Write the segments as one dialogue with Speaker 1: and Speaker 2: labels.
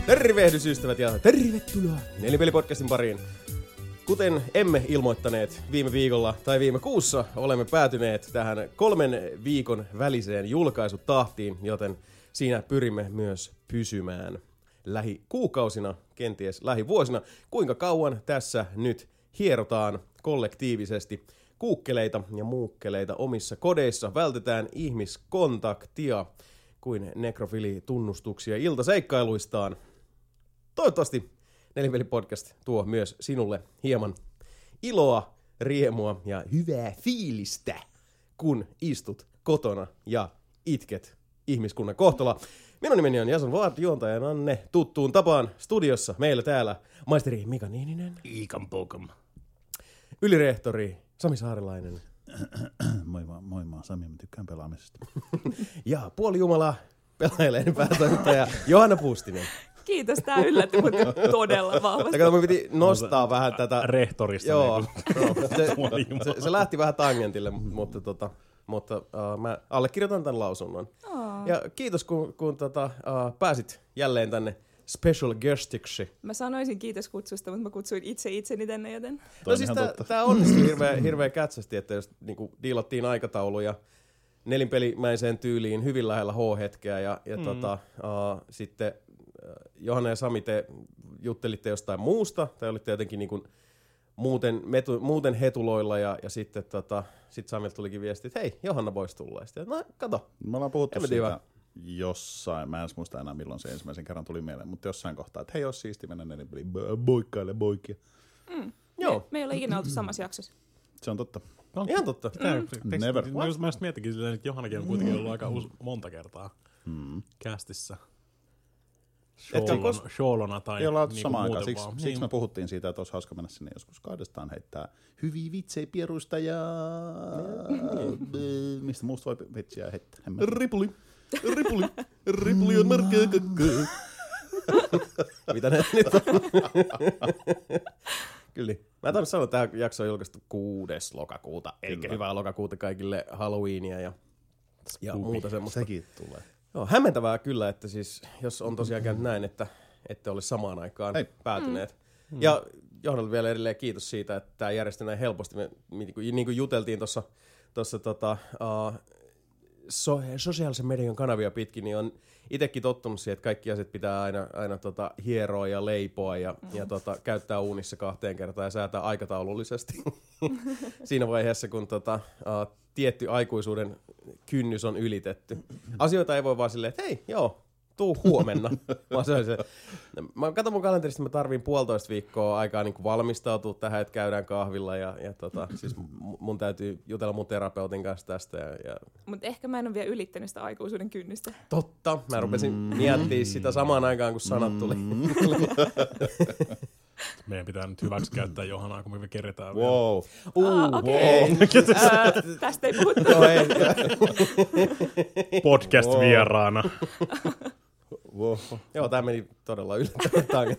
Speaker 1: Tervehdys ystävät ja tervetuloa Nelipeli-podcastin pariin. Kuten emme ilmoittaneet viime viikolla tai viime kuussa, olemme päätyneet tähän 3 viikon väliseen julkaisutahtiin, joten siinä pyrimme myös pysymään lähikuukausina, kenties lähivuosina. Kuinka kauan tässä nyt hierotaan kollektiivisesti kuukkeleita ja muukkeleita omissa kodeissa, vältetään ihmiskontaktia kuin nekrofili-tunnustuksia iltaseikkailuistaan. Toivottavasti Nelipeli-podcast tuo myös sinulle hieman iloa, riemua ja hyvää fiilistä, kun istut kotona ja itket ihmiskunnan kohtaloa. Minun nimeni on Jason Vaart, juontajananne tuttuun tapaan studiossa meillä täällä maisteri Mika Niininen.
Speaker 2: Iikan pokam.
Speaker 1: Ylirehtori Sami Saarilainen.
Speaker 3: Moi, mä oon Sami, mä tykkään pelaamisesta.
Speaker 1: Ja puolijumala pelaajaleen päätoimittaja Johanna Puustinen.
Speaker 4: Kiitos, tää yllätti mut todella vahvasti.
Speaker 1: Ja me piti nostaa vähän tätä
Speaker 2: rehtorista.
Speaker 1: Joo, se lähti vähän tangentille, mutta mä allekirjoitan tämän lausunnon. Ja kiitos, kun pääsit jälleen tänne special guestiksi.
Speaker 4: Mä sanoisin kiitos kutsusta, mutta mä kutsuin itseni tänne, joten...
Speaker 1: No siis tää onnistui hirveän kätsästi, että jos niinku diilattiin aikatauluja nelinpelimäiseen tyyliin hyvin lähellä H-hetkeä ja sitten Johanna ja Sami, te juttelitte jostain muusta, tai olitte jotenkin niinku muuten hetuloilla, ja sitten sit Samilta tulikin viesti, että hei, Johanna voisi tulla. Ja sitten, no kato.
Speaker 3: Me ollaan puhuttu siitä jossain, mä en muista enää milloin se ensimmäisen kerran tuli mieleen, mutta jossain kohtaa, että hei, jos siisti mennä Nelipeliin, boikkaile boikkia.
Speaker 4: Joo. Me ei ole ikinä oltu samassa jaksossa.
Speaker 3: Se on totta.
Speaker 1: Ihan totta.
Speaker 3: Never.
Speaker 2: Mä just mietinkin silleen, että Johannakin on kuitenkin ollut aika monta kertaa kästissä. Shoolona tai
Speaker 3: ei olla
Speaker 2: niinku
Speaker 3: samaan aikaan.
Speaker 2: muuten
Speaker 3: Siksi
Speaker 2: vaan.
Speaker 3: me puhuttiin siitä, että olisi hauska mennä sinne joskus kahdestaan heittää hyviä vitsejä pieruista ja... Mistä muusta voi vitsiä heittää? Ripuli on märkää kakkaa.
Speaker 1: Mitä ne nyt on? Kyllä. Mä tahdon sanoa, että tämä jakso on julkaistu 6. lokakuuta. Eli hyvää lokakuuta kaikille Halloweenia ja muuta semmoista.
Speaker 3: Sekin tulee.
Speaker 1: Joo, hämmentävää kyllä, että siis, jos on tosiaan käynyt näin, että ette ole samaan aikaan päätyneet. Ja Johannalle vielä edelleen kiitos siitä, että tämä järjestyi näin helposti. Me niin kuin juteltiin tuossa sosiaalisen median kanavia pitkin, niin on itsekin tottunut siihen, että kaikki asiat pitää aina hieroa ja leipoa ja käyttää uunissa 2 kertaa ja säätää aikataulullisesti. Siinä vaiheessa, kun tietty aikuisuuden kynnys on ylitetty. Asioita ei voi vaan silleen, että hei, joo, tuu huomenna. Mä katson mun kalenterista, mä tarviin 1,5 viikkoa aikaa niin kuin valmistautua tähän, että käydään kahvilla ja siis mun täytyy jutella mun terapeutin kanssa tästä.
Speaker 4: Mutta ehkä mä en ole vielä ylittänyt sitä aikuisuuden kynnystä.
Speaker 1: Totta, mä rupesin miettimään sitä samaan aikaan, kun sanat tuli.
Speaker 2: Meidän pitää nyt hyväksi käyttää Johannaa, kun me kerretään
Speaker 3: Wow.
Speaker 4: Okei. Tästä ei puhuttu.
Speaker 2: podcast-vieraana.
Speaker 3: Wow.
Speaker 1: Joo, tää meni todella yllättävän.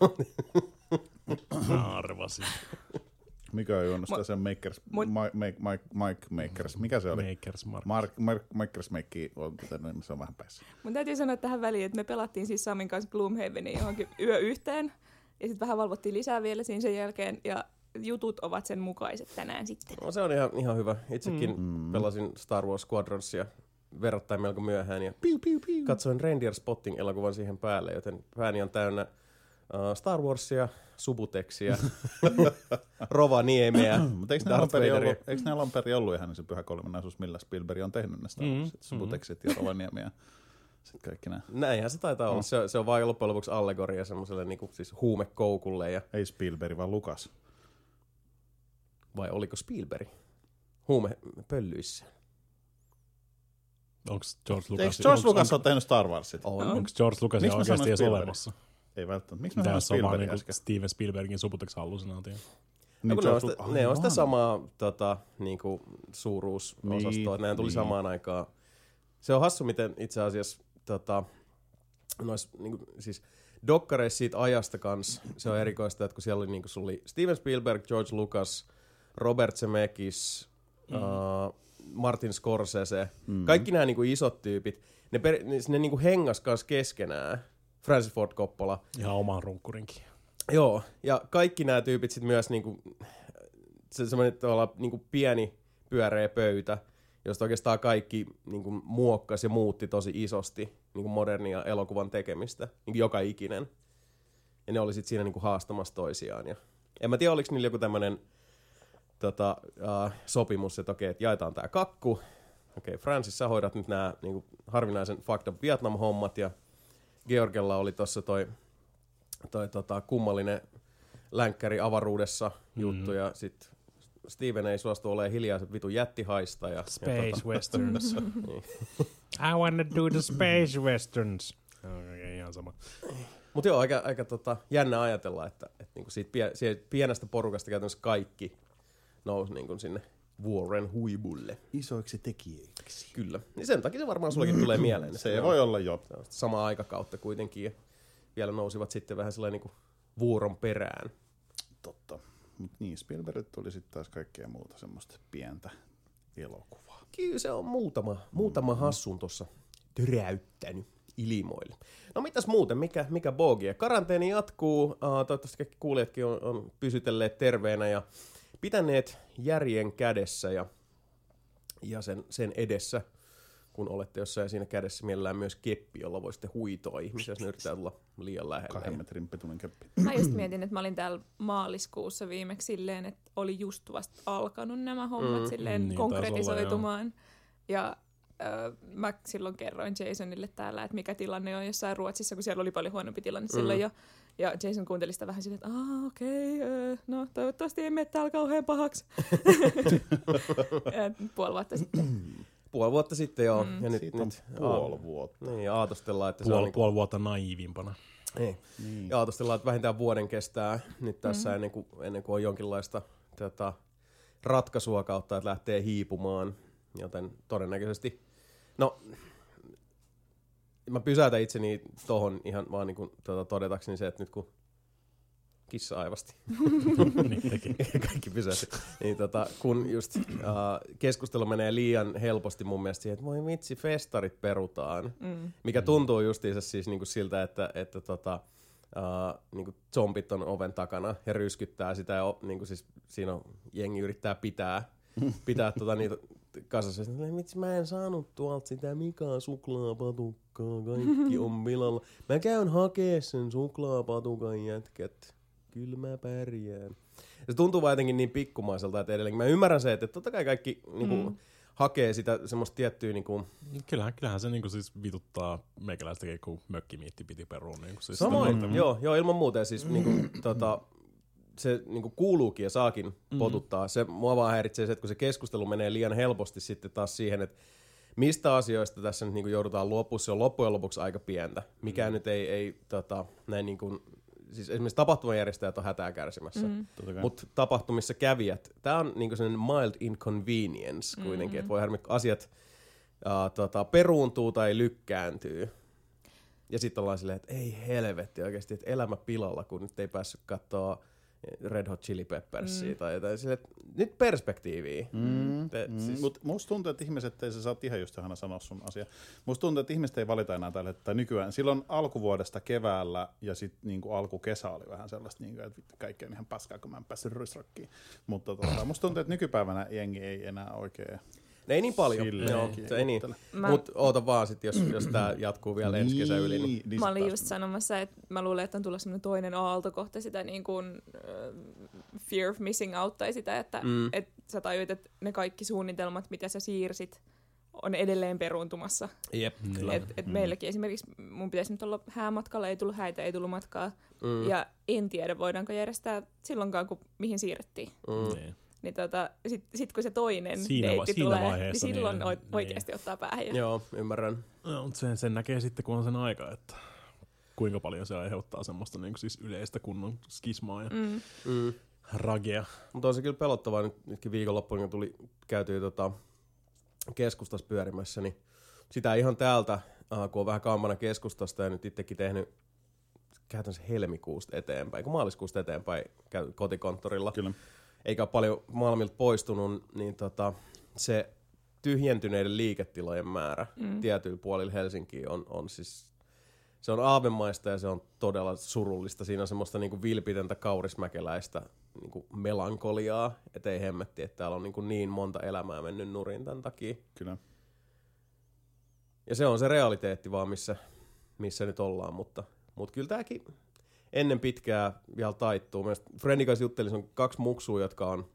Speaker 2: Mä arvasin.
Speaker 3: Mikä on juonut sitä sen Makers, Mike Makers, mikä se oli?
Speaker 2: Makers
Speaker 3: Makers Make, se on vähän päässä.
Speaker 4: Mun täytyy sanoa tähän väliin, että me pelattiin siis Samin kanssa Gloomhavenin johonkin yö yhteen. Ja sitten vähän valvottiin lisää vielä siinä sen jälkeen, ja jutut ovat sen mukaiset tänään sitten.
Speaker 1: No, se on ihan hyvä. Itsekin pelasin Star Wars Squadronsia verrattain melko myöhään, ja katsoin Reindeer Spotting -elokuvan siihen päälle, joten pääni on täynnä Star Warsia, Subuteksia, Rovaniemeä, Darth Vaderia.
Speaker 3: Eikö ne alun perin ollut ihan se pyhä kolminaisuus, millä Spielberg on tehnyt ne Star Warsit, Subuteksit ja Rovaniemiä? Sitten kaikki nämä.
Speaker 1: Näinhän se taitaa olla. Se on vain loppujen lopuksi allegoria semmoiselle niinku, siis huumekoukulle. Ja...
Speaker 3: Ei Spielberg, vaan Lucas.
Speaker 1: Vai oliko Spielberg huumepöllyissä?
Speaker 2: Onko George Lucas...
Speaker 3: Eikö George Lucas ole tehnyt Star Warsit?
Speaker 2: Onko George Lucas oikeasti edes olemassa?
Speaker 3: Ei välttämättä. Miksi mä
Speaker 2: sanoin
Speaker 3: Spielberg
Speaker 2: Spielberg
Speaker 3: äsken?
Speaker 2: äsken? Steven Spielbergin Subutex hallusinaatio.
Speaker 1: Ne on sitä samaa niinku, suuruusosastoa.
Speaker 3: Niin,
Speaker 1: Nämä tuli samaan aikaan. Se on hassu, miten itse asiassa niinku, siis dokkareissa siitä ajasta kanssa se on erikoista, että kun siellä oli, niinku, oli Steven Spielberg, George Lucas, Robert Zemeckis, Martin Scorsese, kaikki nämä niinku isot tyypit, ne niinku hengas kanssa keskenään. Francis Ford Coppola.
Speaker 2: Ihan oman runkkurinkin.
Speaker 1: Joo, ja kaikki nämä tyypit sitten myös niinku, semmoinen niinku pieni pyöreä pöytä, josta oikeastaan kaikki niinku muokkasi ja muutti tosi isosti niinku modernia elokuvan tekemistä, niinku joka ikinen. Ja ne oli sitten siinä niinku haastamassa toisiaan. Ja en mä tiedä, oliko niillä joku tämmöinen sopimus, että okei, että jaetaan tää kakku. Okei, Francis, sä hoidat nyt nämä niinku harvinaisen fucked up Vietnam-hommat, ja Georgella oli tossa toi kummallinen länkkäri avaruudessa juttu, ja sit Steven ei suostu olemaan hiljaa, se vitun jättihaista.
Speaker 2: Space westerns.
Speaker 1: Niin.
Speaker 2: I wanna do the space westerns. Okay, ihan sama.
Speaker 1: Mut joo, aika jännä ajatella, että niinku siitä pienestä porukasta käytännössä kaikki nousi niinku sinne vuoren huibulle.
Speaker 3: Isoiksi tekijöiksi.
Speaker 1: Kyllä. Niin sen takia se varmaan sullekin tulee mieleen.
Speaker 3: Se voi olla jo.
Speaker 1: Samaa aikakautta kuitenkin. Ja vielä nousivat sitten vähän sellainen niinku vuoron perään.
Speaker 3: Totta. Mut niin, Spielberg tuli sitten taas kaikkea muuta semmoista pientä elokuvaa.
Speaker 1: Kyllä se on muutama hassun tuossa töräyttänyt ilmoille. No mitäs muuten, mikä bogie? Karanteeni jatkuu, toivottavasti kaikki kuulijatkin on pysytelleet terveenä ja pitäneet järjen kädessä ja sen edessä, kun olette jossain siinä kädessä mielellään myös keppi, jolla voisitte huitoa ihmisiä, jos ne yrittää tulla liian lähelle.
Speaker 3: 2 metrin pituinen keppi.
Speaker 4: Mä just mietin, että mä olin täällä maaliskuussa viimeksi silleen, että oli just vasta alkanut nämä hommat silleen
Speaker 2: niin
Speaker 4: konkretisoitumaan. Ja mä silloin kerroin Jasonille täällä, että mikä tilanne on jossain Ruotsissa, kun siellä oli paljon huonompi tilanne silloin jo. Ja Jason kuunteli sitä vähän silleen, että okei, no toivottavasti ei mene täällä kauhean pahaksi. Puoli vuotta sitten.
Speaker 1: Puoli vuotta sitten, joo. Ja
Speaker 3: Siitä on puoli vuotta.
Speaker 1: Niin, ja aatostellaan, että se on
Speaker 2: Puoli vuotta naiivimpana.
Speaker 1: Niin. Ja aatostellaan, että vähintään vuoden kestää nyt tässä ennen kuin on jonkinlaista ratkaisua kautta, että lähtee hiipumaan. Joten todennäköisesti, no, mä pysäytän itseni tohon ihan vaan niin kuin, todetakseni se, että nyt kun kissa aivasti, kaikki pysähti, niin kun just keskustelu menee liian helposti mun mielestä siihen, että voi vitsi, festarit perutaan, mikä tuntuu justiinsa siis niin kuin siltä, että niin kuin zombit on oven takana ja ryskyttää sitä ja niin kuin siis siinä on, jengi yrittää pitää niitä kasassa. Mitsi mä en saanut tuolta sitä Mikan suklaapatukkaa, kaikki on vilalla. Mä käyn hakee sen suklaapatukan jätkät. Kyllä mä pärjään. Se tuntuu vaan jotenkin niin pikkumaiselta, että edelleenkin mä ymmärrän se, että totta kai kaikki niinku, hakee sitä semmoista tiettyä niinku...
Speaker 2: Kyllähän se niinku siis vituttaa meikäläistäkin, kun mökkimiitti piti peruun. Niinku siis
Speaker 1: samoin, joo, ilman muuta. Ja siis niinku, se niinku kuuluukin ja saakin potuttaa. Se mua vaan häiritsee se, että kun se keskustelu menee liian helposti sitten taas siihen, että mistä asioista tässä nyt niinku joudutaan luopumaan. Se on loppujen lopuksi aika pientä. Mikään nyt ei näin niinku... Siis esimerkiksi tapahtumajärjestäjät on hätää kärsimässä, mutta tapahtumissa kävijät, tämä on niinku sellainen mild inconvenience kuitenkin, että voi harmi, asiat peruuntuu tai lykkääntyy. Ja sitten ollaan silleen, että ei helvetti oikeasti, että elämä pilalla, kun nyt ei päässyt katsoa Red Hot Chili Peppersia tai jotain silleen, että nyt perspektiiviä.
Speaker 3: Siis... Mutta musta tuntuu, että ihmiset, ei se saa ihan just Hanna sanoa sun asia. Musta tuntuu, että ihmiset ei valita enää tällä hetkellä nykyään. Silloin alkuvuodesta keväällä ja sitten niinku alkukesä oli vähän sellaista, niinku, että kaikki on ihan paskaa, kun mä en päässyt ruisrokkiin. Mutta musta tuntuu, että nykypäivänä jengi ei enää oikein...
Speaker 1: Ei niin paljon, joo, se ei niin. Mutta oota vaan sit, jos tää jatkuu vielä ensi kesän yli.
Speaker 4: Niin mä olin just sanomassa, että mä luulen, että on tullut semmoinen toinen aalto kohta sitä niin kuin fear of missing out tai sitä, että et sä tajuit, että ne kaikki suunnitelmat, mitä sä siirsit, on edelleen peruuntumassa.
Speaker 1: Jep,
Speaker 4: et meilläkin esimerkiksi mun pitäisi nyt olla häämatkalla, ei tullut häitä, ei tullut matkaa. Ja en tiedä, voidaanko järjestää silloinkaan, kun mihin siirrettiin. Niin sit kun se toinen deitti tulee, niin silloin oikeasti ottaa päähän.
Speaker 1: Joo, ymmärrän.
Speaker 2: No, mutta sen näkee sitten, kun on sen aika, että kuinka paljon se aiheuttaa semmoista niin siis yleistä kunnon skismaa ja ragea.
Speaker 1: Mutta on se kyllä pelottavaa nytkin viikonloppuun, kun tuli käytyä keskustassa pyörimässä, niin sitä ihan täältä, kun on vähän kauempana keskustasta ja nyt itsekin tehnyt käytännössä helmikuusta eteenpäin, kun maaliskuusta eteenpäin kotikonttorilla. Kyllä. Eikä ole paljon Malmilta poistunut, niin se tyhjentyneiden liiketilojen määrä tietyillä puolilla Helsinkiä on siis Se on aavemaista ja se on todella surullista. Siinä on semmoista niinku vilpitöntä kaurismäkeläistä niinku melankoliaa. Et ei hemmetti, että täällä on niin monta elämää mennyt nurin tämän takia.
Speaker 3: Kyllä.
Speaker 1: Ja se on se realiteetti vaan, missä nyt ollaan. Mutta kyllä tääkin ennen pitkää vielä taittuu. Friendin kanssa juttelin, on 2 muksua, jotka on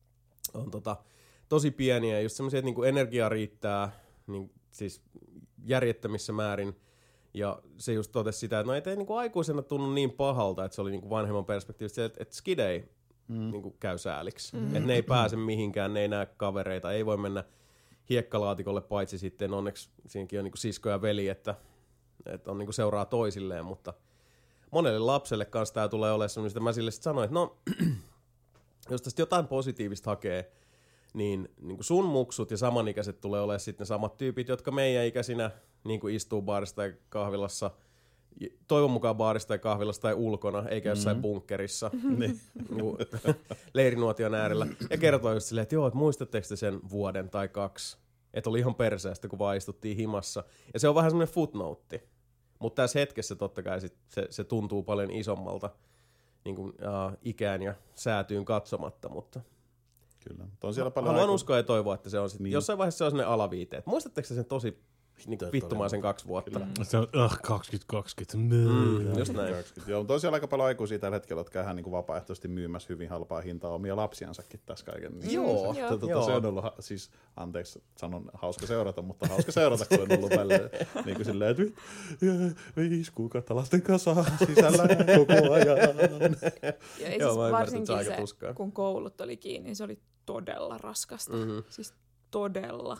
Speaker 1: tosi pieniä. Ja just semmoisia, että niinku energiaa riittää niin, siis järjettömissä määrin. Ja se just totesi sitä, että no ei niinku aikuisena tunnu niin pahalta, että se oli niinku vanhemman perspektiivistä, että skidei niinku käy sääliksi. Että ne ei pääse mihinkään, ne ei näe kavereita, ei voi mennä hiekkalaatikolle, paitsi sitten onneksi siinäkin on niinku sisko ja veli, että on niinku seuraa toisilleen, mutta monelle lapselle kanssa tämä tulee olemaan semmoista. Mä sille sitten sanoin, että no, jos tästä jotain positiivista hakee, niin kuin sun muksut ja samanikäiset tulee olemaan sitten ne samat tyypit, jotka meidän ikäisinä niin kuin istuu baarissa tai kahvilassa, toivon mukaan baarissa tai kahvilassa tai ulkona, eikä jossain bunkkerissa, leirinuotion äärellä, ja kertoo just silleen, että joo, että muistatteko te sen vuoden tai 2, että oli ihan perseestä, kun vaan istuttiin himassa. Ja se on vähän semmoinen footnote, mutta tässä hetkessä totta kai se tuntuu paljon isommalta niin kuin, ikään ja säätyyn katsomatta, mutta
Speaker 3: kyllä. On siellä paljon
Speaker 1: haluan uskoa ja toivoa, että se on sit, jossain vaiheessa se on sellainen alaviite. Muistatteko sen tosi vittumaisen 2 vuotta?
Speaker 2: Kyllä. Se on 2020.
Speaker 1: Just näin.
Speaker 3: 20. Joo, mutta on siellä aika paljon aikuisia tällä hetkellä, jotka käydään niin vapaaehtoisesti myymässä hyvin halpaa hintaa omia lapsiansakin tässä kaiken. Niin
Speaker 1: Joo.
Speaker 3: Se on ollut, siis anteeksi, sanon hauska seurata, mutta hauska seurata, kun on ollut välillä niin kuin silleen, että 5 kuukautta lasten kanssa sisällä koko ajan.
Speaker 4: Ja ei siis varsinkin se, kun koulut oli kiinni, se oli todella raskasta. Siis todella.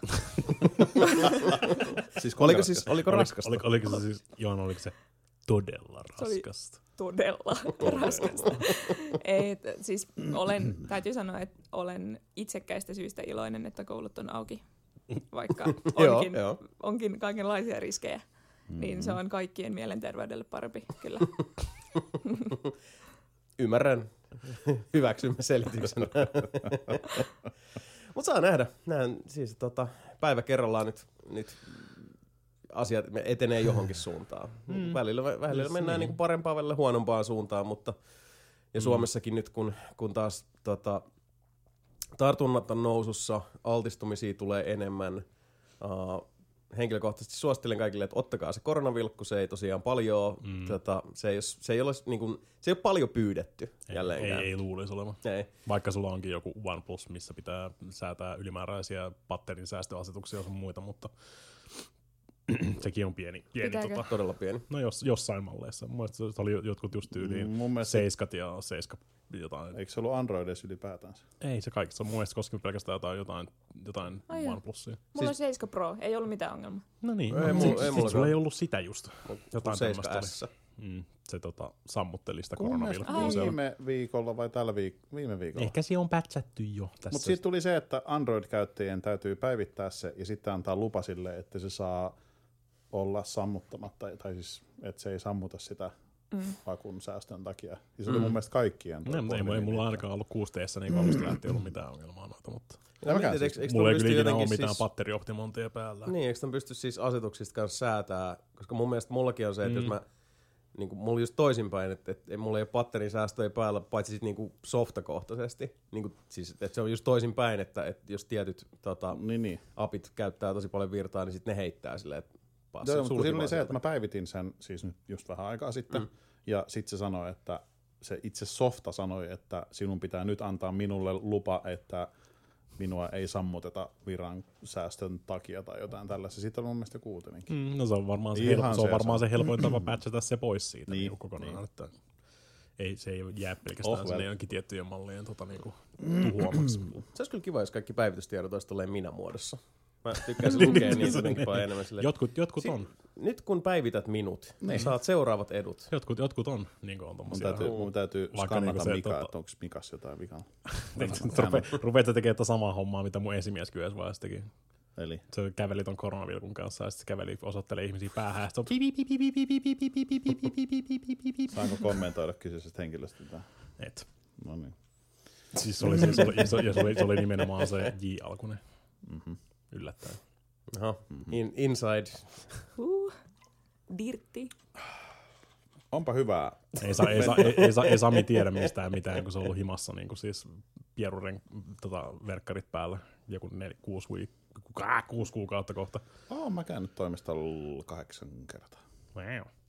Speaker 1: Oliko raskasta?
Speaker 2: Oliko se siis, Joona, oliko se todella raskasta?
Speaker 4: Todella raskasta. Siis täytyy sanoa, että olen itsekkäistä syistä iloinen, että koulut on auki, vaikka onkin kaikenlaisia riskejä. Niin se on kaikkien mielenterveydelle parempi, kyllä.
Speaker 1: Ymmärrän. Hyväksymme selityksen. Mutta saa nähdä. Siis päivä kerrallaan nyt asiat etenee johonkin suuntaan. Välillä mennään niinku parempaan, välillä huonompaan suuntaan, mutta ja Suomessakin nyt kun taas tartunnat on nousussa, altistumisia tulee enemmän. Henkilökohtaisesti suosittelen kaikille, että ottakaa se koronavilkku, se ei tosiaan paljon, se ei ole paljon pyydetty jälleenkään.
Speaker 2: Ei luulisi olevan.
Speaker 1: Ei.
Speaker 2: Vaikka sulla onkin joku OnePlus, missä pitää säätää ylimääräisiä batterin säästöasetuksia sun muita, mutta sekin on pieni
Speaker 1: todella pieni.
Speaker 2: No jossain malleissa. Mun mielestä se oli jotkut just tyyliin 7 ja 7 jotain.
Speaker 3: Eikö se ollut Androidissa ylipäätään?
Speaker 2: Ei se kaikissa. Mun mielestä koski pelkästään jotain OnePlusia.
Speaker 4: Mulla on 7 Pro, ei ollut mitään ongelmaa.
Speaker 2: No niin, sulla ei ollut sitä just. Jotain
Speaker 1: 7S.
Speaker 2: Se sammutteli sitä koronavilkkua.
Speaker 3: Viime viikolla vai viime viikolla?
Speaker 2: Ehkä se on pätsätty jo tässä.
Speaker 3: Mutta siitä tuli se, että Android-käyttäjien täytyy päivittää se ja sitten antaa lupa sille, että se saa olla sammuttamatta, tai siis, että se ei sammuta sitä akun säästön takia. Ja se oli mun mielestä kaikkien.
Speaker 2: Ei mulla ainakaan ollut 6T:ssä niin alusta lähtien ollut mitään ongelmaa noita, mutta
Speaker 1: mulla
Speaker 2: ei kyllä ikinä ole mitään batterioptimointia päällä.
Speaker 1: Niin, eikö tämän pysty siis asetuksista kanssa säätää, koska mun mielestä mullakin on se, että jos mä niin kuin, mulla just toisinpäin, että mulla ei ole batterin säästöjä päällä, paitsi sitten niin softakohtaisesti. Niin siis, että se on just toisinpäin, että jos tietyt apit käyttää tosi paljon virtaa, niin sitten ne heittää silleen, että
Speaker 3: joo, mutta siinä oli se, että mä päivitin sen siis nyt just vähän aikaa sitten, ja sitten se sanoi, että se itse softa sanoi, että sinun pitää nyt antaa minulle lupa, että minua ei sammuteta viran säästön takia tai jotain tällaista. Siitä on mun mielestä kuutelinkin.
Speaker 2: No se on varmaan se helpoin tapa patchata se pois siitä niin kokonaan. Että se ei jää pelkästään sinne jonkin tiettyjen mallien tuhoamaksi.
Speaker 1: Se olisi kyllä kiva, jos kaikki päivitystiedot olisi tolleen minä-muodossa. Mä tykkäisin lukea niitä jotenkin paljon enemmän.
Speaker 2: Jotkut on.
Speaker 1: Nyt kun päivität minut, niin saat seuraavat edut.
Speaker 2: Jotkut on. Niin on tommosia.
Speaker 3: Mun täytyy skannata Mikaa, että onko Mikassa jotain vikaa.
Speaker 2: Rupeat tekemään tätä samaa hommaa, mitä mun esimies kyllä edes vaiheessa teki.
Speaker 3: Eli?
Speaker 2: Se käveli ton koronavilkun kanssa ja sitten se käveli osoittelee ihmisiä päähän ja
Speaker 3: saanko kommentoida kyseisestä henkilöstä?
Speaker 2: Et.
Speaker 3: No niin.
Speaker 2: Siis se oli nimenomaan se J-alkunen. Yllättäen.
Speaker 1: Inside.
Speaker 4: Dirtti.
Speaker 3: Onpa hyvää.
Speaker 2: Ei Sami tiedä mistään mitään, kun se on ollut himassa niin kuin siis pieruren verkkarit päällä joku 6 kuukautta kohta.
Speaker 3: Mä käynyt toimistolla 8 kertaa.
Speaker 2: Wow.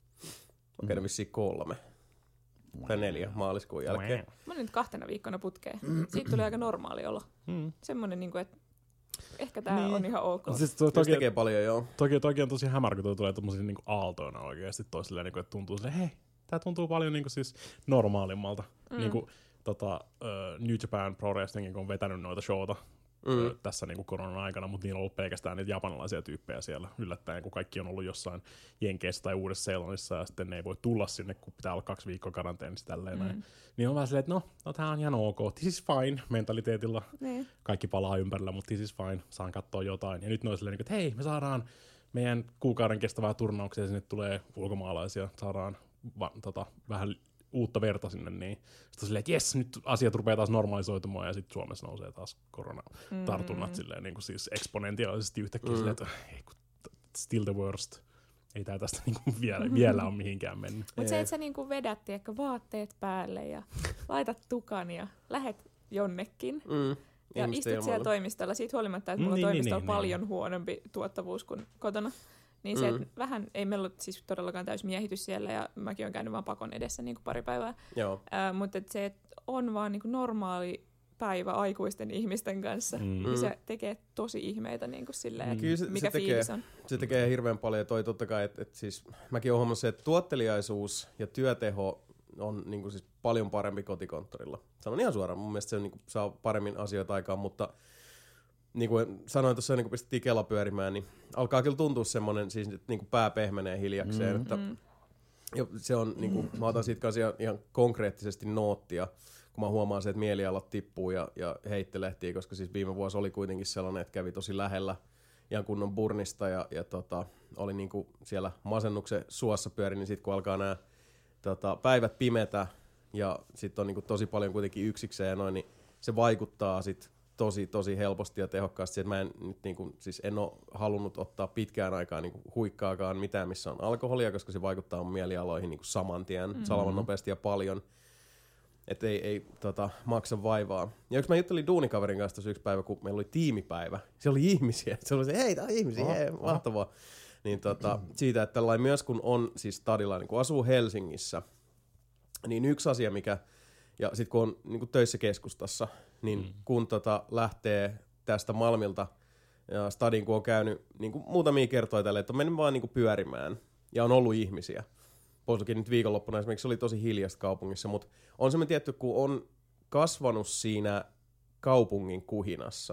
Speaker 1: Mä käynyt vissiin 3 tai 4 maaliskuun jälkeen.
Speaker 4: Mä olin nyt 2 viikkona putkeen. Siitä tuli aika normaali olo. Semmoinen, niin kuin, että ehkä tää on ihan ok.
Speaker 1: Siis toki tekee paljon, joo.
Speaker 2: Toki on tosi hämärä, kun tulee tommosia niin aaltoina oikeasti toisilleen, niin kuin, että tuntuu silleen, hei, tää tuntuu paljon niin kuin, siis normaalimmalta. Niin kuin, New Japan Pro Wrestling on vetänyt noita showta tässä niin kuin koronan aikana, mutta niin on ollut pelkästään niitä japanilaisia tyyppejä siellä yllättäen, kun kaikki on ollut jossain Jenkeissä tai Uudessa-Seelannissa ja sitten ne ei voi tulla sinne, kun pitää olla 2 viikkoa karanteenissa tälleen näin. Niin on vaan silleen, että no tää on ihan ok, this is fine mentaliteetilla. Kaikki palaa ympärillä, mutta this is fine, saan katsoa jotain. Ja nyt ne on silleen, että hei, me saadaan meidän kuukauden kestävää turnauksia, sinne tulee ulkomaalaisia, saadaan vähän uutta verta sinne, niin sitten silleen, että jes, nyt asiat rupeaa taas normalisoitumaan ja sitten Suomessa nousee taas koronatartunnat silleen niin kuin siis eksponentiaalisesti yhtäkkiä silleen, että still the worst. Ei tää tästä niin kuin vielä ole mihinkään mennyt.
Speaker 4: Mutta se, että sä niin kuin vedät ehkä vaatteet päälle ja laitat tukan ja lähet jonnekin ja istut siellä toimistolla siitä huolimatta, että mulla on toimistolla paljon huonompi tuottavuus kuin kotona. Niin se, että vähän, ei meillä ole siis todellakaan täys miehitys siellä, ja mäkin olen käynyt vaan pakon edessä niin kuin pari päivää. Mutta että se, että on vaan niin kuin normaali päivä aikuisten ihmisten kanssa, niin se tekee tosi ihmeitä niin kuin silleen, että mikä fiilis on.
Speaker 1: Se tekee hirveän paljon, toi totta kai, että siis mäkin olen huomannut se, että tuotteliaisuus ja työteho on niin kuin siis paljon parempi kotikonttorilla. Sanon ihan suoraan, mun mielestä se niin kuin saa paremmin asioita aikaan, mutta niin kuin sanoin tuossa ennen kuin pistettiin Kela pyörimään, niin alkaa kyllä tuntua semmoinen, siis, että niin kuin pää pehmenee hiljakseen. Että, ja se on, niin kuin, mä otan siitä kanssa ihan konkreettisesti noottia, kun mä huomaan se, että mielialat tippuu ja heittelehtii, koska siis viime vuosi oli kuitenkin sellainen, että kävi tosi lähellä ihan kunnon burnista ja oli niin kuin siellä masennuksen suossa pyörin, niin sitten kun alkaa nämä päivät pimetä ja sitten on niin kuin tosi paljon kuitenkin yksikseen ja noin, niin se vaikuttaa sitten tosi helposti ja tehokkaasti, että mä en nyt niinku, siis en ole halunnut ottaa pitkään aikaa niinku huikkaakaan mitään, missä on alkoholia, koska se vaikuttaa mun mielialoihin niinku saman tien, salaman nopeasti ja paljon, että ei maksa vaivaa. Ja yksi mä juttelin duunikaverin kanssa tossa yksi päivä, kun meillä oli tiimipäivä, se oli ihmisiä, se oli se, hei tää on ihmisiä, hei, mahtavaa. Niin siitä, että tällainen myös kun on siis stadilla, niin kun asuu Helsingissä, niin yksi asia, mikä ja sitten kun on niin kuin töissä keskustassa, niin kun lähtee tästä Malmilta ja stadin, kun on käynyt niin kuin muutamia kertoja tälle, että on mennyt vaan niin kuin pyörimään ja on ollut ihmisiä. Poislukin nyt viikonloppuna esimerkiksi oli tosi hiljaista kaupungissa, mutta on semmoinen tietty, kun on kasvanut siinä kaupungin kuhinassa,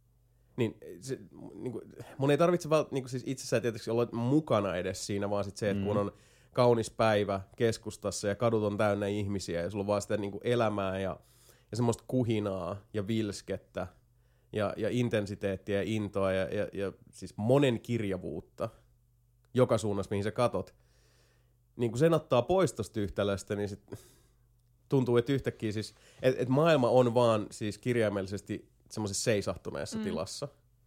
Speaker 1: niin, se, niin kuin, mun ei tarvitse niin kuin siis itsessään tietysti olla mukana edes siinä, vaan sit se, että kun on kaunis päivä keskustassa ja kadut on täynnä ihmisiä ja sulla on vaan sitä niin kuin elämää ja semmoista kuhinaa ja vilskettä ja intensiteettiä ja intoa ja siis monen kirjavuutta joka suunnassa, mihin sä katot. Niin kun sen ottaa pois tosta yhtälöstä, niin sit tuntuu, että yhtäkkiä siis, että maailma on vaan siis kirjaimellisesti semmoisessa seisahtuneessa tilassa.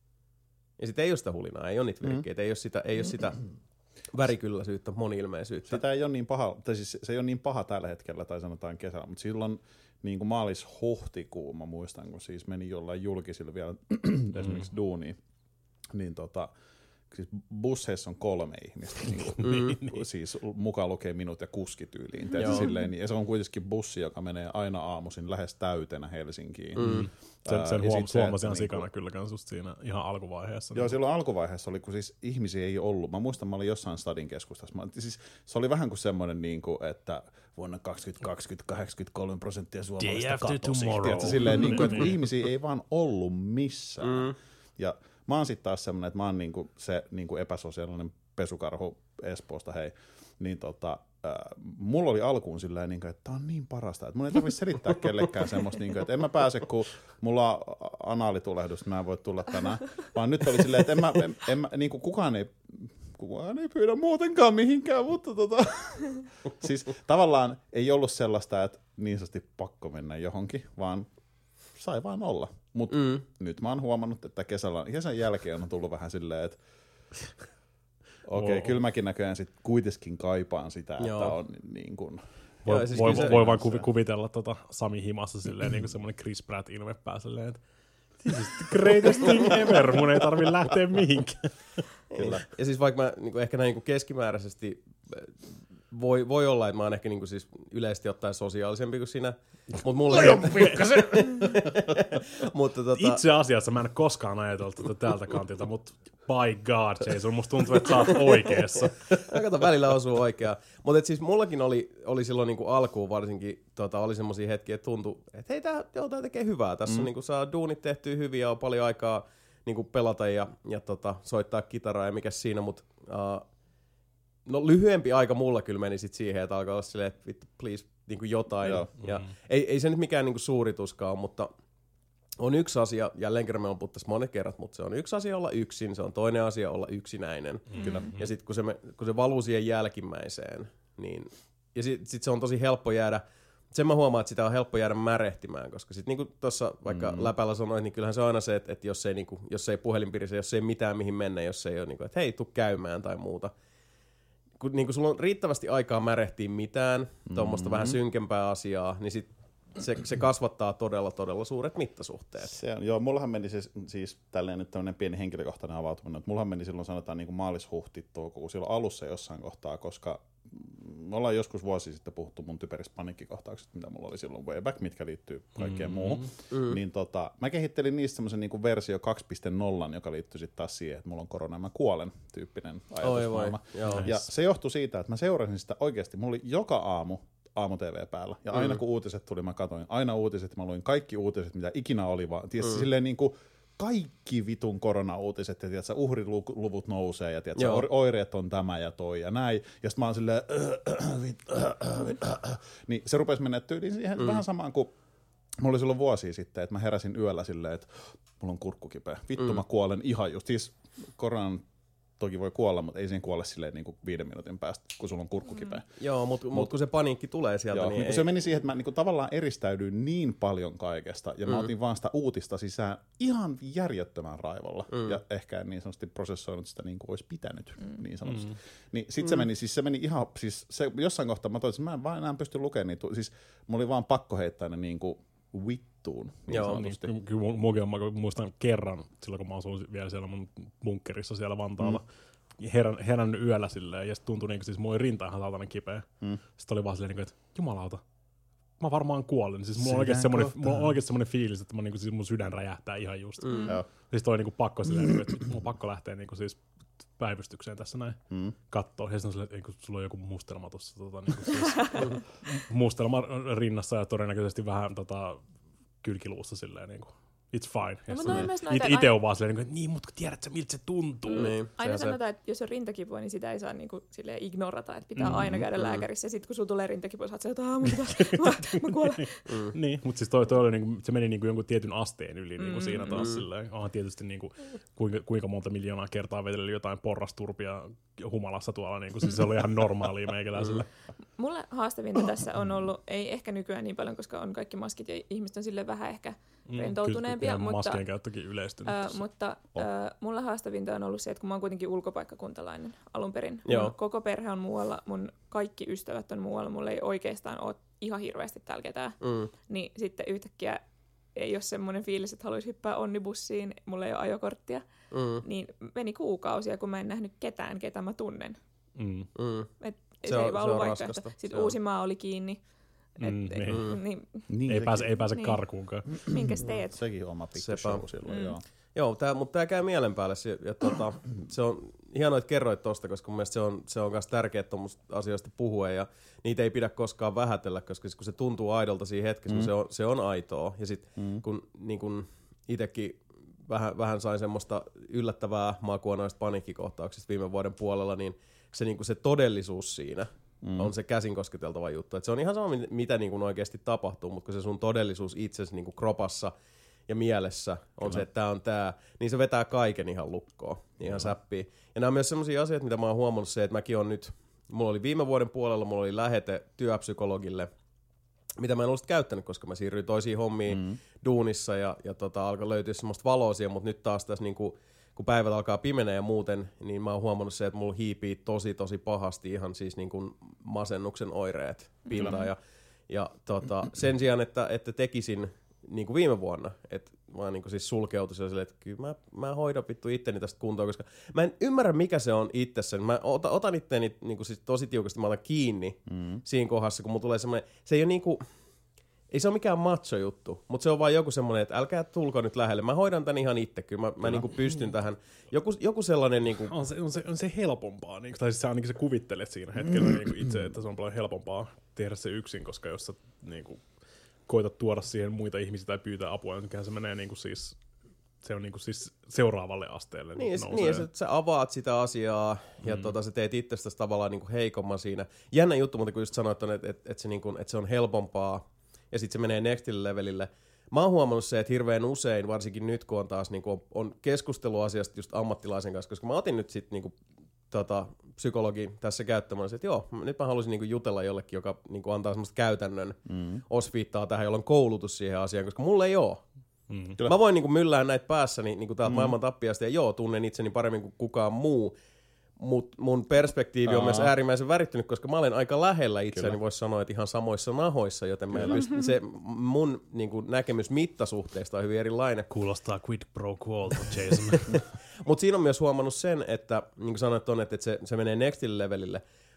Speaker 1: Ja sit ei ole sitä hulinaa, ei ole niitä virkkeitä, ei ole sitä värikylläisyyttä, moni-ilmeisyyttä.
Speaker 3: Sitä ei ole niin paha, tai siis se ei ole niin paha tällä hetkellä, tai sanotaan kesällä, mutta silloin niin kuin maalis-huhtikuu, mä muistan, kun siis meni jollain julkisilla vielä esimerkiksi duuniin, niin siis busseissa on 3 ihmistä, siis mukaan lukee minut ja kuskityyliin. Silleen, niin, ja se on kuitenkin bussi, joka menee aina aamuisin lähes täytenä Helsinkiin.
Speaker 2: Sen huomasin ihan sikana kyllä just siinä ihan alkuvaiheessa.
Speaker 3: Joo, silloin alkuvaiheessa oli, kun siis ihmisiä ei ollut. Mä muistan, mä olin jossain stadin keskustassa. Siis, se oli vähän kuin semmoinen, niin kuin, että vuonna 2020 83% suomalaisista katosi. Silleen, niin kuin, että ihmisiä ei vaan ollut missään. Ja mä oon sitten taas semmoinen, että mä oon niinku se niinku epäsosiaalinen pesukarhu Espoosta, hei. Niin mulla oli alkuun silleen, niinku, että tää on niin parasta, että mun ei tarvitse selittää kellekään semmoista, niinku, että en mä pääse, kun mulla on anaalitulehdus, mä en voi tulla tänään. Vaan nyt oli silleen, että niinku, kukaan ei pyydä muutenkaan mihinkään, mutta siis tavallaan ei ollut sellaista, että niin sanotusti pakko mennä johonkin, vaan sai vaan olla. Mutta nyt mä oon huomannut, että kesän jälkeen on tullut vähän silleen, että Okei, kyllä mäkin näköjään sit kuitenkin kaipaan sitä, että on niin kuin...
Speaker 2: Voi vaan kuvitella Sami himassa silleen niin kuin semmoinen Chris Pratt ilme pää silleen, että this is the greatest thing ever, mun ei tarvi lähteä mihinkään.
Speaker 1: Kyllä. Ja siis vaikka mä niin ehkä näin niin keskimääräisesti voi olla, että mä oon ehkä niin siis yleisesti ottaen sosiaalisempi kuin sinä. Mut mulla mutta
Speaker 2: itse asiassa mä en koskaan ajatellut tältä kantilta, mutta by God, Jason, musta tuntuu, että sä oot oikeassa.
Speaker 1: Kato, välillä osuu oikeaa. Mutta siis mullakin oli silloin niinku alkuun varsinkin, oli semmosia hetkiä, että tuntui, että hei, tää tekee hyvää. Tässä on niinku, saa duunit tehtyä hyvin ja on paljon aikaa niinku pelata ja soittaa kitaraa ja mikä siinä, mutta no lyhyempi aika mulla kyllä meni sit siihen, että alkaa olla silleen, että vittu, please, niinku jotain. Ja ei se nyt mikään niinku suurituskaan, mutta on yksi asia, jälleen kerran me on puhuttu tässä monet kerrat, mutta se on yksi asia olla yksin, se on toinen asia olla yksinäinen. Kyllä. Ja sitten kun se valuu siihen jälkimmäiseen, niin ja sit se on tosi helppo jäädä, sen mä huomaan, että sitä on helppo jäädä märehtimään, koska sitten niin kuin tuossa vaikka läpällä sanoit, niin kyllähän se on aina se, että jos ei puhelinpiirissä, jos ei mitään mihin mennä, jos ei ole, niin kuin, että hei, tuu käymään tai muuta. Kun niin kuin sulla on riittävästi aikaa märehtiä mitään, tuommoista vähän synkempää asiaa, niin sit se kasvattaa todella suuret mittasuhteet.
Speaker 3: Joo, mullahan meni siis tälleen nyt tämmöinen pieni henkilökohtainen avautuminen, että mullahan meni silloin sanotaan niin kuin maalis-huhti-toukokuun silloin alussa jossain kohtaa, koska me ollaan joskus vuosi sitten puhuttu mun typeristä paniikkikohtauksista, mitä mulla oli silloin way back, mitkä liittyy kaikkeen muuhun. Niin mä kehittelin niistä semmoisen niin kuin versio 2.0, joka liittyy sitten taas siihen, että mulla on korona ja mä kuolen tyyppinen ajatusmaailma. Ja se johtui siitä, että mä seurasin sitä oikeasti. Mulla oli joka aamu-tv päällä. Ja aina kun uutiset tuli, mä katoin aina uutiset. Mä luin kaikki uutiset, mitä ikinä oli. Silleen niin kuin kaikki vitun korona-uutiset. Ja tiiätkö, uhriluvut nousee. Ja tiiätkö, oireet on tämä ja toi ja näin. Ja sitten mä oon silleen... niin se rupesi mennä tyyliin siihen vähän samaan kuin... Mulla oli silloin vuosia sitten, että mä heräsin yöllä silleen, että mulla on kurkku kipeä. Vittu mä kuolen ihan just. Siis koronan... Toki voi kuolla, mutta ei siinä kuole silleen niin kuin 5 minuutin päästä, kun sulla on kurkku kipeä.
Speaker 1: Joo, mutta kun se paniikki tulee sieltä,
Speaker 3: joo,
Speaker 1: niin
Speaker 3: ei. Se meni siihen, että mä niin kuin tavallaan eristäydyin niin paljon kaikesta, ja mä otin vaan sitä uutista sisään ihan järjettömän raivolla, ja ehkä en niin sanotusti prosessoinut sitä niin kuin olisi pitänyt, niin sanotusti. Niin sit se meni ihan, siis se, jossain kohtaa mä toisin, mä en vaan enää pysty lukemaan niitä, siis mulla oli vaan pakko heittää ne niin kuin vittuun. Niin
Speaker 2: joo, niin, kyllä mä muistan kerran, silloin kun mä asuin vielä siellä mun bunkkerissa siellä Vantaalla, herännyt yöllä silleen, ja sitten tuntui niin kuin siis mulla oli rinta ihan saatanan kipeä. Sitten oli vaan silleen, että jumalauta, mä varmaan kuolen. Siis mulla on oikeasti semmoinen fiilis, että siis mun sydän räjähtää ihan just. Siis toi niinku pakko silleen, että mun on pakko lähteä niinku siis päivystykseen tässä näin kattoo. Ja sitten on sulla on joku mustelma tuossa, niinku siis, mustelma rinnassa ja todennäköisesti vähän kylkiluussa silleen niinku. It's fine. Itse on vaan silleen, että niin, mutta tiedätkö miltä se tuntuu?
Speaker 4: Niin, aina sanotaan, että jos on rintakipua, niin sitä ei saa niinku silleen ignorata, että pitää aina käydä lääkärissä. Ja sitten kun sulla tulee rintakipua, sä oot että mä kuolen.
Speaker 2: Niin, mutta siis toi oli, niinku, se meni niinku jonkun tietyn asteen yli niinku siinä taas silleen. Tietysti niinku, kuinka monta miljoonaa kertaa vetellyt jotain porrasturpia humalassa tuolla. Niinku, siis se oli ihan normaalia meikäläiselle.
Speaker 4: Mulle haastavinta tässä on ollut, ei ehkä nykyään niin paljon, koska on kaikki maskit ja ihmiset on silleen vähän ehkä rentoutuneempia.
Speaker 2: Mutta maskien käyttökin yleistynyt.
Speaker 4: Mutta mulle haastavinta on ollut se, että kun mä oon kuitenkin ulkopaikkakuntalainen alun perin. Mun koko perhe on muualla, mun kaikki ystävät on muualla, mulla ei oikeastaan ole ihan hirveästi täällä ketään. Niin sitten yhtäkkiä ei ole semmoinen fiilis, että haluaisi hyppää onnibussiin, mulla ei ole ajokorttia. Niin meni kuukausia, kun mä en nähnyt ketään, ketä mä tunnen. Se ei vaan ollut vaihtoehto. Sitten Uusimaa oli kiinni.
Speaker 2: Ei pääse karkuunkaan.
Speaker 4: Minkäs teet?
Speaker 3: Sekin on oma pikku show silloin, joo.
Speaker 1: Joo, mutta tää käy mielen päälle. Ja se on hienoa, että kerroit tosta, koska mun mielestä se on myös tärkeää tuommoista asioista puhua. Ja niitä ei pidä koskaan vähätellä, koska kun se tuntuu aidolta siinä hetkessä, kun se on aitoa. Ja sitten kun itsekin vähän sain semmoista yllättävää makua noista paniikkikohtauksista viime vuoden puolella, niin se todellisuus siinä on se käsin kosketeltava juttu. Et se on ihan sama, mitä niin kuin oikeasti tapahtuu, mutta kun se sun todellisuus itsesi niin kuin kropassa ja mielessä on se, että tää on tää, niin se vetää kaiken ihan lukkoon, ihan säppiin. Ja nämä on myös sellaisia asioita, mitä mä oon huomannut se, että mäkin on nyt, mulla oli viime vuoden puolella, mulla oli lähete työpsykologille, mitä mä en ollut käyttänyt, koska mä siirryin toisiin hommiin duunissa ja alkoi löytyä semmoista valoa siihen, mutta nyt taas tässä niinku kun päivät alkaa pimenee ja muuten, niin mä oon huomannut se, että mulla hiipii tosi pahasti ihan siis niin kuin masennuksen oireet pintaan. Ja sen sijaan, että tekisin niin kuin viime vuonna, että mä niin kuin siis sulkeutuisin silleen, että kyllä mä hoidan vittu itteni tästä kuntoon, koska mä en ymmärrä mikä se on itsessä. Mä otan itteni niin kuin siis tosi tiukasti, mä otan kiinni siinä kohdassa, kun mulla tulee semmoinen, se ei ole niinku, ei se ole mikään macho juttu, mutta se on vaan joku semmoinen, että älkää tulko nyt lähelle. Mä hoidan tän ihan itse, kyllä mä niinku pystyn tähän. Joku sellainen niinku...
Speaker 2: On se helpompaa, niin, tai siis ainakin sä kuvittelet siinä hetkellä niin itse, että se on paljon helpompaa tehdä se yksin, koska jos sä niin koitat tuoda siihen muita ihmisiä tai pyytää apua, niin se menee niin siis... Se on niinku siis seuraavalle asteelle.
Speaker 1: Niin sä avaat sitä asiaa ja sä teet itsestäsi tavallaan niinku heikomman siinä. Jännä juttu, mutta kun just sanoit, että se on helpompaa ja sitten se menee nextille levelille. Mä oon huomannut se, että hirveän usein, varsinkin nyt kun on taas niinku, on keskusteluasiasta just ammattilaisen kanssa, koska mä otin nyt sit niinku, psykologi tässä käyttämään, että joo, nyt mä haluaisin niinku jutella jollekin, joka niinku antaa semmoista käytännön osviittaa tähän, jolla on koulutus siihen asiaan, koska mulla ei oo. Mä voin niinku myllää näitä päässäni niinku täältä maailman tappiasta ja joo, tunnen itseni paremmin kuin kukaan muu, mutta mun perspektiivi on myös äärimmäisen värittynyt, koska mä olen aika lähellä itseäni, voisi sanoa, että ihan samoissa nahoissa, joten se mun niinku näkemys mittasuhteista on hyvin erilainen.
Speaker 2: Kuulostaa quid pro quo, Jason.
Speaker 1: Mutta siinä on myös huomannut sen, että niin kuin sanoit on, että se menee nextille levelille.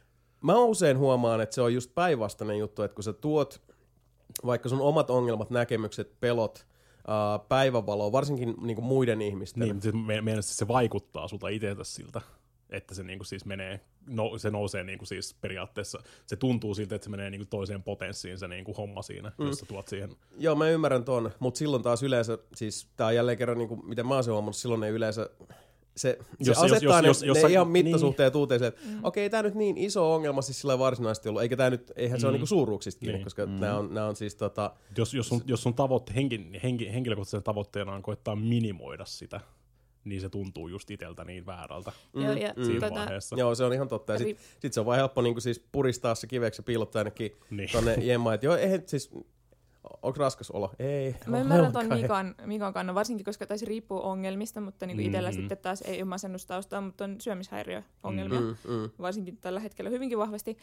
Speaker 1: Mä usein huomaan, että se on just päinvastainen juttu, että kun sä tuot vaikka sun omat ongelmat, näkemykset, pelot, päivänvaloa, varsinkin niinku muiden ihmisten.
Speaker 2: Niin, mielestäni se vaikuttaa sulta itsestäsi siltä, että se niinku siis menee, se nousee niinku siis periaatteessa, se tuntuu siltä, että se menee niinku toiseen potenssiin se niinku homma siinä, jos sä tuot siihen.
Speaker 1: Joo, mä ymmärrän ton, mutta silloin taas yleensä, siis tää on jälleen kerran niinku, miten mä oon se huomannut, silloin ei yleensä, se asettaa ne ihan mittasuhteet uuteen, että okei, tää nyt niin iso ongelma siis sillä varsinaisesti ollut, eihän se ole niinku suuruuksista kiinni, koska nää on siis
Speaker 2: Jos sun henkilökohtaisen tavoitteena on koettaa minimoida sitä, niin se tuntuu just iteltä niin väärältä siinä vaiheessa.
Speaker 1: Joo, se on ihan totta. Ja sit se on vaan helppo niinku siis puristaa se kiveksi ja piilottaa ainakin tonne jemmaan, että joo, eihän siis... Onko raskas olo? Ei.
Speaker 4: Mä ymmärrän ton Mikan kannan, varsinkin koska taisi riippuu ongelmista, mutta niinku itsellä sitten taas ei ole masennustaustaa, mutta on syömishäiriöongelmia, varsinkin tällä hetkellä hyvinkin vahvasti.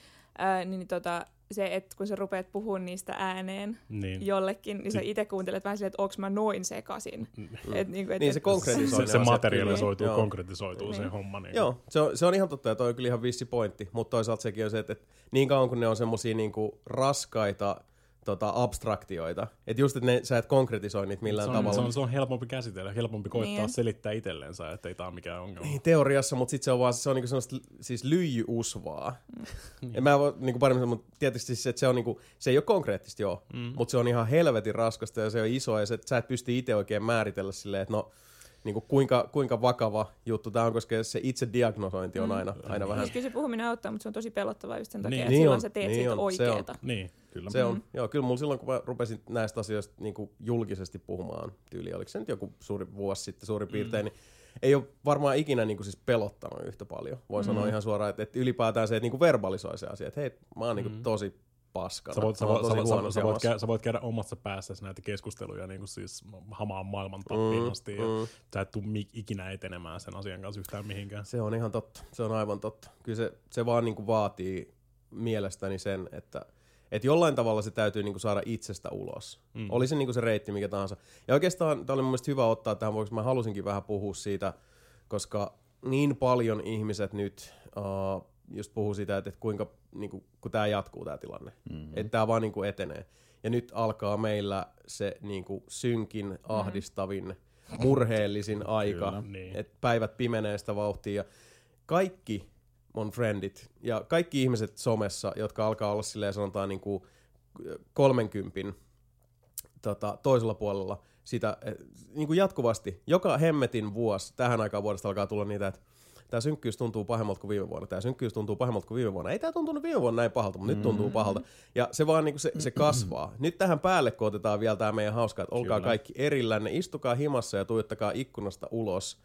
Speaker 4: Se, että kun sä rupeat puhumaan niistä ääneen jollekin, niin sä itse kuuntelet vähän silleen, että onko mä noin sekasin.
Speaker 1: Se konkretisoituu.
Speaker 2: Se materialisoituu, konkretisoituu se homma. Niin.
Speaker 1: Joo, se on ihan totta, ja toi on kyllä ihan vissi pointti, mutta toisaalta sekin on se, että niin kauan kun ne on semmosia niinku raskaita abstraktioita. Että just, että sä et konkretisoi niitä millään tavalla.
Speaker 2: Se on helpompi käsitellä, helpompi koittaa selittää itsellensä, että ei tää ole mikään ongelma.
Speaker 1: Niin, teoriassa, mutta sitten se on niinku semmoista siis lyijyusvaa. En mä voi niinku paremmin sanoa, mutta tietysti se, että se on niinku, se ei ole konkreettista joo, mutta se on ihan helvetin raskasta ja se on iso ja sä et pysty itse oikein määritellä silleen, että no niinku kuinka vakava juttu tämä on, koska se itse diagnosointi on aina vähän.
Speaker 4: Kyllä se puhuminen auttaa, mutta se on tosi pelottavaa just sen takia, että silloin sä teet siitä oikeeta.
Speaker 2: Kyllä.
Speaker 1: Se on. Joo, kyllä mulla silloin, kun mä rupesin näistä asioista niinku julkisesti puhumaan tyyliin, oliko se nyt joku vuosi sitten suurin piirtein, niin ei ole varmaan ikinä niinku siis pelottanut yhtä paljon. Voi sanoa ihan suoraan, että ylipäätään se, että niinku verbalisoi se asia, että hei, mä oon niinku tosi paskana.
Speaker 2: Sä voit käydä omassa päässäsi näitä keskusteluja niin kuin siis hamaan maailman tappiin asti ja sä et tule ikinä etenemään sen asian kanssa yhtään mihinkään.
Speaker 1: Se on ihan totta. Se on aivan totta. Kyllä se vaan niin kuin vaatii mielestäni sen, että jollain tavalla se täytyy niin kuin saada itsestä ulos. Oli se niin kuin se reitti mikä tahansa. Ja oikeastaan tämä oli mun mielestä hyvä ottaa tähän, koska mä halusinkin vähän puhua siitä, koska niin paljon ihmiset nyt just puhuu sitä, että kuinka, niin kuin, kun tämä jatkuu tämä tilanne, että tämä vaan niin kuin etenee. Ja nyt alkaa meillä se niin kuin synkin, ahdistavin, murheellisin aika, että päivät pimenee sitä vauhtia. Ja kaikki mun friendit ja kaikki ihmiset somessa, jotka alkaa olla silleen sanotaan niin kuin 30 toisella puolella sitä niin kuin jatkuvasti. Joka hemmetin vuosi, tähän aikaan vuodesta alkaa tulla niitä, että tämä synkkyys tuntuu pahemmalta kuin viime vuonna. Tämä synkkyys tuntuu pahemmalta kuin viime vuonna. Ei tämä tuntunut viime vuonna näin pahalta, mutta nyt tuntuu pahalta. Ja se vaan niin kuin se kasvaa. Nyt tähän päälle, kun otetaan vielä tämä meidän hauska, että olkaa kaikki erillänne, istukaa himassa ja tuijottakaa ikkunasta ulos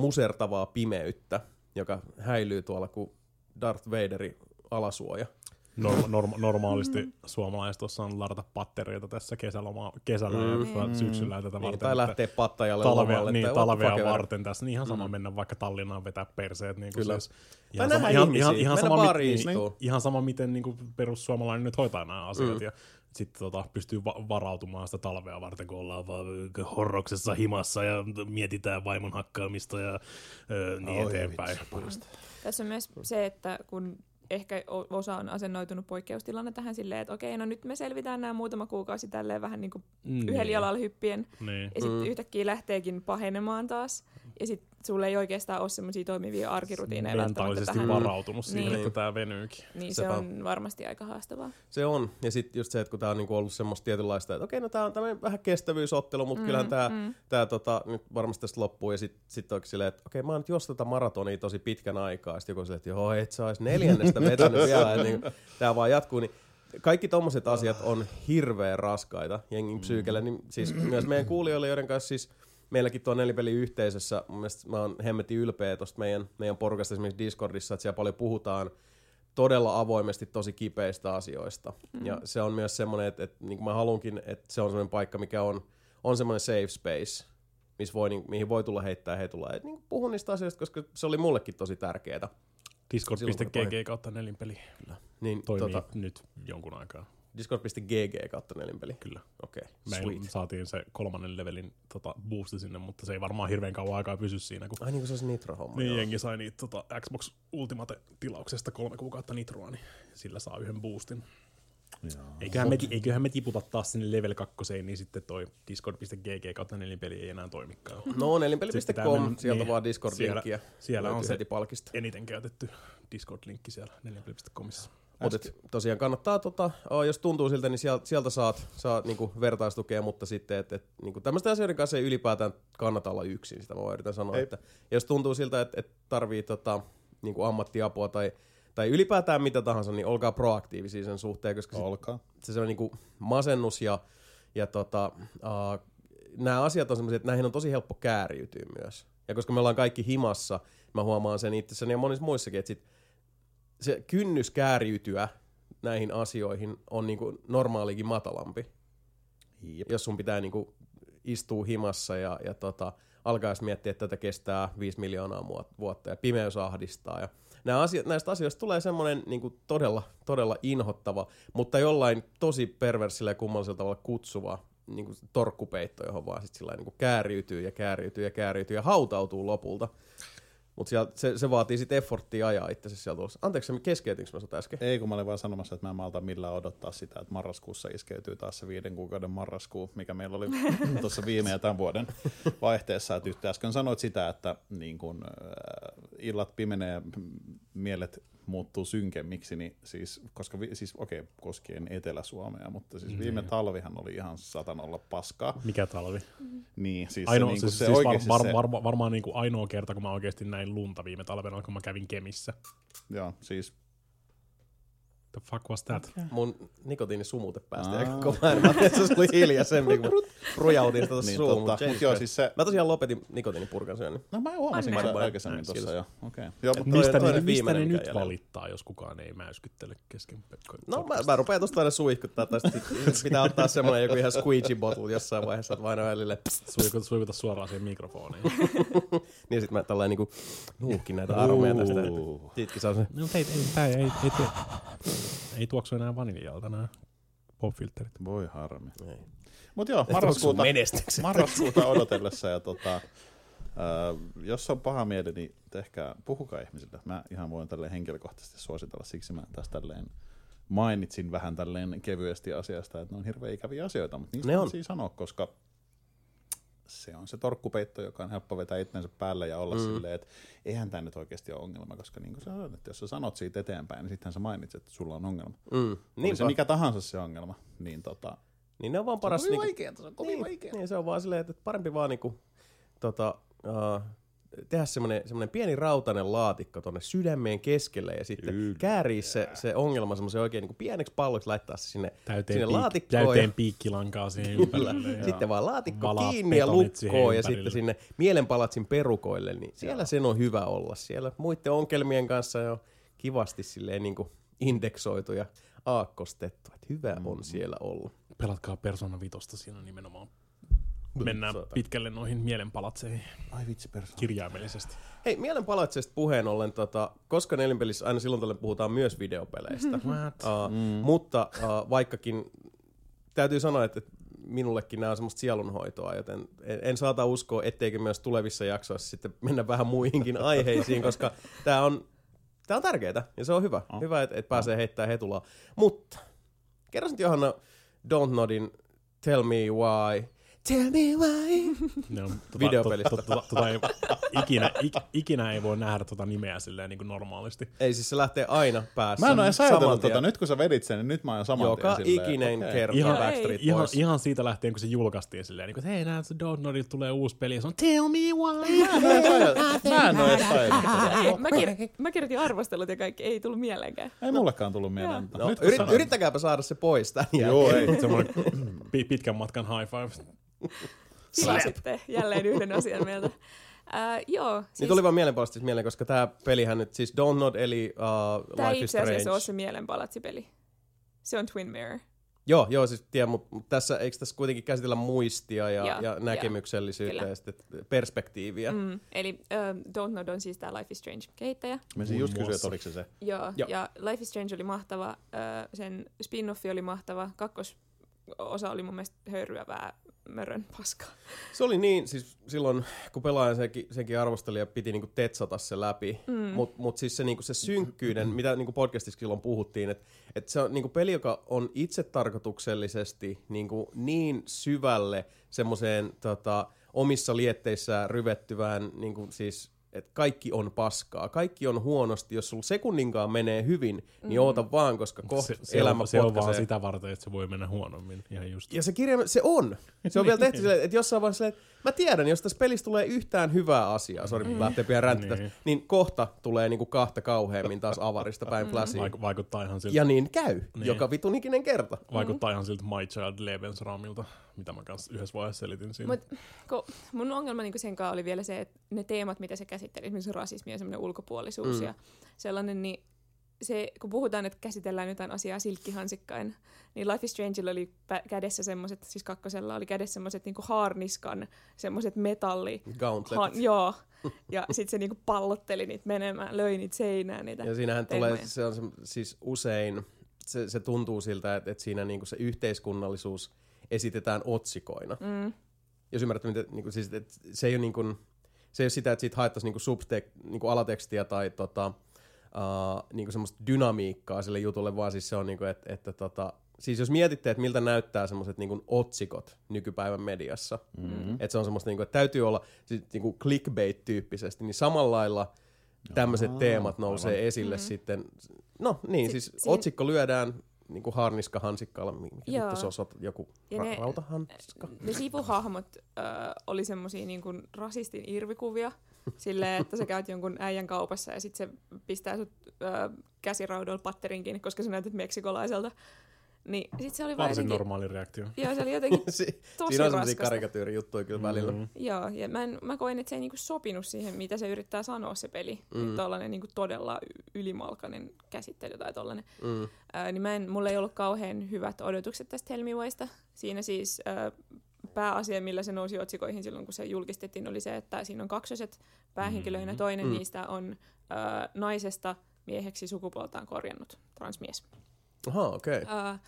Speaker 1: musertavaa pimeyttä, joka häilyy tuolla kuin Darth Vaderin alasuoja.
Speaker 2: Normaalisti suomalaiset osaan ladata pattereita tässä kesällä ja syksyllä tätä varten.
Speaker 1: Tai lähtee Pattajalle lomalle.
Speaker 2: Talvea varten tässä. Niin ihan sama mennä vaikka Tallinnaan vetää perseet. Niin
Speaker 1: Kyllä.
Speaker 2: Siis,
Speaker 1: tai nähdä ihmisiä, mennä baariin istuu.
Speaker 2: Ihan sama, miten niin perussuomalainen nyt hoitaa nämä asiat. Ja sitten pystyy varautumaan sitä talvea varten, kun ollaan vaan horroksessa himassa ja mietitään vaimon hakkaamista ja niin eteenpäin.
Speaker 4: Tässä on myös se, että kun ehkä osa on asennoitunut poikkeustilanne tähän silleen, että okei, no nyt me selvitään nämä muutama kuukausi tälleen vähän niin kuin yhdellä jalalla hyppien. Ja sitten yhtäkkiä lähteekin pahenemaan taas. Ja sitten sulle ei oikeastaan ole semmoisia toimivia arkirutiineja.
Speaker 2: Mentaalisesti varautunut siihen, että tämä venyykin.
Speaker 4: Niin se on varmasti aika haastavaa.
Speaker 1: Se on. Ja sitten just se, että kun tämä on niinku ollut semmoista tietynlaista, että okei, no tämä on tämmöinen vähän kestävyysottelu, mutta kyllähän tämä nyt varmasti tästä loppuu. Ja sitten oikein silleen, että okei, mä oon nyt jos tätä maratonia tosi pitkän aikaa. Sitten joku silleen, että joo, et sä ois 4. vetänyt vielä. Niin tämä vaan jatkuu. Niin kaikki tommoset asiat on hirveän raskaita jengin psyykelle. Niin siis myös meidän kuulijoille, joiden kanssa siis meilläkin tuo Nelipeli-yhteisössä, mun mielestä mä oon hemmetin ylpeä tuosta meidän porukasta esimerkiksi Discordissa, että siellä paljon puhutaan todella avoimesti tosi kipeistä asioista. Ja se on myös semmoinen, että niin kuin mä haluankin, että se on semmoinen paikka, mikä on semmoinen safe space, mihin voi tulla heittää heitulla. Et niin puhun niistä asioista, koska se oli mullekin tosi tärkeää.
Speaker 2: Discord.gg kautta Nelinpeli.
Speaker 1: Niin,
Speaker 2: toimii nyt jonkun aikaa.
Speaker 1: Discord.gg kautta Nelinpeli.
Speaker 2: Kyllä.
Speaker 1: Okei,
Speaker 2: me saatiin se 3. levelin boosti sinne, mutta se ei varmaan hirveän kauan aikaa pysy siinä. Kun
Speaker 1: ai niin kuin se olisi Nitro-homma.
Speaker 2: Niin, jengi sai niitä Xbox Ultimate-tilauksesta 3 kuukautta Nitroa, niin sillä saa yhden boostin. Eiköhän me tiputa taas sinne level 2, niin sitten toi Discord.gg kautta Nelinpeli ei enää toimikaan.
Speaker 1: No, nelinpeli.com, sieltä vaan Discord-linkkiä.
Speaker 2: Siellä on se eniten käytetty Discord-linkki siellä nelinpeli.comissa.
Speaker 1: Mutta tosiaan kannattaa, jos tuntuu siltä, niin sieltä saat niinku vertaistukea, mutta sitten, että niinku tämmöisten asioiden kanssa ei ylipäätään kannata olla yksin, sitä mä yritän sanoa. Että jos tuntuu siltä, että tarvii niinku ammattiapua tai ylipäätään mitä tahansa, niin olkaa proaktiivisia sen suhteen, koska se on niinku masennus ja nämä asiat on semmoisia, että näihin on tosi helppo kääriytyä myös. Ja koska me ollaan kaikki himassa, mä huomaan sen itsessäni ja monissa muissakin, että se kynnys kääriytyä näihin asioihin on niinku normaalikin matalampi. Jep. Jos sun pitää niinku istua himassa ja alkaa miettiä, että tätä kestää 5 miljoonaa vuotta ja pimeys ahdistaa. Ja näistä asioista tulee semmoinen niinku todella inhottava, mutta jollain tosi perversillä ja kummallisella tavalla kutsuva niinku torkkupeitto, johon vaan sit sillä niinku kääriytyy ja hautautuu lopulta. Mutta se vaatii sitten efforttia ajaa itse sieltä tulossa. Anteeksi, keskeytinkö mä sut äsken?
Speaker 3: Ei, kun mä olin vaan sanomassa, että mä en malta millään odottaa sitä, että marraskuussa iskeytyy taas se 5 kuukauden marraskuu, mikä meillä oli tuossa viime ja tämän vuoden vaihteessa. Että äsken sanoit sitä, että niin kun, illat pimenee ja mielet muuttuu synkemmiksi, niin koskien Etelä-Suomea, mutta siis viime talvihan oli ihan satanolla paskaa.
Speaker 2: Mikä talvi?
Speaker 3: Niin, siis
Speaker 2: varmaan niin kuin ainoa kerta, kun mä oikeasti näin lunta viime talvena, kun mä kävin Kemissä.
Speaker 3: Joo, siis
Speaker 2: the fuck was that?
Speaker 1: Okay. Mun nikotiinisumute päästi aika kovaa. Mä ajattelin, että se oli hiljaisemmin, kun mä rujautin sitä
Speaker 3: niin,
Speaker 1: suuhun.
Speaker 3: Joo, siis se
Speaker 1: mä tosiaan lopetin nikotiinipurkan syönnin.
Speaker 3: No mä huomasin sen aikaisemmin tossa jo. Okay. Joo,
Speaker 2: mistä ne nyt valittaa, jos kukaan ei mäyskyttele kesken?
Speaker 1: No mä rupean tosta aina suihkuttaa, tai pitää ottaa semmoinen joku ihan squeegee bottle jossain vaiheessa, että vain välille
Speaker 2: suikuta suoraan siihen mikrofoniin.
Speaker 1: Niin sit mä tällainen niinku nuuhkin näitä aromeja tästä. Siitäkin saa se.
Speaker 2: No ei tuoksu enää vaniljalta nämä popfilterit.
Speaker 3: Voi harmi.
Speaker 1: Ei.
Speaker 3: Mut joo, marraskuuta odotellessa ja jos on paha mieli, niin puhukaa ihmisille. Mä ihan voin tälleen henkilökohtaisesti suositella, siksi mä tässä tälleen mainitsin vähän tälleen kevyesti asiasta, että ne on hirveän ikäviä asioita, mutta niistä on siis sanoa, koska se on se torkkupeitto, joka on helppo vetää itsensä päälle ja olla silleen, että eihän tämä nyt oikeasti ole ongelma, koska niin kuin sä sanoit, että jos sä sanot siitä eteenpäin, niin sittenhän sä mainitset, että sulla on ongelma. Oli se mikä tahansa se ongelma, niin
Speaker 1: niin ne on vaan paras.
Speaker 3: Se on kovin vaikeaa.
Speaker 1: Niin se on vaan silleen, että parempi vaan niinku tehdä semmoinen pieni rautainen laatikko tonne sydämeen keskelle ja sitten käärii se ongelma semmoisen oikein niin pieneksi palloksi, laittaa se sinne laatikkoon.
Speaker 2: Täyteen piikkilankaa siihen ympärille.
Speaker 1: Sitten vaan laatikko kiinni ja lukkoon ja sitten sinne mielenpalatsin perukoille, niin siellä sen on hyvä olla. Siellä muiden ongelmien kanssa jo kivasti silleen niin kuin indeksoitu ja aakkostettu. Että hyvä on siellä olla.
Speaker 2: Pelatkaa Persona 5 siinä nimenomaan. Mennään pitkälle noihin mielenpalatseihin.
Speaker 3: Ai vitsi, Persona.
Speaker 2: Kirjaimellisesti.
Speaker 1: Hei, mielenpalatseista puheen ollen, koska Nelinpelissä aina silloin tällöin puhutaan myös videopeleistä. Mutta vaikkakin täytyy sanoa, että minullekin nämä on semmoista sielunhoitoa, joten en saata uskoa, etteikö myös tulevissa jaksoissa sitten mennä vähän muihinkin aiheisiin, koska tää on tärkeää ja se on hyvä. Hyvä, että pääsee heittämään hetulaa. Mutta kerrosit Johanna Dontnodin Tell Me Why. Tell me why.
Speaker 2: No,
Speaker 1: videopelistä.
Speaker 2: Ikinä ei voi nähdä nimeä silleen niin kuin normaalisti.
Speaker 1: Ei, siis se lähtee aina päässä.
Speaker 3: Mä en ole edes ajatellut nyt kun sä vedit sen, niin nyt mä oon saman
Speaker 1: joka
Speaker 3: tien silleen.
Speaker 1: ikinen kerta Backstreet Boys.
Speaker 2: Ihan siitä lähtien, kun se julkaistiin silleen, niin kuin, että hei, näet se Dontnodilta tulee uusi peli, ja se on Tell me why.
Speaker 3: Mä en ole edes ajatellut.
Speaker 4: Mä kirjoitin arvostelut ja kaikki, ei tullut mieleenkään.
Speaker 3: Ei mullekaan tullut mieleen.
Speaker 1: No, yrittäkääpä saada se pois tän jälkeen.
Speaker 3: Joo, ei.
Speaker 2: Semmoinen pitkän matkan high five.
Speaker 4: Sillä sitten jälleen yhden asian meiltä. Joo. Siis
Speaker 1: niin tuli vaan mielenpalatsi mieleen, koska tää pelihän nyt, siis Dontnod eli Life is Strange.
Speaker 4: Tää ei itse asiassa ole se mielenpalatsipeli. Se on Twin Mirror.
Speaker 1: Joo, siis tiedän, mutta eikö tässä kuitenkin käsitellä muistia ja näkemyksellisyyttä ja sitten perspektiiviä?
Speaker 4: Eli Dontnod on siis tää Life is Strange-kehittäjä.
Speaker 3: Mä just kysyin, että oliko se.
Speaker 4: Joo, ja Life is Strange oli mahtava, sen spin-offi oli mahtava, kakkososa oli mun mielestä höyryävää mörön paskaa.
Speaker 1: Se oli niin, siis silloin kun pelaajan senkin arvostelija piti niinku tetsata se läpi, mutta siis se, niinku se synkkyyden, mitä niinku podcastissa silloin puhuttiin, että se on niinku peli, joka on itsetarkoituksellisesti niinku niin syvälle semmoiseen omissa lietteissään ryvettyvään niinku siis että kaikki on paskaa, kaikki on huonosti. Jos sulla sekunninkaan menee hyvin, niin oota vaan, koska kohta elämä potkaisee.
Speaker 2: Se on vaan sitä varten, että se voi mennä huonommin. Ihan just.
Speaker 1: Ja se kirja, se on. Se on vielä tehty silleen, että jossain vaiheessa silleen, että mä tiedän, jos tässä pelissä tulee yhtään hyvää asiaa, sori, lähtee pian ränttästä, niin kohta tulee niinku kahta kauheammin taas avarista päin flashiin.
Speaker 2: Vaikuttaa ihan siltä.
Speaker 1: Ja niin käy, joka vitun ikinen kerta.
Speaker 2: Vaikuttaa ihan siltä My Child Lebensraumilta, mitä mä kanssa yhdessä vaiheessa selitin siinä.
Speaker 4: Mun ongelma niinku sen kanssa oli vielä se, että ne teemat, mitä se käsitteli, esimerkiksi rasismi ja semmoinen ulkopuolisuus ja sellainen, niin se, kun puhutaan, että käsitellään jotain asiaa silkkihansikkain, niin Life is Strangeilla oli kädessä semmoiset, siis kakkosella oli kädessä semmoiset niinku haarniskan, semmoiset metalli...
Speaker 1: Gauntletit.
Speaker 4: Joo, ja sit se niinku pallotteli niitä menemään, löi niitä seinään. Niitä
Speaker 1: ja siinähän tulee, se on siis usein, se tuntuu siltä, että siinä niinku se yhteiskunnallisuus esitetään otsikoina. Jos ymmärrätte, mitä, niinku, siis, se ei ole niinku... Se ei ole sitä, että siitä haettaisiin niinku alatekstiä tai niinku semmoista dynamiikkaa sille jutulle, vaan siis se on niinku, että siis jos mietitte, että miltä näyttää semmoiset niinku otsikot nykypäivän mediassa, että se on semmoista niinku, että täytyy olla siis niinku clickbait-tyyppisesti, niin samalla lailla tämmöiset teemat nousee esille sitten. No niin, siis otsikko lyödään niinku harniska-hansikkaalla, mikä vittu se on joku rautahanska.
Speaker 4: Ne sivuhahmot oli semmosia niinku rasistin irvikuvia, silleen, että sä käyt jonkun äijän kaupassa ja sit se pistää sut käsiraudoilla patterin kiinni, koska sä näytät meksikolaiselta. Niin sit se oli vaan
Speaker 2: varsin normaali reaktio.
Speaker 4: Joo, se oli jotenkin tosi
Speaker 1: siinä on semmosia karikatyyrijuttuja kyllä välillä.
Speaker 4: Joo, ja mä koin, että se ei niinku sopinut siihen, mitä se yrittää sanoa se peli. Tollainen niinku todella ylimalkainen käsittely tai tollainen. Niin mulla ei ollut kauhean hyvät odotukset tästä Tell Me Whysta. Siinä siis pääasia, millä se nousi otsikoihin silloin, kun se julkistettiin, oli se, että siinä on kaksoset päähenkilöinä. Toinen niistä on naisesta mieheksi sukupuoltaan korjannut transmies.
Speaker 1: Aha, okei.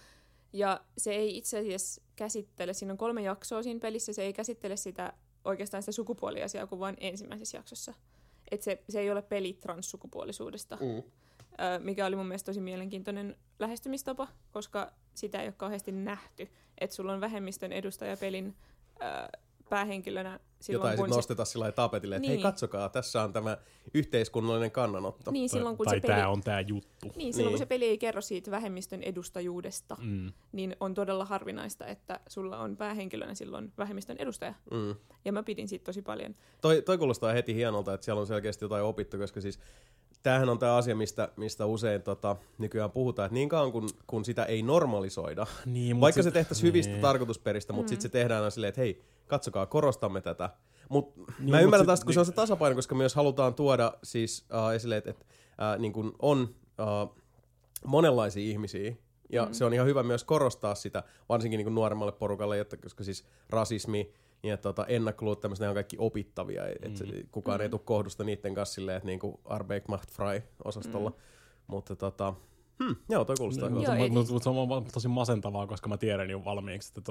Speaker 4: Ja se ei itse asiassa käsittele, siinä on 3 jaksoa siinä pelissä, se ei käsittele sitä oikeastaan sitä sukupuoliasiaa kuin vain ensimmäisessä jaksossa. Että se ei ole peli transsukupuolisuudesta, mikä oli mun mielestä tosi mielenkiintoinen lähestymistapa, koska sitä ei ole kauheasti nähty. Että sulla on vähemmistön edustaja pelin päähenkilönä silloin,
Speaker 1: jota ei sitten nosteta sillä tapetille, että hei katsokaa, tässä on tämä yhteiskunnallinen kannanotto.
Speaker 4: Niin, silloin, kun
Speaker 2: tai
Speaker 4: se
Speaker 2: tämä on tämä juttu.
Speaker 4: Niin, silloin kun se peli ei kerro siitä vähemmistön edustajuudesta, niin on todella harvinaista, että sulla on päähenkilönä silloin vähemmistön edustaja. Ja mä pidin siitä tosi paljon.
Speaker 1: Toi kuulostaa heti hienolta, että siellä on selkeästi jotain opittu, koska siis tämähän on tämä asia, mistä usein nykyään puhutaan, että niin kauan kun sitä ei normalisoida, niin, vaikka se tehtäisiin hyvistä tarkoitusperistä, mutta sitten se tehdään aina silleen, että hei, katsokaa, korostamme tätä. Mä ymmärrän tästä, kun se on se tasapaino, koska myös halutaan tuoda siis esille, että niin kun on monenlaisia ihmisiä. Ja se on ihan hyvä myös korostaa sitä, varsinkin niin kuin nuoremmalle porukalle, koska siis rasismi ja ennakkoluut, tämmöiset, ne on kaikki opittavia. Että kukaan ei tule kohdusta niiden kanssa silleen, että niin kuin Arbeck macht frei -osastolla. Mutta joo, toi kuulostaa hyvältä.
Speaker 2: Mutta se on tosi masentavaa, koska mä tiedän jo valmiiksi, että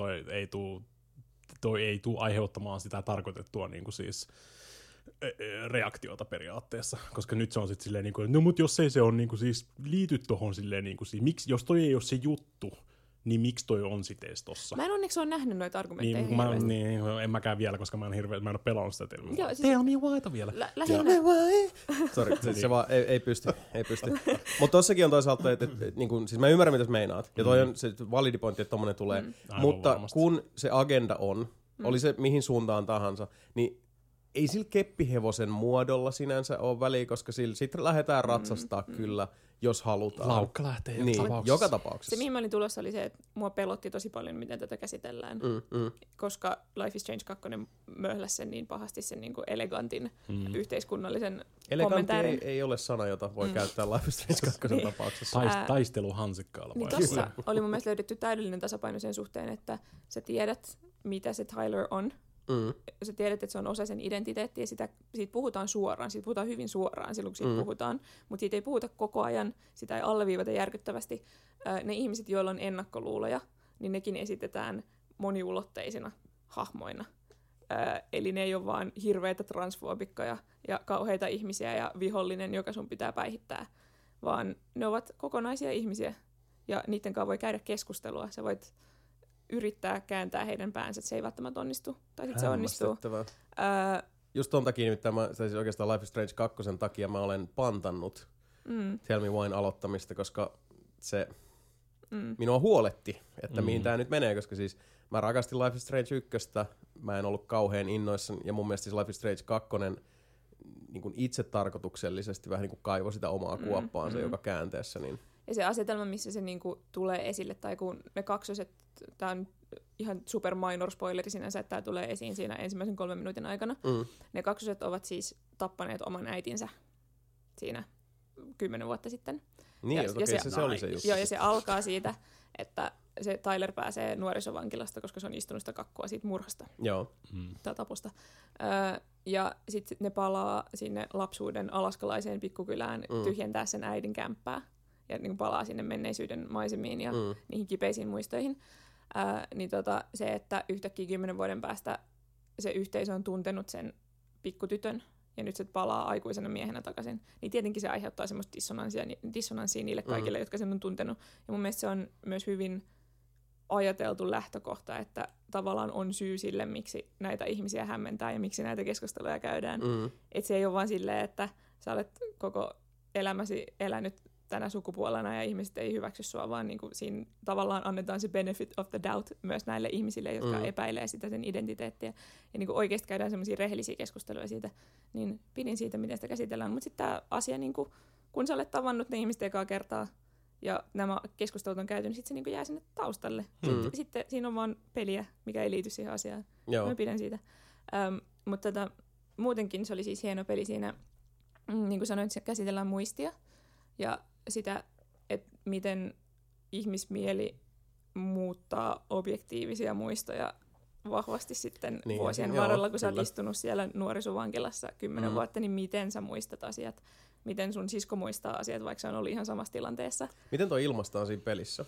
Speaker 2: toi ei tuu aiheuttamaan sitä tarkoitettua niin kuin siis reaktiota periaatteessa, koska nyt se on sitten silleen, niin kuin, no mut jos ei se on niin kuin, siis liity tohon silleen, niin kuin, siis, miksi, jos toi ei ole se juttu, niin miksi toi on sitten edes tossa?
Speaker 4: Mä en onneksi ole nähnyt noita argumentteja
Speaker 2: en mäkään vielä, koska mä en ole pelannut sitä Tell Me Why.
Speaker 4: Siis,
Speaker 2: Tell Me Whyta vielä.
Speaker 4: Lähinnä.
Speaker 1: Sori, se vaan ei pysty. Mutta tossakin on toisaalta, että niin siis mä ymmärrän, mitä sä meinaat. Ja toi on se validi pointti, että tommonen tulee. Mutta varmasti. Kun se agenda on, oli se mihin suuntaan tahansa, niin ei sillä keppihevosen muodolla sinänsä ole väliä, koska sillä sitten lähdetään ratsastaa kyllä, jos halutaan.
Speaker 2: Laukka lähtee
Speaker 1: joka tapauksessa.
Speaker 4: Se, mihin mä olin tulossa, oli se, että mua pelotti tosi paljon, miten tätä käsitellään. Koska Life is Strange 2 möhläsi sen niin pahasti sen niin kuin elegantin yhteiskunnallisen kommentaarin.
Speaker 1: Ei ole sana, jota voi käyttää Life is Strange 2 tapauksessa.
Speaker 2: Taistelu hansikkaalla.
Speaker 4: Niin tossa oli mun mielestä löydetty täydellinen tasapaino sen suhteen, että sä tiedät, mitä se Tyler on. Sä tiedät, että se on osa sen identiteettiä, siitä puhutaan suoraan, siitä puhutaan hyvin suoraan silloin, kun siitä puhutaan, mutta siitä ei puhuta koko ajan, sitä ei alleviivata järkyttävästi. Ne ihmiset, joilla on ennakkoluuloja, niin nekin esitetään moniulotteisina hahmoina. Eli ne ei ole vaan hirveitä transfoobikkoja ja kauheita ihmisiä ja vihollinen, joka sun pitää päihittää, vaan ne ovat kokonaisia ihmisiä ja niiden kanssa voi käydä keskustelua. Sä voit yrittää kääntää heidän päänsä, että se ei välttämättä onnistu. Tai sitten se onnistuu.
Speaker 1: Just ton takia nimittäin, siis oikeastaan Life is Strange 2 takia mä olen pantannut Tell Me Whyn aloittamista, koska se minua huoletti, että mihin tää nyt menee, koska siis mä rakastin Life is Strange 1, mä en ollut kauhean innoissani, ja mun mielestä siis Life is Strange 2 niin kuin itse tarkoituksellisesti vähän niin kuin kaivoi sitä omaa kuoppaansa joka käänteessä. Niin.
Speaker 4: Ja se asetelma, missä se niinku tulee esille, tai kun ne kaksoset, tää on ihan super minor spoileri sinänsä, että tää tulee esiin siinä ensimmäisen 3 minuutin aikana. Ne kaksoset ovat siis tappaneet oman äitinsä siinä 10 vuotta sitten.
Speaker 1: Niin, se oli se juttu.
Speaker 4: Joo, ja se alkaa siitä, että se Tyler pääsee nuorisovankilasta, koska se on istunut sitä kakkua siitä murhasta.
Speaker 1: Joo.
Speaker 4: Tai taposta. Ja sitten ne palaa sinne lapsuuden alaskalaiseen pikkukylään tyhjentää sen äidin kämppää. Ja niin palaa sinne menneisyyden maisemiin ja niihin kipeisiin muistoihin. Niin se, että yhtäkkiä 10 vuoden päästä se yhteisö on tuntenut sen pikkutytön, ja nyt se palaa aikuisena miehenä takaisin, niin tietenkin se aiheuttaa semmoista dissonanssia niille kaikille, jotka sen on tuntenut. Ja mun mielestä se on myös hyvin ajateltu lähtökohta, että tavallaan on syy sille, miksi näitä ihmisiä hämmentää ja miksi näitä keskusteluja käydään. Että se ei ole vaan silleen, että sä olet koko elämäsi elänyt tänä sukupuolena ja ihmiset ei hyväksy sua, vaan niin kuin siinä tavallaan annetaan se benefit of the doubt myös näille ihmisille, jotka epäilee sitä sen identiteettiä. Ja niin kuin oikeasti käydään semmoisia rehellisiä keskusteluja siitä, niin pidin siitä, miten sitä käsitellään. Mutta sitten tämä asia, niin kuin, kun sä olet tavannut ne ihmiset ekaa kertaa ja nämä keskustelut on käyty, niin sitten se niin kuin jää sinne taustalle. Sitten siinä on vaan peliä, mikä ei liity siihen asiaan. Mä pidän siitä. Mutta muutenkin se oli siis hieno peli siinä, niin kuin sanoin, että käsitellään muistia. Ja sitä, että miten ihmismieli muuttaa objektiivisia muistoja vahvasti sitten niin, vuosien varrella, kun sä oot istunut siellä nuorisovankilassa 10 vuotta, niin miten sä muistat asiat? Miten sun sisko muistaa asiat, vaikka se on ollut ihan samassa tilanteessa?
Speaker 1: Miten toi ilmaistaan siinä pelissä?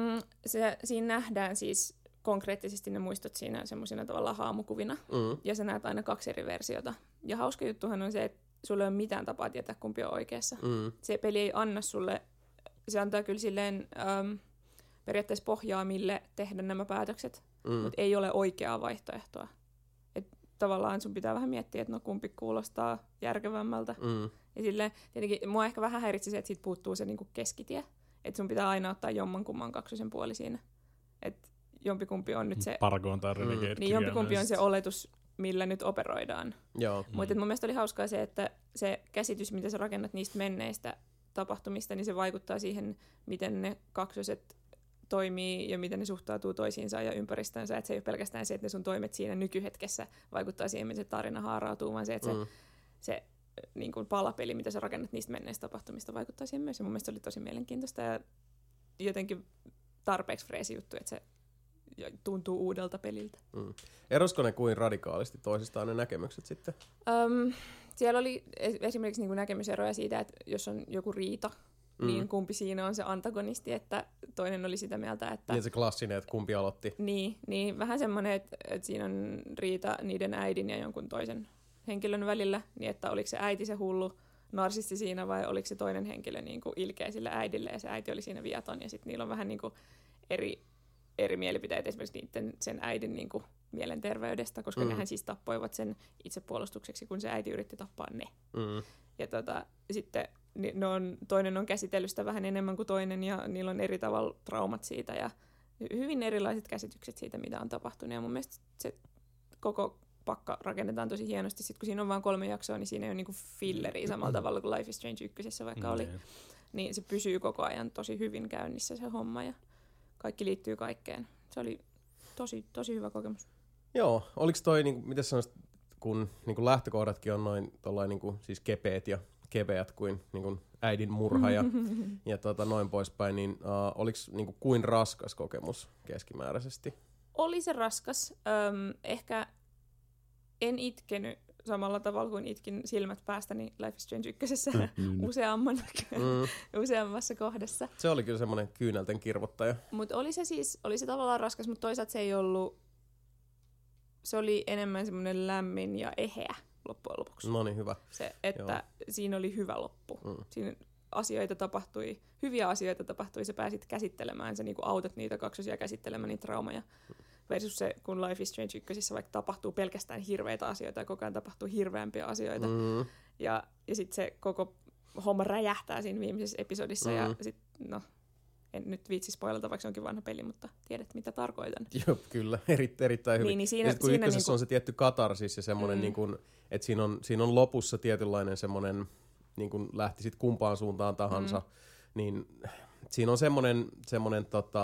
Speaker 4: Siinä nähdään siis konkreettisesti ne muistot siinä semmoisina tavallaan haamukuvina, ja sä näet aina 2 eri versiota. Ja hauska juttuhan on se, että sulla ei ole mitään tapaa tietää, kumpi on oikeassa. Se peli ei anna sulle, se antaa kyllä silleen periaatteessa pohjaa, mille tehdä nämä päätökset, mutta ei ole oikeaa vaihtoehtoa. Et tavallaan sun pitää vähän miettiä, että no kumpi kuulostaa järkevämmältä. Ja silleen, tietenkin mua ehkä vähän häiritsi se, että siitä puuttuu se niinku keskitie. Että sun pitää aina ottaa jommankumman kaksosen puoli siinä. Että jompikumpi on nyt se...
Speaker 2: Pargoon tai Renegade.
Speaker 4: Niin jompikumpi on se oletus, millä nyt operoidaan. Mutta mun mielestä oli hauskaa se, että se käsitys, mitä sä rakennat niistä menneistä tapahtumista, niin se vaikuttaa siihen, miten ne kaksoset toimii ja miten ne suhtautuu toisiinsa ja ympäristönsä. Että se ei ole pelkästään se, että ne sun toimet siinä nykyhetkessä vaikuttaa siihen, miten se tarina haarautuu, vaan se, että se niin kuin palapeli, mitä sä rakennat niistä menneistä tapahtumista, vaikuttaa siihen myös. Ja mun mielestä se oli tosi mielenkiintoista ja jotenkin tarpeeksi freesi juttu, että se tuntuu uudelta peliltä.
Speaker 1: Erosko ne kuin radikaalisti toisistaan ne näkemykset sitten?
Speaker 4: Siellä oli esimerkiksi niin kuin näkemyseroja siitä, että jos on joku riita, niin kumpi siinä on se antagonisti, että toinen oli sitä mieltä, että...
Speaker 1: Niin se klassinen, että kumpi aloitti.
Speaker 4: Niin vähän semmoinen, että siinä on riita niiden äidin ja jonkun toisen henkilön välillä, niin että oliko se äiti se hullu narsisti siinä vai oliko se toinen henkilö niin kuin ilkeä sille äidille ja se äiti oli siinä viaton ja sitten niillä on vähän niin kuin eri mielipiteet esimerkiksi sen äidin niin kuin mielenterveydestä, koska nehän siis tappoivat sen itsepuolustukseksi, kun se äiti yritti tappaa ne. Ja sitten toinen on käsitellyt sitä vähän enemmän kuin toinen ja niillä on eri tavalla traumat siitä ja hyvin erilaiset käsitykset siitä, mitä on tapahtunut. Ja mun mielestä se koko pakka rakennetaan tosi hienosti. Sitten kun siinä on vain 3 jaksoa, niin siinä ei ole niinku filleria samalla tavalla kuin Life is Strange 1 vaikka oli. Niin se pysyy koko ajan tosi hyvin käynnissä se homma ja kaikki liittyy kaikkeen. Se oli tosi hyvä kokemus.
Speaker 1: Joo, oliko toi, niinku, miten sanoisit, kun niinku lähtökohdatkin on noin niinku, siis kepeät ja keveät kuin niinku äidin murha ja noin poispäin, niin oliko niinku, kuin raskas kokemus keskimääräisesti?
Speaker 4: Oli se raskas. Ehkä en itkenyt samalla tavalla kuin itkin silmät päästäni Life is Strange 1 useammassa kohdassa.
Speaker 1: Se oli kyllä semmoinen kyynelten kirvottaja.
Speaker 4: Mutta oli se tavallaan raskas, mutta toisaalta se ei ollut, se oli enemmän semmoinen lämmin ja eheä loppujen lopuksi.
Speaker 1: No niin, hyvä.
Speaker 4: Se, että siinä oli hyvä loppu. Siinä hyviä asioita tapahtui, sä pääsit käsittelemään, sä niinku autat niitä kaksosia käsittelemään niitä traumaja. Versus se, kun Life is Strange 1 vaikka tapahtuu pelkästään hirveitä asioita ja koko ajan tapahtuu hirveämpiä asioita. Ja sitten se koko homma räjähtää siinä viimeisessä episodissa ja sitten, en nyt viitsi spoilata, vaikka se onkin vanha peli, mutta tiedät mitä tarkoitan.
Speaker 1: Joo, kyllä, erittäin hyvin.
Speaker 4: Niin
Speaker 1: siinä, ja kun ykkösessä on se tietty katarsis ja semmoinen, että siinä on lopussa tietynlainen semmoinen, niin kuin lähti sitten kumpaan suuntaan tahansa, niin siinä on semmoinen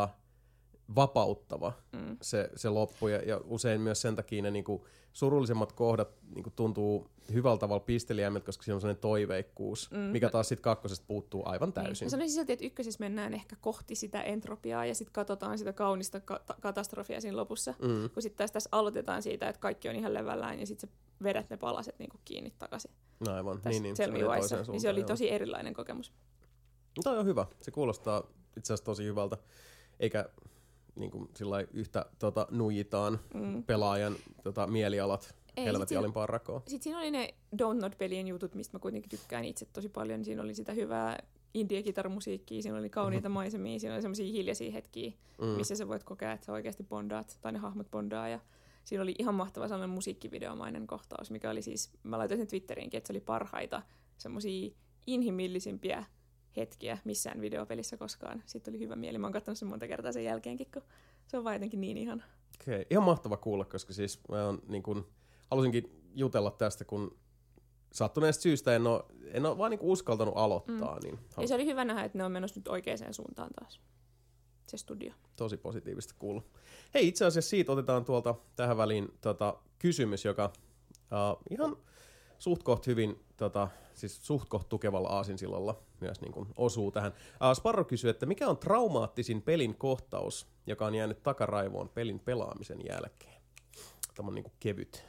Speaker 1: vapauttava se loppu ja usein myös sen takia ne niinku surullisemmat kohdat niinku tuntuu hyvällä tavalla pisteliäimmiltä, koska siinä on sellainen toiveikkuus, mikä taas sitten kakkosesta puuttuu aivan täysin.
Speaker 4: Mä sanoisin silti, että ykkösessä mennään ehkä kohti sitä entropiaa ja sitten katsotaan sitä kaunista katastrofia siinä lopussa, kun sitten tässä aloitetaan siitä, että kaikki on ihan levällään ja sitten vedät ne palaset niinku kiinni takaisin.
Speaker 1: No aivan, niin
Speaker 4: se oli tosi erilainen kokemus.
Speaker 1: Mutta on hyvä, se kuulostaa itse asiassa tosi hyvältä, eikä niin sillai yhtä nuijitaan pelaajan mielialat helvetin alimpaan rakoon.
Speaker 4: Sitten siinä oli ne Don't Not-pelien jutut, mistä mä kuitenkin tykkään itse tosi paljon. Siinä oli sitä hyvää indie-kitaramusiikkia, siinä oli kauniita maisemia, siinä oli semmoisia hiljaisia hetkiä, missä sä voit kokea, että sä oikeasti bondaat, tai ne hahmot bondaa. Ja siinä oli ihan mahtava sellainen musiikkivideomainen kohtaus, mikä oli siis, mä laitoin sen Twitteriinkin, että se oli parhaita semmoisia inhimillisimpiä hetkiä missään videopelissä koskaan. Sitten oli hyvä mieli. Mä oon katsonut sen monta kertaa sen jälkeenkin, kun se on vaan jotenkin niin ihana.
Speaker 1: Okei, ihan mahtava kuulla, koska siis mä on, niin kun, halusinkin jutella tästä, kun sattuneesta syystä en ole vaan niin uskaltanut aloittaa. Niin
Speaker 4: ja se oli hyvä nähdä, että ne on menossa nyt oikeaan suuntaan taas, se studio.
Speaker 1: Tosi positiivista kuulla. Hei, itse asiassa siitä otetaan tuolta tähän väliin kysymys, joka ihan suht koht hyvin, siis suht koht tukevalla aasinsillalla myös niin kuin osuu tähän. Sparro kysyy, että mikä on traumaattisin pelin kohtaus, joka on jäänyt takaraivoon pelin pelaamisen jälkeen? Tämä on niin kuin kevyt.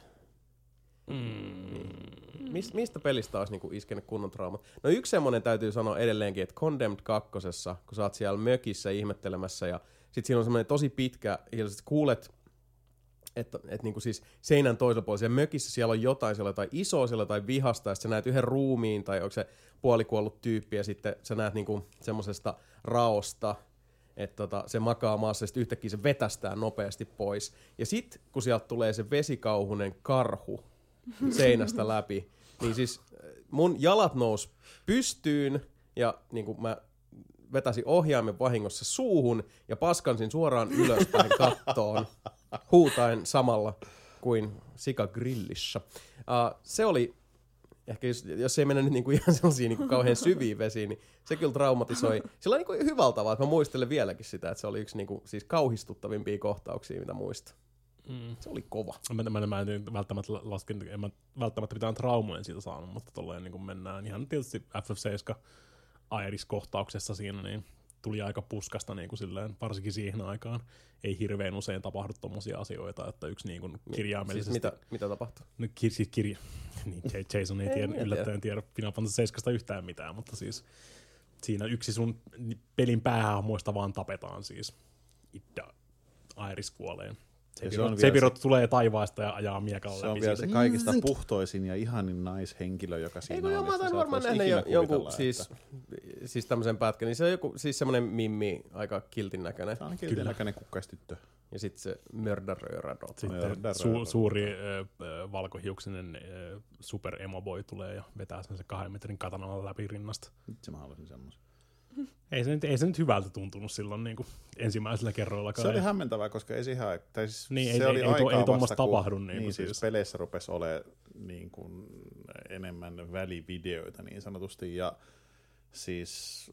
Speaker 1: Niin. Mistä pelistä olisi niin kuin iskenyt kunnon traumat? No yksi semmoinen täytyy sanoa edelleenkin, että Condemned 2, kun sä oot siellä mökissä ihmettelemässä ja sit siinä on semmoinen tosi pitkä, ja kuulet, että niinku siis seinän toisella puolella siellä mökissä siellä on jotain isoa, siellä jotain vihasta, ja sitten sä näet yhden ruumiin, tai onko se puolikuollut tyyppi, ja sitten sä näet niinku semmosesta raosta, että se makaa maassa, ja sitten yhtäkkiä se vetästää nopeasti pois. Ja sitten kun sieltä tulee se vesikauhunen karhu seinästä läpi, niin siis mun jalat nousi pystyyn, ja niinku mä vetäsin ohjaimen vahingossa suuhun, ja paskansin suoraan ylöspäin kattoon. Huutaen samalla kuin sika grillissä. Se oli, ehkä jos ei mennä nyt niinku ihan sellaisiin niinku kauhean syviin vesiin, niin se kyllä traumatisoi. Sillä on niinku hyvällä tavalla, että mä muistelen vieläkin sitä, että se oli yksi niinku, siis kauhistuttavimpia kohtauksia, mitä muistan. Se oli kova.
Speaker 2: Mä en välttämättä mitään traumoja siitä saanut, mutta tolleen niin kun mennään ihan tietysti FF7 Aeris-kohtauksessa siinä, niin tuli aika puskasta niin kuin silleen, varsinkin siihen aikaan. Ei hirveän usein tapahdu tommosia asioita, että yksi niin kuin kirjaimellisesti...
Speaker 1: Siis mitä tapahtui?
Speaker 2: No, niin, Jason ei yllättäen tiedä Final Fantasy 7 yhtään mitään, mutta siis siinä yksi sun pelin päähahmoista vaan tapetaan siis. Idda Aeris kuolee. Sephiroth tulee taivaasta ja ajaa miekalla läpi.
Speaker 3: Se on vielä se kaikista puhtoisin ja ihanin naishenkilö, joka siinä
Speaker 1: oli. Mä oon varmaan nähnyt jonkun siis tämmöisen pätkän, niin se on joku siis semmoinen mimmi, aika kiltin näköinen.
Speaker 3: Se on kiltin näköinen kukkaistyttö.
Speaker 1: Ja sitten se Murderöradot.
Speaker 2: Sitten suuri valkohiuksinen super emo-boy tulee ja vetää sen 2 metrin katanalla läpi rinnasta.
Speaker 3: Itse mä haluaisin semmoisen.
Speaker 2: Ei se nyt hyvältä tuntunut silloin niin kuin ensimmäisellä kerroillakaan.
Speaker 3: Se oli hämmentävää, koska ei siihen siis
Speaker 2: niin,
Speaker 3: se oli
Speaker 2: aikaa tommoista tapahdu.
Speaker 3: Niin siis peleissä rupesi olemaan niin kuin enemmän välivideoita niin sanotusti. Ja siis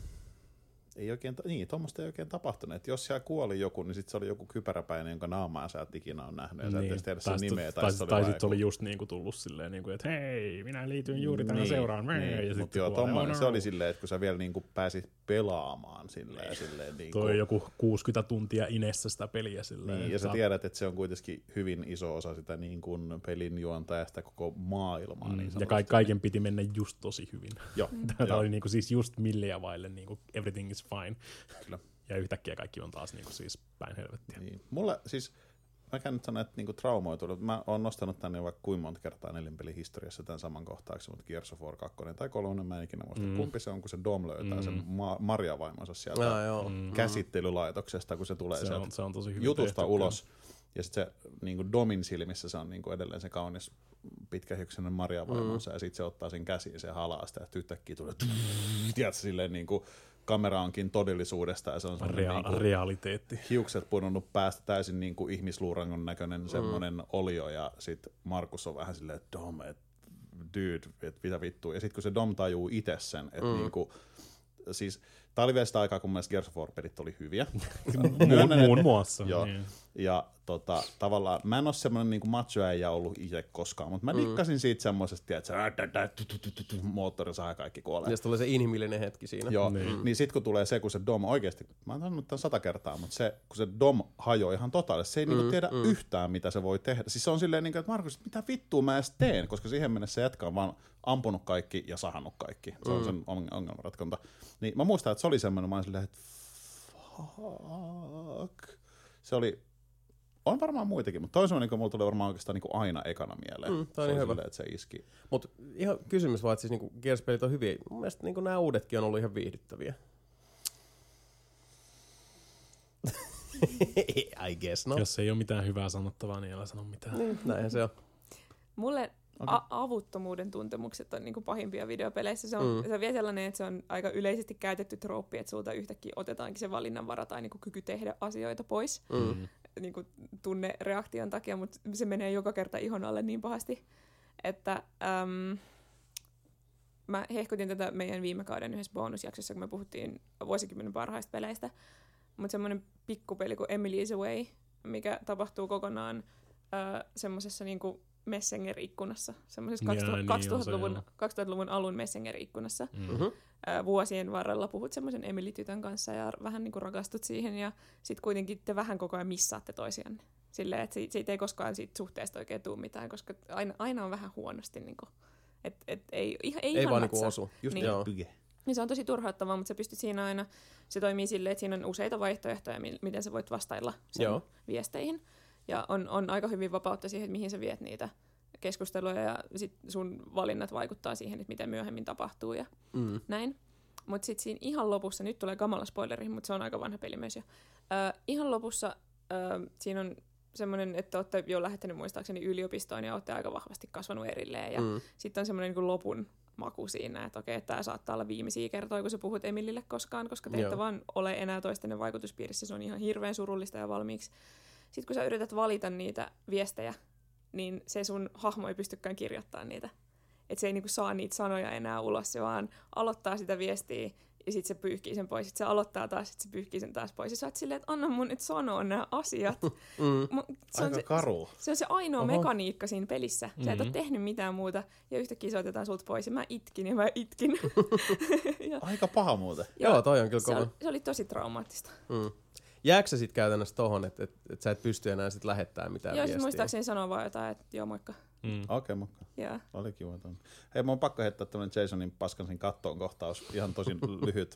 Speaker 3: ei oikein, tuommoista ei oikein tapahtunut. Et jos siellä kuoli joku, niin sitten se oli joku kypäräpäinen, jonka naamaa sä et ikinä ole nähnyt. Ja sä et edes tiedä sen nimeä.
Speaker 2: Tai sitten se oli just niinku tullut silleen, niinku, että hei, minä liityin juuri tähän seuraan.
Speaker 3: Niin. Mutta joo, tommoinen se oli silleen, että kun sä vielä niinku pääsit pelaamaan silleen niinku...
Speaker 2: Toi joku 60 tuntia inessä sitä peliä silleen.
Speaker 3: Niin, ja sä tiedät, että se on kuitenkin hyvin iso osa sitä niin kuin pelin juontajasta koko maailmaa. Niin
Speaker 2: ja kaiken piti mennä just tosi hyvin.
Speaker 3: Joo.
Speaker 2: Tämä oli niinku siis just milliä vaille niinku everything is fine.
Speaker 3: Kyllä.
Speaker 2: Ja yhtäkkiä kaikki on taas niinku siis päin helvettiä.
Speaker 3: Niin. Mulla siis, mäkään nyt sanon, että niinku traumoitunut. Mä oon nostanut tänne vaikka kuinka monta kertaa Nelinpelin historiassa tämän saman kohtauksen, mutta Gears of War 2 tai 3, mä en ikinä muista. Kumpi se on, kun se Dom löytää sen Maria-vaimonsa sieltä käsittelylaitoksesta, kun se tulee
Speaker 2: se on tosi hyvin
Speaker 3: jutusta ulos. Ja sitten se niinku Domin silmissä se on niinku edelleen se kaunis pitkähiuksinen Maria-vaimonsa, ja sitten se ottaa sen käsiin, se halaa sitä, ja yhtäkkiä tulee tiedätkö, silleen niinku kamera onkin todellisuudesta, ja se on niinku
Speaker 2: realiteetti.
Speaker 3: Hiukset pudonnut päästä täysin niinku ihmisluurangon näköinen semmoinen olio, ja sitten Markus on vähän silleen, että Dom, dude, että mitä vittua. Ja sitten kun se Dom tajuu itse sen, että niinku, siis tää oli vielä sitä aikaa, kun mielestäni Gears of War-pelit oli hyviä.
Speaker 2: Muun muassa.
Speaker 3: Joo. Niin. Ja tavallaan mä en ole semmoinen niinku macho-äijä ollut itse koskaan, mutta mä dikkasin siitä semmoisesta, että moottori saa kaikki kuolee.
Speaker 1: Ja tulee se inhimillinen hetki siinä.
Speaker 3: Joo, niin sit kun tulee se, kun se Dom oikeasti, mä oon sanonut tämän 100 kertaa, mutta se, kun se Dom hajoaa ihan totaalisesti, se ei niinku tiedä yhtään, mitä se voi tehdä. Siis se on silleen, että Markus, mitä vittua mä edes teen, koska siihen mennessä se jätkä on vaan ampunut kaikki ja sahannut kaikki. Se on sen ongelmanratkonta. Niin mä muistan, että se oli semmoinen, mä oon silleen, että fuck. Se oli, on varmaan muitakin, mutta toisaalta niin mulla tulee varmaan oikeastaan niin aina ekana mieleen.
Speaker 1: Toi on hyvä.
Speaker 3: Että se iski.
Speaker 1: Mutta ihan kysymys vaan, että siis niin Gears-pelit on hyviä. Mun mielestä niin nämä uudetkin on ollut ihan viihdyttäviä. I guess not.
Speaker 2: Jos ei ole mitään hyvää sanottavaa, niin älä sano mitään.
Speaker 1: Niin, näinhän se on.
Speaker 4: Mulle avuttomuuden tuntemukset on niinku pahimpia videopeleissä. Se on vielä sellainen, että se on aika yleisesti käytetty trooppi, että sulta yhtäkkiä otetaankin se valinnanvara tai niinku kyky tehdä asioita pois niinku tunnereaktion takia, mutta se menee joka kerta ihon alle niin pahasti, että mä hehkutin tätä meidän viime kauden yhdessä bonusjaksossa, kun me puhuttiin vuosikymmenen parhaista peleistä, mutta semmoinen pikkupeli kuin Emily's Away, mikä tapahtuu kokonaan semmoisessa niinku Messenger-ikkunassa, semmoisessa 2000-luvun alun Messenger-ikkunassa. Vuosien varrella puhut semmoisen Emily-tytön kanssa ja vähän niinku rakastut siihen, ja sitten kuitenkin te vähän koko ajan missaatte toisianne. Silleen, että siitä ei koskaan siitä suhteesta oikein tule mitään, koska aina on vähän huonosti. Niinku, ei
Speaker 1: vaan niinku osu.
Speaker 3: Just
Speaker 4: niin. Niin se on tosi turhauttavaa, mutta sä pystyt siinä aina, se toimii silleen, että siinä on useita vaihtoehtoja, miten sä voit vastailla sen viesteihin. Ja on aika hyvin vapautta siihen, että mihin sä viet niitä keskusteluja, ja sit sun valinnat vaikuttaa siihen, että mitä myöhemmin tapahtuu ja näin. Mutta sitten siinä ihan lopussa, nyt tulee kamala spoileri, mutta se on aika vanha peli myös jo. Ihan lopussa siinä on semmoinen, että olette jo lähettänyt muistaakseni yliopistoon ja olette aika vahvasti kasvanut erilleen. Ja sitten on semmoinen niin lopun maku siinä, että okei, tämä saattaa olla viimeisiä kertoja, kun sä puhut Emilille koskaan, koska te ette vaan ole enää toistenne vaikutuspiirissä. Se on ihan hirveän surullista ja valmiiksi. Sitten kun sä yrität valita niitä viestejä, niin se sun hahmo ei pystykään kirjoittamaan niitä. Että se ei niinku saa niitä sanoja enää ulos, se vaan aloittaa sitä viestiä ja sit se pyyhkii sen pois, sit se aloittaa taas, sit se pyyhkii sen taas pois. Ja sä oot silleen, että anna mun nyt sanoa nämä asiat.
Speaker 3: Aika karu.
Speaker 4: Se on se ainoa mekaniikka siinä pelissä. Sä et ole tehnyt mitään muuta, ja yhtäkkiä se otetaan sulta pois, ja mä itkin.
Speaker 3: Aika paha muuten.
Speaker 1: Joo, toi on kyllä kova.
Speaker 4: Se oli tosi traumaattista.
Speaker 1: Jääkö sä sit käytännössä tohon, että sä et pysty enää sit lähettää mitään
Speaker 4: joo,
Speaker 1: viestiä?
Speaker 4: Joo, muistaakseni sanoa vaan jotain, että joo, moikka.
Speaker 3: Okei, moikka.
Speaker 4: Yeah.
Speaker 3: Oli kiva. Hei, mun on pakko heittää tämmönen Jasonin paskansin kattoon kohtaus. Ihan tosi lyhyt.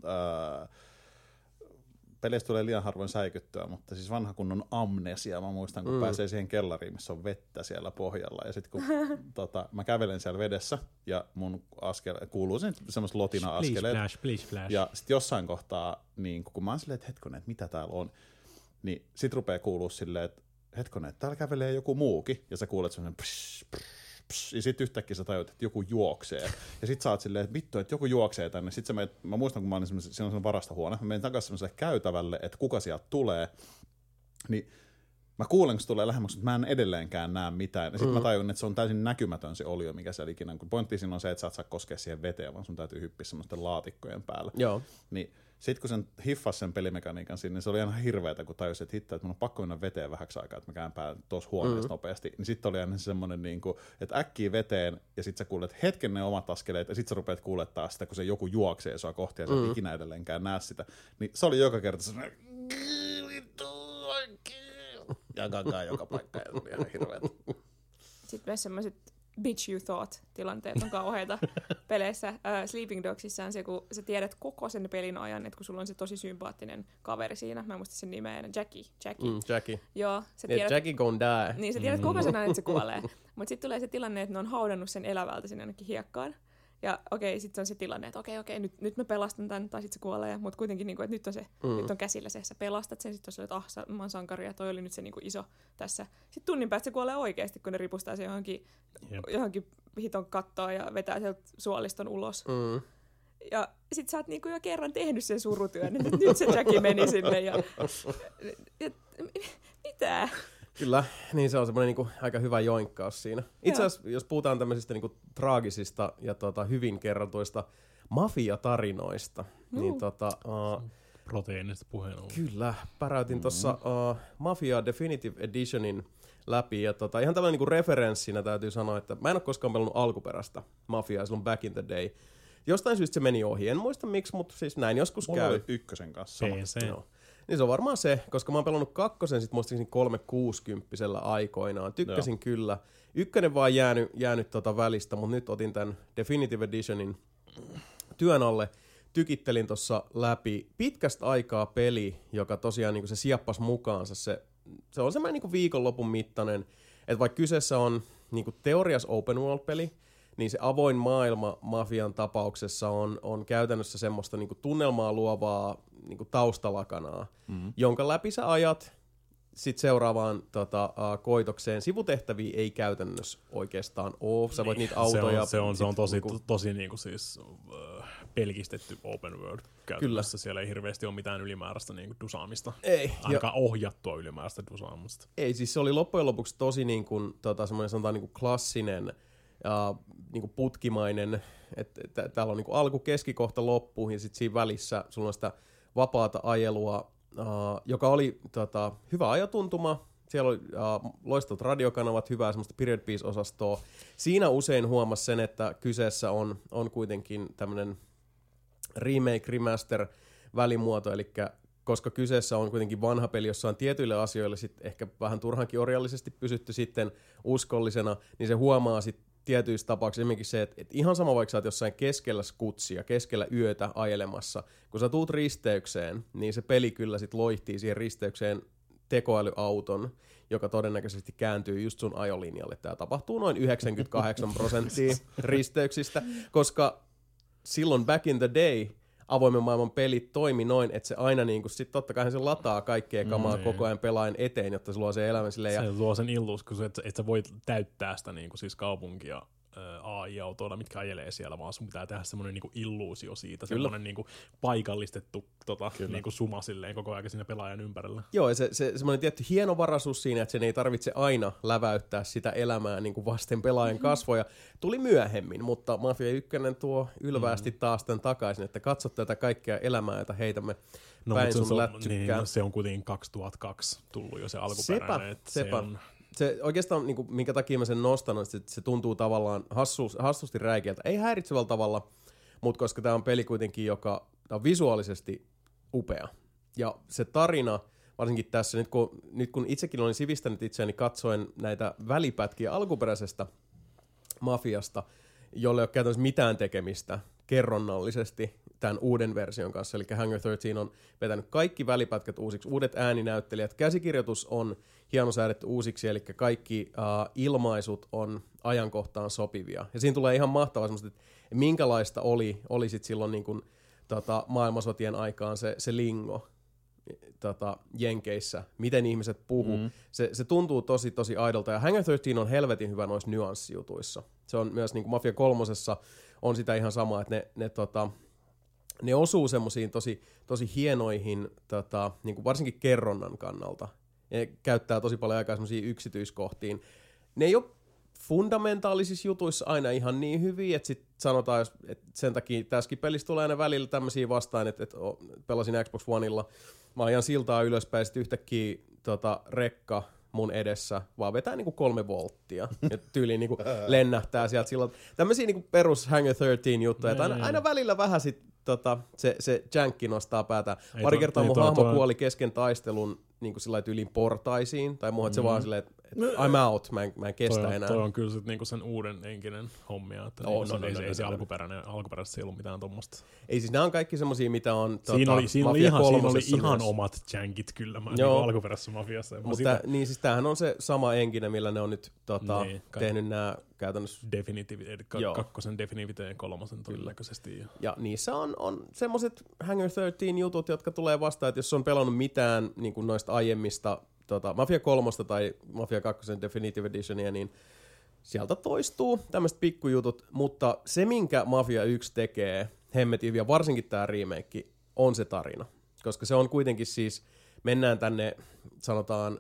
Speaker 3: Peleissä tulee liian harvoin säikyttyä, mutta siis vanha kunnon amnesia. Mä muistan, kun pääsee siihen kellariin, missä on vettä siellä pohjalla. Ja sit kun mä kävelen siellä vedessä ja mun kuuluu semmoista lotina-askeleet.
Speaker 2: Splash.
Speaker 3: Ja sit jossain kohtaa, niin kun mä oon silleen, että hetkonen, että mitä täällä on, niin sit rupee kuulua silleen, että hetkonen, että täällä kävelee joku muukin. Ja sä kuulet semmoinen ja sit yhtäkkiä sä tajut, että joku juoksee. Ja sit sä oot silleen, että vittu, että joku juoksee tänne. Sit sä menet, mä muistan, kun mä olin siinä on semmoinen varastohuone. Mä menin takaisin semmoiselle käytävälle, että kuka sieltä tulee. Niin mä kuulen, kun se tulee lähemmäksi, mutta mä en edelleenkään näe mitään. Ja sit mä tajun, että se on täysin näkymätön se olio, mikä siellä ikinä. Kun pointti siinä on se, että sä et saa koskea siihen veteen, vaan sun täytyy hyppiä semmoisten laatikkojen päällä.
Speaker 1: Joo.
Speaker 3: Niin sitten kun sen hiffasi sen pelimekaniikan sinne, niin se oli ihan hirveetä, kun tajusin, että hitto, että mun on pakko mennä veteen vähäksi aikaa, että mä käyn päällä tuossa huoneessa nopeasti. Niin sitten oli aina semmoinen, niin kuin, että äkkiä veteen, ja sitten sä kuulet hetken ne omat askeleet, ja sitten sä rupeat kuulettaa sitä, kun se joku juoksee sua kohti, ja sä et ikinä edelleenkään näe sitä. Niin se oli joka kerta semmoinen, ja kakaa joka paikka, ja se oli ihan hirveetä.
Speaker 4: Sitten myös semmoiset bitch you thought-tilanteet on kauheita peleissä. Sleeping Dogsissa on se, kun sä tiedät koko sen pelin ajan, että kun sulla on se tosi sympaattinen kaveri siinä, mä en muista sen nimeä, Jackie. Joo, sä tiedät,
Speaker 1: Jackie gonna die.
Speaker 4: niin, sä tiedät koko sen ajan, että se kuolee. Mutta sitten tulee se tilanne, että ne on haudannut sen elävältä sinne jonnekin hiekkaan. Ja sitten on se tilanne, että okei, nyt mä pelastan tämän, tai sitten se kuolee. Mutta kuitenkin, niin kuin, että nyt on käsillä se, sä pelastat sen. Sitten on se, että mä oon sankari, ja toi oli nyt se niin kuin iso tässä. Sitten tunnin päästä se kuolee oikeasti, kun ne ripustaa se johonkin hiton kattoon ja vetää sieltä suoliston ulos. Ja sit sä oot niinku jo kerran tehnyt sen surutyön, että nyt se Jackie meni sinne ja mitä?
Speaker 1: Kyllä, niin se on semmoinen niinku aika hyvä joinkkaus siinä. Itse asiassa, jos puhutaan tämmöisistä niinku traagisista ja hyvin kerrotuista mafiatarinoista, niin
Speaker 2: proteiinista puheen ollen.
Speaker 1: Kyllä, päräytin tuossa Mafia Definitive Editionin läpi, ja ihan tämmöinen niinku referenssinä täytyy sanoa, että mä en ole koskaan pelannut alkuperäistä Mafiaa silloin back in the day. Jostain syystä se meni ohi, en muista miksi, mutta siis näin joskus
Speaker 3: mulla
Speaker 1: käy.
Speaker 3: Mulla oli ykkösen kanssa.
Speaker 1: No. Niin se on varmaan se, koska mä oon pelannut kakkosen sit muistaakseni 360 aikoinaan. Tykkäsin kyllä. Ykkönen vaan jäänyt välistä, mutta nyt otin tämän Definitive Editionin työn alle. Tykittelin tossa läpi pitkästä aikaa peli, joka tosiaan niin se sieppas mukaansa. Se on semmoinen niin viikonlopun mittainen, että vaikka kyseessä on niin teoriassa open world-peli, niin se avoin maailma Mafian tapauksessa on käytännössä semmoista niin tunnelmaa luovaa niin taustalakanaa, jonka läpi sä ajat sit seuraavaan koitokseen. Sivutehtäviä ei käytännössä oikeastaan ole. Sä voit niitä autoja...
Speaker 2: Se on tosi niinku siis pelkistetty open world käytännössä. Kyllä. Siellä ei hirveästi ole mitään ylimääräistä niinku dusaamista. Ei. Ainakaan ohjattua ylimääräistä dusaamista.
Speaker 1: Ei, siis se oli loppujen lopuksi tosi niin kuin, semmoinen sanotaan niin kuin klassinen niin kuin putkimainen, että täällä on niin kuin alku, keskikohta, loppu, ja sitten siinä välissä sulla on sitä vapaata ajelua, joka oli hyvä ajatuntuma. Siellä oli loistavat radiokanavat, hyvää semmoista period piece-osastoa. Siinä usein huomasi sen, että kyseessä on kuitenkin tämmöinen remake, remaster välimuoto, eli koska kyseessä on kuitenkin vanha peli, jossa on tietyille asioille sit ehkä vähän turhankin orjallisesti pysytty sitten uskollisena, niin se huomaa sitten tietyissä tapauksissa esimerkiksi se, että ihan sama vaikka sä oot jossain keskellä skutsia, keskellä yötä ajelemassa, kun sä tuut risteykseen, niin se peli kyllä sit loihtii siihen risteykseen tekoälyauton, joka todennäköisesti kääntyy just sun ajolinjalle. Tämä tapahtuu noin 98% risteyksistä, koska silloin back in the day avoimen maailman pelit toimi noin, että se aina niinku sit totta kai se lataa kaikkea kamaa koko ajan pelaajan eteen, jotta se luo sen elämän silleen.
Speaker 2: Se luo sen illuus, että sä voit täyttää sitä niinku siis kaupunkia AI-autoilla, mitkä ajelee siellä, vaan sun pitää tehdä semmoinen niinku illuusio siitä, semmoinen niinku paikallistettu niinku suma silleen koko ajan siinä pelaajan ympärillä.
Speaker 1: Joo, ja se semmoinen tietty hienovaraisuus siinä, että sen ei tarvitse aina läväyttää sitä elämää niinku vasten pelaajan kasvoja, tuli myöhemmin, mutta Mafia 1 tuo ylväästi taas tämän takaisin, että katso tätä kaikkea elämää, jota heitämme päin sun lätsykkään.
Speaker 2: Niin, se on kuitenkin 2002 tullut jo se alkuperäinen.
Speaker 1: Sepä. Se oikeastaan, niin kuin, minkä takia mä sen nostan, on, että se tuntuu tavallaan hassusti räikeältä. Ei häiritsevällä tavalla, mutta koska tämä on peli kuitenkin, joka on visuaalisesti upea. Ja se tarina, varsinkin tässä, nyt kun itsekin olin sivistänyt itseäni katsoen näitä välipätkiä alkuperäisestä Mafiasta, jolle ei ole käytännössä mitään tekemistä kerronnallisesti tämän uuden version kanssa. Eli Hangar 13 on vetänyt kaikki välipätkät uusiksi, uudet ääninäyttelijät. Käsikirjoitus on hienosäädetty uusiksi, eli kaikki ilmaisut on ajankohtaan sopivia. Ja siinä tulee ihan mahtavaa semmoista, että minkälaista oli sit silloin niin kuin, maailmansotien aikaan se lingo Jenkeissä, miten ihmiset puhuu. Se tuntuu tosi aidolta, ja Hangar 13 on helvetin hyvä noissa nyanssijutuissa. Se on myös niin kuin Mafia 3:ssa on sitä ihan sama, että ne osuu semmoisiin tosi hienoihin, niin kuin varsinkin kerronnan kannalta. Ne käyttää tosi paljon aikaa semmoisiin yksityiskohtiin. Ne ei ole fundamentaalisissa jutuissa aina ihan niin hyviä, että sit sanotaan, että sen takia tässäkin pelissä tulee aina välillä tämmöisiä vastaan, että pelasin Xbox Oneilla, mä ajan siltaa ylöspäin, sit yhtäkkiä rekka mun edessä, vaan vetää niinku 3 volttia, ja tyyliin niinku lennähtää sieltä silloin. Tämmöisiä niinku perus Hangar 13 juttuja, että aina välillä vähän sit se jänkki nostaa päätään. Pari kertaa mun hahmo kuoli kesken taistelun niinku sillä tyyliin portaisiin, tai muuhan se vaan silleen, että I'm out, mä en kestä enää.
Speaker 2: Toi on kyllä sit niinku sen uuden henkinen hommia, että ei se alkuperäisessä ei ollut mitään tommoista.
Speaker 1: Ei siis nämä on kaikki semmosia, mitä on
Speaker 2: siinä oli ihan omat jankit kyllä niinku alkuperäisessä Mafiassa.
Speaker 1: Mutta niin siis tämähän on se sama henkinen, millä ne on nyt tehnyt nämä käytännössä
Speaker 2: kakkosen Definitive ja 3 todennäköisesti.
Speaker 1: Ja niissä on semmoiset Hangar 13 jutut, jotka tulee vastaan, että jos on pelannut mitään niin kuin noista aiemmista Mafia 3 tai Mafia 2 Definitive Editionia, niin sieltä toistuu tämmöiset pikkujutut, mutta se, minkä Mafia 1 tekee hemmetin, ja varsinkin tämä remake, on se tarina. Koska se on kuitenkin siis, mennään tänne, sanotaan,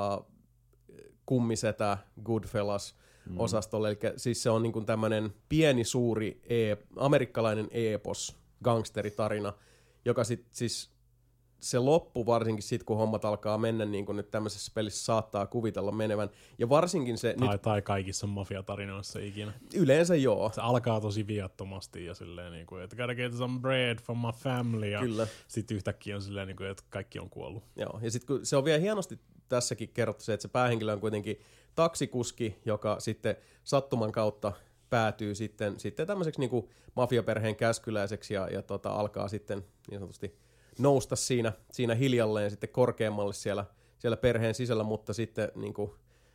Speaker 1: kummisetä, Goodfellas-osastolle, eli siis se on niin kuin tämmöinen pieni, suuri amerikkalainen epos, gangsteritarina, joka siis se loppu varsinkin sit, kun hommat alkaa mennä niin kuin nyt tämmöisessä pelissä saattaa kuvitella menevän. Ja varsinkin se...
Speaker 2: Tai kaikissa mafiatarinoissa ikinä.
Speaker 1: Yleensä joo.
Speaker 2: Se alkaa tosi viattomasti ja silleen niin kuin, että gotta get some bread from my family. Ja
Speaker 1: kyllä.
Speaker 2: Sitten yhtäkkiä on silleen, niin kuin, että kaikki on kuollut.
Speaker 1: Joo, ja sitten kun se on vielä hienosti tässäkin kerrottu se, että se päähenkilö on kuitenkin taksikuski, joka sitten sattuman kautta päätyy sitten tämmöiseksi niin kuin mafiaperheen käskyläiseksi ja alkaa sitten niin sanotusti nousta siinä hiljalleen sitten korkeammalle siellä perheen sisällä, mutta sitten niin kuin,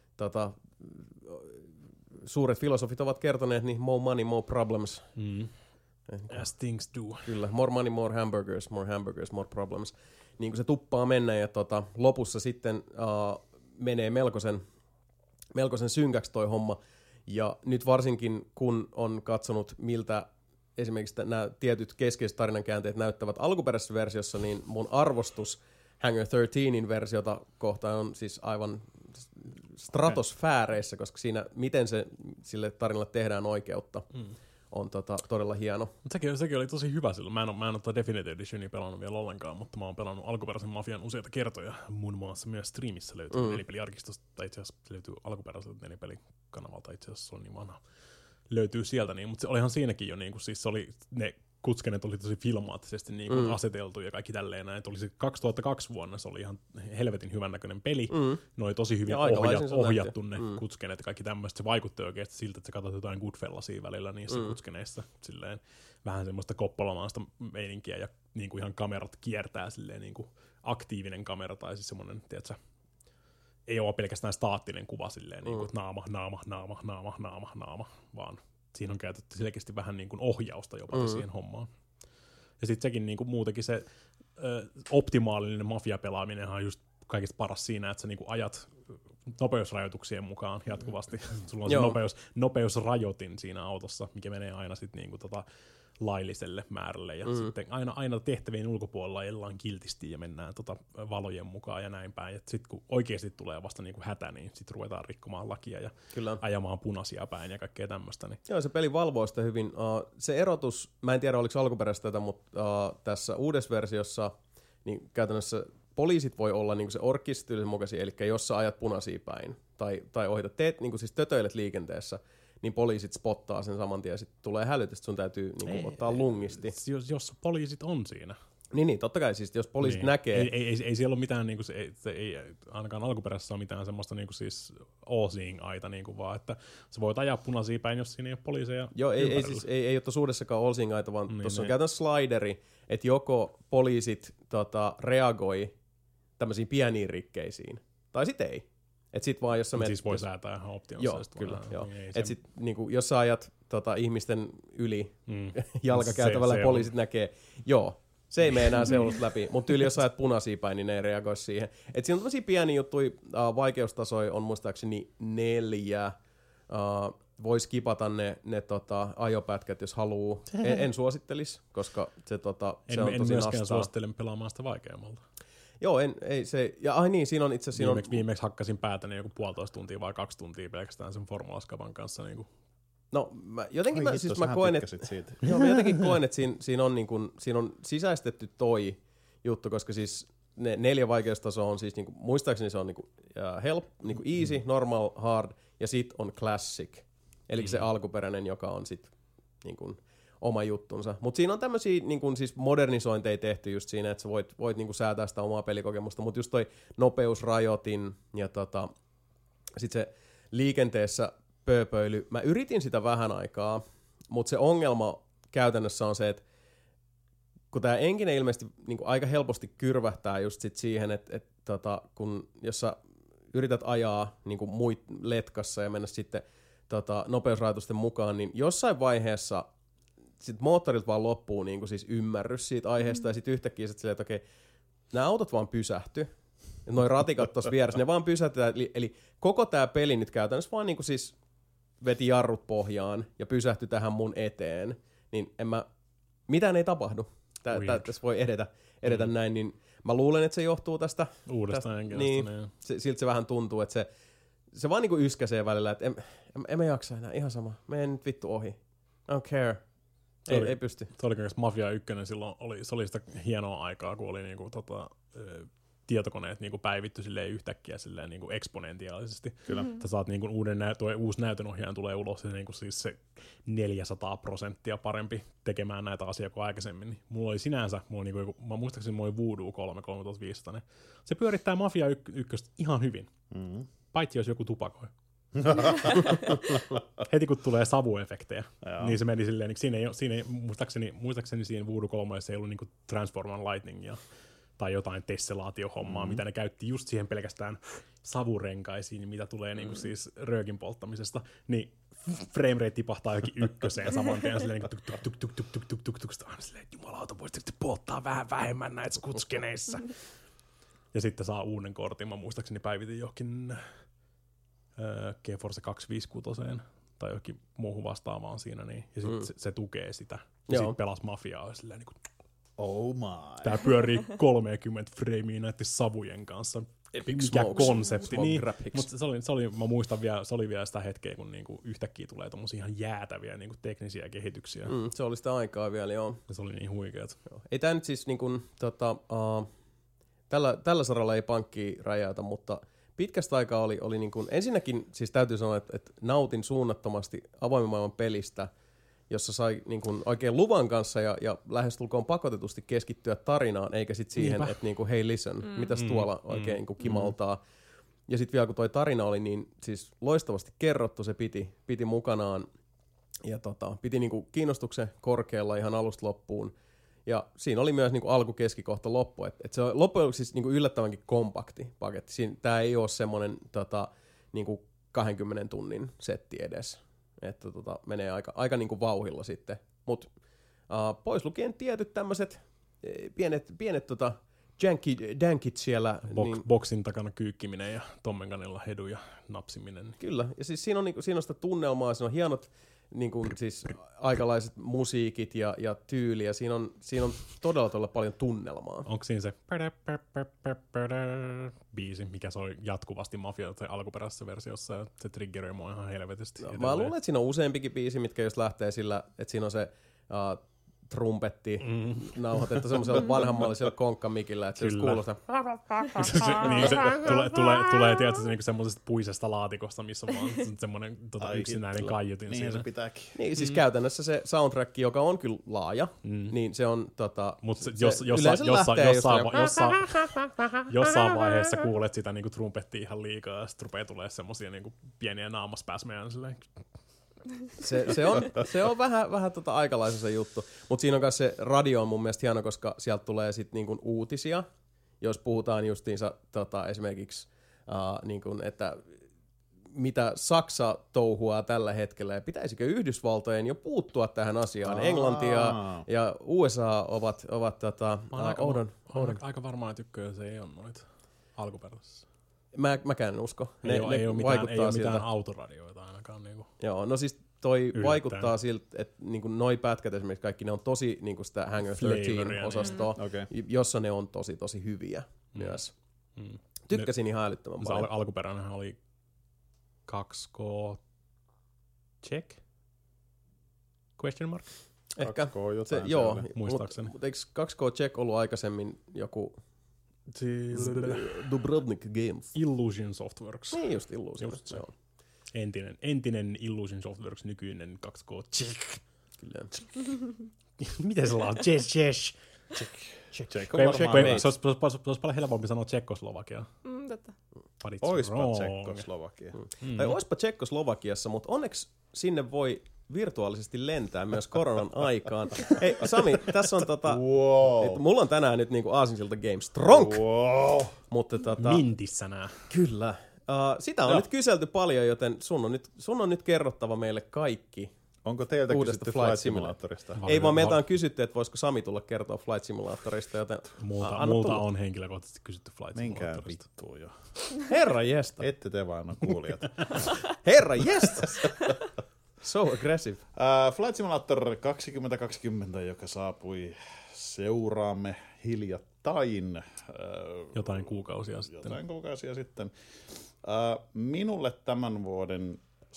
Speaker 1: suuret filosofit ovat kertoneet, niin more money, more problems.
Speaker 2: As things do.
Speaker 1: Kyllä, more money, more hamburgers, more problems. Niin kuin se tuppaa mennä ja lopussa sitten menee melkoisen synkäksi toi homma. Ja nyt varsinkin, kun on katsonut, miltä esimerkiksi nämä tietyt keskeiset tarinankäänteet näyttävät alkuperäisessä versiossa, niin mun arvostus Hangar 13:in versiota kohtaan on siis aivan stratosfääreissä, koska siinä, miten sille tarinalle tehdään oikeutta, on todella hieno.
Speaker 2: Sekin oli tosi hyvä silloin. Mä en ole Definitive Editionia pelannut vielä ollenkaan, mutta mä oon pelannut alkuperäisen Mafian useita kertoja. Muun muassa myös Streamissä löytyy nelipeliarkistosta, tai itse asiassa se löytyy alkuperäiseltä nelipelikanavalta, itse asiassa se on niin vanha. Löytyy sieltä, niin, mutta se olihan siinäkin jo, niin kuin, siis ne kutskenet oli tosi filmaattisesti niin kuin aseteltu ja kaikki tälleen näin. Oli se 2002 vuonna, se oli ihan helvetin hyvän näköinen peli. Ne oli tosi hyvin ohjattu ne kutskenet ja kaikki tämmöistä. Se vaikutti oikeasti siltä, että sä katsot jotain Goodfellasia välillä niissä kutskeneissa. Silleen, vähän semmoista koppalamaista meininkiä ja niin kuin ihan kamerat kiertää silleen, niin kuin aktiivinen kamera tai siis semmoinen, tiedätkö, ei ole pelkästään staattinen kuva silleen, niin kuin, naama, vaan siinä on käytetty selkeästi vähän niin kuin ohjausta jopa siihen hommaan. Ja sitten sekin niin kuin muutenkin se optimaalinen mafiapelaaminen on just kaikista paras siinä, että sä niin kuin ajat nopeusrajoituksien mukaan jatkuvasti. Sulla on se nopeusrajoitin siinä autossa, mikä menee aina sitten niinku lailliselle määrälle. Ja sitten aina tehtävien ulkopuolella ajellaan kiltisti ja mennään valojen mukaan ja näin päin. Sitten kun oikeasti tulee vasta niinku hätä, niin sitten ruvetaan rikkomaan lakia ja ajamaan punaisia päin ja kaikkea tämmöistä. Niin.
Speaker 1: Joo, se peli valvoo sitä hyvin. Se erotus, mä en tiedä oliko alkuperäistä tätä, mutta tässä uudessa versiossa niin käytännössä poliisit voi olla niinku se orkkistyylisen mukaisia, eli jos sä ajat punaisia päin tai ohitat, teet niinku siis tötöilet liikenteessä, niin poliisit spottaa sen saman tien ja sitten tulee hälytys, sun täytyy niinku ottaa lungisti.
Speaker 2: Jos poliisit on siinä.
Speaker 1: Niin, totta kai siis, jos poliisit näkee...
Speaker 2: Ei siellä ole mitään, niinku, ei ainakaan alkuperäisessä ole mitään semmoista niinku, siis all-seeing-aita, niinku, vaan että sä voit ajaa punaisia päin, jos siinä ei ole poliiseja.
Speaker 1: Joo, ei ole tuossa uudessakaan all-seeing-aita, vaan tuossa on käytännössä slideri, että joko poliisit reagoi tämmöisiin pieniin rikkeisiin, tai sitten ei. Et sit vaan, jos sä
Speaker 2: siis voi säätää ihan optionisesti.
Speaker 1: Joo, kyllä. Joo. Et sit, niinku, jos sä ajat ihmisten yli jalkakäytävällä ja poliisit näkee, se ei mene enää seudusta läpi, mutta yli jos sä ajat punaisia päin, niin ne ei reagoi siihen. Et siinä on tämmöisiä pieniä juttuja, vaikeustasoja on muistaakseni 4, voi skipata ne ajopätkät, jos haluaa. En suosittelisi, koska se on tosi nastaa.
Speaker 2: En myöskään suosittele pelaamaan sitä vaikeammalta.
Speaker 1: Joo, ei se, ja siinä on itse asiassa...
Speaker 2: Viimeksi hakkasin päätäni joku 1,5 tuntia vai 2 tuntia pelkästään sen Formula-skaban kanssa. Niin kuin.
Speaker 1: No, mä koen, että siinä on sisäistetty toi juttu, koska siis ne 4 vaikeustasoa on siis, niinku, muistaakseni se on niinku, niinku easy, normal, hard, ja sit on classic. Eli se alkuperäinen, joka on sit niinku oma juttunsa. Mutta siinä on tämmöisiä niinku, siis modernisointeja tehty just siinä, että sä voit niinku säätää sitä omaa pelikokemusta, mutta just toi nopeusrajoitin ja sit se liikenteessä pööpöily. Mä yritin sitä vähän aikaa, mutta se ongelma käytännössä on se, että kun tää enkinen ilmeisesti niinku aika helposti kyrvähtää just sit siihen, että kun jos sä yrität ajaa niinku letkassa ja mennä sitten nopeusrajoitusten mukaan, niin jossain vaiheessa sit moottorilta vaan loppuu niinku siis ymmärrys siitä aiheesta ja sit yhtäkkiä sit silleen, että okei, nämä autot vaan pysähty. Noi ratikat tossa vieressä, ne vaan pysähtyvät. Eli koko tää peli nyt käytännössä vaan niinku siis veti jarrut pohjaan ja pysähtyi tähän mun eteen. Niin mitään ei tapahdu. Tässä voi edetä näin, niin mä luulen, että se johtuu tästä
Speaker 2: uudesta enkelästä.
Speaker 1: Niin, siltä se vähän tuntuu, että se vaan niinku yskäsee välillä, että en mä jaksa enää, ihan sama. Mene nyt vittu ohi. I don't care. Ei pysty.
Speaker 2: Se oli myös Mafia 1, silloin se oli sitä hienoa aikaa, kun oli niinku tietokoneet niinku päivitty silleen yhtäkkiä silleen niinku eksponentiaalisesti. Kyllä. Sä saat niinku uusi näytönohjaaja tulee ulos ja niinku siis se 400% parempi tekemään näitä asioita kuin aikaisemmin. Niin mulla oli sinänsä, mä muistaakseni mulla oli Voodoo 3500. Se pyörittää Mafia 1 ihan hyvin. Paitsi jos joku tupakoi. Heti kun tulee savuefektejä, niin se meni silleen, niin siinä ei muistaakseni siinä Voodoo 3 ei ollut niinku Transformer Lightningia tai jotain tesselaatiohommaa, mitä ne käytti just siihen pelkästään savurenkaisiin, mitä tulee niinku siis röökin polttamisesta, niin framerate tipahtaa jokin 1 saman tien silleen tuk silleen, jumalauta, voisitteko te polttaa vähän vähemmän näitä skutskeneissa? Ja sitten saa uuden kortin, mä muistaakseni päivitin johonkin GeForce 256 tai johonkin muuhun vastaavaan siinä, niin, ja sitten se tukee sitä. Ja sitten pelas Mafiaa silleen niin kuin,
Speaker 3: oh my.
Speaker 2: Tää pyörii 30 freimiä näiden savujen kanssa. Mikä konsepti. Niin, mutta mä muistan vielä, se oli vielä sitä hetkeä, kun niinku yhtäkkiä tulee tommosia ihan jäätäviä niinku teknisiä kehityksiä.
Speaker 1: Se oli sitä aikaa vielä, joo.
Speaker 2: Ja se oli niin huikeat.
Speaker 1: Ei tää nyt siis niinku, tällä saralla ei pankkia räjäytä, mutta pitkästä aikaa oli niin kuin, ensinnäkin siis täytyy sanoa, että nautin suunnattomasti avoimen maailman pelistä, jossa sai niin kuin oikein luvan kanssa ja lähestulkoon pakotetusti keskittyä tarinaan, eikä sitten siihen, että niin kuin, hei listen, mitäs tuolla oikein niin kuin kimaltaa. Ja sitten vielä kun toi tarina oli niin siis loistavasti kerrottu, se piti mukanaan ja piti niin kuin kiinnostuksen korkealla ihan alusta loppuun. Ja siinä oli myös niinku alku, keskikohta, loppu. Et se on loppujen lopuksi siis niinku yllättävänkin kompakti paketti. Tämä ei ole semmoinen niinku 20 tunnin setti edes. Että menee aika niinku vauhilla sitten. Mutta pois lukien tietyt tämmöiset pienet dankit siellä. Niin,
Speaker 2: boksin takana kyykkiminen ja tommenkanilla hedun ja napsiminen.
Speaker 1: Kyllä, ja siis siinä on sitä tunnelmaa, siinä on hienot siis aikalaiset musiikit ja tyyli, ja siinä on todella paljon tunnelmaa.
Speaker 2: Onko siinä se biisi, mikä soi jatkuvasti Mafialta alkuperäisessä versiossa, ja se triggeroi mua ihan helvetisti.
Speaker 1: No, mä luulen, että siinä on useampikin biisi, mitkä just lähtee sillä, että siinä on se trumpetti nauhoitettu semmoisella vanhammallisella konkkamikillä, että se just kuulostaa.
Speaker 2: Niin, se tulee tietysti niinku semmoisesta puisesta laatikosta, missä on vaan semmoinen yksinäinen kaiutin
Speaker 3: niin
Speaker 2: siinä.
Speaker 3: Se pitääkin.
Speaker 1: Niin, siis käytännössä se soundtrack, joka on kyllä laaja, niin se on
Speaker 2: Mutta jossain vaiheessa kuulet sitä niinku trumpettia ihan liikaa, ja sitten rupeaa tulee semmosia niinku pieniä naamaspäsmejä silleen.
Speaker 1: Se on vähän aikalaisensa juttu, mutta siinä on myös se radio on mun mielestä hieno, koska sieltä tulee sitten niinku uutisia, jos puhutaan justiinsa esimerkiksi niinku, että mitä Saksa touhuaa tällä hetkellä ja pitäisikö Yhdysvaltojen jo puuttua tähän asiaan. Englanti ja USA ovat
Speaker 2: aika varmaan tykkää, se ei ole noita alkuperäisessä.
Speaker 1: Mäkään en usko.
Speaker 2: Ei ole mitään autoradioita ainakaan. Niinku.
Speaker 1: Joo, no siis toi vaikuttaa siltä, että niinku noi pätkät esimerkiksi kaikki, ne on tosi niinku sitä Hangar 13-osastoa, jossa ne on tosi hyviä myös. Tykkäsin ihan älyttömän paljon.
Speaker 2: Alkuperäinen oli 2K check? Question mark?
Speaker 1: Ehkä.
Speaker 3: 2K jotain
Speaker 1: joo,
Speaker 2: muistaakseni.
Speaker 1: Mutta eikö 2K check ollut aikaisemmin joku Dubrovnik Games?
Speaker 2: Illusion Softworks.
Speaker 1: Niin just Illusion. Just se.
Speaker 2: Entinen Illusion Softworks, nykyinen 2K check.
Speaker 1: Kyllä.
Speaker 2: Miten se on? Check. Se olisi paljon helpompi sanoa Tsekkoslovakia.
Speaker 4: Totta.
Speaker 3: Oispa Tsekkoslovakia.
Speaker 1: Tai oispa Tsekkoslovakiassa, mutta onneksi sinne voi virtuaalisesti lentää myös koronan aikaan. Hei Sami, tässä on mulla on tänään nyt niinku aasinsilta Game Strong. Mutta
Speaker 2: Mintissä nää.
Speaker 1: Kyllä. Sitä on nyt kyselty paljon, joten sun on nyt kerrottava meille kaikki.
Speaker 3: Onko teiltä kysytty Flight Simulatorista?
Speaker 1: Ei vaan meiltä on kysytty, että voisiko Sami tulla kertoa Flight Simulatorista, joten
Speaker 2: multa on henkilökohtaisesti kysytty Flight Simulatorista.
Speaker 3: Menkää vittuun jo.
Speaker 1: Herra jesta.
Speaker 3: Ette te vaan ole kuulijat.
Speaker 1: Herra jesta. So aggressive.
Speaker 3: Flight Simulator 2020, joka saapui seuraamme hiljattain.
Speaker 2: Jotain kuukausia sitten.
Speaker 3: Minulle tämän vuoden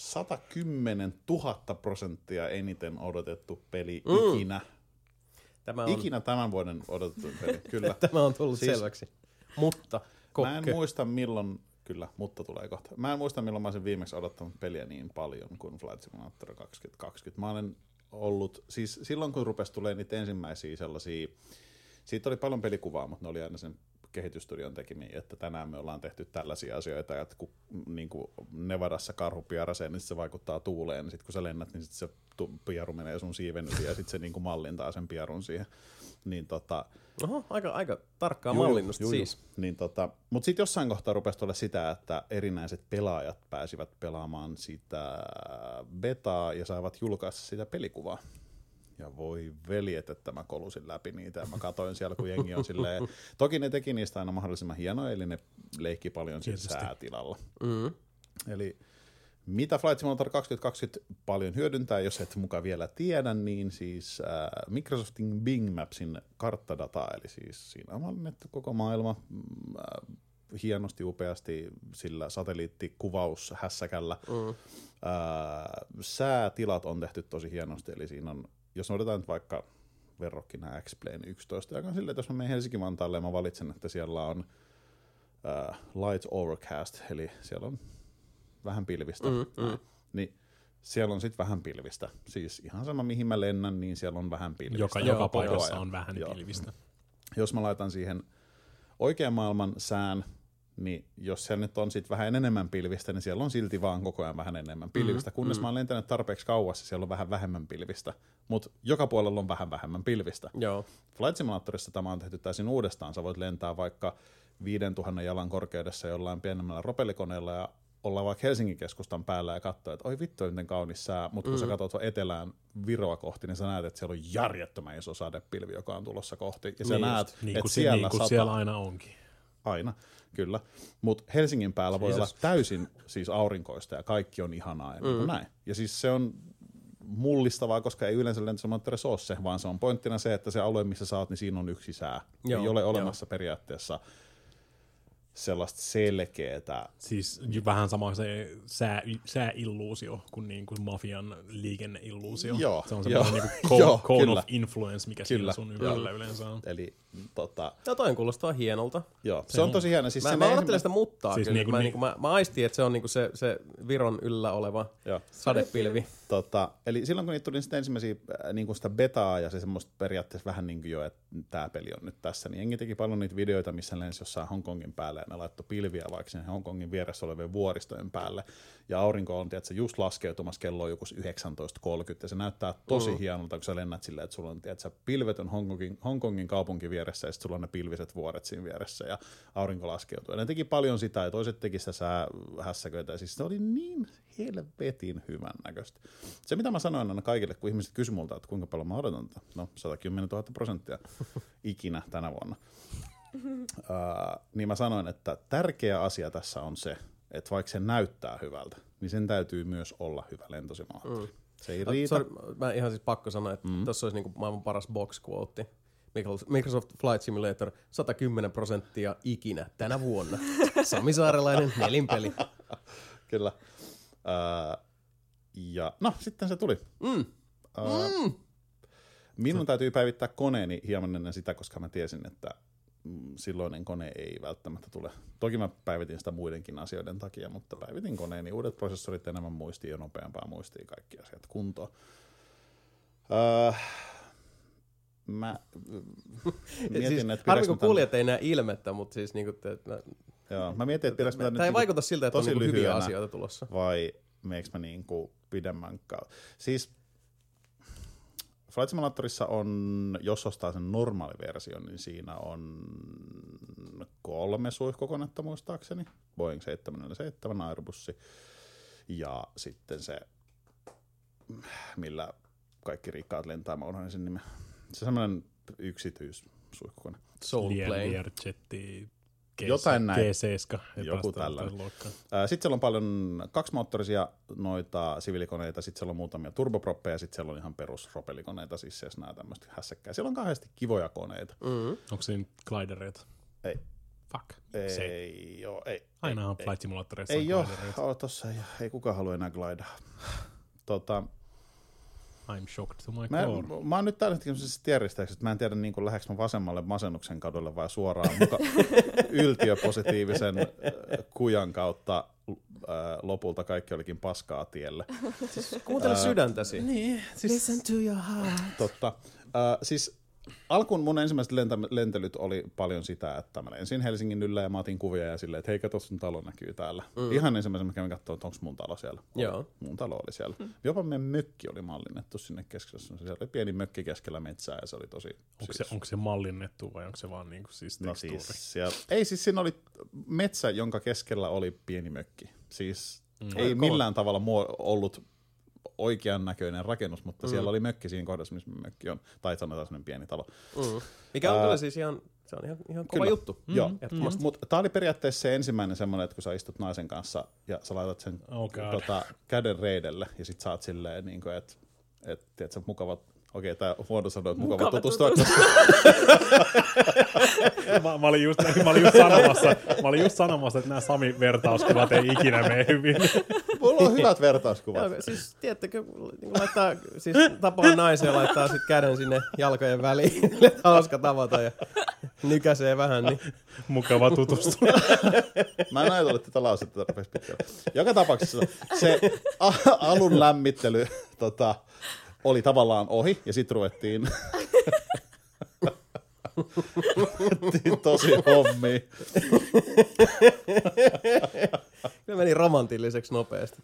Speaker 3: 110 000% eniten odotettu peli ikinä. Ikinä tämän vuoden odotettu peli, kyllä.
Speaker 1: Tämä on tullut selväksi. Mutta
Speaker 3: mä en muista milloin, kyllä, mutta tulee kohta. Mä en muista milloin mä olisin viimeksi odottanut peliä niin paljon kuin Flight Simulator 2020. Mä olen ollut, siis silloin kun rupesi tulemaan niitä ensimmäisiä sellaisia, siitä oli paljon pelikuvaa, mutta ne oli aina sen kehitysstudion tekemiä, että tänään me ollaan tehty tällaisia asioita, että kun niin kuin Nevadassa karhu pierasee, niin se vaikuttaa tuuleen, niin sitten kun sä lennät, niin sit se pieru menee sun siiven yli, ja sitten se niin kuin mallintaa sen pierun siihen. Niin
Speaker 1: Oho, aika tarkkaa mallinnusta siis.
Speaker 3: Niin mutta sitten jossain kohtaa rupesi tulla sitä, että erinäiset pelaajat pääsivät pelaamaan sitä betaa ja saivat julkaista sitä pelikuvaa. Ja voi veljet, että mä kolusin läpi niitä ja mä katoin siellä, kun jengi on silleen. Toki ne teki niistä aina mahdollisimman hienoja, eli ne leikki paljon siinä säätilalla. Eli mitä Flight Simulator 2020 paljon hyödyntää, jos et muka vielä tiedä, niin siis Microsoftin Bing Mapsin karttadataa, eli siis siinä on mallinnettu koko maailma hienosti, upeasti sillä satelliittikuvaushässäkällä. Säätilat on tehty tosi hienosti, eli siinä on, jos otetaan nyt vaikka verrokkina X-Plane 11, joka on silleen, että jos mä menen Helsinki-Vantaalle ja mä valitsen, että siellä on light overcast, eli siellä on vähän pilvistä, niin siellä on sitten vähän pilvistä. Siis ihan sama mihin mä lennän, niin siellä on vähän pilvistä.
Speaker 2: Joka paikassa on vähän pilvistä.
Speaker 3: Jos mä laitan siihen oikean maailman sään, niin jos siellä nyt on sitten vähän enemmän pilvistä, niin siellä on silti vaan koko ajan vähän enemmän pilvistä. Kunnes mä oon lentänyt tarpeeksi kauas, siellä on vähän vähemmän pilvistä. Mutta joka puolella on vähän vähemmän pilvistä.
Speaker 1: Joo.
Speaker 3: Flight Simulatorissa tämä on tehty täysin uudestaan. Sä voit lentää vaikka 5000 jalan korkeudessa jollain pienemmällä ropellikoneella ja ollaan vaikka Helsingin keskustan päällä ja katsoo, että oi vittu, miten kaunis sää, mutta kun sä katsot etelään Viroa kohti, niin sä näet, että siellä on järjettömän iso sadepilvi, joka on tulossa kohti. Ja sä näet, että
Speaker 2: siellä aina onkin.
Speaker 3: Aina, kyllä. Mutta Helsingin päällä voi olla täysin siis aurinkoista ja kaikki on ihanaa ja niin näin. Ja siis se on mullistavaa, koska ei yleensä lentosomoottorissa ole se, vaan se on pointtina se, että se alue, missä sä oot, niin siinä on yksi sää. Joo, ei ole olemassa periaatteessa sellaista selkeätä.
Speaker 2: Siis vähän sama se sääilluusio kuin niinku mafian liikenneilluusio.
Speaker 3: Joo,
Speaker 2: se on semmoinen niinku cone of influence, mikä siinä sun ympärillä yleensä on.
Speaker 3: Eli
Speaker 1: toi kuulostaa hienolta.
Speaker 3: Joo, se on tosi hieno. Siis
Speaker 1: mä ajattelen sitä muttaa siis kyllä. Mä aistin, että se on niinku se Viron yllä oleva sadepilvi.
Speaker 3: Eli silloin kun niitä tuli sitten ensimmäisiä niinku sitä betaa ja se semmoista periaatteessa vähän niin kuin jo, että tää peli on nyt tässä, niin jengi teki paljon niitä videoita, missä lensi jossain Hongkongin päälle ja ne laittoi pilviä vaikka sen Hongkongin vieressä olevien vuoristojen päälle. Ja aurinko on, tiedätkö, just laskeutumassa, kello on joku 19.30 ja se näyttää tosi hienolta, kun sä lennät silleen, että sulla on, tiedätkö, pilvet on Hongkongin kaupunki vieressä ja sitten sulla on ne pilviset vuoret siinä vieressä ja aurinko laskeutuu. Ja ne teki paljon sitä ja toiset teki sitä säähässäköitä ja siis se oli niin helvetin hyvän näköistä. Se mitä mä sanoin aina kaikille, kun ihmiset kysy multa, että kuinka paljon mä odotan, no 110 000% ikinä tänä vuonna. Niin mä sanoin, että tärkeä asia tässä on se, että vaikka se näyttää hyvältä, niin sen täytyy myös olla hyvä lentosimulaattori. Se ei riitä.
Speaker 1: Sorry, mä ihan siis pakko sanoa, että tossa olisi niinku maailman paras box-quote. Microsoft Flight Simulator 110% ikinä tänä vuonna. Sami Saarelainen, nelinpeli.
Speaker 3: Kyllä. Ja no, sitten se tuli. Minun täytyy päivittää koneeni hieman ennen sitä, koska mä tiesin, että silloinen kone ei välttämättä tule. Toki mä päivitin sitä muidenkin asioiden takia, mutta päivitin koneeni. Uudet prosessorit enemmän muistiin ja nopeampaa muistiin kaikki asiat kuntoon. Mä mietin,
Speaker 1: siis,
Speaker 3: että
Speaker 1: harmi kun kuulijat ei näe ilmettä, mutta siis niinku
Speaker 3: joo, mä mietin, että pidäks mä
Speaker 1: tämä ei vaikuta siltä, että on niinku hyviä asioita tulossa.
Speaker 3: Vai meekö mä niinku pidemmän kautta? Siis Flight Simulatorissa on, jos ostaa sen normaaliversion, niin siinä on 3 suihkukonetta muistaakseni. Boeing 747 Airbussi. Ja sitten se, millä kaikki rikkaat lentää, mä unohdin sen nimen. Se semmoinen yksityissuihkukone.
Speaker 1: Soulplane.
Speaker 2: Learjetti.
Speaker 3: Jotain näin.
Speaker 2: G7.
Speaker 3: Joku tällainen. Sitten siellä on paljon kaksimoottorisia noita siviilikoneita, sitten siellä on muutamia turboproppeja, sitten siellä on ihan perusropelikoneita, siis nämä tämmöistä hässäkkää. Siellä on kahdesti kivoja koneita.
Speaker 2: Onko siinä glidereita?
Speaker 3: Ei.
Speaker 2: Fuck.
Speaker 3: Ei joo, ei.
Speaker 2: Aina on Flight Simulatorissa
Speaker 3: ei joo, tossa ei kukaan halua enää glidea.
Speaker 2: I'm shocked to my core.
Speaker 3: Mä oon nyt tällä hetkellä tieristeeksi, että mä en tiedä niin lähdekö mä vasemmalle masennuksen kadulle vai suoraan yltiöpositiivisen kujan kautta lopulta kaikki olikin paskaa tielle.
Speaker 1: Siis kuuntele sydäntäsi.
Speaker 2: Niin,
Speaker 1: siis, listen to your heart.
Speaker 3: Totta. Siis alkuun mun ensimmäiset lentelyt oli paljon sitä, että mä lensin Helsingin yllä ja mä otin kuvia ja silleen, että hei, kato, sun talo näkyy täällä. Ihan ensimmäisenä mä kävin katsoa, että onko mun talo siellä.
Speaker 1: Joo.
Speaker 3: Mun talo oli siellä. Jopa meidän mökki oli mallinnettu sinne keskellä. Siellä oli pieni mökki keskellä metsää ja se oli tosi...
Speaker 2: Onko se mallinnettu vai onko se vaan niinku siis tekstuuri?
Speaker 3: No siis ei, siis siinä oli metsä, jonka keskellä oli pieni mökki. Siis ei millään tavalla ollut oikean näköinen rakennus, mutta siellä oli mökki siinä kohdassa, missä mökki on. Tai sanotaan sellainen pieni talo.
Speaker 1: Mikä on kyllä siis se on ihan kova juttu.
Speaker 3: Joo, mutta tää oli periaatteessa se ensimmäinen semmoinen, että kun sä istut naisen kanssa ja sä laitat sen käden reidelle ja sit saat silleen, niin kuin, että tiedätkö, mukavat. Okei, tää on huono sanoa, että mukava tutustua.
Speaker 2: Mä olin just sanomassa, että nämä Sami-vertauskuvat ei ikinä mene hyvin.
Speaker 3: Mulla on hyvät vertauskuvat.
Speaker 1: Ja, siis tiedättekö, niin laittaa, siis tapaa naisen ja laittaa sit käden sinne jalkojen väliin. Hauska tavata ja nykäisee vähän. Niin.
Speaker 2: Mukava tutustua.
Speaker 3: Mä en ajatellut tätä lausetta tarpeeksi pitkällä. Joka tapauksessa se alun lämmittely oli tavallaan ohi, ja sitten ruvettiin tosi hommiin.
Speaker 1: Kyllä meni romantilliseksi nopeasti.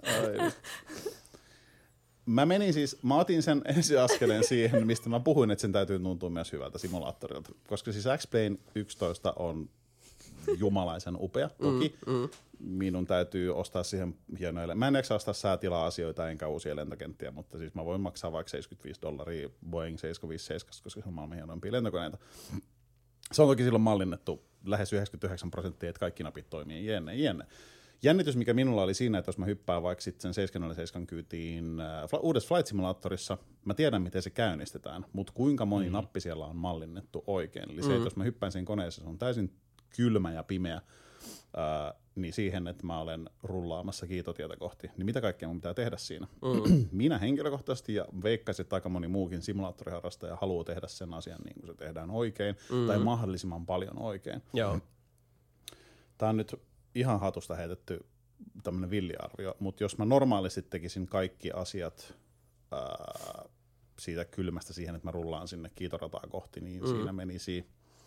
Speaker 3: Mä otin sen ensiaskeleen siihen, mistä mä puhuin, että sen täytyy tuntua myös hyvältä simulaattorilta. Koska siis X-Plane 11 on jumalaisen upea. Toki minun täytyy ostaa siihen hienoille. Mä en jaksa ostaa säätila-asioita enkä uusia lentokenttiä, mutta siis mä voin maksaa vaikka $75 Boeing 757, koska se on maailman hienoimpia lentokoneita. Se on toki silloin mallinnettu lähes 99%, että kaikki napit toimii jenne. Jännitys, mikä minulla oli siinä, että jos mä hyppään vaikka sitten sen 707 kyytiin uudessa Flight Simulatorissa, mä tiedän, miten se käynnistetään, mutta kuinka moni nappi siellä on mallinnettu oikein. Eli se, että jos mä hyppään sen koneessa, se on täysin kylmä ja pimeä, niin siihen, että mä olen rullaamassa kiitotietä kohti, niin mitä kaikkea mun pitää tehdä siinä? Minä henkilökohtaisesti ja veikkaisin, että aika moni muukin simulaattoriharrastaja haluaa tehdä sen asian niin kuin se tehdään oikein, tai mahdollisimman paljon oikein.
Speaker 1: Joo.
Speaker 3: Tää on nyt ihan hatusta heitetty tämmönen villiarvio, mutta jos mä normaalisti tekisin kaikki asiat siitä kylmästä siihen, että mä rullaan sinne kiitorataa kohti, niin siinä menisi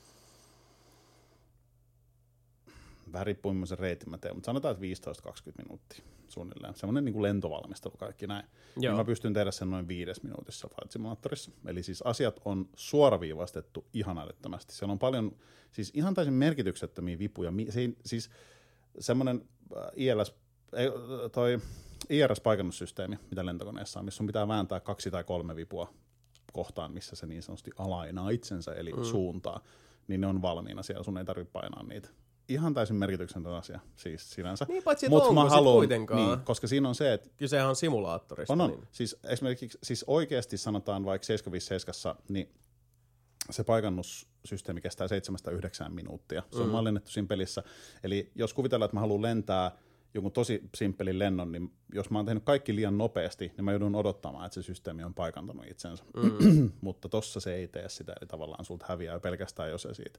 Speaker 3: vähän riippuu millaisen reitin mä teen, mutta sanotaan, että 15-20 minuuttia suunnilleen. Semmoinen niin kuin lentovalmistelu, kaikki näin. Niin mä pystyn tehdä sen noin 5 minuutissa Flight Simulatorissa. Eli siis asiat on suoraviivastettu ihan älyttömästi. Siellä on paljon, siis ihan täysin merkityksettömiä vipuja. Siis semmoinen IRS-paikannussysteemi, mitä lentokoneessa on, missä sun pitää vääntää 2 tai 3 vipua kohtaan, missä se niin sanotusti alainaa itsensä, eli suuntaa, niin ne on valmiina siellä, sun ei tarvitse painaa niitä. Ihan täysin merkityksetön asia siis sinänsä.
Speaker 1: Niin, paitsi että onko sit kuitenkaan.
Speaker 3: Niin, koska siinä on se, että
Speaker 1: kysehän on simulaattorista.
Speaker 3: On.
Speaker 1: Niin.
Speaker 3: Siis esimerkiksi siis oikeasti sanotaan vaikka 757, niin se paikannussysteemi kestää 7-9 minuuttia. Se on mallinnettu siinä pelissä. Eli jos kuvitellaan, että mä haluan lentää jonkun tosi simppelin lennon, niin jos mä oon tehnyt kaikki liian nopeasti, niin mä joudun odottamaan, että se systeemi on paikantanut itsensä. Mutta tossa se ei tee sitä, eli tavallaan sulta häviää pelkästään jo se siitä.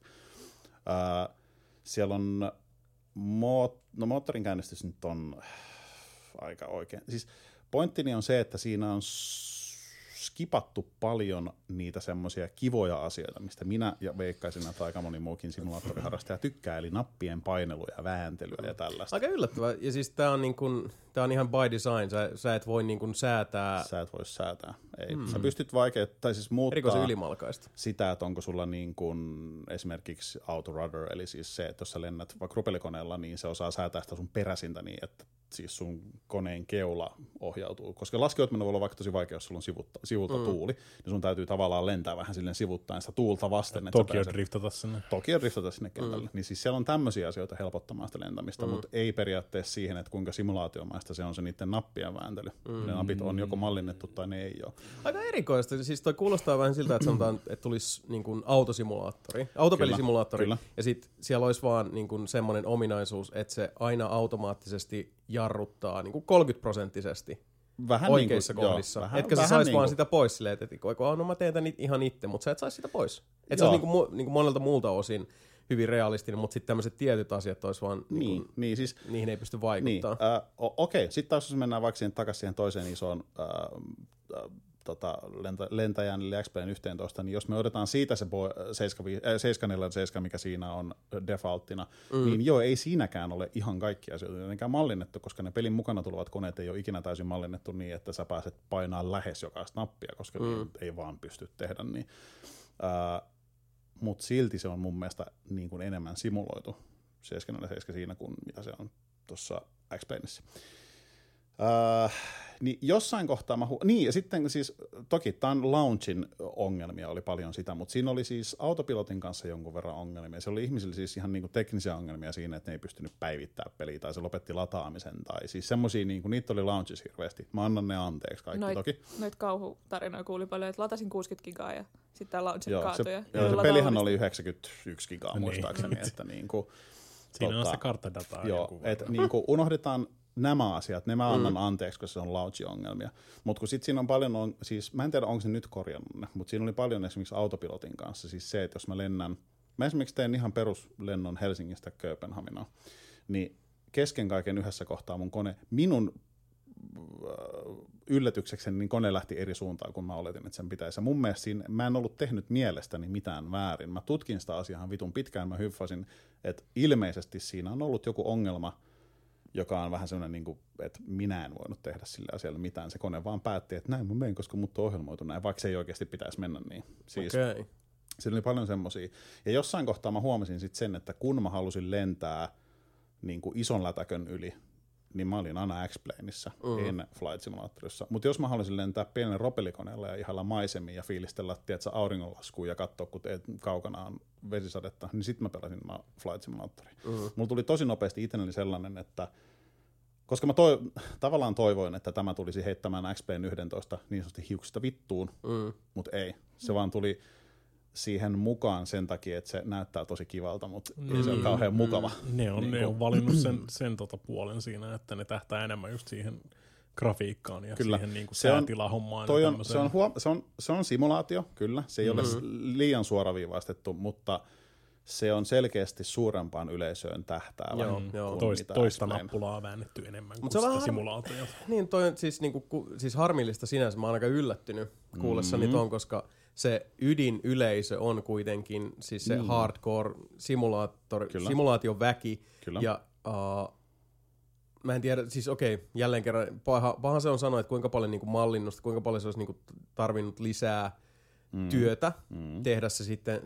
Speaker 3: Siellä on, moottorin käynnistys nyt on aika oikein. Siis pointtini on se, että siinä on skipattu paljon niitä semmoisia kivoja asioita, mistä minä ja veikkaisin, että aika moni muukin simulaattoriharrastaja tykkää, eli nappien painelua ja vääntelyä ja tällaista.
Speaker 1: Aika yllättävää, ja siis tää on ihan by design, sä et voi niin kuin säätää.
Speaker 3: Sä et voi säätää, ei. Sä pystyt tai siis muuttaa sitä, että onko sulla niin kuin esimerkiksi autorudder, eli siis se, että jos sä lennät vaikka propellikoneella, niin se osaa säätää sitä sun peräsintä niin, että siis sun koneen keula ohjautuu, koska laskeutuminen voi olla vaikka tosi vaikea, jos sulla on sivulta tuuli, niin sun täytyy tavallaan lentää vähän silleen sivuttaen sitä tuulta vasten.
Speaker 2: Tokio driftata sinne
Speaker 3: kentälle. Niin siis siellä on tämmöisiä asioita helpottamaan sitä lentämistä, mutta ei periaatteessa siihen, että kuinka simulaatiomaista se on se niiden nappien vääntely. Ne napit on joko mallinnettu tai ne ei ole.
Speaker 1: Aika erikoista. Siis toi kuulostaa vähän siltä, että sanotaan, että tulisi niin kuin autosimulaattori, autopelisimulaattori, kyllä. Ja sit siellä olisi vaan niin kuin semmoinen ominaisuus, että se aina automaattisesti jarruttaa niin kuin 30%
Speaker 3: vähän
Speaker 1: oikeissa
Speaker 3: niin kuin,
Speaker 1: kohdissa. Joo, etkä sä sais niin vaan sitä pois silleen, että mä teen tän ihan itse, mutta sä et sais sitä pois. Et se on niin kuin monelta muulta osin hyvin realistinen, mutta sitten tämmöiset tietyt asiat olisi vaan, niin siis, niihin ei pysty vaikuttaa.
Speaker 3: Niin, okei, sitten taas jos mennään vaikka takaisin siihen toiseen isoon lentäjän, eli X-Plane 11, niin jos me otetaan siitä se 747, mikä siinä on defaulttina, niin joo, ei siinäkään ole ihan kaikkia asioita jotenkään mallinnettu, koska ne pelin mukana tulevat koneet ei ole ikinä täysin mallinnettu niin, että sä pääset painaa lähes jokaista nappia, koska ei vaan pysty tehdä niin. Mutta silti se on mun mielestä niin kuin enemmän simuloitu 747 siinä kuin mitä se on tuossa X-Planeissa. Niin jossain kohtaa niin ja sitten siis toki tämän launchin ongelmia oli paljon sitä, mutta siinä oli siis autopilotin kanssa jonkun verran ongelmia. Se oli ihmisillä siis ihan niinku teknisiä ongelmia siinä, että ne ei pystynyt päivittämään peliä tai se lopetti lataamisen tai siis semmosia niinku niitä oli launchissa hirveästi. Mä annan ne anteeksi kaikki toki.
Speaker 4: Noit kauhutarinoja kuuli paljon, että latasin 60 gigaa ja sitten tää launch kaatui.
Speaker 3: Se pelihän oli 91 gigaa muistaakseni, että niinku
Speaker 2: siinä on se karttadataa.
Speaker 3: Joo, että niinku unohdetaan nämä asiat, ne mä annan anteeksi, koska se on launch-ongelmia. Mutta kun sitten siinä on paljon, siis mä en tiedä, onko se nyt korjannut ne, mutta siinä oli paljon esimerkiksi autopilotin kanssa, siis se, että jos mä esimerkiksi teen ihan peruslennon Helsingistä Kööpenhaminaan, niin kesken kaiken yhdessä kohtaa minun yllätyksekseni niin kone lähti eri suuntaan, kun mä oletin, että sen pitäisi. Ja mun mielestä siinä, mä en ollut tehnyt mielestäni mitään väärin. Mä tutkin sitä asiaa vitun pitkään, mä hyffasin, että ilmeisesti siinä on ollut joku ongelma, joka on vähän sellainen, että minä en voinut tehdä sillä asialla mitään. Se kone vaan päätti, että näin mä menen, koska mut on ohjelmoitu näin, vaikka se ei oikeasti pitäisi mennä niin. Siis, Siinä oli paljon semmosia. Ja jossain kohtaa mä huomasin sitten sen, että kun mä halusin lentää niin kuin ison lätäkön yli, niin mä olin aina X-Planeissa, en Flight Simulatorissa. Mutta jos mä haluaisin lentää pienen ropelikoneella ja ihailla maisemia ja fiilistellä, tiedätkö, auringonlaskuun ja katsoa, kun kaukana on vesisadetta, niin sitten mä pelasin Flight Simulatoria. Mulla tuli tosi nopeasti itselleni sellainen, että koska mä tavallaan toivoin, että tämä tulisi heittämään XP11 niin sanotusti hiuksista vittuun, mutta ei. Se vaan tuli siihen mukaan sen takia, että se näyttää tosi kivalta, mutta ei se ole kauhean mukava.
Speaker 2: Ne on valinnut sen puolen siinä, että ne tähtää enemmän just siihen grafiikkaan ja kyllä, siihen niinku säätilahommaan.
Speaker 3: Se on simulaatio, kyllä. Se ei ole liian suoraviivaistettu, mutta se on selkeästi suurempaan yleisöön tähtäävä.
Speaker 2: Toista nappulaa väännetty enemmän kuin sitä simulaatiota.
Speaker 1: Niin, toi on siis harmillista sinänsä. Mä oon aika yllättynyt kuullessani ton, koska se ydinyleisö on kuitenkin siis se hardcore simulaation väki. Kyllä. Ja mä en tiedä, siis jälleen kerran, paha se on sanoa, että kuinka paljon niinku mallinnusta, kuinka paljon se olisi niinku tarvinnut lisää työtä tehdä se sitten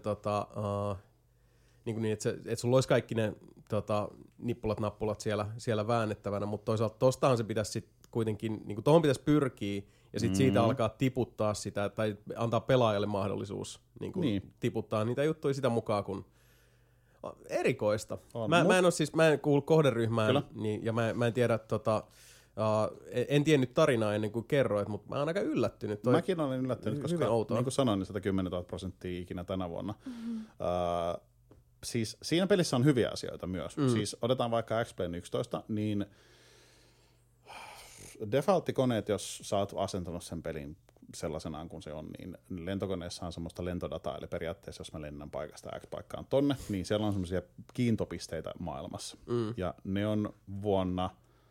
Speaker 1: niin, että sulla olisi kaikki ne nappulat siellä väännettävänä, mutta toisaalta tostahan se pitäisi sit kuitenkin, niin tohon pitäisi pyrkiä, ja sitten siitä alkaa tiputtaa sitä, tai antaa pelaajalle mahdollisuus niin. tiputtaa niitä juttuja sitä mukaan, kun erikoista. Mä en kuulu kohderyhmään, ja mä en tiedä, en tiennyt tarinaa ennen kuin kerroit, mutta mä oon aika yllättynyt.
Speaker 3: Mäkin olen yllättynyt, koska niin kuin sanoin, niin 110 000% ikinä tänä vuonna. Siis siinä pelissä on hyviä asioita myös. Siis otetaan vaikka XP11, niin defaulttikoneet, jos sä oot asentanut sen pelin sellaisenaan kuin se on, niin lentokoneessa on semmoista lentodataa, eli periaatteessa jos mä lennän paikasta X paikkaan tonne, niin siellä on semmoisia kiintopisteitä maailmassa. Ja ne on vuonna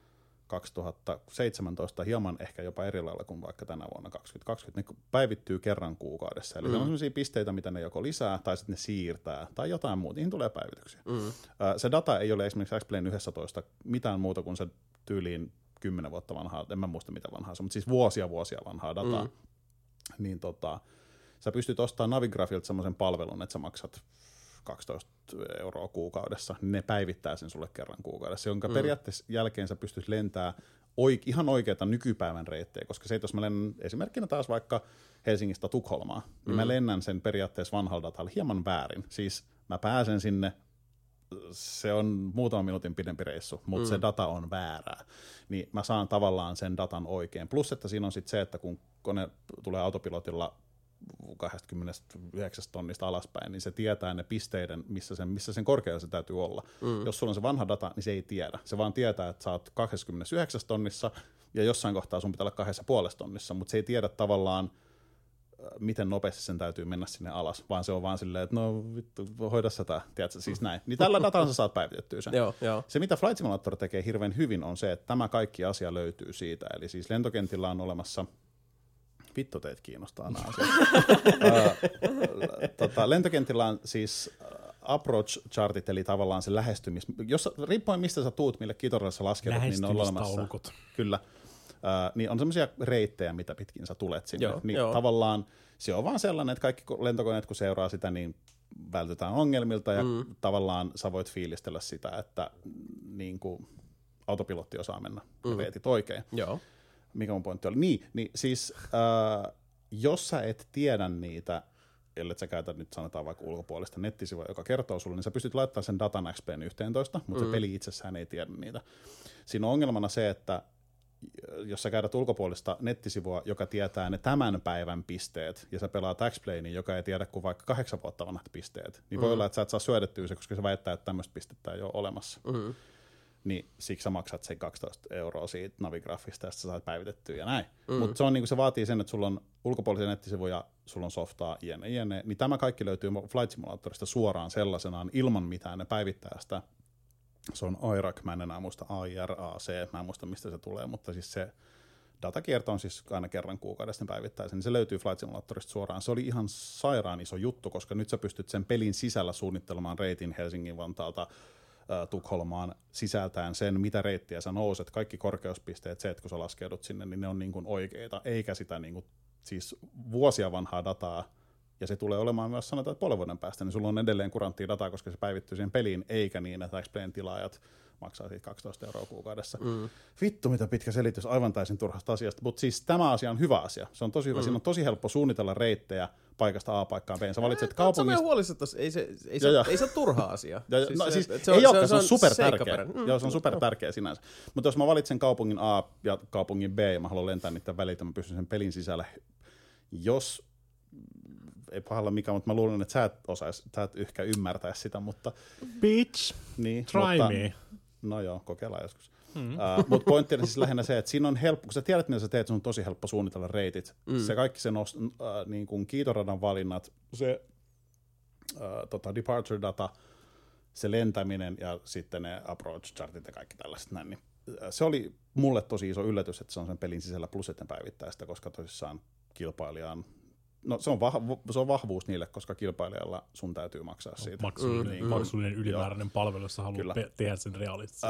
Speaker 3: 2017 hieman ehkä jopa eri lailla kuin vaikka tänä vuonna 2020. Ne päivittyy kerran kuukaudessa. Eli se on sellaisia pisteitä, mitä ne joko lisää tai sitten ne siirtää tai jotain muuta. Niihin tulee päivityksiä. Se data ei ole esimerkiksi X-Plane 11 mitään muuta kuin se tyyliin 10 vuotta vanhaa, en mä muista mitä vanhaa se on, mutta siis vuosia vanhaa dataa. Niin sä pystyt ostamaan Navigrafilta semmoisen palvelun, että sä maksat 12 € kuukaudessa, niin ne päivittää sen sulle kerran kuukaudessa, jonka periaatteessa jälkeen sä pystyt lentämään ihan oikeita nykypäivän reittejä, koska se, että jos mä lennän esimerkkinä taas vaikka Helsingistä Tukholmaan, niin mä lennän sen periaatteessa vanhalla datalla hieman väärin. Siis mä pääsen sinne, se on muutaman minuutin pidempi reissu, mutta se data on väärää. Niin mä saan tavallaan sen datan oikein. Plus, että siinä on sitten se, että kun kone tulee autopilotilla 29 tonnista alaspäin, niin se tietää ne pisteiden, missä sen korkealla se täytyy olla. Jos sulla on se vanha data, niin se ei tiedä. Se vaan tietää, että sä oot 29 tonnissa ja jossain kohtaa sun pitää olla 2,5 tonnissa, mutta se ei tiedä tavallaan, miten nopeasti sen täytyy mennä sinne alas, vaan se on vaan silleen, että no vittu, hoida sitä, tiedätkö, siis näin. Niin tällä datalla sä saat päivitettyä sen.
Speaker 1: Joo.
Speaker 3: Se, mitä Flight Simulator tekee hirveän hyvin, on se, että tämä kaikki asia löytyy siitä. Eli siis lentokentillä on olemassa, vittu teitä kiinnostaa nämä asiat. Lentokentillä on siis approach chartit, eli tavallaan se riippuen mistä sä tuut, mille kitorille sä laskeudut, niin on olemassa. Kyllä. Niin on semmoisia reittejä, mitä pitkin sä tulet sinne. Tavallaan se on vaan sellainen, että kaikki lentokoneet, kun seuraa sitä, niin vältytään ongelmilta ja tavallaan sä voit fiilistellä sitä, että niin kuin autopilotti osaa mennä ja reitit oikein.
Speaker 1: Joo.
Speaker 3: Mikä mun pointti oli? Niin siis jos sä et tiedä niitä, ellei sä käytä nyt sanotaan vaikka ulkopuolista nettisivua, joka kertoo sulle, niin sä pystyt laittamaan sen datan XP11, mutta se peli itsessään ei tiedä niitä. Siinä on ongelmana se, että jos sä käydät ulkopuolista nettisivua, joka tietää ne tämän päivän pisteet, ja sä pelaat X-Planea, joka ei tiedä kuin vaikka 8 vuotta vanhat pisteet, niin voi olla, että sä et saa syödettyä se, koska se väittää, että tämmöistä pistettä ei ole olemassa. Niin siksi sä maksat sen 12 € siitä Navigrafista, ja sä saat päivitettyä ja näin. Mutta se, se vaatii sen, että sulla on ulkopuolisia nettisivuja, sulla on softaa, jne. Niin tämä kaikki löytyy Flight Simulatorista suoraan sellaisenaan, ilman mitään ne päivittää sitä. Se on IRAC, mä en enää muista AIRAC, mä en muista mistä se tulee, mutta siis se datakierto on siis aina kerran kuukaudesta päivittää sen, niin se löytyy Flight Simulatorista suoraan. Se oli ihan sairaan iso juttu, koska nyt sä pystyt sen pelin sisällä suunnittelemaan reitin Helsingin Vantaalta Tukholmaan sisältäen sen, mitä reittiä sä nouset, kaikki korkeuspisteet, se, että kun sä laskeudut sinne, niin ne on niin kuin oikeita, eikä sitä niin kuin, siis vuosia vanhaa dataa ja se tulee olemaan myös sanotaan, että puolen vuoden päästä, niin sulla on edelleen kuranttia dataa, koska se päivittyy siihen peliin, eikä niin, että X-Playn tilaajat maksaa siitä 12 € kuukaudessa. Vittu, mitä pitkä selitys aivan täysin turhasta asiasta, mutta siis tämä asia on hyvä asia. Se on tosi hyvä, siinä on tosi helppo suunnitella reittejä paikasta A paikkaan B. Sä valitset kaupungista.
Speaker 1: Sä huolissa, että ei se ole turha asia.
Speaker 3: Se on supertärkeä. Joo, se on supertärkeä sinänsä. Mutta jos mä valitsen kaupungin A ja kaupungin B ja mä haluan lentää niiden välillä, mä pystyn sen pelin sisällä. Jos ei pahalla mikään, mutta mä luulen, että sä et ehkä ymmärtäisi sitä, mutta
Speaker 2: bitch,
Speaker 3: niin,
Speaker 2: try
Speaker 3: mutta,
Speaker 2: me.
Speaker 3: No joo, kokeillaan joskus. Mutta pointti on siis lähinnä se, että siinä on helppo, kun sä tiedät, mitä sä teet, sun on tosi helppo suunnitella reitit. Se kaikki se niin kuin kiitoradan valinnat, se departure data, se lentäminen ja sitten ne approach chartit ja kaikki tällaiset näin, niin se oli mulle tosi iso yllätys, että se on sen pelin sisällä plus etten päivittää sitä, koska tosissaan kilpailijaan, no se on vahvuus niille, koska kilpailijalla sun täytyy maksaa siitä.
Speaker 2: Maksullinen ylimääräinen palvelu, jos sä haluat tehdä sen realistisesti.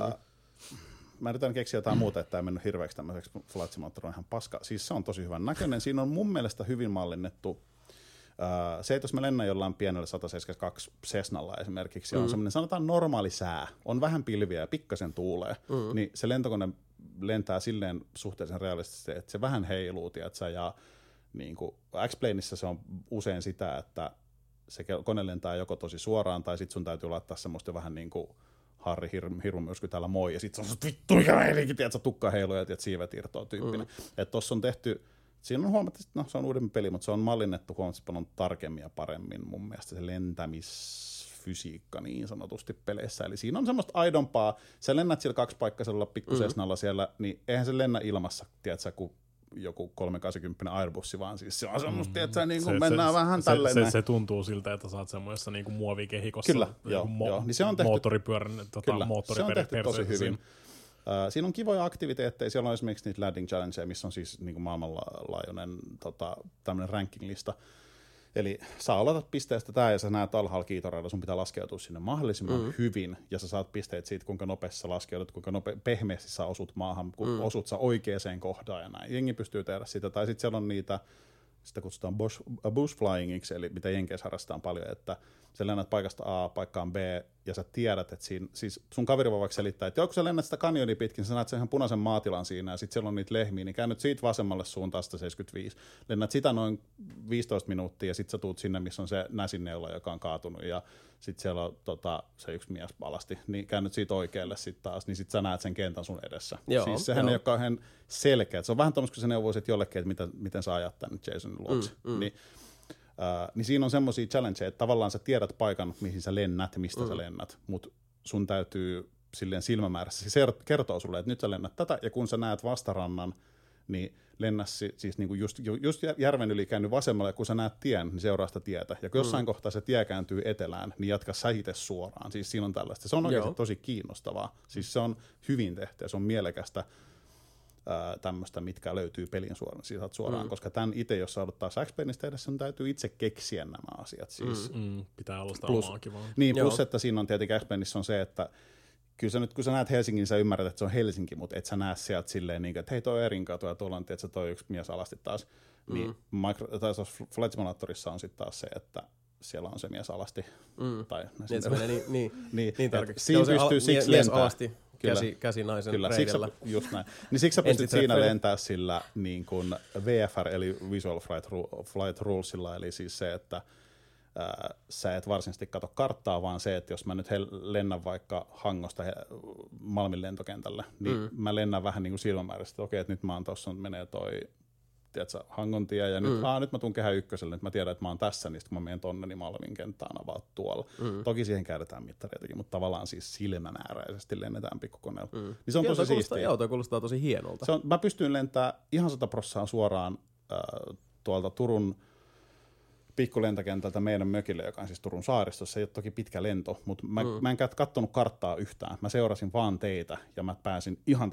Speaker 3: Mä yritän keksiä jotain muuta, että tämä ei mennyt hirveäksi tämmöiseksi Flight Simulator on ihan paska. Siis se on tosi hyvän näköinen. Siinä on mun mielestä hyvin mallinnettu. Se, että jos mä lennän jollain pienellä 172 Cessnalla esimerkiksi, ja on semmoinen sanotaan normaali sää, on vähän pilviä ja pikkasen tuulee, niin se lentokone lentää silleen suhteellisen realistisesti, että se vähän heiluu, tiiätsä, ja niin kuin X-Planeissa se on usein sitä, että se kone lentää joko tosi suoraan, tai sit sun täytyy laittaa semmoista vähän niin kuin Harri Hirmumyrsky täällä moi, ja sit se on vittu mikä meininki, tiiätsä, tukka heiluu ja tiiätsä, siivet irtoaa tyyppinen. Että tossa on tehty, siinä on huomattu, että no, se on uudempi peli, mutta se on mallinnettu huomattavasti paljon tarkemmin ja paremmin mun mielestä se lentämisfysiikka niin sanotusti peleissä. Eli siinä on semmoista aidompaa, sä lennät sillä kaksipaikkaisella pikkusesnalla siellä, niin eihän se lennä ilmassa, tiiätsä, kun joku 380 Airbussi, vaan siis se on semmoista, että niin kuin mennään vähän tälleen.
Speaker 2: Se tuntuu siltä, että sä oot semmoisessa niin kuin muovikehikossa.
Speaker 3: Kyllä, joo. Niin se on tehty,
Speaker 2: moottoripyörän
Speaker 3: se on tehty tosi hyvin. Siinä on kivoja aktiviteetteja, siellä on esimerkiksi niitä Landing Challengeja, missä on siis niin kuin maailmanlaajuinen tämmöinen ranking-lista. Eli sä aloitat pisteestä tää ja sä näet alhaalla kiitorailla, sun pitää laskeutua sinne mahdollisimman hyvin, ja sä saat pisteet siitä, kuinka nopeasti sä laskeudut, kuinka pehmeästi sä osut maahan, kun osut sä oikeaan kohdaan ja näin. Jengi pystyy tehdä sitä, tai sitten siellä on niitä, sitä kutsutaan bush flyingiksi, eli mitä jenkeissä harrastetaan paljon, että sä lennät paikasta A paikkaan B, ja sä tiedät, että siinä, siis sun kaveri voi vaikka selittää, että kun sä lennät sitä kanjonia pitkin, sä näet sen ihan punaisen maatilan siinä, ja sitten siellä on niitä lehmiä, niin käännyt siitä vasemmalle suuntaan 75. Lennät sitä noin 15 minuuttia, ja sitten sä tuut sinne, missä on se näsinneula, joka on kaatunut, ja sitten siellä on se yksi mies palasti, niin käännyt siitä oikealle sitten taas, niin sitten sä näet sen kentän sun edessä.
Speaker 1: Joo,
Speaker 3: siis sehän ei ole kauhean selkeä. Se on vähän tommoista, kun sä neuvoisit jollekin, että miten sä ajat tänne Jasonin luokse. Niin siinä on semmoisia challengeja, että tavallaan sä tiedät paikan, mihin sä lennät, mistä sä lennät, mutta sun täytyy silleen silmämäärässä se kertoo sulle, että nyt sä lennät tätä, ja kun sä näet vastarannan, niin lennä siis niinku just järven yli käänny vasemmalle, ja kun sä näet tien, niin seuraa sitä tietä. Ja kun jossain kohtaa se tie kääntyy etelään, niin jatka sä itse suoraan. Siis siinä on tällaista. Se on oikeasti tosi kiinnostavaa. Siis se on hyvin tehty ja se on mielekästä tämmöistä, mitkä löytyy pelin suoraan. Koska tämän itse, jos sä odottaa X-Playnista tehdä, sun täytyy itse keksiä nämä asiat. Siis.
Speaker 2: Pitää olla sitä omaakin vaan.
Speaker 3: Niin, plus että siinä on tietenkin X-Playnissa on se, että kyllä sä nyt, kun sä näet Helsingin, sä ymmärrät, että se on Helsinki, mutta et sä näe sieltä silleen, että hei, toi Erinkatu ja tuolla on, että toi yksi mies alasti taas. Niin Flight Simulatorissa on sitten taas se, että siellä on se mies alasti. Tai
Speaker 1: niin, se menee niin tarkaksi.
Speaker 3: Siinä pystyy siksi lentää.
Speaker 1: Alasti käsi naisen reidellä.
Speaker 3: Just näin. Niin siksi sä pystyt siinä lentää sillä niin kuin VFR, eli Visual Flight Rulesilla, eli siis se, että sä et varsinaisesti katso karttaa, vaan se, että jos mä nyt lennän vaikka Hangosta Malmin lentokentälle, niin mä lennän vähän niin kuin silmämääräisesti, että okei, että nyt mä oon tossa, menee toi tiedätkö, Hangontie, ja nyt mä tuun Kehä Ykköselle, nyt mä tiedän, että mä oon tässä, niin sitten kun mä menen tonne, niin Malmin kenttään avaat tuolla. Toki siihen käytetään mittareitakin, mutta tavallaan siis silmämääräisesti lennetään pikkukoneella. Niin se on tosi siistiä.
Speaker 1: Joo, toi kuulostaa tosi hienolta.
Speaker 3: Mä pystyin lentämään ihan 100% suoraan tuolta Turun pikkulentokentältä meidän mökille, joka on siis Turun saaristossa. Se ei ole toki pitkä lento, mutta mä en katsonut karttaa yhtään. Mä seurasin vaan teitä, ja mä pääsin ihan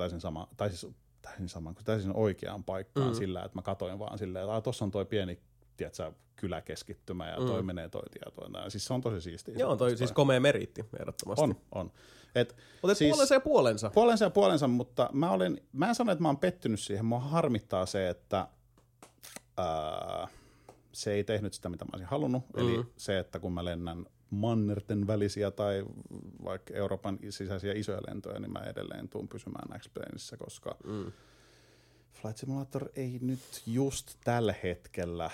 Speaker 3: täysin oikeaan paikkaan sillä, että mä katoin vaan silleen, että tossa on toi pieni, tiedätkö, kyläkeskittymä, ja toi menee toi tie, toi. Siis se on tosi siistiä.
Speaker 1: Joo, toi siis komea meriitti, ehdottomasti.
Speaker 3: On.
Speaker 1: Mutta siis, puolensa ja puolensa.
Speaker 3: Puolensa ja puolensa, mutta mä en sano, että mä oon pettynyt siihen. Mua harmittaa se, että se ei tehnyt sitä, mitä mä olisin halunnut. Eli se, että kun mä lennän mannerten välisiä tai vaikka Euroopan sisäisiä isoja lentoja, niin mä edelleen tuun pysymään X-Planeissa, koska Flight Simulator ei nyt just tällä hetkellä.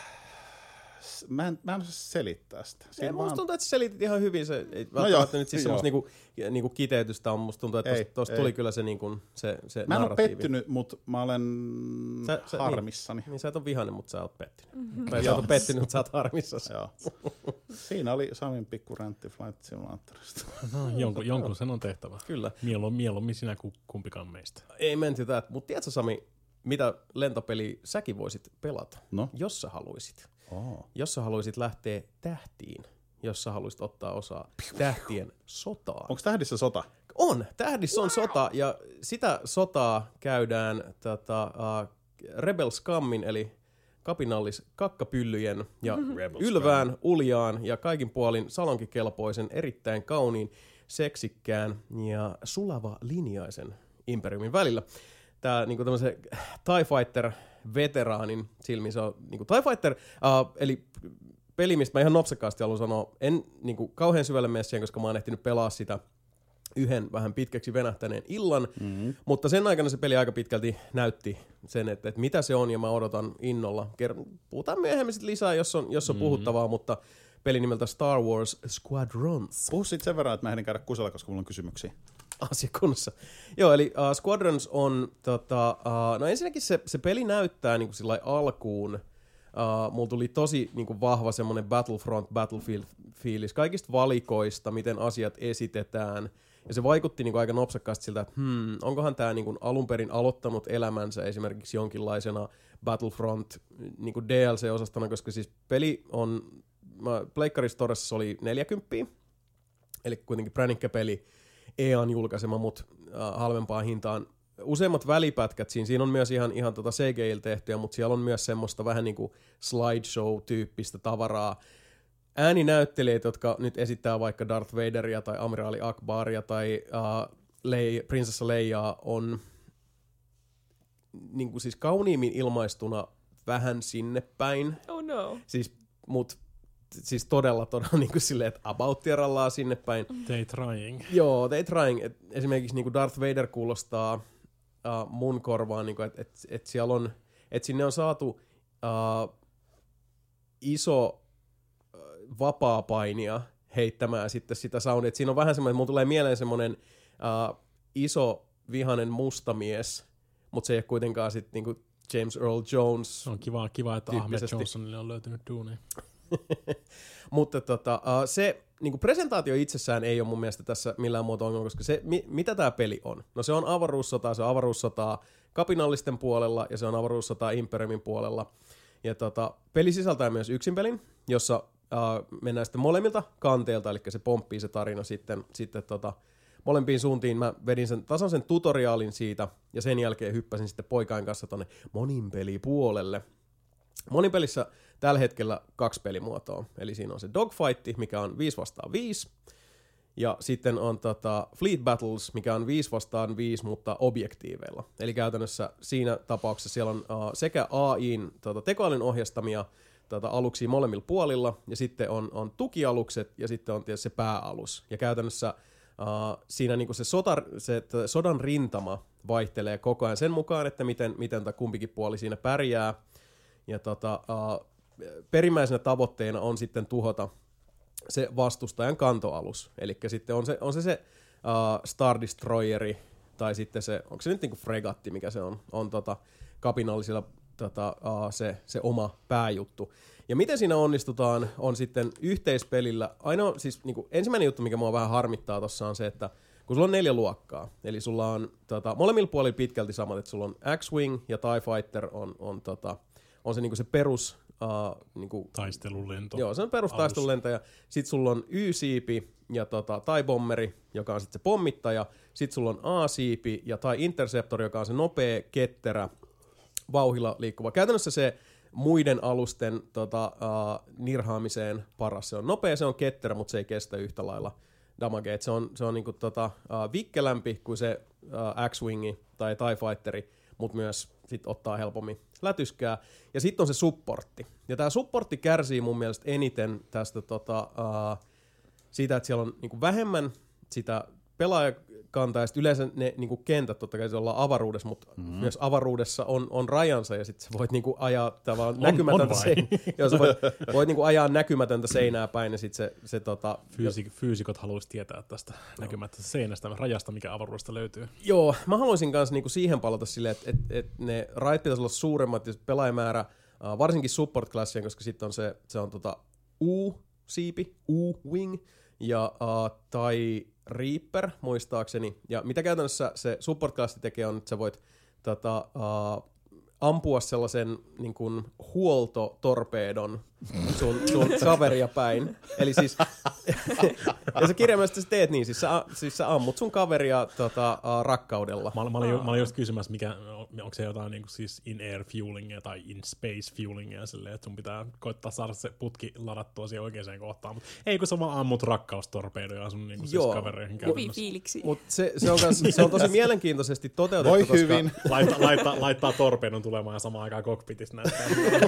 Speaker 3: Mä en osaa selittää sitä.
Speaker 1: Musta tuntuu, että sä selitit ihan hyvin. Se ei välttämättä nyt siis semmoista niinku kiteytystä on. Musta tuntuu, että tosta tuli kyllä se, niinku, se narratiivi.
Speaker 3: Mä en ole pettynyt, mutta mä olen harmissani.
Speaker 1: Niin sä et ole vihainen, mutta sä oot pettynyt. Tai sä et ole pettynyt, mutta sä oot harmissasi.
Speaker 3: Siinä oli Samin pikku räntti Flight Simulatorista.
Speaker 2: No, jonkun sen on tehtävä.
Speaker 1: Kyllä.
Speaker 2: Mieluummin sinä kuin kumpikaan meistä.
Speaker 1: Ei menty tätä. Mutta tiedätkö Sami, mitä lentopeliä säkin voisit pelata, jos sä haluisit? Jos sä haluaisit lähteä tähtiin, jos sä haluaisit ottaa osaa tähtien sotaan.
Speaker 3: Onko tähdissä sota?
Speaker 1: On. Tähdissä on sota, ja sitä sotaa käydään Rebel Scummin, eli kapinallis kakkapyllyjen ja ylvään, uljaan ja kaikin puolin salonkikelpoisen, erittäin kauniin, seksikkään ja sulava linjaisen imperiumin välillä. Tää niinku tämmösen TIE Fighter-veteraanin silmiin se on niinku TIE Fighter, eli peli, mistä mä ihan nopsakkaasti haluan sanoa, en niinku kauhean syvälle mene siihen, koska mä oon ehtinyt pelaa sitä yhden vähän pitkäksi venähtäneen illan, mutta sen aikana se peli aika pitkälti näytti sen, että mitä se on, ja mä odotan innolla. Puhutaan myöhemmin sit lisää, jos on puhuttavaa, mutta peli nimeltä Star Wars Squadrons.
Speaker 3: Puhu sit sen verran, että mä ehdin käydä kusella, koska mulla on kysymyksiä.
Speaker 1: Asiakunnassa. Joo, eli Squadrons on, no ensinnäkin se peli näyttää niin kuin sillai alkuun, mulla tuli tosi niin kuin vahva semmoinen Battlefield-fiilis kaikista valikoista, miten asiat esitetään, ja se vaikutti niin kuin aika nopsakkaasti siltä, että onkohan tämä niin kuin alun perin aloittanut elämänsä esimerkiksi jonkinlaisena Battlefront niin kuin DLC-osastona, koska siis peli on, Pleikkari Storessa oli 40, eli kuitenkin pränikkäpeli, EA:n julkaisema, mutta halvempaan hintaan. Useimmat välipätkät, siinä on myös ihan CGI:llä tehtyjä, mutta siellä on myös semmoista vähän niin kuin slideshow-tyyppistä tavaraa. Ääninäyttelijät, jotka nyt esittää vaikka Darth Vaderia tai Amiraali Akbaria tai prinsessa Leiaa, on niin kuin siis kauniimmin ilmaistuna vähän sinne päin.
Speaker 4: Oh no.
Speaker 1: Siis todella niin kuin silleen, että about tierrallaan sinne päin.
Speaker 2: They trying.
Speaker 1: Joo, they trying. Esimerkiksi niin kuin Darth Vader kuulostaa mun korvaan, niin että siellä on, että sinne on saatu iso vapaapainija heittämään sitten sitä soundia. Että siinä on vähän semmoinen, että mun tulee mieleen semmoinen iso vihainen mustamies, mutta se ei ole kuitenkaan sitten niin kuin James Earl Jones.
Speaker 2: Se on kiva että Ahmed Johnsonille on löytynyt duunia.
Speaker 1: Mutta se niinku presentaatio itsessään ei ole mun mielestä tässä millään muuta ongelma, koska se, mitä tämä peli on? No se on avaruussotaa, se on avaruussotaa kapinallisten puolella ja se on avaruussotaa Imperiumin puolella. Ja peli sisältää myös yksinpelin, jossa mennään sitten molemmilta kanteilta, eli se pomppii se tarina sitten molempiin suuntiin. Mä vedin sen tasaisen tutoriaalin siitä ja sen jälkeen hyppäsin sitten poikain kanssa tonne moninpelipuolelle. Monipelissä tällä hetkellä 2 pelimuotoa, eli siinä on se dogfight, mikä on 5 vastaan 5, ja sitten on Fleet Battles, mikä on 5 vastaan 5, mutta objektiiveilla. Eli käytännössä siinä tapauksessa siellä on sekä AI:n tekoälyn ohjastamia aluksia molemmilla puolilla, ja sitten on tukialukset, ja sitten on tietysti se pääalus. Ja käytännössä siinä niinku se sodan rintama vaihtelee koko ajan sen mukaan, että miten kumpikin puoli siinä pärjää. Ja perimmäisenä tavoitteena on sitten tuhota se vastustajan kantoalus. Eli sitten on se Star Destroyeri, tai sitten onko se nyt niinku fregatti, mikä se on kapinallisilla se oma pääjuttu. Ja miten siinä onnistutaan, on sitten yhteispelillä. Ainoa, siis niinku ensimmäinen juttu, mikä mua vähän harmittaa tossa on se, että kun sulla on 4 luokkaa, eli sulla on molemmilla puolilla pitkälti samat, että sulla on X-Wing ja TIE Fighter on se niinku se perus niinku
Speaker 2: taistelulento.
Speaker 1: Joo, se on perustaistelulento, ja sit sulla on Y-siipi ja TIE Bomberi, joka on sitten se pommittaja. Sit sulla on A-siipi ja TIE Interceptor, joka on se nopea, ketterä, vauhilla liikkuva. Käytännössä se muiden alusten nirhaamiseen paras. Se on nopea, se on ketterä, mutta se ei kestä yhtä lailla damagea. Se on niinku vikkelämpi kuin se X-Wingi tai TIE Fighteri, mutta myös sit ottaa helpommin lätyskää. Ja sitten on se supportti. Ja tämä supportti kärsii mun mielestä eniten tästä siitä, että siellä on niinku vähemmän sitä pelaajakantaa, ja yleensä ne niinku kentät, totta kai se ollaan avaruudessa, mutta myös avaruudessa on rajansa, ja sitten sä voit niinku ajaa tavallaan näkymätöntä seinää. Joo, sä voit niinku ajaa näkymätöntä seinää päin, ja sitten se
Speaker 2: Fyysikot haluaisi tietää tästä näkymättä seinästä, rajasta, mikä avaruudesta löytyy.
Speaker 1: Joo, mä haluaisin kanssa niinku siihen palata silleen, että ne rajat pitäisi olla suuremmat, ja pelaajamäärä, varsinkin support-klassien, koska sitten on se on U-siipi, U-wing, ja tai Reaper, muistaakseni. Ja mitä käytännössä se support-klassi tekee on, että sä voit ampua sellaisen niin kuin huoltotorpeedon sun kaveria päin. Eli siis, ja sä kirjaimellisesti teet niin, siis sä ammut sun kaveria rakkaudella.
Speaker 2: Mä olin just kysymässä, onko se jotain niin kuin siis in-air fuelingia tai in-space fuelingia silleen, että sun pitää koittaa saada se putki ladattua siihen oikeaan kohtaan. Mutta ei, kun sä vaan ammut rakkaustorpeidoja sun niin kuin siis kavereihin käytännössä.
Speaker 4: Hyvin fiiliksi.
Speaker 1: Mutta se on tosi mielenkiintoisesti toteutettu.
Speaker 3: Voi
Speaker 1: koska
Speaker 3: hyvin.
Speaker 2: Laittaa torpeidon tulemaan ja samaan aikaan cockpitissa näyttää.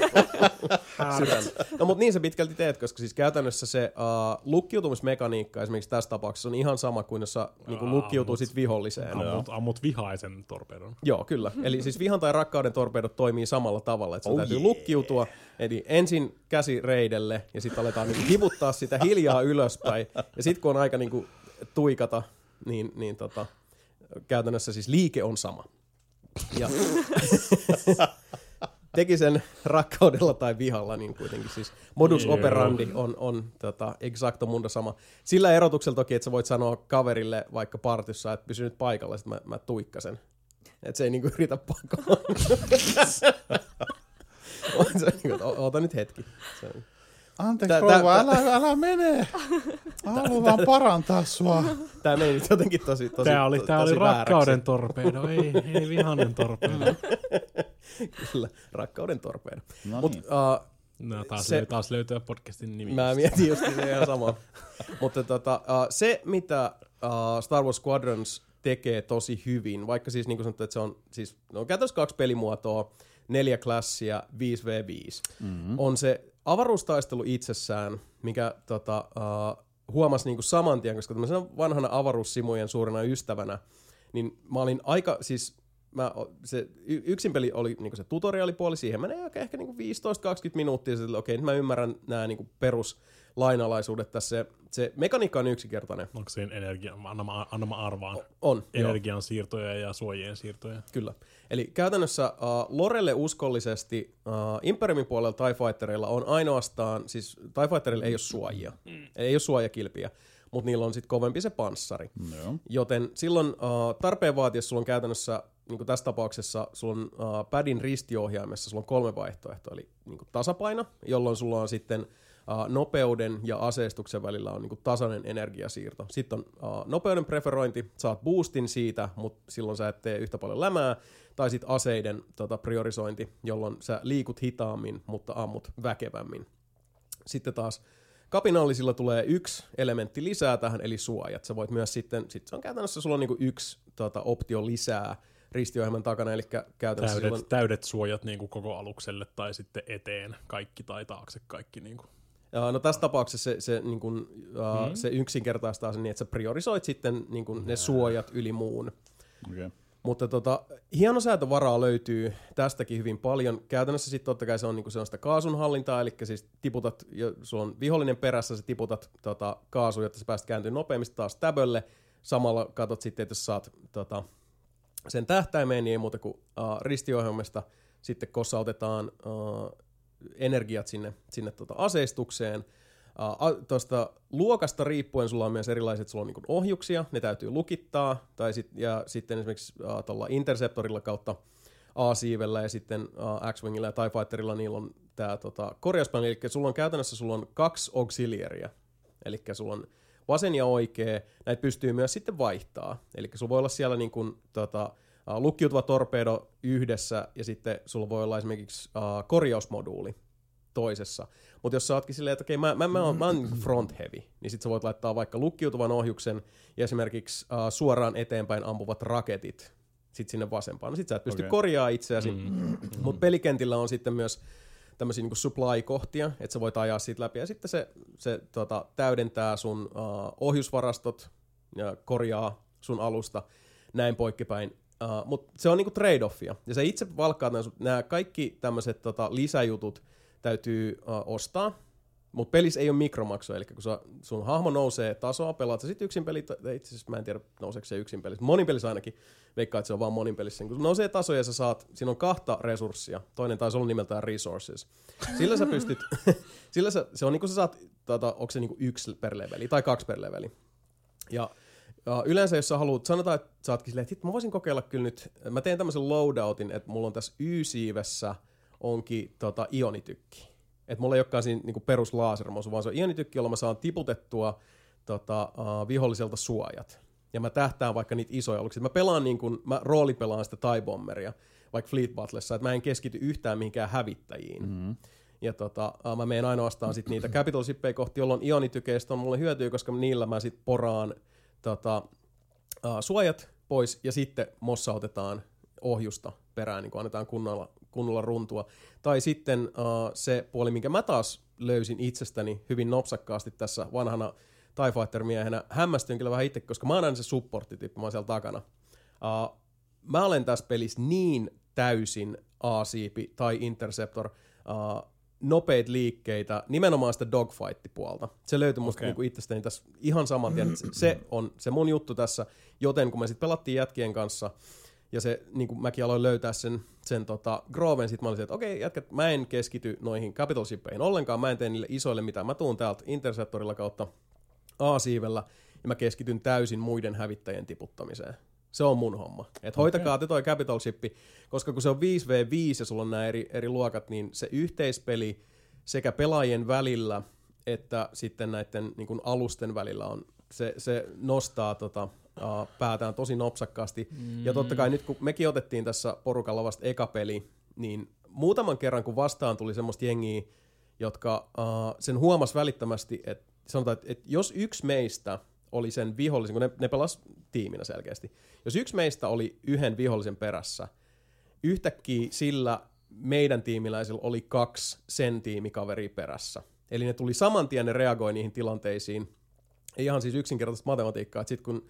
Speaker 1: No mutta niin sä pitkälti teet, koska siis käytännössä se lukkiutumismekaniikka esimerkiksi tässä tapauksessa on ihan sama kuin jos sä niinku lukkiutuu sit viholliseen.
Speaker 2: Ammut vihaisen torpeidon.
Speaker 1: Joo, kyllä. Eli siis vihan tai rakkauden torpeidot toimii samalla tavalla, että sun täytyy lukkiutua, eli ensin käsi reidelle ja sitten aletaan niinku hivuttaa sitä hiljaa ylöspäin. Ja sitten kun on aika niinku tuikata, niin käytännössä siis liike on sama. Ja teki sen rakkaudella tai vihalla, niin kuitenkin siis modus operandi on exacto mundo sama. Sillä erotuksella toki, että sä voit sanoa kaverille vaikka partyssa, että pysy nyt paikalla, sitten mä tuikkasen. Että se ei niinku yritä pakoon. Oota nyt hetki.
Speaker 3: Anteeksi rouva, älä mene. Haluan parantaa sua.
Speaker 1: Tää meni nyt jotenkin tosi
Speaker 2: Tää oli rakkauden torpedo, ei vihainen torpedo.
Speaker 1: Kyllä, rakkauden torpedo.
Speaker 3: No
Speaker 1: Mut,
Speaker 3: niin.
Speaker 2: Taas löytyy podcastin nimi.
Speaker 1: Mä mietin just se ihan sama. Mutta se, mitä Star Wars Squadrons tekee tosi hyvin, vaikka siis niin kuin sanottu, että se on siis käytännössä 2 pelimuotoa, 4 klassia, 5v5, on se avaruustaistelu itsessään, mikä huomasi niinku saman tien, koska tämmöisenä vanhana avaruussimujen suurena ystävänä, niin mä olin aika, siis se yksin peli oli niinku se tutoriaalipuoli, siihen menee ehkä niinku 15-20 minuuttia, että okei, nyt mä ymmärrän nämä niinku peruslainalaisuudet tässä. Se mekaniikka on yksinkertainen.
Speaker 2: Onko siinä anna mä arvaan?
Speaker 1: On.
Speaker 2: Energian siirtoja ja suojien siirtoja.
Speaker 1: Kyllä. Eli käytännössä Lorelle uskollisesti Imperiumin puolella TIE Fighterilla on ainoastaan, siis TIE Fighterilla ei ole suojia, ei ole suojakilpiä, mutta niillä on sitten kovempi se panssari.
Speaker 3: No.
Speaker 1: Joten silloin tarpeen vaatiessa sulla on käytännössä, niin kuin tässä tapauksessa, sulla on padin ristiohjaimessa, sulla on 3 vaihtoehtoa, eli niin kuin tasapaino, jolloin sulla on sitten nopeuden ja aseistuksen välillä on niinku tasainen energiasiirto. Sitten on nopeuden preferointi, saat boostin siitä, mutta silloin sä et tee yhtä paljon lämää. Tai sitten aseiden priorisointi, jolloin sä liikut hitaammin, mutta ammut väkevämmin. Sitten taas kapinallisilla tulee 1 elementti lisää tähän, eli suojat. Sä voit myös sitten se on käytännössä, sulla on niinku 1 optio lisää ristiohjelman takana, eli käytännössä
Speaker 2: täydet suojat niinku koko alukselle tai sitten eteen kaikki tai taakse kaikki niinku.
Speaker 1: No tässä tapauksessa se yksinkertaistaa sen niin, että sä priorisoit sitten niin kuin ne suojat yli muun.
Speaker 3: Okay.
Speaker 1: Mutta hienosäätövaraa löytyy tästäkin hyvin paljon. Käytännössä sitten totta kai se on sitä kaasunhallintaa, eli siis tiputat, sulla on vihollinen perässä, sä tiputat kaasua, jotta sä pääset kääntyä nopeammin taas täbölle. Samalla katsot sitten, että jos saat sen tähtäimeen, niin ei muuta kuin ristiohjelmasta sitten kossautetaan energiat sinne aseistukseen. Tuosta luokasta riippuen sulla on myös erilaiset, sulla on niin ohjuksia, ne täytyy lukittaa, ja sitten esimerkiksi tuolla Interceptorilla kautta A-siivellä ja sitten X-Wingillä ja TIE Fighterilla niillä on tämä korjauspaneeli, eli sulla on käytännössä 2 auxiliaria, eli sulla on vasen ja oikea, näitä pystyy myös sitten vaihtaa, eli sulla voi olla siellä niin kuin, lukkiutuva torpedo yhdessä ja sitten sulla voi olla esimerkiksi korjausmoduuli toisessa. Mutta jos sä ootkin silleen, että okei, mä oon front heavy, niin sit sä voit laittaa vaikka lukkiutuvan ohjuksen ja esimerkiksi suoraan eteenpäin ampuvat raketit sit sinne vasempaan. No sit sä et pysty korjaamaan itseäsi, mutta pelikentillä on sitten myös tämmöisiä niinku supply-kohtia, että sä voit ajaa siitä läpi, ja sitten se täydentää sun ohjusvarastot ja korjaa sun alusta, näin poikkipäin. Mutta se on niinku trade-offia, ja sä itse valkkaat nämä kaikki tämmöiset lisäjutut täytyy ostaa, mutta pelissä ei ole mikromaksua, eli kun sun hahmo nousee tasoa, pelaat sä sitten yksin peli, itse asiassa mä en tiedä nouseeko se yksin pelissä, monin pelissä ainakin, veikkaa, että se on vaan monin pelissä, kun nousee tasoja ja sä saat, siinä on 2 resurssia, toinen taisi olla nimeltään resources, sillä sä pystyt, se on niin kuin sä saat, onko se niin kuin 1 per leveli tai 2 per leveli, ja yleensä jos sä haluat, sanotaan, että sä ootkin silleen, että mä voisin kokeilla kyllä nyt, mä teen tämmöisen loadoutin, että mulla on tässä Y-siivessä onkin ionitykki. Että mulla ei olekaan siinä niinku peruslaasermosu, vaan se on ionitykki, jolla mä saan tiputettua viholliselta suojat. Ja mä tähtään vaikka niitä isoja aluksia. Mä pelaan mä roolipelaan sitä TIE Bomberia, vaikka Fleet Battlessa, että mä en keskity yhtään mihinkään hävittäjiin. Mm-hmm. Ja mä menen ainoastaan sit niitä capital shippejä kohti, jolloin ionitykeistä on mulle hyötyä, koska niillä mä sit poraan suojat pois ja sitten mossautetaan ohjusta perään, niin kun annetaan kunnolla runtua. Tai sitten se puoli, minkä mä taas löysin itsestäni hyvin nopsakkaasti tässä vanhana TIE Fighter-miehenä, hämmästyin kyllä vähän itse, koska mä oon aina se supporttityyppi, mä oon siellä takana. Mä olen tässä pelissä niin täysin A-siipi tai Interceptor, nopeita liikkeitä, nimenomaan sitä dogfight-puolta. Se löytyi musta niinku itsestäni tässä ihan saman tien. Se on se mun juttu tässä, joten kun me sitten pelattiin jätkien kanssa, ja se, niin kuin mäkin aloin löytää sen Groven, sit mä olin että okei, jätkät, mä en keskity noihin capital shippeihin ollenkaan, mä en tee niille isoille mitään, mä tuun täältä Interceptorilla kautta A-siivellä, ja mä keskityn täysin muiden hävittäjien tiputtamiseen. Se on mun homma. Että hoitakaa te toi capital shippi, koska kun se on 5v5 ja sulla on nämä eri luokat, niin se yhteispeli sekä pelaajien välillä, että sitten näiden niin kuin alusten välillä on, se nostaa päätään tosi nopsakkaasti. Ja totta kai nyt kun mekin otettiin tässä porukalla vasta eka peli, niin muutaman kerran kun vastaan tuli semmoista jengiä, jotka sen huomasi välittömästi, että sanotaan, että jos yksi meistä oli sen vihollisen, kun ne pelas tiiminä selkeästi, jos yksi meistä oli yhden vihollisen perässä, yhtäkkiä sillä meidän tiimiläisillä oli 2 sen tiimikaveria perässä. Eli ne tuli saman tien, ne reagoi niihin tilanteisiin. Ei ihan siis yksinkertaista matematiikkaa, että sit kun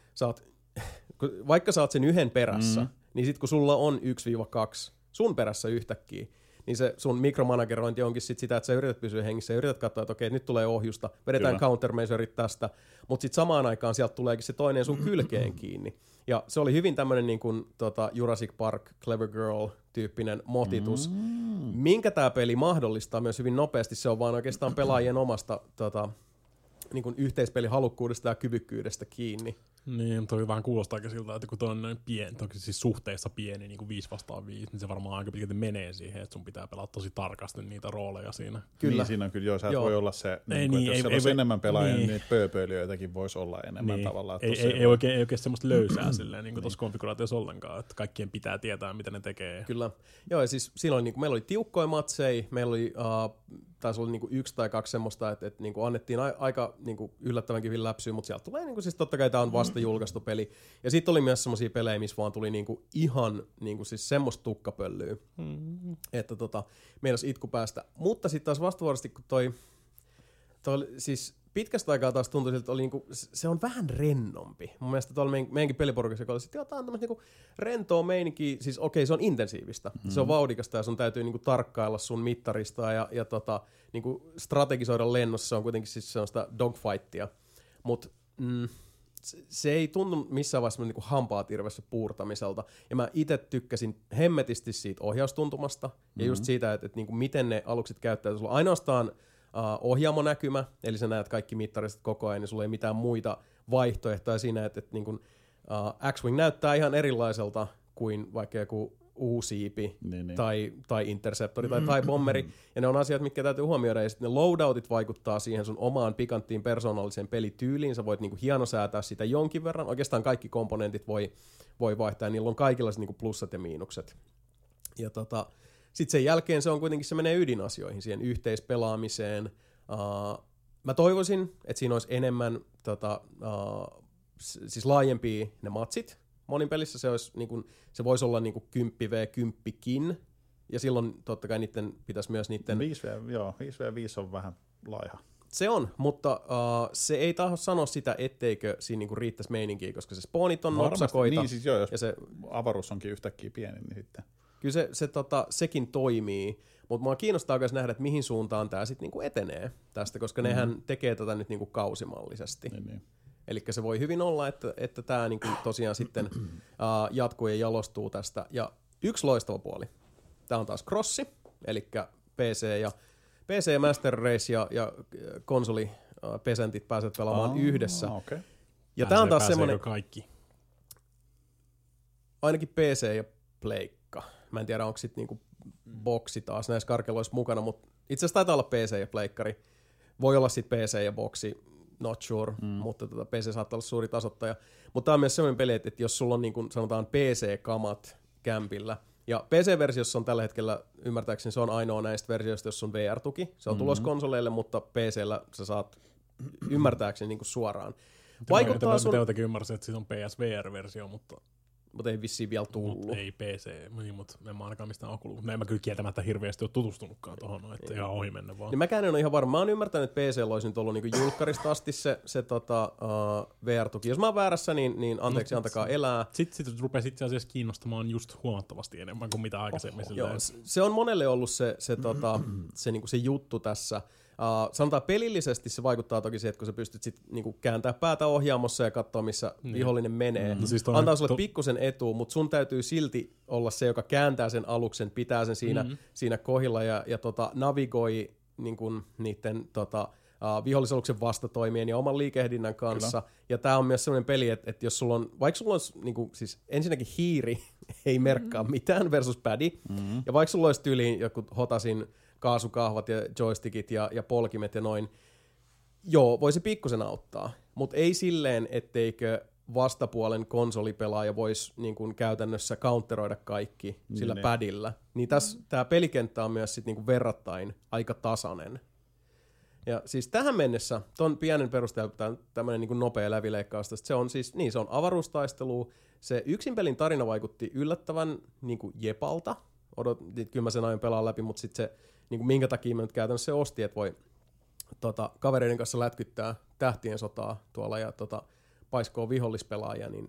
Speaker 1: vaikka sä oot sen yhden perässä, niin sit kun sulla on 1-2 sun perässä yhtäkkiä, niin se sun mikromanagerointi onkin sit sitä, että sä yrität pysyä hengissä, yrität katsoa, että okei, nyt tulee ohjusta, vedetään countermeasurit tästä, mutta sitten samaan aikaan sieltä tuleekin se toinen sun kylkeen kiinni. Ja se oli hyvin tämmöinen niin kuin Jurassic Park, Clever Girl-tyyppinen motitus, minkä tämä peli mahdollistaa myös hyvin nopeasti, se on vaan oikeastaan pelaajien omasta niin kuin yhteispelihalukkuudesta ja kyvykkyydestä kiinni.
Speaker 2: Niin, toi vähän kuulostaakin siltä, että kun toi on noin pieni, siis suhteessa pieni, niin kuin 5 vastaan 5, niin se varmaan aika pitkälti menee siihen, että sun pitää pelata tosi tarkasti niitä rooleja siinä.
Speaker 3: Kyllä. Niin, siinä on kyllä, sä et voi olla se, niin, jos siellä olisi enemmän pelaajia, niin pööpöilijöitäkin voisi olla enemmän tavallaan.
Speaker 2: Ei oikein semmoista löysää silleen, niin kuin tuossa konfiguraatiossa ollenkaan, että kaikkien pitää tietää, mitä ne tekee.
Speaker 1: Kyllä. Joo, ja siis silloin niin meillä oli tiukkoja matseja, meillä oli taisi olla 1 tai 2 semmoista, että niinku annettiin aika niinku yllättävänkin hyvin läpsyä, mutta sieltä tulee, niinku, siis totta kai tämä on vasta julkaistu peli. Ja sitten oli myös semmoisia pelejä, missä vaan tuli niinku ihan niinku, siis semmoista tukkapöllyä, että meinas itku päästä. Mutta sitten taas vastavuorosti, kun toi siis pitkästä aikaa taas tuntui siltä, että oli niinku, se on vähän rennompi. Mun mielestä tuolla meidänkin peliporukassa, joka oli sitten jotain tämmöistä niinku rentoa meininkiä, siis okei, se on intensiivistä, se on vauhdikasta ja sun täytyy niinku tarkkailla sun mittarista ja niinku strategisoida lennossa, se on kuitenkin siis sellaista dogfightia, mutta se ei tunnu missään vaiheessa niinku hampaat irvessä puurtamiselta, ja mä itse tykkäsin hemmetisti siitä ohjaustuntumasta, ja just siitä, että niinku miten ne alukset käyttää, sulla ainoastaan ohjaamonäkymä, eli sä näet kaikki mittaristot koko ajan, niin sulla ei mitään muita vaihtoehtoja siinä, että niin kun, X-Wing näyttää ihan erilaiselta kuin vaikka joku U-siipi tai Interceptori tai TIE Bomberi, ja ne on asiat, mitkä täytyy huomioida, ja sitten ne loadoutit vaikuttaa siihen sun omaan pikanttiin persoonalliseen pelityyliin, sä voit niinku hienosäätää sitä jonkin verran, oikeastaan kaikki komponentit voi vaihtaa, ja niillä on kaikilla niinku plussat ja miinukset. Ja sitten sen jälkeen se on kuitenkin, se menee ydinasioihin, siihen yhteispelaamiseen. Mä toivoisin, että siinä olisi enemmän siis laajempia ne matsit, Monin pelissä se, olisi, niin kuin, se voisi olla niin kuin 10v10kin, ja silloin totta kai niiden pitäisi myös niiden...
Speaker 3: 5v5 on vähän laiha.
Speaker 1: Se on, mutta se ei taho sanoa sitä, etteikö siinä niinku riittäisi meininkiä, koska se spawnit on nopsakoita.
Speaker 3: Niin siis joo, jos
Speaker 1: ja se,
Speaker 3: avaruus onkin yhtäkkiä pieni, niin sitten...
Speaker 1: Kyllä sekin toimii, mutta mua kiinnostaa myös nähdä, että mihin suuntaan tämä sitten niinku etenee tästä, koska nehän tekee tätä nyt niinku kausimallisesti.
Speaker 3: Niin.
Speaker 1: Eli se voi hyvin olla, että tämä niinku tosiaan sitten jatkuu ja jalostuu tästä. Ja yksi loistava puoli, tämä on taas crossi, eli PC Master Race ja konsolipesentit pääset pelaamaan yhdessä.
Speaker 3: Okay.
Speaker 1: Ja tämä on taas semmoinen...
Speaker 2: kaikki?
Speaker 1: Ainakin PC ja pleikka. Mä en tiedä, onko sitten niinku boksi taas näissä karkeloissa mukana, mutta itse asiassa taitaa olla PC ja pleikkari. Voi olla sitten PC ja boksi, not sure, mutta PC saattaa olla suuri tasoittaja. Mutta tämä on myös semmoinen peli, että jos sulla on niin kuin sanotaan PC-kamat kämpillä, ja PC-versiossa on tällä hetkellä, ymmärtääkseni se on ainoa näistä versioista, jos on VR-tuki. Se on tulos konsoleille, mutta PC:llä sä saat ymmärtääkseni niin kuin suoraan.
Speaker 2: Vaikuttaa sun... Mä jotenkin ymmärsin, että siitä on PSVR-versio, mutta
Speaker 1: ei vissiin vielä tullut.
Speaker 2: Ei PC, mutta en mä ainakaan mistään Oculus. En mä kyllä kieltämättä hirveästi ole tutustunutkaan tuohon, että ihan ohi mennä vaan.
Speaker 1: Niin mäkään en ole ihan varma. Mä oon ymmärtänyt, että PC:llä olisi nyt ollut niinku julkkarista asti se VR-tuki. Jos mä oon väärässä, niin anteeksi, antakaa elää.
Speaker 2: Sitten rupesi itse asiassa kiinnostamaan just huomattavasti enemmän kuin mitä aikaisemmin.
Speaker 1: Joo, se on monelle ollut se juttu tässä. Sanotaan pelillisesti se vaikuttaa toki siihen, että kun sä pystyt sit niinku kääntää päätä ohjaamossa ja katsoa, missä vihollinen menee. Siis antaa sulle pikkusen etua, mutta sun täytyy silti olla se, joka kääntää sen aluksen, pitää sen siinä kohdilla ja navigoi niinku niiden vihollisaluksen vastatoimien ja oman liikehdinnän kanssa. Kyllä. Ja tää on myös sellainen peli, että jos sulla on, vaikka sulla on niinku, siis ensinnäkin hiiri ei merkkaa mitään versus pädi, ja vaikka sulla olisi tyyliin joku hotasin kaasukahvat ja joystickit ja polkimet ja noin. Joo, voisi pikkusen auttaa, mutta ei silleen, etteikö vastapuolen konsolipelaaja voisi niin kuin käytännössä counteroida kaikki sillä padilla. Niin tämä pelikenttä on myös sit niin kuin verrattain aika tasainen. Ja siis tähän mennessä, ton pienen perusteella tämmöinen niin kuin nopea lävileikkaus, se on siis, se on avaruustaistelu. Se yksin pelin tarina vaikutti yllättävän niin kuin jepalta. Kyllä mä sen aion pelaa läpi, mutta sitten se, niin kuin minkä takia mä nyt käytännössä se ostin, että voi kavereiden kanssa lätkyttää tähtien sotaa tuolla ja paiskoo vihollispelaajia, niin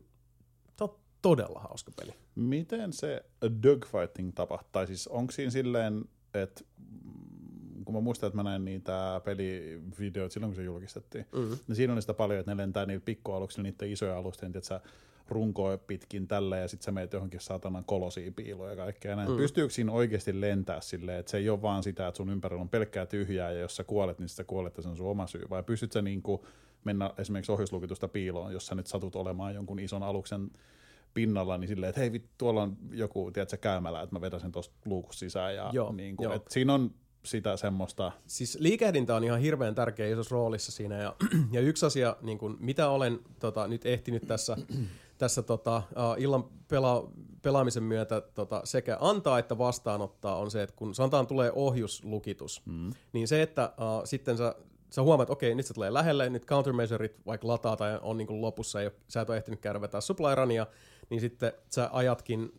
Speaker 1: todella hauska peli.
Speaker 3: Miten se dogfighting tapahtuu? Tai siis onko siinä silleen, että kun mä muistan, että mä näin niitä pelivideoita silloin, kun se julkistettiin, niin siinä oli sitä paljon, että ne lentää niillä pikkualuksilla niiden isoja alusten, että sä runkoa pitkin tällä ja sitten sä meet johonkin saatanan kolosiin piiloon ja kaikkea näin. Pystyykö siinä oikeasti lentää silleen, että se ei ole vaan sitä, että sun ympärillä on pelkkää tyhjää ja jos sä kuolet, niin sä kuolet ja se on sun oma syy? Vai pystyt sä niinku mennä esimerkiksi ohjuslukitusta piiloon, jos sä nyt satut olemaan jonkun ison aluksen pinnalla, niin silleen, että hei tuolla on joku, tiedätkö, käymälä, että mä vedän sen tuosta luukusta sisään ja niinku, että siinä on sitä semmoista. Siis
Speaker 1: liikehdintä on ihan hirveän tärkeä isossa roolissa siinä ja yksi asia, niin kuin, mitä olen nyt ehtinyt tässä illan pelaamisen myötä sekä antaa että vastaanottaa on se, että kun sanotaan tulee ohjuslukitus, niin se, että sitten sä huomaat, että okei, nyt se tulee lähelle, nyt countermeasurit vaikka lataa tai on niin kuin lopussa, sä et ole ehtinyt käydä vetää supply runia, niin sitten sä ajatkin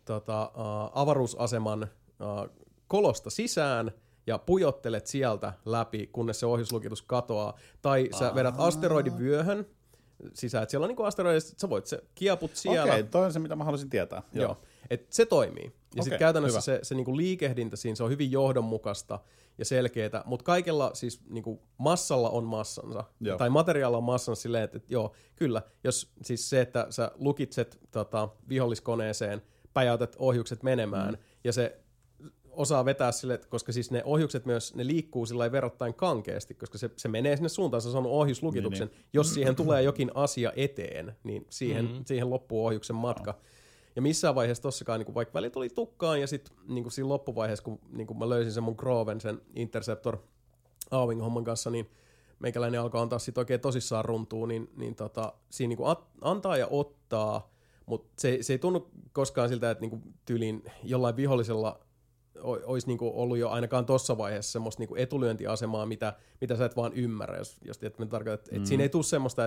Speaker 1: avaruusaseman kolosta sisään, ja pujottelet sieltä läpi, kunnes se ohjuslukitus katoaa. Tai sä vedät asteroidivyöhön sisään, että siellä on niinku asteroidit, sä voit se kieput siellä.
Speaker 3: Okei, toi on se, mitä mä haluaisin tietää.
Speaker 1: Joo. Et se toimii. Ja sitten käytännössä se niinku liikehdintä siinä, se on hyvin johdonmukaista ja selkeätä, mutta kaikella siis niinku massalla on massansa. Joo. Tai materiaalilla on massansa silleen, että joo, kyllä, jos siis se, että sä lukitset viholliskoneeseen, päjäytät ohjukset menemään, ja se osaa vetää sille, koska siis ne ohjukset myös, ne liikkuu sillä verrattain kankeasti, koska se menee sinne suuntaan, se on ohjuslukituksen. Niin. Jos siihen tulee jokin asia eteen, niin siihen loppuu ohjuksen matka. No. Ja missään vaiheessa tossakaan, niin vaikka välit oli tukkaan, ja sitten niin siinä loppuvaiheessa, kun niin mä löysin sen mun Groven, sen Interceptor Awing-homman kanssa, niin meikäläinen alkoi antaa sit oikein tosissaan runtuun, niin siinä niin antaa ja ottaa, mutta se ei tunnu koskaan siltä, että niin tyyliin jollain vihollisella olisi niinku ollut jo ainakaan tuossa vaiheessa semmoista niinku etulyöntiasemaa, mitä sä et vaan ymmärrä, jos me tarkoitat, että siinä ei tule semmoista, että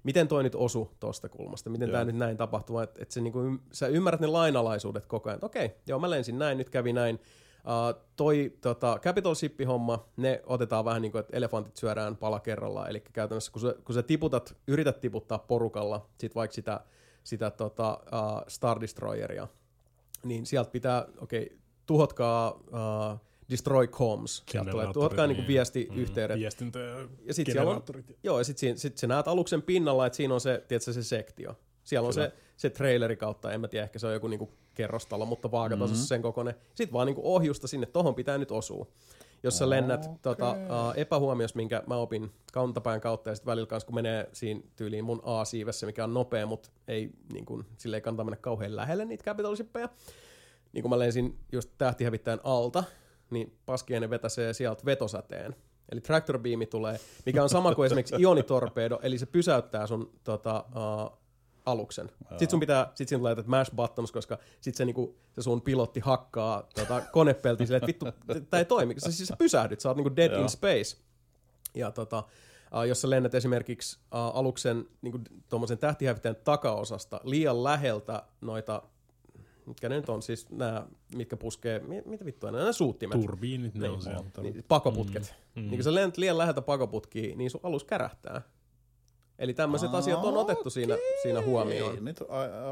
Speaker 1: miten toi nyt osu tosta kulmasta, miten tää nyt näin tapahtuu, että se niinku, sä ymmärrät ne lainalaisuudet koko ajan, että okei, joo mä lensin näin, nyt kävi näin. Toi Capital Ship-homma, ne otetaan vähän niin kuin, että elefantit syödään pala kerrallaan, eli käytännössä kun sä yrität tiputtaa porukalla, sit vaikka sitä Star Destroyeria, niin sieltä pitää, tuhotkaa destroy comms, sieltä tulee, tuhotkaa niinku viestiyhteydet.
Speaker 2: Viestintä
Speaker 1: ja sit siellä on, joo, ja sit sä näet aluksen pinnalla, että siinä on se, tiedätkö, se sektio. Siellä on se traileri kautta, en mä tiedä, ehkä se on joku niinku kerrostalo, mutta vaakatasossa sen kokoinen. Sitten vaan niinku ohjusta sinne, tohon pitää nyt osua. Jos sä lennät epähuomiossa, minkä mä opin kantapään kautta, ja sitten välillä kanssa, kun menee siinä tyyliin mun A-siivessä, mikä on nopea, mutta ei, niin sille ei kannata mennä kauhean lähelle niitä Capital Shippeja. Niin kun mä lensin just tähtihävittäjän alta, niin paskiainen vetäsee sieltä vetosäteen. Eli tractor beami tulee, mikä on sama kuin esimerkiksi ionitorpedo, eli se pysäyttää sun aluksen. Sitten siinä tulee mash buttons, koska sitten se sun pilotti hakkaa konepeltiä silleen, että vittu, tää ei toimi. Sä pysähdyt, sä oot niinku dead in space. Ja jos sä lennät esimerkiksi aluksen niinku tommosen tähtihävittäjän takaosasta liian läheltä noita, mitkä ne nyt on, siis nämä, mitkä puskee, mitä vittua, nämä suuttimet.
Speaker 2: Turbiinit, ne on siellä.
Speaker 1: Niin, pakoputket. Niin kun sä lennät liian läheltä pakoputkia, niin sun alus kärähtää. Eli tämmöiset asiat on otettu siinä huomioon.
Speaker 3: Nyt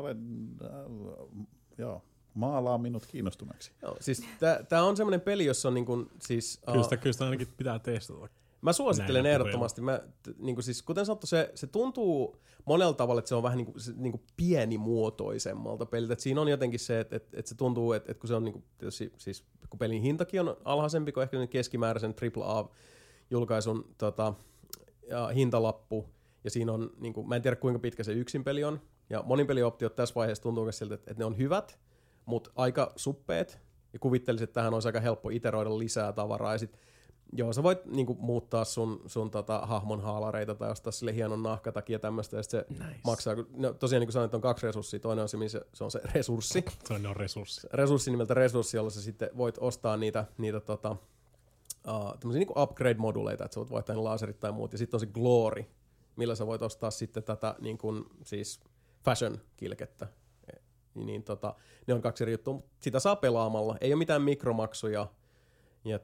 Speaker 3: maalaa minut kiinnostuneeksi.
Speaker 1: Joo, siis tää on semmoinen peli, jossa on niinku siis...
Speaker 2: Kyllä sitä ainakin pitää testata.
Speaker 1: Mä suosittelen ehdottomasti. Niinku siis, kuten sanottu, se tuntuu monella tavalla, että se on vähän niinku pienimuotoisemmalta peliltä. Et siinä on jotenkin se, että se tuntuu, että kun se on niinku, siis kun pelin hintakin on alhaisempi kuin ehkä keskimääräisen AAA-julkaisun hintalappu, ja siinä on, niinku, mä en tiedä kuinka pitkä se yksin peli on, ja monin pelioptiot tässä vaiheessa tuntuu myös siltä, että ne on hyvät, mutta aika suppeet, ja kuvittelisin, että tähän olisi aika helppo iteroida lisää tavaraa, ja sit, joo, sä voit niinku muuttaa sun hahmon haalareita tai ostaa sille hienon nahkatakia ja tämmöistä, ja sit se maksaa, no, tosiaan niin kuin sanoin, että on 2 resurssia, toinen on se on se resurssi.
Speaker 2: Toinen on resurssi.
Speaker 1: Resurssi nimeltä resurssi, jolla sä sitten voit ostaa niitä tämmöisiä niinku upgrade-moduleita, että sä voit vaihtaa ne laserit tai muut, ja sitten on se glory, millä sä voit ostaa sitten tätä niin kuin, siis fashion-kilkettä. Niin, ne on 2 eri juttua, mutta sitä saa pelaamalla. Ei ole mitään mikromaksuja. Ja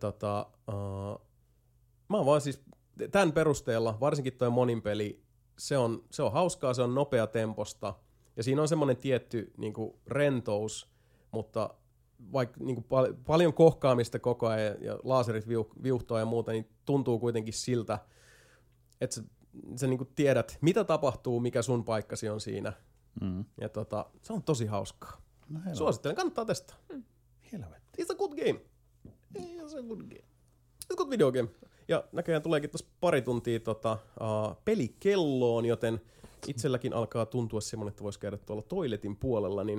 Speaker 1: mä oon vaan siis tämän perusteella, varsinkin toi monin peli, se on hauskaa, se on nopea temposta. Ja siinä on semmoinen tietty niin kuin rentous, mutta vaikka niin kuin paljon kohkaamista koko ajan ja laserit viuhtoa ja muuta, niin tuntuu kuitenkin siltä, että sä niin kuin tiedät, mitä tapahtuu, mikä sun paikkasi on siinä. Ja se on tosi hauskaa. No, suosittelen, kannattaa testaa.
Speaker 3: Helvetti.
Speaker 1: It's a good game.
Speaker 3: It's a good game.
Speaker 1: It's a good video game. Ja näköjään tuleekin tuossa pari tuntia pelikelloon, joten itselläkin alkaa tuntua semmoinen, että voisi käydä tuolla toiletin puolella. Niin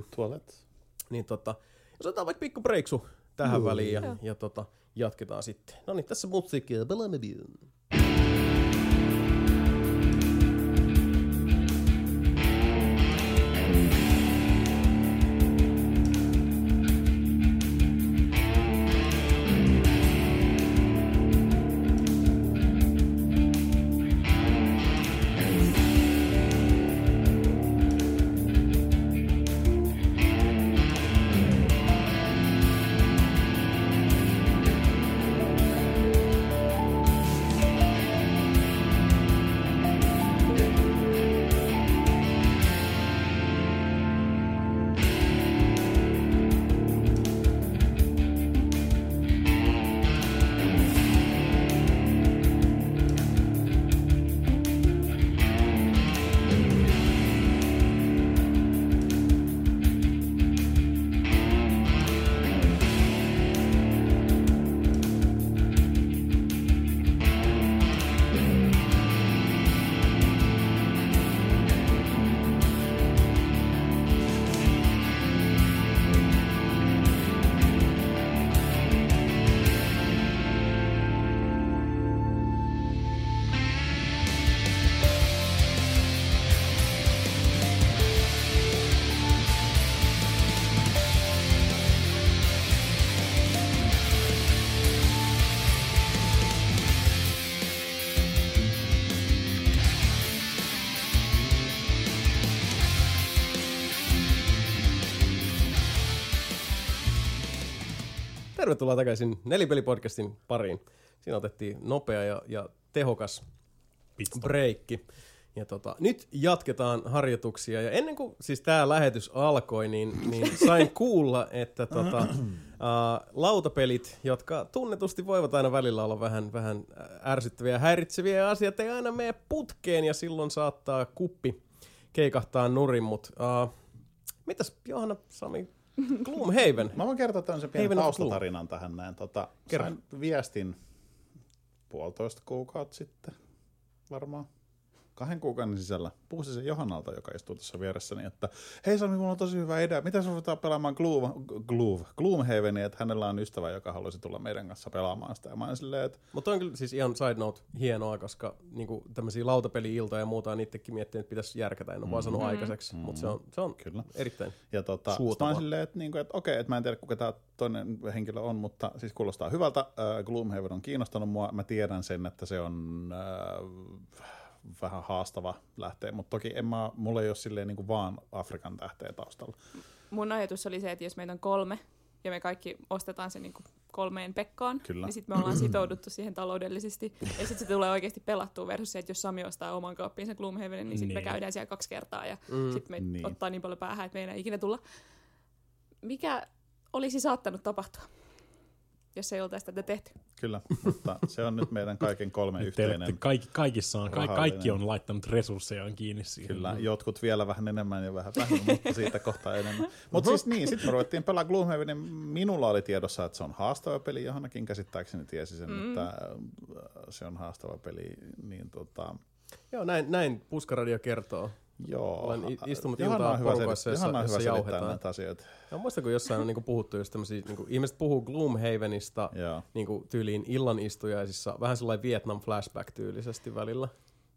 Speaker 1: jos otetaan vaikka pikku breiksu tähän väliin ja jatketaan sitten. No niin, tässä musiikkia. Pelaamme vielä. Tervetuloa takaisin Nelipeli-podcastin pariin. Siinä otettiin nopea ja tehokas breikki. Ja nyt jatketaan harjoituksia. Ja ennen kuin siis tämä lähetys alkoi, niin sain kuulla, että lautapelit, jotka tunnetusti voivat aina välillä olla vähän ärsyttäviä ja häiritseviä ja asiat ei aina mene putkeen ja silloin saattaa kuppi keikahtaa nurin, mutta mitäs Johanna, Sami, Gloomhaven?
Speaker 3: Mä voin kertoa tämmöisen pienen taustatarinan tähän näin. Sain viestin 1,5 kuukautta sitten varmaan. 2 kuukauden sisällä puhuisin sen Johannalta, joka istuu tuossa vieressäni, että hei Sami, mulla on tosi hyvä idea. Miten sä ruvetaan pelaamaan Gloomhavenia, että hänellä on ystävä, joka haluaisi tulla meidän kanssa pelaamaan sitä. Ja mä olen silleen, että...
Speaker 1: Mutta on kyllä siis ihan side note hienoa, koska niinku tämmöisiä lautapeli-iltoja ja muuta on itsekin miettinyt, että pitäisi järkätä. En ole vaan sanonut aikaiseksi, mutta se on kyllä erittäin suotavaa.
Speaker 3: Mä olen silleen, että okei, että mä en tiedä kuka tämä toinen henkilö on, mutta siis kuulostaa hyvältä. Gloomhaven on kiinnostanut mua. Mä tiedän sen, että se on... vähän haastava lähteä, mutta toki mulla ei ole silleen niin kuin vaan Afrikan tähteä taustalla.
Speaker 4: Mun ajatus oli se, että jos meitä on 3 ja me kaikki ostetaan se niin kuin 3 pekkaan, niin sitten me ollaan sitouduttu siihen taloudellisesti. Ja sitten se tulee oikeasti pelattua versus se, että jos Sami ostaa oman kaappiinsa Gloomhavenin, niin sitten me käydään siellä 2 kertaa ja sitten me ottaa niin paljon päähän, että me ei enää ikinä tulla. Mikä olisi saattanut tapahtua, jos ei oltaisi tätä tehty?
Speaker 3: Kyllä, mutta se on nyt meidän kaiken 3 yhteinen.
Speaker 2: Kaikki on laittanut resurssejaan kiinni siihen.
Speaker 3: Kyllä, jotkut vielä vähän enemmän ja vähän vähemmän, mutta siitä kohtaa enemmän. Mutta siis niin, sitten me ruvettiin pelaamaan Gloomhavenin. Minulla oli tiedossa, että se on haastava peli. Johannakin käsittääkseni tiesi sen, että se on haastava peli. Niin
Speaker 1: Joo, näin Puskaradio kertoo.
Speaker 3: Joo,
Speaker 1: olen istunut iltaa porukassa, jossa jauhetaan
Speaker 3: näitä asioita.
Speaker 1: Ja muistan, kun jossain on puhuttu just tämmöisiä, ihmiset puhuu Gloomhavenista tyyliin illanistujaisissa, vähän sellainen Vietnam flashback-tyylisesti välillä.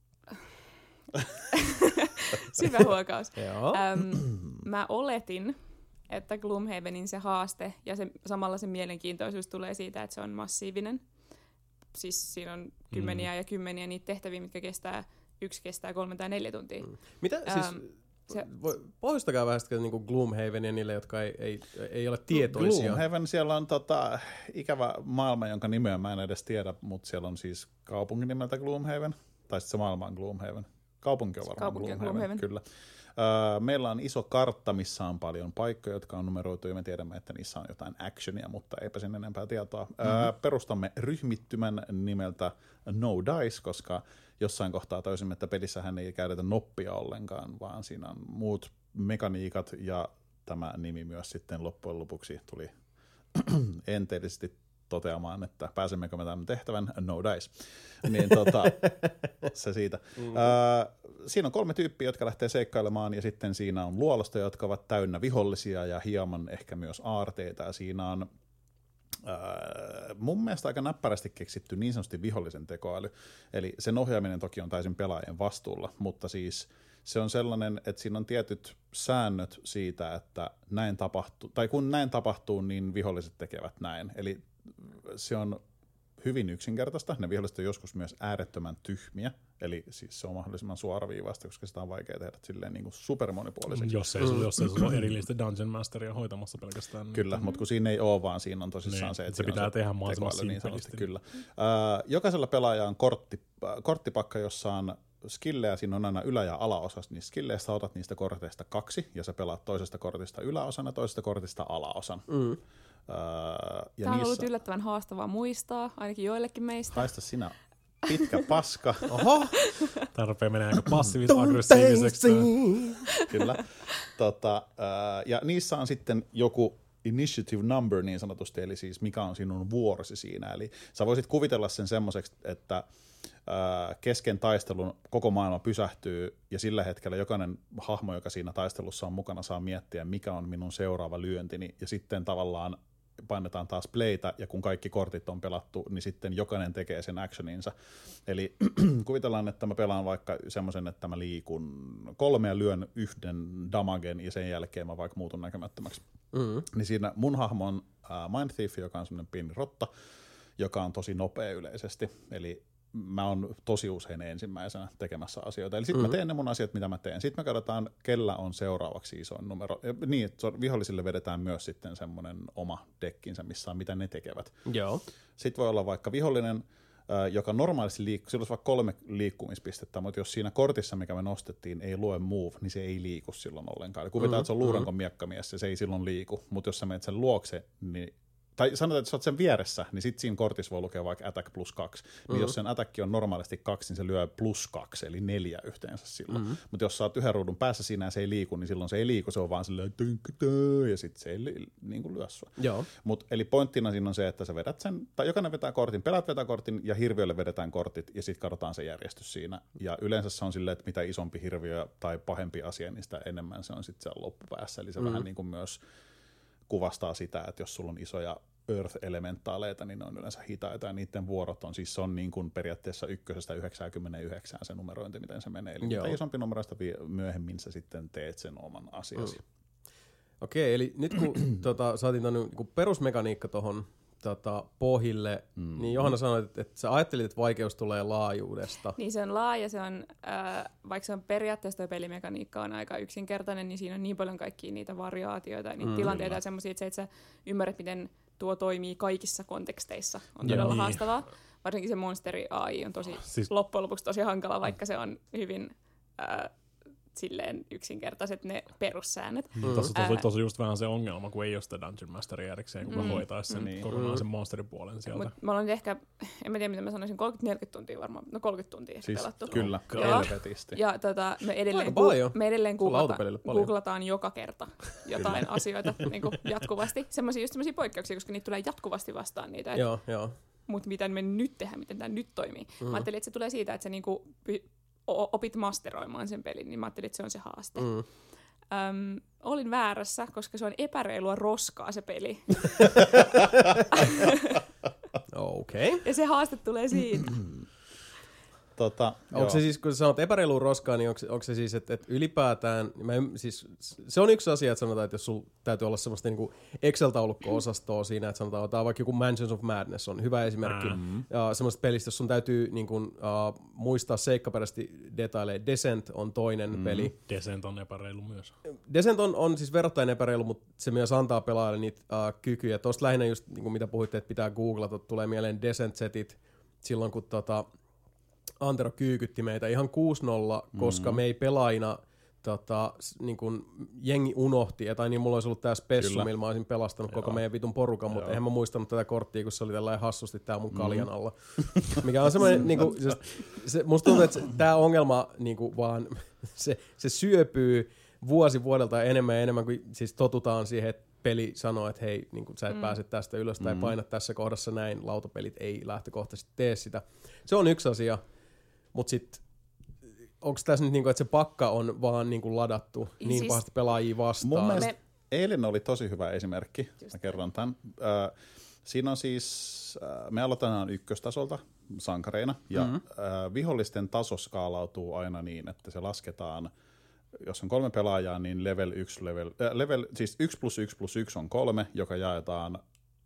Speaker 4: Syvä huokaus. Mä oletin, että Gloomhavenin se haaste ja samalla se mielenkiintoisuus tulee siitä, että se on massiivinen. Siis siinä on kymmeniä ja kymmeniä niitä tehtäviä, mitkä yksi kestää 3 tai 4 tuntia.
Speaker 1: Mitä pohjustakaa vähän sitä niinku Gloomhavenia niille, jotka ei ole tietoisia.
Speaker 3: Gloomhaven, siellä on ikävä maailma, jonka nimeä mä en edes tiedä, mutta siellä on siis kaupungin nimeltä Gloomhaven, tai sitten se maailma on Gloomhaven. Kaupunki on varmaan Gloomhaven, kyllä. Meillä on iso kartta, missä on paljon paikkoja, jotka on numeroitu, ja me tiedämme, että niissä on jotain actionia, mutta eipä sen enempää tietoa. Perustamme ryhmittymän nimeltä No Dice, koska jossain kohtaa toisimme, että pelissähän ei käytetä noppia ollenkaan, vaan siinä on muut mekaniikat, ja tämä nimi myös sitten loppujen lopuksi tuli enteellisesti toteamaan, että pääsemmekö me tämän tehtävän No Dice. Niin se siitä. Siinä on 3 tyyppiä, jotka lähtee seikkailemaan, ja sitten siinä on luolastoja, jotka ovat täynnä vihollisia ja hieman ehkä myös aarteita, ja siinä on mun mielestä aika näppärästi keksitty niin sanotusti vihollisen tekoäly. Eli sen ohjaaminen toki on täysin pelaajien vastuulla, mutta siis se on sellainen, että siinä on tietyt säännöt siitä, että näin tapahtuu, tai kun näin tapahtuu, niin viholliset tekevät näin. Eli se on hyvin yksinkertaista. Ne viholliset on joskus myös äärettömän tyhmiä, eli siis se on mahdollisimman suoraviivasta, koska sitä on vaikea tehdä silleen niin kuin supermonipuoliseksi.
Speaker 2: Jos ei sulla ole erillistä Dungeon Masteria hoitamassa pelkästään.
Speaker 3: Kyllä, mutta kun siinä ei ole, vaan siinä on tosissaan se, että
Speaker 2: se pitää tehdä mahdollisimman
Speaker 3: niin sanotusti. Kyllä. Jokaisella pelaajalla on korttipakka, jossa on skillejä, siinä on aina ylä- ja alaosassa, niin skilleistä otat niistä korteista 2, ja sä pelaat toisesta kortista yläosan ja toisesta kortista alaosan.
Speaker 4: Tämä on ollut yllättävän haastavaa muistaa, ainakin joillekin meistä.
Speaker 3: Haista sinä pitkä paska.
Speaker 1: Oho!
Speaker 2: Tarpeen menee aika passiivis-aggressiiviseksi.
Speaker 3: Kyllä. Ja niissä on sitten joku initiative number niin sanotusti, eli siis mikä on sinun vuorosi siinä. Eli sä voisit kuvitella sen semmoiseksi, että kesken taistelun koko maailma pysähtyy, ja sillä hetkellä jokainen hahmo, joka siinä taistelussa on mukana, saa miettiä, mikä on minun seuraava lyöntini, ja sitten tavallaan painetaan taas playtä, ja kun kaikki kortit on pelattu, niin sitten jokainen tekee sen actioninsa. Eli kuvitellaan, että mä pelaan vaikka semmoisen, että mä liikun 3 ja lyön 1 damagen, ja sen jälkeen mä vaikka muutun näkemättömäksi. Niin siinä mun hahmo on Mind Thief, joka on semmoinen pieni rotta, joka on tosi nopea yleisesti. Eli mä oon tosi usein ensimmäisenä tekemässä asioita. Eli sitten mä teen ne mun asiat, mitä mä teen. Sitten me katsotaan, kellä on seuraavaksi isoin numero. Ja niin, että vihollisille vedetään myös sitten semmoinen oma dekkinsä, missä on mitä ne tekevät.
Speaker 1: Joo.
Speaker 3: Sitten voi olla vaikka vihollinen, joka normaalisti liikkuu, sillä olisi vaikka 3 liikkumispistettä, mutta jos siinä kortissa, mikä me nostettiin, ei lue move, niin se ei liiku silloin ollenkaan. Eli kuvitaan, että se on luurankon miekkamies, ja se ei silloin liiku, mutta jos sä menet sen luokse, niin tai sanotaan, että sä oot sen vieressä, niin sit siinä kortissa voi lukea vaikka attack +2. Niin jos sen attack on normaalisti 2, niin se lyö +2, eli 4 yhteensä silloin. Mutta jos sä oot yhden ruudun päässä siinä ja se ei liiku, niin silloin se ei liiku, se on vaan silleen ja sit se ei niin lyö sua. Eli pointtina siinä on se, että sä vedät sen, tai jokainen vetää kortin, pelaat vetää kortin ja hirviölle vedetään kortit ja sitten katsotaan se järjestys siinä. Ja yleensä se on silleen, että mitä isompi hirviö tai pahempi asia, niin sitä enemmän se on sitten siellä loppupäässä. Eli se vähän niin kuin myös kuvastaa sitä, että jos sulla on isoja Earth-elementaaleita, niin ne on yleensä hitaita ja niiden vuorot on, siis se on niin kuin periaatteessa 1–99 se numerointi, miten se menee. Eli mitä isompi numeroista myöhemmin sä sitten teet sen oman asiasi.
Speaker 1: Okei, eli nyt kun saatiin tuonne niin perusmekaniikka tuohon pohjille, niin Johanna sanoi, että sä ajattelit, että vaikeus tulee laajuudesta.
Speaker 4: Niin se on laaja, se on, vaikka se on periaatteessa toi pelimekaniikka on aika yksinkertainen, niin siinä on niin paljon kaikkia niitä variaatioita ja niitä tilanteita ja semmoisia, että sä ymmärrät, miten tuo toimii kaikissa konteksteissa, on todella haastavaa. Varsinkin se monsteri AI on loppujen lopuksi tosi hankala, vaikka se on hyvin silleen yksinkertaiset ne perussäännöt.
Speaker 2: Tässä on tosi just vähän se ongelma, kun ei ole sitä Dungeon Masteria erikseen, kuka hoitaisi sen kokonaan sen monsteripuolen sieltä.
Speaker 4: Mut mä olen ehkä, en mä tiedä mitä mä sanoisin, 30-40 tuntia varmaan, 30 tuntia ehkä
Speaker 3: siis
Speaker 4: pelattu.
Speaker 3: Kyllä, helvetisti.
Speaker 4: Ja me edelleen googlataan joka kerta jotain asioita niin kuin jatkuvasti. Semmoisia poikkeuksia, koska niitä tulee jatkuvasti vastaan niitä. Mutta miten me nyt tehdään, miten tämä nyt toimii. Mä ajattelin, että se tulee siitä, että sä niinku opit masteroimaan sen pelin, niin mä ajattelin, että se on se haaste. Olin väärässä, koska se on epäreilua roskaa se peli.
Speaker 1: Okei.
Speaker 4: Ja se haaste tulee siitä.
Speaker 1: Onko se siis, kun sä sanot epäreilua roskaa, niin onko se siis, että ylipäätään, se on yksi asia, että sanotaan, että jos sulla täytyy olla semmoista niinku Excel-taulukko-osastoa siinä, että sanotaan, otetaan vaikka joku Mansions of Madness on hyvä esimerkki semmoista pelistä, jos sun täytyy niinku, muistaa seikkaperäisesti detaileja. Descent on toinen peli.
Speaker 2: Descent on epäreilu myös.
Speaker 1: Descent on siis verrattain epäreilu, mutta se myös antaa pelaajalle niitä kykyjä. Tuosta lähinnä just niinku, mitä puhuitte, että pitää googlata, tulee mieleen Descent-setit silloin, kun Antero kyykytti meitä ihan 6-0, koska me ei pelaajina niin kun jengi unohti, tai niin mulla olisi ollut tää spessu, millä mä olisin pelastanut koko meidän vitun porukan, mutta eihän mä muistanut tätä korttia, kun se oli tällainen hassusti tää mun kaljan alla. Mikä on semmoinen, niinku, musta tuntuu, että tää ongelma niinku, vaan, se syöpyy vuosi vuodelta enemmän ja enemmän, kuin siis totutaan siihen, että peli sanoo, että hei, niin sä et pääse tästä ylös tai paina tässä kohdassa näin, lautapelit ei lähtökohtaisesti tee sitä. Se on yksi asia, mutta sitten onko tässä nyt niinku, että se pakka on vaan niinku ladattu niin siis pahasti pelaajia vastaan?
Speaker 3: Mun mielestä eilen oli tosi hyvä esimerkki, mä kerron tämän. Siinä on siis, me aloitetaan ykköstasolta sankareina, ja vihollisten taso skaalautuu aina niin, että se lasketaan, jos on 3 pelaajaa, niin level 1, siis 1+1+1 on 3, joka jaetaan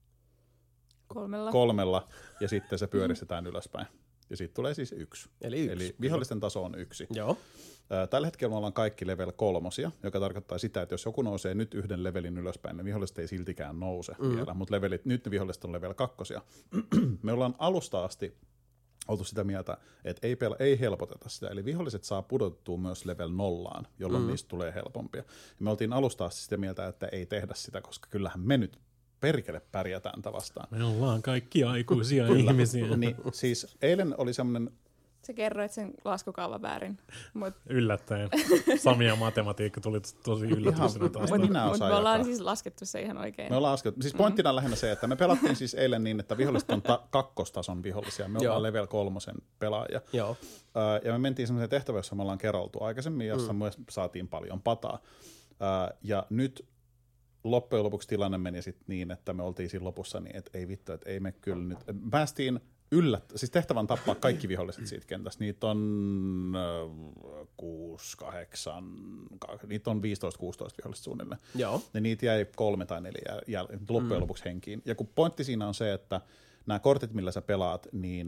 Speaker 3: 3, ja sitten se pyöristetään ylöspäin. Ja siitä tulee siis 1. Eli vihollisten taso on 1.
Speaker 1: Joo.
Speaker 3: Tällä hetkellä me ollaan kaikki level 3, joka tarkoittaa sitä, että jos joku nousee nyt yhden levelin ylöspäin, ne viholliset ei siltikään nouse vielä, mutta nyt ne viholliset on level 2. Me ollaan alusta asti oltu sitä mieltä, että ei helpoteta sitä. Eli viholliset saa pudotettua myös level 0, jolloin niistä tulee helpompia. Ja me oltiin alusta asti sitä mieltä, että ei tehdä sitä, koska kyllähän me nyt perkele pärjätään vastaan.
Speaker 2: Me ollaan kaikki aikuisia ihmisiä.
Speaker 3: Niin, siis eilen oli semmoinen...
Speaker 4: Sä kerroit sen laskukaavan väärin.
Speaker 2: Yllättäen. Sami ja matematiikka tuli tosi yllätyksenä taas.
Speaker 4: Mutta me ollaan siis laskettu se ihan oikein.
Speaker 3: Me ollaan laskettu. Siis pointtina on lähinnä se, että me pelattiin siis eilen niin, että viholliset on kakkostason vihollisia. Me ollaan level 3 pelaajia.
Speaker 1: Joo.
Speaker 3: Ja me mentiin semmoiseen tehtävään, jossa me ollaan kerraltu aikaisemmin, jossa myös saatiin paljon pataa. Ja nyt loppujen lopuksi tilanne meni sitten niin, että me oltiin siinä lopussa niin, että ei vittu, että ei me kyllä nyt. Päästiin siis tehtävän tappaa kaikki viholliset siitä kentästä. Niitä on 6, 8, niitä on 15-16 vihollista suunnilleen.
Speaker 1: Joo.
Speaker 3: Ja niitä jäi 3 tai 4 loppujen lopuksi henkiin. Ja kun pointti siinä on se, että nämä kortit, millä sä pelaat, niin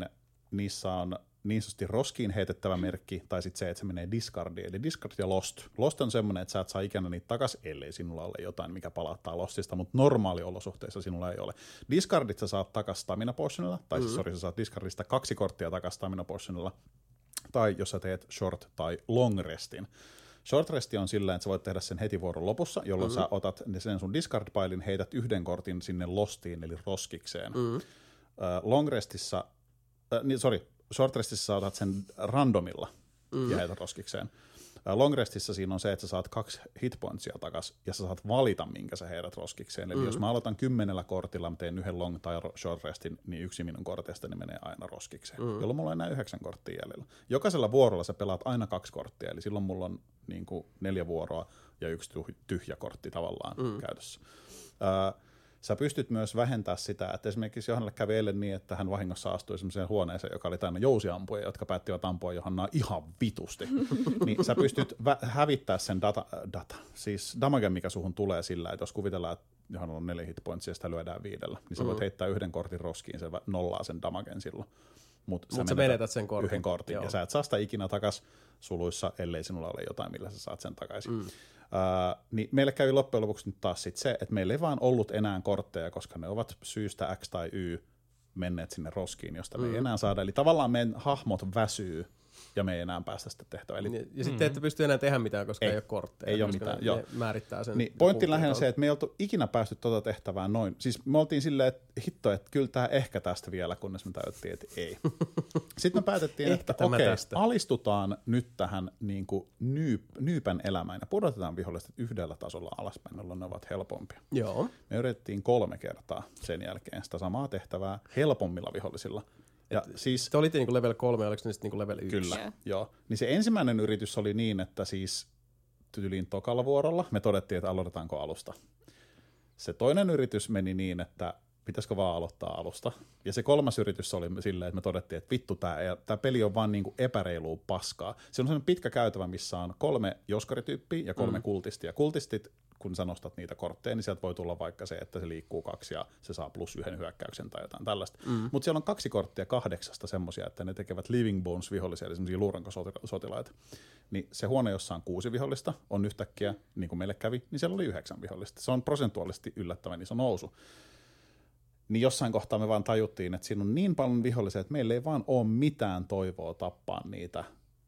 Speaker 3: niissä on niin sanotusti roskiin heitettävä merkki, tai sitten se, että se menee discardiin. Eli discard ja lost. Lost on semmoinen, että sä et saa ikinä niitä takas, ellei sinulla ole jotain, mikä palauttaa lostista, mutta normaaliolosuhteissa sinulla ei ole. Discardit sä saat takas stamina potionilla, tai siis sä saat discardista 2 korttia takas stamina potionilla, tai jos sä teet short tai long restin. Short resti on sillä, että sä voit tehdä sen heti vuoron lopussa, jolloin sä otat sen sun discard-pailin, heität 1 kortin sinne lostiin, eli roskikseen. Long restissa, short restissa sä otat sen randomilla ja heität roskikseen. Long restissa siinä on se, että sä saat 2 hitpointsia takas, ja sä saat valita, minkä sä heidät roskikseen. Eli jos mä aloitan 10 kortilla, mä teen 1 long tai short restin, niin 1 minun kortista niin menee aina roskikseen, jolloin mulla on enää 9 korttia jäljellä. Jokaisella vuorolla sä pelaat aina 2 korttia, eli silloin mulla on niin kuin 4 vuoroa ja 1 tyhjä kortti tavallaan käytössä. Sä pystyt myös vähentämään sitä, että esimerkiksi Johannalle kävi eilen niin, että hän vahingossa astui semmoiseen huoneeseen, joka oli täynnä jousiampuja, jotka päättivät ampua Johannaa ihan vitusti. Niin sä pystyt hävittää sen siis damagen, mikä suhun tulee sillä, että jos kuvitellaan, että Johannalla on 4 hitpointsia ja sitä lyödään 5, niin sä voit heittää 1 kortin roskiin, se nollaa sen damagen silloin. Mutta
Speaker 1: sä menetät sen kortin.
Speaker 3: 1 kortin, ja sä et saa sitä ikinä takas suluissa, ellei sinulla ole jotain, millä sä saat sen takaisin. Niin meille kävi loppujen lopuksi nyt taas sit se, että meillä ei vaan ollut enää kortteja, koska ne ovat syystä X tai Y menneet sinne roskiin, josta me ei enää saada. Eli tavallaan meidän hahmot väsyy, ja me ei enää päästä sitä tehtävää. Eli
Speaker 1: ja sitten ette pysty enää tehdä mitään, koska ei ole kortteja.
Speaker 3: Ei ole mitään, joo.
Speaker 1: Määrittää sen.
Speaker 3: Niin, pointti lähinnä se, että me ei oltu ikinä päästy tuota tehtävää noin. Siis me oltiin silleen, että hitto, että kyllä tämä ehkä tästä vielä, kunnes me tajuttiin, että ei. Sitten me päätettiin, että okei, alistutaan nyt tähän niin kuin nyypän elämään ja pudotetaan viholliset 1 tasolla alaspäin, jolloin ne ovat helpompia.
Speaker 1: Joo.
Speaker 3: Me yritettiin 3 kertaa sen jälkeen sitä samaa tehtävää helpommilla vihollisilla. Ja siis,
Speaker 1: te olitte niinku level 3, oliko ne sitten niinku level 1?
Speaker 3: Kyllä, joo. Niin se ensimmäinen yritys oli niin, että siis tyyliin tokalla vuorolla me todettiin, että aloitetaanko alusta. Se toinen yritys meni niin, että pitäisikö vaan aloittaa alusta. Ja se 3. yritys oli silleen, että me todettiin, että vittu, tämä peli on vaan niinku epäreilua paskaa. Se on sellainen pitkä käytävä, missä on 3 joskarityyppiä ja 3 kultistia. Kultistit, kun sä nostat niitä kortteja, niin sieltä voi tulla vaikka se, että se liikkuu 2 ja se saa +1 hyökkäyksen tai jotain tällaista. Mutta siellä on 2 korttia 8 semmoisia, että ne tekevät Living Bones vihollisia, eli semmoisia luurankosotilaita. Niin se huone, jossa on 6 vihollista, on yhtäkkiä, niin kuin meille kävi, niin siellä oli 9 vihollista. Se on prosentuaalisesti yllättävän iso nousu. Niin jossain kohtaa me vaan tajuttiin, että siinä on niin paljon vihollisia, että meillä ei vaan ole mitään toivoa tappaa niitä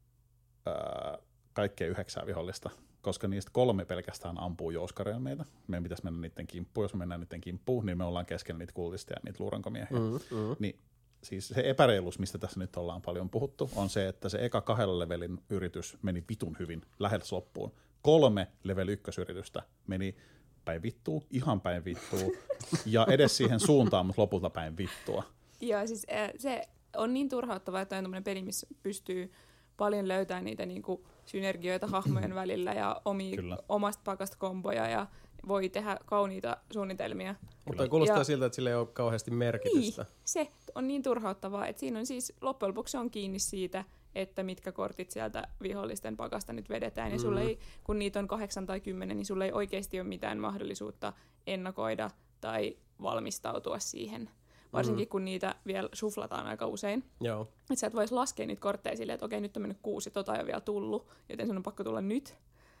Speaker 3: kaikkea 9 vihollista, koska niistä 3 pelkästään ampuu jouskareja meitä. Meidän pitäisi mennä niiden kimppuun. Jos me mennään niiden kimppuun, niin me ollaan keskellä niitä kultista ja niitä luurankomiehiä. Niin siis se epäreiluus, mistä tässä nyt ollaan paljon puhuttu, on se, että se eka 2 levelin yritys meni vitun hyvin lähes loppuun. 3 level 1 yritystä meni päin vittua, ihan päin vittua, ja edes siihen suuntaan, mutta lopulta päin vittua.
Speaker 4: Joo, siis se on niin turhauttavaa, että on tämmöinen peli, missä pystyy paljon löytämään niitä niinku synergioita hahmojen välillä ja omasta pakasta komboja ja voi tehdä kauniita suunnitelmia.
Speaker 1: Mutta kuulostaa siltä, että sillä ei ole kauheasti merkitystä.
Speaker 4: Niin, se on niin turhauttavaa, että siinä on siis loppujen lopuksi on kiinni siitä, että mitkä kortit sieltä vihollisten pakasta nyt vedetään. Ja sulle ei, kun niitä on 8 tai 10, niin sulle ei oikeasti ole mitään mahdollisuutta ennakoida tai valmistautua siihen. Varsinkin kun niitä vielä suflataan aika usein.
Speaker 1: Joo.
Speaker 4: Että sä et vois laskea niitä kortteja silleen, että okei, nyt on mennyt 6, tota ei ole vielä tullut, joten sun on pakko tulla nyt.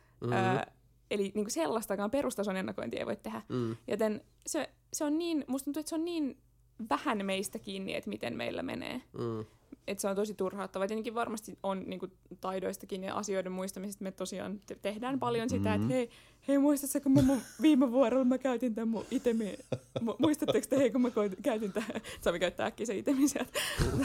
Speaker 4: Eli niin sellaistakaan perustason ennakointia ei voi tehdä. Joten se on niin, musta tuntuu, että se on niin vähän meistä kiinni, että miten meillä menee. Että se on tosi turhauttavaa. Tietenkin varmasti on niin kuin, taidoistakin ja asioiden muistamisesta me tosiaan tehdään paljon sitä, että hei muistatko, kun mun viime vuorolla mä käytin tämän mun itemi. Muistatteko te, hei kun mä käytin tämän, saamme käyttää äkkiä se itemi sieltä.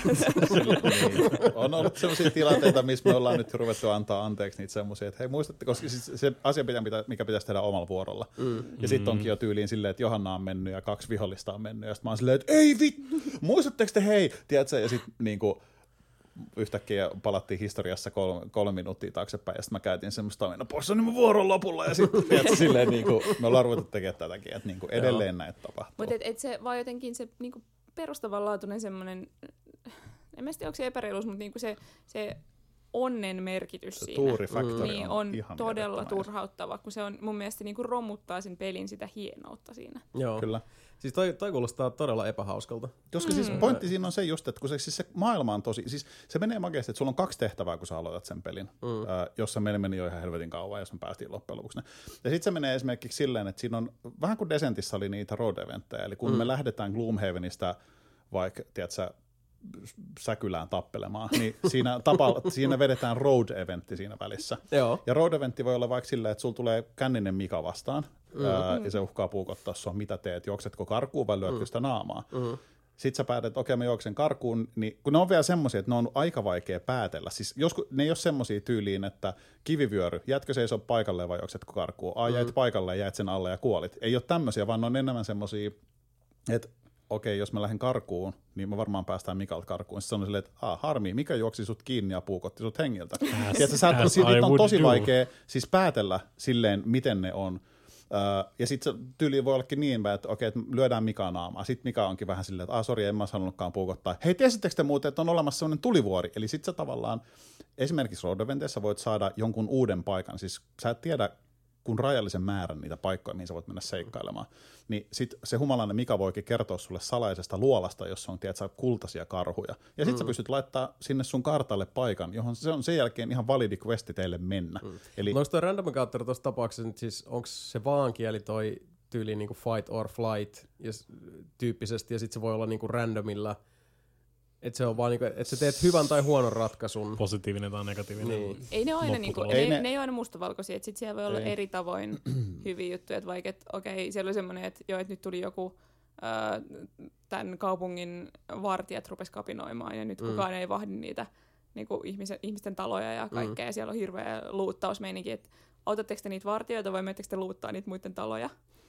Speaker 3: On ollut sellaisia tilanteita, missä me ollaan nyt ruvettu antaa anteeksi niitä semmoisia, että hei muistatte, koska se asia, mikä pitäisi tehdä omalla vuorolla. Ja sitten onkin jo tyyliin silleen, että Johanna on mennyt ja 2 vihollista on mennyt. Ja sitten mä oon silleen, että ei muistatteko te hei, tiedätkö? Ja sitten niinku yhtäkkiä palattiin historiassa 3 minuuttia taaksepäin, ja sitten mä käytin semmoista poissa niin mun vuoron lopulla, ja sitten silleen niinku, me ollaan ruvettu tekemään tätäkin, että niinku edelleen näitä tapahtuu.
Speaker 4: Mutta et se vaan jotenkin se niinku perustavanlaatuinen semmoinen, en mä tiedä onko se epäreiluus, mutta niinku se onnen merkitys siinä.
Speaker 3: Tuurifaktori
Speaker 4: Niin on
Speaker 3: ihan
Speaker 4: todella turhauttava, kun se on mun mielestä niinku romuttaa sen pelin sitä hienoutta siinä.
Speaker 1: Joo.
Speaker 3: Kyllä.
Speaker 1: Siis toi kuulostaa todella epähauskalta.
Speaker 3: Koska siis pointti siinä on se just, että kun se maailma on tosi, siis se menee makeasti, että sulla on 2 tehtävää, kun sä aloitat sen pelin, jossa meillä meni jo ihan helvetin kauan, jos me päästiin loppujen lopuksi. Ja sitten se menee esimerkiksi silleen, että siinä on, vähän kuin Descentissä oli niitä road-eventtejä, eli kun me lähdetään Gloomhavenista vaikka, tiedätkö, Säkylään tappelemaan, niin siinä vedetään road-eventti siinä välissä.
Speaker 1: Joo.
Speaker 3: Ja road-eventti voi olla vaikka silleen, että sulla tulee känninen Mika vastaan, ja se uhkaa puukottaa sua, mitä teet, juoksetko karkuun vai lyötkö sitä naamaa. Sitten sä päätät, että okei, mä juoksen karkuun, niin kun ne on vielä semmoisia, että ne on aika vaikea päätellä. Siis ne ei ole semmoisia tyyliin, että kivivyöry, jätkö seisoo paikalleen vai juoksetko karkuun? Jäit paikalleen, jäit sen alle ja kuolit. Ei ole tämmöisiä, vaan ne on enemmän semmoisia, että okei, jos mä lähden karkuun, niin mä varmaan päästään Mikalta karkuun. Sitten se on silleen, että harmi, Mika juoksi sut kiinni ja puukotti sut hengiltä. Siitä on tosi vaikea siis päätellä silleen, miten ne on. Ja sitten se tyyli voi ollakin niin, että okei, että lyödään Mikaa naamaa. Sitten Mika onkin vähän silleen, että sori, en mä halunnutkaan puukottaa. Hei, tiesittekö te muuten, että on olemassa sellainen tulivuori? Eli sitten sä tavallaan, esimerkiksi road-eventeissä voit saada jonkun uuden paikan. Siis sä et tiedä, kun rajallisen määrän niitä paikkoja, mihin sä voit mennä seikkailemaan, niin sit se humalainen Mika voikin kertoa sulle salaisesta luolasta, jossa on, tiedätkö, kultaisia karhuja. Ja sit sä pystyt laittaa sinne sun kartalle paikan, johon se on sen jälkeen ihan validi questi teille mennä. Eli...
Speaker 1: No onko toi random encounter tuossa tapauksessa, siis onko se vaankieli toi tyyli niinku fight or flight tyyppisesti, ja sit se voi olla niinku randomilla, että se on vaan niinku, että sä teet hyvän tai huonon ratkaisun.
Speaker 2: Positiivinen tai negatiivinen.
Speaker 4: Niin. Ei ne ole aina, niinku, ne ei ole aina mustavalkoisia, että sit siellä voi olla eri tavoin hyviä juttuja, että vaikka, että okei, siellä oli semmoinen, että joo, että nyt tuli joku tämän kaupungin vartijat rupesi kapinoimaan, ja nyt kukaan ei vahdi niitä niinku ihmisten taloja ja kaikkea, ja siellä on hirveä luuttausmeininki, että autatteko te niitä vartijoita vai menettekö te luuttaa niitä muiden taloja?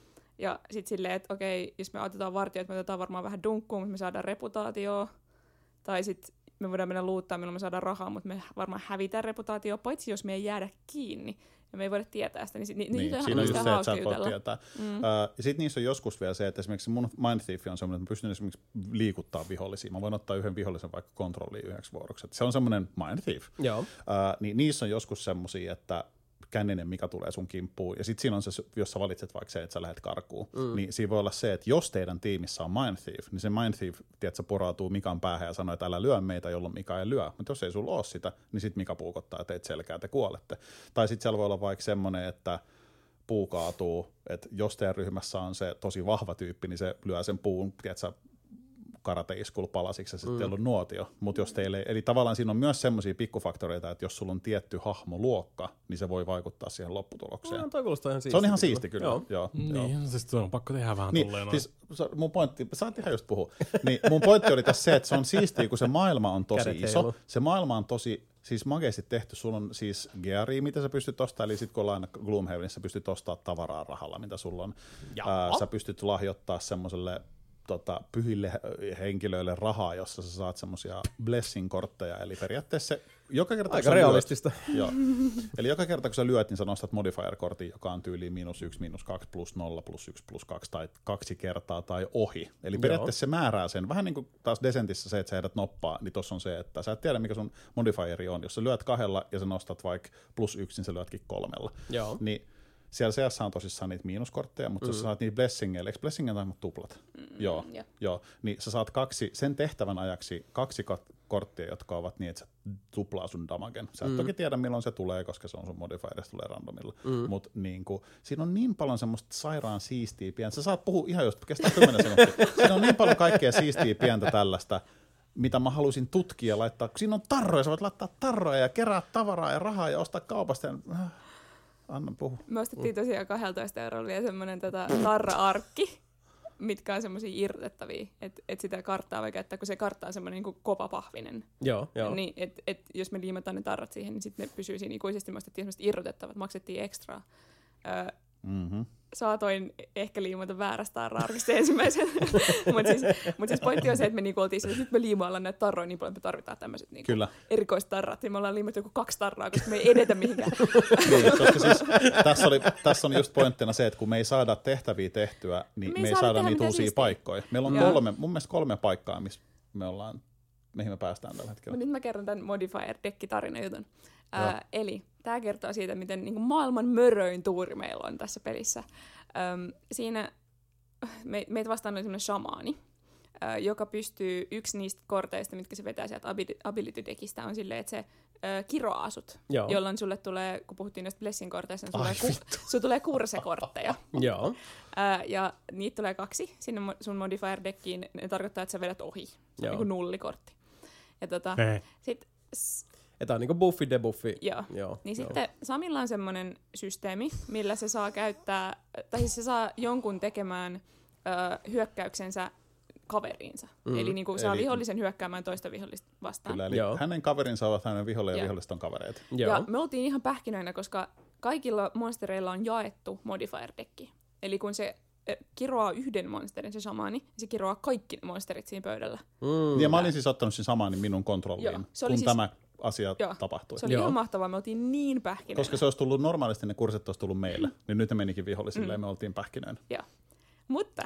Speaker 4: Ja sit silleen, että okei, jos me autetaan vartijoita, me otetaan varmaan vähän dunkkuun, mutta me saadaan reputaatioa. Tai sitten me voidaan mennä luuttaa, milloin me saadaan rahaa, mutta me varmaan hävitään reputaatio, paitsi jos me ei jäädä kiinni ja me ei voida tietää sitä. Niin
Speaker 3: siinä on just se, että sä et voi tietää. Ja sitten niissä on joskus vielä se, että esimerkiksi mun Mind Thief on semmoinen, että mä pystyn esimerkiksi liikuttaa vihollisia. Mä voin ottaa yhden vihollisen vaikka kontrolliin 1 vuoroksi. Se on semmoinen Mind Thief. Niin niissä on joskus semmoisia, että känninen Mika tulee sun kimppuun, ja sitten siinä on se, jos sä valitset vaikka se, että sä lähdet karkuun, niin siinä voi olla se, että jos teidän tiimissä on Mind Thief, niin se Mind Thief, tiedätkö, porautuu Mikan päähän ja sanoo, että älä lyö meitä, jolloin Mika ei lyö. Mutta jos ei sulla ole sitä, niin sitten Mika puukottaa ja teet selkää, te kuolette. Tai sitten siellä voi olla vaikka semmoinen, että puu kaatuu, että jos teidän ryhmässä on se tosi vahva tyyppi, niin se lyö sen puun, tiedätkö, karateiskulla palasiksi ja sitten on nuotio. Mutta jos teille, eli tavallaan siinä on myös semmoisia pikkufaktoreita, että jos sulla on tietty hahmoluokka, niin se voi vaikuttaa siihen lopputulokseen.
Speaker 1: No, toi kuulostaa ihan siisti.
Speaker 3: Se on ihan siisti kyllä. Joo.
Speaker 2: Niin, siis on pakko tehdä vähän
Speaker 3: niin,
Speaker 2: tolleen.
Speaker 3: Siis, mun pointti, saat ihan just puhua. Niin, mun pointti oli tässä se, että se on siistiä, kun se maailma on tosi iso. Se maailma on tosi siis makeasti tehty. Sulla on siis gearia, mitä sä pystyt ostamaan, eli sit kun ollaan aina Gloomhavenissa, pystyt ostamaan tavaraa rahalla, mitä sulla on. Sä pystyt lahjoittaa semmoiselle pyhille henkilöille rahaa, jossa sä saat semmosia blessing-kortteja, eli periaatteessa joka kerta,
Speaker 1: aika realistista.
Speaker 3: Joo. Eli joka kerta, kun sä lyöt, niin sä nostat modifier-kortin, joka on tyyliin -1, -2, +0, +1, +2 tai 2 kertaa tai ohi. Eli periaatteessa se määrää sen. Vähän niin kuin taas Descentissä se, että sä heidät noppaa, niin tossa on se, että sä et tiedä, mikä sun modifieri on. Jos sä lyöt 2 ja sä nostat vaikka +1, niin sä lyötkin 3.
Speaker 1: Joo.
Speaker 3: Niin siellä CS on tosissaan niitä miinuskortteja, mutta jos sä saat niitä blessingeille, eikö blessingeille on tuplat? Joo. Niin sä saat sen tehtävän ajaksi 2 korttia, jotka ovat niin, että sä tuplaa sun damagen. Sä et toki tiedä, milloin se tulee, koska se on sun modifierista tulee randomilla. Mutta niinku, siinä on niin paljon semmoista sairaan siistiä pientä. Sä saat puhua ihan just, kestää 10 sekuntia. Siinä on niin paljon kaikkea siistiä pientä tällaista, mitä mä haluaisin tutkia ja laittaa. Siinä on tarroja, sä voit laittaa tarroja ja kerää tavaraa ja rahaa ja ostaa kaupasta. Anna puhu.
Speaker 4: Me ostettiin tosiaan 12 eurolla vielä semmoinen tarra-arkki, mitkä on semmoisia irrotettavia, että sitä karttaa voi käyttää, kun se kartta on semmoinen niin kopapahvinen.
Speaker 1: Joo.
Speaker 4: Niin, et jos me liimataan ne tarrat siihen, niin sitten ne pysyy siinä ikuisesti. Me ostettiin semmoiset irrotettavat, maksettiin ekstraa. Saatoin ehkä liimata väärästä tarra-arkista ensimmäisen. Mutta siis pointti on se, että me niinku oltiin että nyt me liimaillaan näitä tarroja niin paljon, että me tarvitaan tämmöiset niinku erikoistarrat. Ja me ollaan liimattu joku 2 tarraa, koska me ei edetä mihinkään.
Speaker 3: Niin, koska siis tässä on just pointtina se, että kun me ei saada tehtäviä tehtyä, niin me ei saada niitä uusia paikkoja. Meillä on mun mielestä 3 paikkaa, missä me ollaan mihin me päästään tällä hetkellä.
Speaker 4: Nyt mä kerron tämän Modifier-dekki-tarinajutun. Eli tää kertoo siitä, miten niinku maailman möröin tuuri meillä on tässä pelissä. Siinä meitä vastaan oli semmoinen shamaani, joka pystyy, yksi niistä korteista, mitkä se vetää sieltä ability-dekistä, on silleen, että se kiroaa sut, jolloin sulle tulee, kun puhuttiin näistä blessing-korteista, sulle tulee kursekortteja.
Speaker 1: Joo.
Speaker 4: Ja niitä tulee 2 sinne sun modifier-dekkiin. Ne tarkoittaa, että sä vedät ohi. Se on niinku nullikortti. Ja sit...
Speaker 1: Ja tää on niinku buffi debuffi.
Speaker 4: Joo. Niin sitten Samilla on semmonen systeemi, millä se saa käyttää, tai siis se saa jonkun tekemään hyökkäyksensä kaveriinsa. Eli niinku saa vihollisen hyökkäämään toista vihollista vastaan.
Speaker 3: Kyllä, eli hänen kaverinsa ovat hänen vihollinen ja viholliset on kavereita.
Speaker 4: Ja me oltiin ihan pähkinöinä, koska kaikilla monstereilla on jaettu modifier-dekki. Eli kun se kiroaa yhden monsterin, se shamaani, niin se kiroaa kaikki ne monsterit siinä pöydällä.
Speaker 3: Ja mä olin siis ottanut sen shamanin minun kontrolliin, kun siis tämä asia tapahtui.
Speaker 4: Se oli ihan mahtavaa, me oltiin niin pähkinöinä.
Speaker 3: Koska se olisi tullut normaalisti, ne kurssit olisi tullut meille, niin nyt ne menikin vihollisille ja me oltiin pähkinöinä.
Speaker 4: Joo. Mutta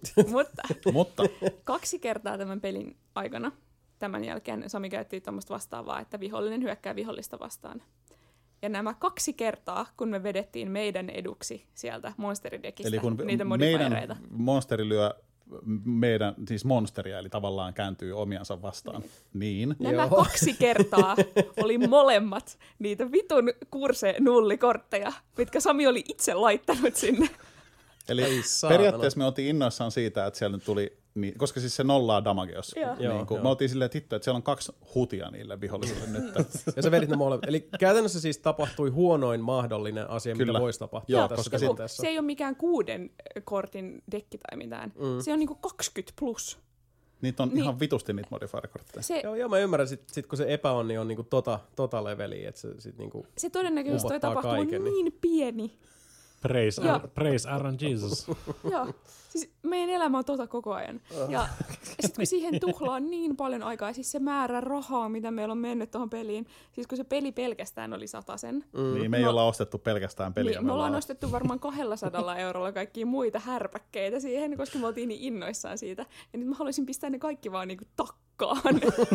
Speaker 4: 2 kertaa tämän pelin aikana, tämän jälkeen Sami käytti tämmöistä vastaavaa, että vihollinen hyökkää vihollista vastaan. Ja nämä 2 kertaa, kun me vedettiin meidän eduksi sieltä monsteridekistä, eli kun niitä modifiereita.
Speaker 3: Meidän monsteri lyö meidän, siis monsteria, eli tavallaan kääntyy omiansa vastaan. Niin.
Speaker 4: Nämä 2 kertaa oli molemmat niitä vitun kurse-nullikortteja, mitkä Sami oli itse laittanut sinne.
Speaker 3: Eli periaatteessa me oltiin innoissaan siitä, että siellä nyt tuli, koska siis se nollaa damage, jos me oltiin silleen, että siellä on 2 hutia niille vihollisille nyt.
Speaker 1: Ja sä vedit ne molemmat. Eli käytännössä siis tapahtui huonoin mahdollinen asia, mitä voisi tapahtua.
Speaker 4: Joo, koska se ei ole mikään 6 kortin dekki tai mitään. Se on niinku 20 plus.
Speaker 3: Niitä on ihan vitusti niitä modifier-kortteja.
Speaker 1: Joo, mä ymmärrän, sit kun se epäonni on niinku tota leveliä, että se sit niinku
Speaker 4: se todennäköisesti toi tapahtuu kaiken, niin pieni.
Speaker 2: Praise Aaron Jesus.
Speaker 4: Joo, siis meidän elämä on koko ajan. Ja sitten kun siihen tuhlaa niin paljon aikaa, siis se määrä rahaa, mitä meillä on mennyt tuohon peliin, siis kun se peli pelkästään oli 100.
Speaker 3: Niin, me ei olla ostettu pelkästään peliä.
Speaker 4: Niin, me ollaan ostettu varmaan 200 eurolla kaikkia muita härpäkkeitä siihen, koska me oltiin niin innoissaan siitä. Ja nyt mä haluaisin pistää ne kaikki vaan niinku takkaan.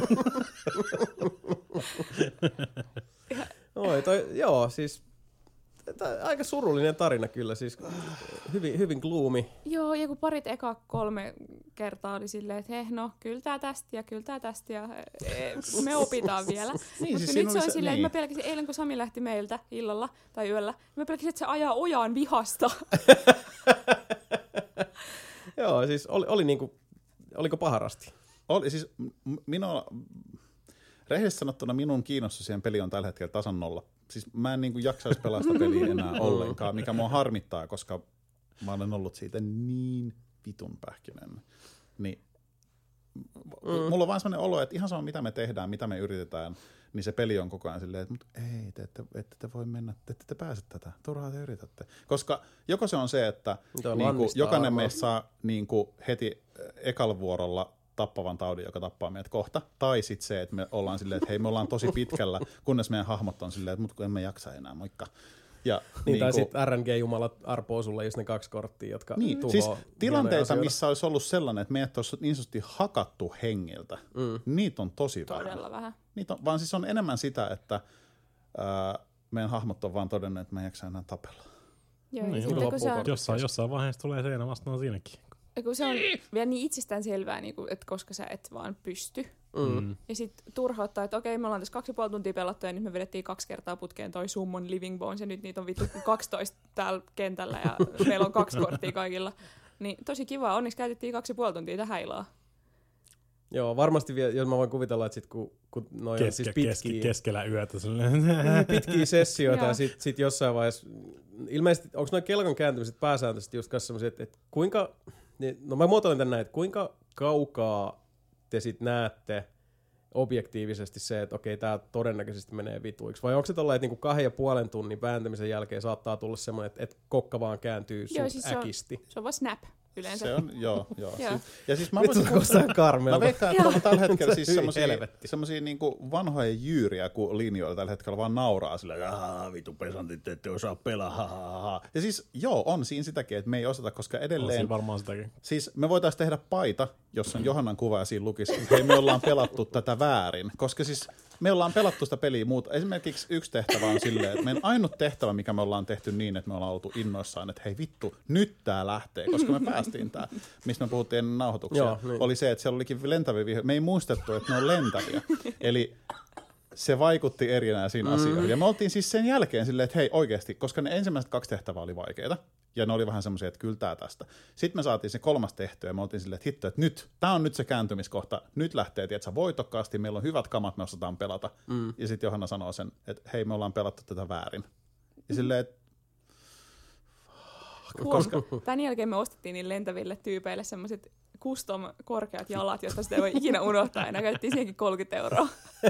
Speaker 1: Joo, siis... Aika surullinen tarina kyllä, siis hyvin gloomy.
Speaker 4: Joo, ja kun 3 kertaa oli silleen, että kyllä tää tästä ja me opitaan vielä.
Speaker 3: Niin,
Speaker 4: mutta nyt se on silleen, että mä pelkäsin eilen, kun Sami lähti meiltä illalla tai yöllä, mä pelkäsin, että se ajaa ojaan vihasta.
Speaker 1: Joo, siis oliko paharasti?
Speaker 3: Oli, siis rehellisesti sanottuna minun kiinnostus siihen peliin on tällä hetkellä tasan 0. Siis mä en jaksaisi pelaa sitä peliä enää ollenkaan, mikä mua harmittaa, koska mä olen ollut siitä niin vitun pähkinön. Niin, mulla on vaan sellainen olo, että ihan sama mitä me tehdään, mitä me yritetään, niin se peli on koko ajan silleen, että mutta ei, te voi mennä, te ette pääse tätä, turhaa te yritätte. Koska joko se on se, että jokainen meistä saa heti ekalla vuorolla tappavan taudin, joka tappaa meidät kohta, tai sitten se, että me ollaan silleen, että hei, me ollaan tosi pitkällä, kunnes meidän hahmot on silleen, että mut kun emme jaksa enää, moikka. Ja,
Speaker 1: tai sitten RNG-jumalat arpoo sulle just ne 2 korttia, jotka tuhoaa.
Speaker 3: Siis tilanteita, missä olisi ollut sellainen, että meidät olisi niin sanotusti hakattu hengiltä, niitä on tosi
Speaker 4: todella vähän.
Speaker 3: Vaan siis on enemmän sitä, että meidän hahmot on vaan todennut, että me ei jaksa enää tapella.
Speaker 4: Joo,
Speaker 2: jossain vaiheessa tulee seinä vastaan siinäkin.
Speaker 4: Kun se on vielä niin itsestään selvää, että koska sä et vaan pysty. Ja sitten turhauttaa, että okei, me ollaan tässä 2,5 tuntia pelattu ja nyt me vedettiin 2 kertaa putkeen toi Summon Living Bones ja nyt niitä on vittu 12 täällä kentällä ja meillä on 2 korttia kaikilla. Niin tosi kiva, onneksi käytettiin 2,5 tuntia tähän ilaa.
Speaker 1: Joo, varmasti vielä, jos mä voin kuvitella, että sit kun noi on siis pitkiä...
Speaker 2: Keskellä yötä.
Speaker 1: Pitkiä sessioita ja sit jossain vaiheessa... Ilmeisesti, onko noi kelkan kääntymiset pääsääntöisesti just kanssa sellaiset, että kuinka... No mä muotoilen tän näin, että kuinka kaukaa te sit näette objektiivisesti se, että okei, tää todennäköisesti menee vituiksi? Vai onko se tollain, että 2,5 tunnin vääntämisen jälkeen saattaa tulla semmoinen, että kokka vaan kääntyy
Speaker 4: siis
Speaker 1: äkisti?
Speaker 4: Se on vaan snap. yleensä.
Speaker 3: Se on, joo. Ja siis mä
Speaker 1: Vittu, kuulostaa karmeelta.
Speaker 3: Mä veikkaan, että on tällä hetkellä siis semmosia niinku vanhoja jyyriä, kun linjoilla tällä hetkellä vaan nauraa silleen, vitu pesantit, ette osaa pelaa, Ja siis on siinä sitäkin, että me ei osata, koska edelleen...
Speaker 2: On varmaan sitäkin.
Speaker 3: Siis me voitaisiin tehdä paita, jossa on Johannan kuva ja siinä lukisi, että hei, me ollaan pelattu tätä väärin. Koska siis me ollaan pelattu sitä peliä muuta. Esimerkiksi yksi tehtävä on silleen, että meidän ainut tehtävä, mikä me ollaan tehty niin, että me ollaan oltu innoissaan, että hei vittu, nyt tää lähtee, koska me päästiin tää, mistä me puhuttiin ennen nauhoituksia, oli se, että siellä olikin lentäviä vihoja. Me ei muistettu, että ne on lentäviä. Eli se vaikutti erinään siinä asiaan. Ja me oltiin siis sen jälkeen silleen, että hei oikeasti, koska ne ensimmäiset 2 tehtävää oli vaikeita, ja ne oli vähän semmoisia, että kyllä tää tästä. Sitten me saatiin se 3. tehtävä, ja me oltiin silleen, että hitto, että nyt, tää on nyt se kääntymiskohta, nyt lähtee, tietsä, voitokkaasti, meillä on hyvät kamat, me osataan pelata. Ja sitten Johanna sanoo sen, että hei, me ollaan pelattu tätä väärin. Ja silleen, että
Speaker 4: koska tämän jälkeen me ostettiin niin lentäville tyypeille semmoiset custom korkeat jalat, joista sitä ei voi ikinä unohtaa, ja käytettiin siihenkin 30 €.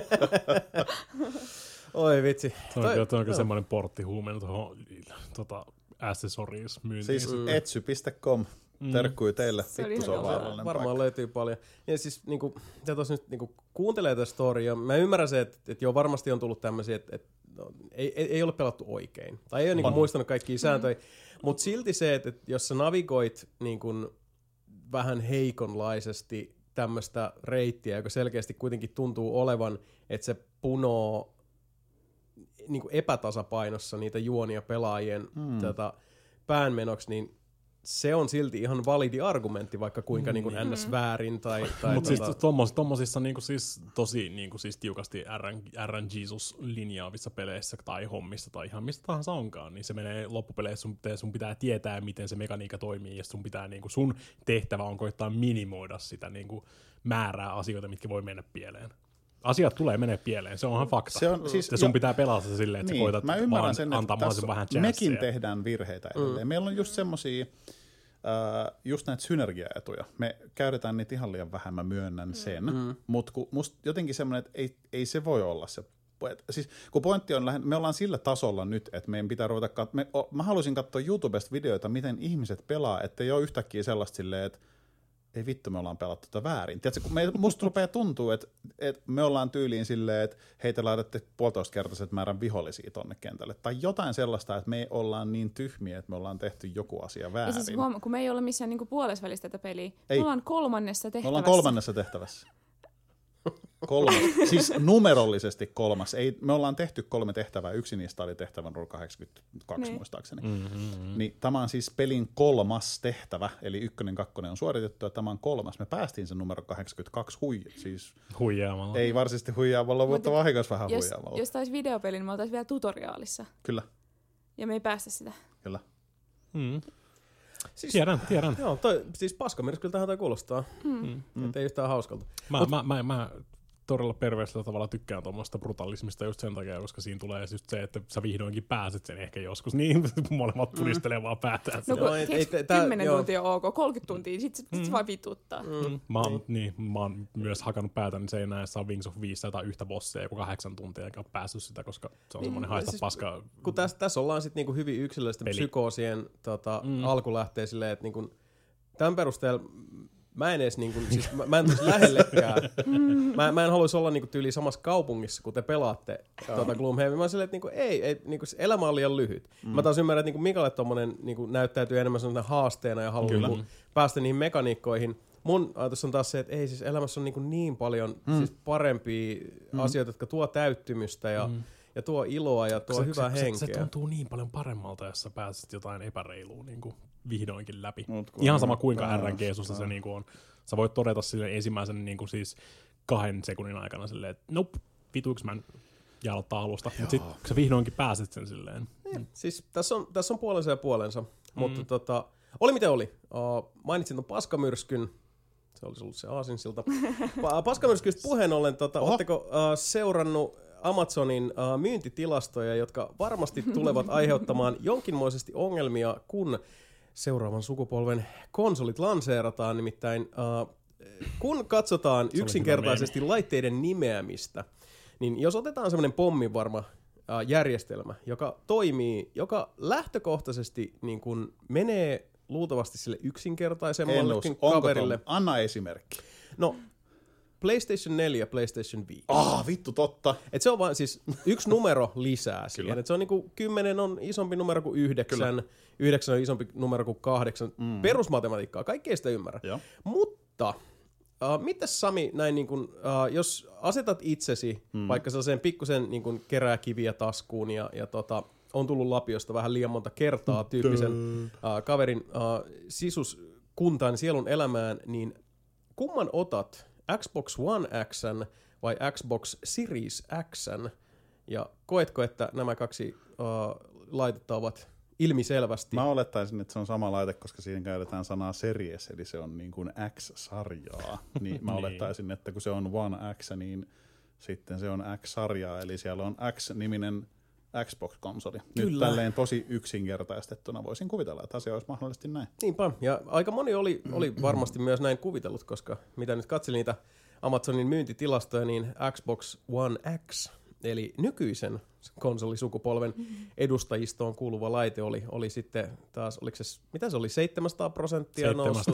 Speaker 1: Oi vitsi.
Speaker 2: Se on kyllä semmoinen porttihuumeen tuohon accessories myyntiin.
Speaker 3: Siis etsy.com. Terkkui teille.
Speaker 4: Vittu, se on
Speaker 3: vaarallinen
Speaker 1: varmaan löytyy paljon. Ja siis niinku, nyt niinku, kuuntelee tätä storya. Mä ymmärrän se, että varmasti on tullut tämmöisiä, että ei ole pelattu oikein. Tai ei ole niinku muistanut kaikkia sääntöjä. Mutta silti se, että jos sä navigoit niinku, vähän heikonlaisesti tämmöistä reittiä, joka selkeästi kuitenkin tuntuu olevan, että se punoo niinku epätasapainossa niitä juonia pelaajien päänmenoksi, niin se on silti ihan validi argumentti, vaikka kuinka niinku ns. Väärin tai
Speaker 2: mutta siis tommosissa niinku siis tosi niinku siis tiukasti RN Jesus linjaavissa peleissä tai hommissa tai ihan mistä tahansa onkaan, niin se menee loppupeleissä, sun pitää tietää, miten se mekaniikka toimii, ja sun pitää niinku sun tehtävä on koittaa minimoida sitä niinku määrää asioita, mitkä voi mennä pieleen. Asiat tulee menee pieleen, se onhan fakta. Se on, siis, ja sun pitää pelata se silleen, että sä koitat vaan antaa mahdollisimman vähän chanssia.
Speaker 3: Mekin tehdään virheitä edelleen. Meillä on just semmosia, just näitä synergiaetuja. Me käytetään niitä ihan liian vähän, mä myönnän sen. Mutta musta jotenkin semmoinen, että ei se voi olla se. Siis, kun pointti on, me ollaan sillä tasolla nyt, että meidän pitää ruveta mä haluaisin katsoa YouTubesta videoita, miten ihmiset pelaa, ettei ole yhtäkkiä sellaista silleen, että ei vittu, me ollaan pelattu tätä väärin. Tiedätkö, kun musta rupeaa tuntuu, että me ollaan tyyliin silleen, että heitä laitatte 1,5-kertaiset määrän vihollisia tonne kentälle. Tai jotain sellaista, että me ollaan niin tyhmiä, että me ollaan tehty joku asia väärin. Ja siis
Speaker 4: kun me ei olla missään niinku puolesvälistä tätä peliä. Me ollaan 3. tehtävässä.
Speaker 3: Me ollaan 3. tehtävässä. 3. Siis numerollisesti 3. Me ollaan tehty 3 tehtävää. Yksi niistä oli tehtävä numero 82 muistaakseni. Niin tämä on siis pelin 3. tehtävä, eli 1, 2 on suoritettu ja tämä on 3. Me päästiin sen numero 82
Speaker 2: huijaamalla.
Speaker 3: Ei varsinaisesti huijaamalla, mutta vahingossa vähän huijaamalla.
Speaker 4: Jos taisi videopeli, niin me oltaisiin vielä tutoriaalissa.
Speaker 3: Kyllä. Ja
Speaker 4: me ei päästä sitä.
Speaker 3: Kyllä.
Speaker 2: Siis, tiedän.
Speaker 1: Joo, siis paskamyrsky kyllä tähän kuulostaa. Että ei yhtään hauskalta.
Speaker 2: Mä todella perveisellä tavalla tykkään tuommoista brutalismista just sen takia, koska siinä tulee just se, että sä vihdoinkin pääset sen ehkä joskus. Niin, molemmat puristelee vaan päätään.
Speaker 4: No kun 10 tuntia on ok, 30 tuntia, sit se vaan vituttaa.
Speaker 2: Mä oon myös hakannut päätäni seinään, että saa Wings of 5 tai yhtä bossia joku 8 tuntia, eikä ole päässyt sitä, koska se on semmoinen haista siis, paska.
Speaker 1: Kun tässä ollaan sitten niinku hyvin yksilöllisten psykoosien alkulähteä silleen, että niinku, tämän perusteella mä en edes niinku, siis mä en tulisi lähellekään. Mä en haluaisi olla niinku tyyliin samassa kaupungissa, kun te pelaatte Gloomhaven. Mä oon silleen, että niinku, ei niinku, elämä on liian lyhyt. Mä taas ymmärrän, että niinku Mikalle tommonen niinku, näyttäytyy enemmän sellaisena haasteena ja haluaa niinku, päästä niihin mekaniikkoihin. Mun ajatus on taas se, että ei siis elämässä on niin paljon siis parempia asioita, jotka tuo täyttymystä ja tuo iloa ja tuo hyvää henkeä.
Speaker 2: Se tuntuu niin paljon paremmalta, jos sä pääset jotain epäreilua niin vihdoinkin läpi. Ihan sama kuinka RNG-susta se niin on. Sä voit todeta sille ensimmäisen niin siis 2 sekunnin aikana silleen, että nope, vituiksi mä en aloittaa alusta. Mutta sit kun sä vihdoinkin pääset sen silleen.
Speaker 1: Siis tässä on puolensa ja puolensa. Mutta oli miten oli. Mainitsin ton paskamyrskyn. Se olisi ollut se aasinsilta. Paskamyrskystä puheen ollen, ootteko seurannut Amazonin myyntitilastoja, jotka varmasti tulevat aiheuttamaan jonkinmoisesti ongelmia, kun seuraavan sukupolven konsolit lanseerataan. Nimittäin kun katsotaan yksinkertaisesti laitteiden nimeämistä, niin jos otetaan semmoinen pomminvarma järjestelmä, joka toimii, joka lähtökohtaisesti niin kun menee luultavasti sille yksinkertaisemmallekin kaverille.
Speaker 3: Anna esimerkki.
Speaker 1: No, PlayStation 4 ja PlayStation 5.
Speaker 3: Vittu totta.
Speaker 1: Et se on vaan siis yksi numero lisää siihen. Et se on niinku 10 on isompi numero kuin 9, 9 on isompi numero kuin 8. Perusmatematiikkaa, kaikki ei sitä ymmärrä.
Speaker 3: Joo.
Speaker 1: Mutta mitäs Sami, näin niin kun, jos asetat itsesi vaikka sellaiseen pikkusen niin kun kerää kiviä taskuun ja on tullut lapiosta vähän liian monta kertaa tyyppisen kaverin sisuskuntaan sielun elämään, niin kumman otat? Xbox One X:n vai Xbox Series X:n? Ja koetko, että nämä kaksi laitetta ovat ilmiselvästi?
Speaker 3: Mä olettaisin, että se on sama laite, koska siinä käytetään sanaa series, eli se on niin kuin X-sarjaa. Niin mä olettaisin, että kun se on One X, niin sitten se on X-sarjaa, eli siellä on X-niminen Xbox-konsoli. Nyt tälleen tosi yksinkertaistettuna voisin kuvitella, että asia olisi mahdollisesti näin.
Speaker 1: Niinpä, ja aika moni oli varmasti myös näin kuvitellut, koska mitä nyt katselin niitä Amazonin myyntitilastoja, niin Xbox One X, eli nykyisen konsolisukupolven edustajistoon kuuluva laite oli sitten taas, oliko se, mitä se oli, 700% noussut?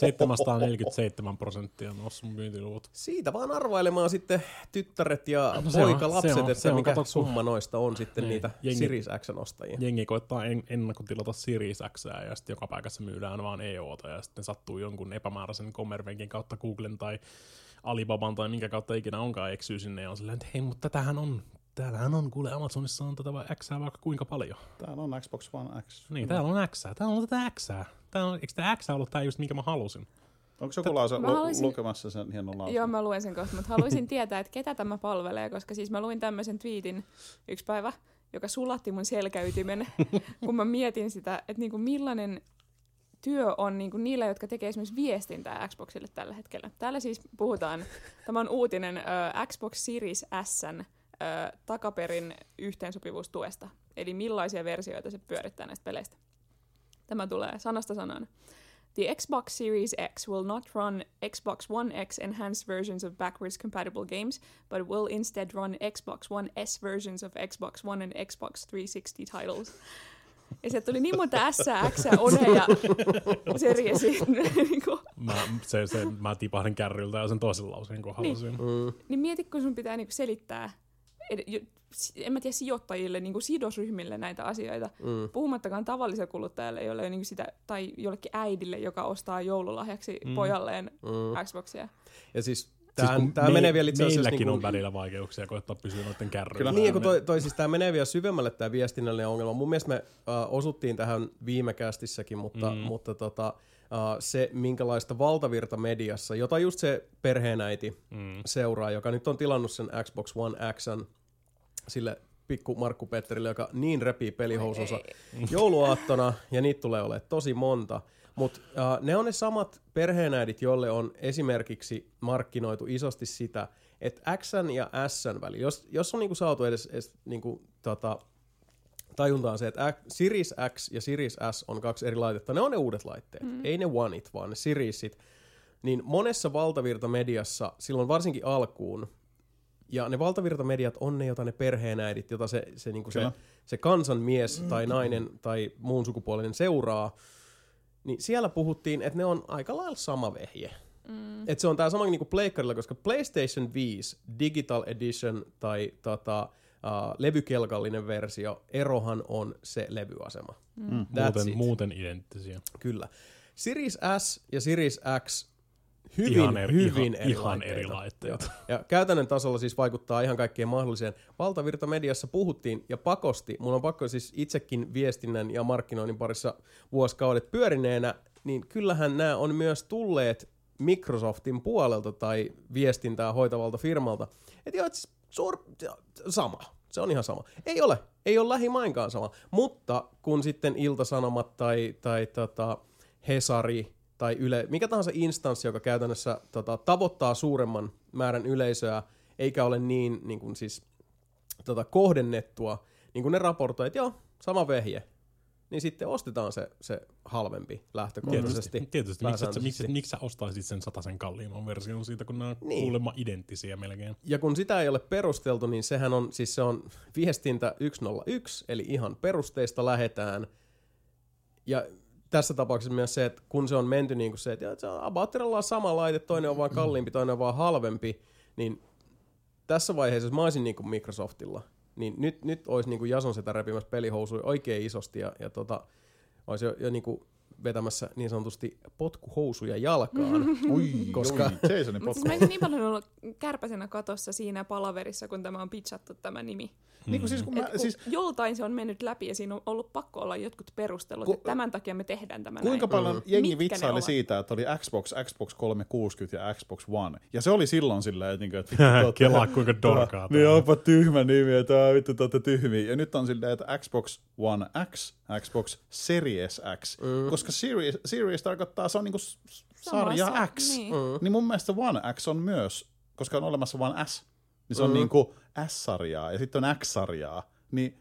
Speaker 2: 747% noussut myyntiluvut.
Speaker 1: Siitä vaan arvailemaan sitten tyttäret ja poikalapset, että mikä summa noista on sitten niitä Series X-ostajia.
Speaker 2: Jengi koittaa ennakkotilata Series X:ää ja sitten joka paikassa myydään vaan EO:ta ja sitten sattuu jonkun epämääräisen Commervenkin kautta Googlen tai Alibaban tai minkä kautta ikinä onkaan eksyy sinne ja on silleen, että hei, mutta täällähän on, kuule Amazonissa on tätä Xää vaikka kuinka paljon.
Speaker 3: Täällä on Xbox One X.
Speaker 2: Niin, täällä on Xää. Täällä on tätä Xää. Eikö tämä X ollut tää just minkä mä halusin?
Speaker 3: Onko joku lukemassa sen hienon lausun?
Speaker 4: Joo, mä luen sen kohta, mutta haluaisin tietää, että ketä tämä palvelee, koska siis mä luin tämmöisen tweetin yksi päivä, joka sulatti mun selkäytimen, kun mä mietin sitä, että niinku millainen työ on niinku niillä, jotka tekee esimerkiksi viestintää Xboxille tällä hetkellä. Täällä siis puhutaan, tämä on uutinen Xbox Series S:n takaperin yhteensopivuustuesta, eli millaisia versioita se pyörittää näistä peleistä. Tämä tulee sanasta sanaan. The Xbox Series X will not run Xbox One X enhanced versions of backwards compatible games, but will instead run Xbox One S versions of Xbox One and Xbox 360 titles. Ja sieltä tuli niin monta S, X, One ja seriesi.
Speaker 2: Mä tipahdin kärryltä ja sen toisen lauseen kun halusin.
Speaker 4: Niin mieti, kun sun pitää niinku selittää, en mä tiedä, sijoittajille, niinku sidosryhmille näitä asioita. Puhumattakaan tavalliselle kuluttajalle, jolle niinku sitä, tai jollekin äidille, joka ostaa joululahjaksi pojalleen Xboxia.
Speaker 1: Ja siis Tämä menee vielä itse asiassa
Speaker 2: meilläkin on välillä vaikeuksia koettaa pysyä noiden kärryillä.
Speaker 1: Niin, kun siis tämä menee vielä syvemmälle tämä viestinnällinen ongelma. Mun mielestä me osuttiin tähän viime kästissäkin, mutta se minkälaista valtavirta mediassa, jota just se perheenäiti seuraa, joka nyt on tilannut sen Xbox One X:n sille pikku Markku Petterille, joka niin repii pelihousunsa jouluaattona, ja niitä tulee olemaan tosi monta. Mutta ne on ne samat perheenäidit, jolle on esimerkiksi markkinoitu isosti sitä, että X:n ja S:n väli, jos on niinku saatu edes niinku, tajuntaan se, että Series X ja Series S on kaksi eri laitetta, ne on ne uudet laitteet, ei ne Oneit, vaan ne Seriesit, niin monessa valtavirtamediassa, silloin varsinkin alkuun, ja ne valtavirtamediat on ne, jota ne perheenäidit, jota se kansanmies tai nainen tai muun sukupuolinen seuraa, niin siellä puhuttiin, että ne on aika lailla sama vehje. Että se on tää sama niin kuin pleikkarilla, koska PlayStation 5 Digital Edition tai levykelkallinen versio, erohan on se levyasema.
Speaker 2: Muuten identtisiä.
Speaker 1: Kyllä. Series S ja Series X hyvin eri laitteet. Ja käytännön tasolla siis vaikuttaa ihan kaikkeen mahdolliseen. Valtavirtamediassa puhuttiin ja pakosti, mun on pakko siis itsekin viestinnän ja markkinoinnin parissa vuosikaudet pyörineenä, niin kyllähän nämä on myös tulleet Microsoftin puolelta tai viestintää hoitavalta firmalta. Että joo, sama. Se on ihan sama. Ei ole lähimainkaan sama. Mutta kun sitten Ilta-Sanomat tai Hesari tai mikä tahansa instanssi, joka käytännössä tavoittaa suuremman määrän yleisöä, eikä ole niin kuin siis, kohdennettua, niin kuin ne raportoi, että joo, sama vehje, niin sitten ostetaan se halvempi lähtökohtaisesti.
Speaker 2: Tietysti. Miksi sä ostaisit sen 100 kalliimman version siitä, kun nämä on kuulemma identtisiä melkein?
Speaker 1: Ja kun sitä ei ole perusteltu, niin sehän on, siis se on viestintä 101, eli ihan perusteista lähetään. Ja tässä tapauksessa myös se, että kun se on menty niin kuin se, että se on about sama laite, toinen on vaan kalliimpi, toinen on vaan halvempi, niin tässä vaiheessa, jos mä olisin niin kuin Microsoftilla, niin nyt olisi niin kuin Jason sitä repimässä pelihousuja oikein isosti ja olisi jo niin kuin vetämässä niin sanotusti potkuhousuja jalkaan. Koska
Speaker 3: Jasonin
Speaker 4: Mutta siis mä en niin paljon ollut kärpäsenä katossa siinä palaverissa, kun tämä on pitchattu tämä nimi.
Speaker 3: Niin siis, kun
Speaker 4: joltain se on mennyt läpi ja siinä on ollut pakko olla jotkut perustelut, että tämän takia me tehdään tämä
Speaker 3: kuinka
Speaker 4: näin.
Speaker 3: paljon jengi
Speaker 4: Mitkä
Speaker 3: vitsaili
Speaker 4: ne
Speaker 3: siitä, että oli Xbox 360 ja Xbox One. Ja se oli silloin silleen, että
Speaker 2: kelaa kuinka dorkaa.
Speaker 3: Niin onpa tyhmä nimi, että vittu te olette tyhmiä. Ja nyt on silleen, että Xbox One X, Xbox Series X. Koska Series tarkoittaa, se on niinku sarja X. Niin mun mielestä One X on myös, koska on olemassa One S, niin se on niinku S-sarjaa ja sitten on X-sarjaa. Niin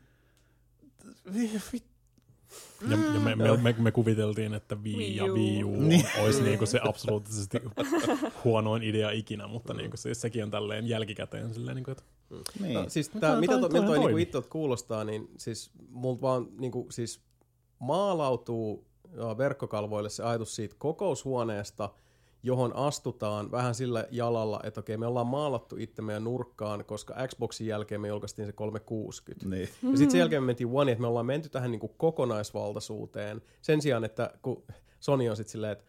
Speaker 2: Ja me kuviteltiin, että Wii ja Wii U olisi niinku se absoluuttisesti huonoin idea ikinä, mutta niinku sekin on tälleen jälkikäteen silleen, niinku, että
Speaker 1: niin. No, siis mitä toi niinku itseltä kuulostaa, niin siis multa vaan niinku siis maalautuu verkkokalvoille se ajatus siitä kokoushuoneesta, johon astutaan vähän sillä jalalla, että okei, me ollaan maalattu itse meidän nurkkaan, koska Xboxin jälkeen me julkaistiin se 360.
Speaker 3: Niin.
Speaker 1: Ja sitten sen jälkeen me mentiin One, että me ollaan menty tähän niinku kokonaisvaltaisuuteen. Sen sijaan, että kun Sony on sitten silleen, että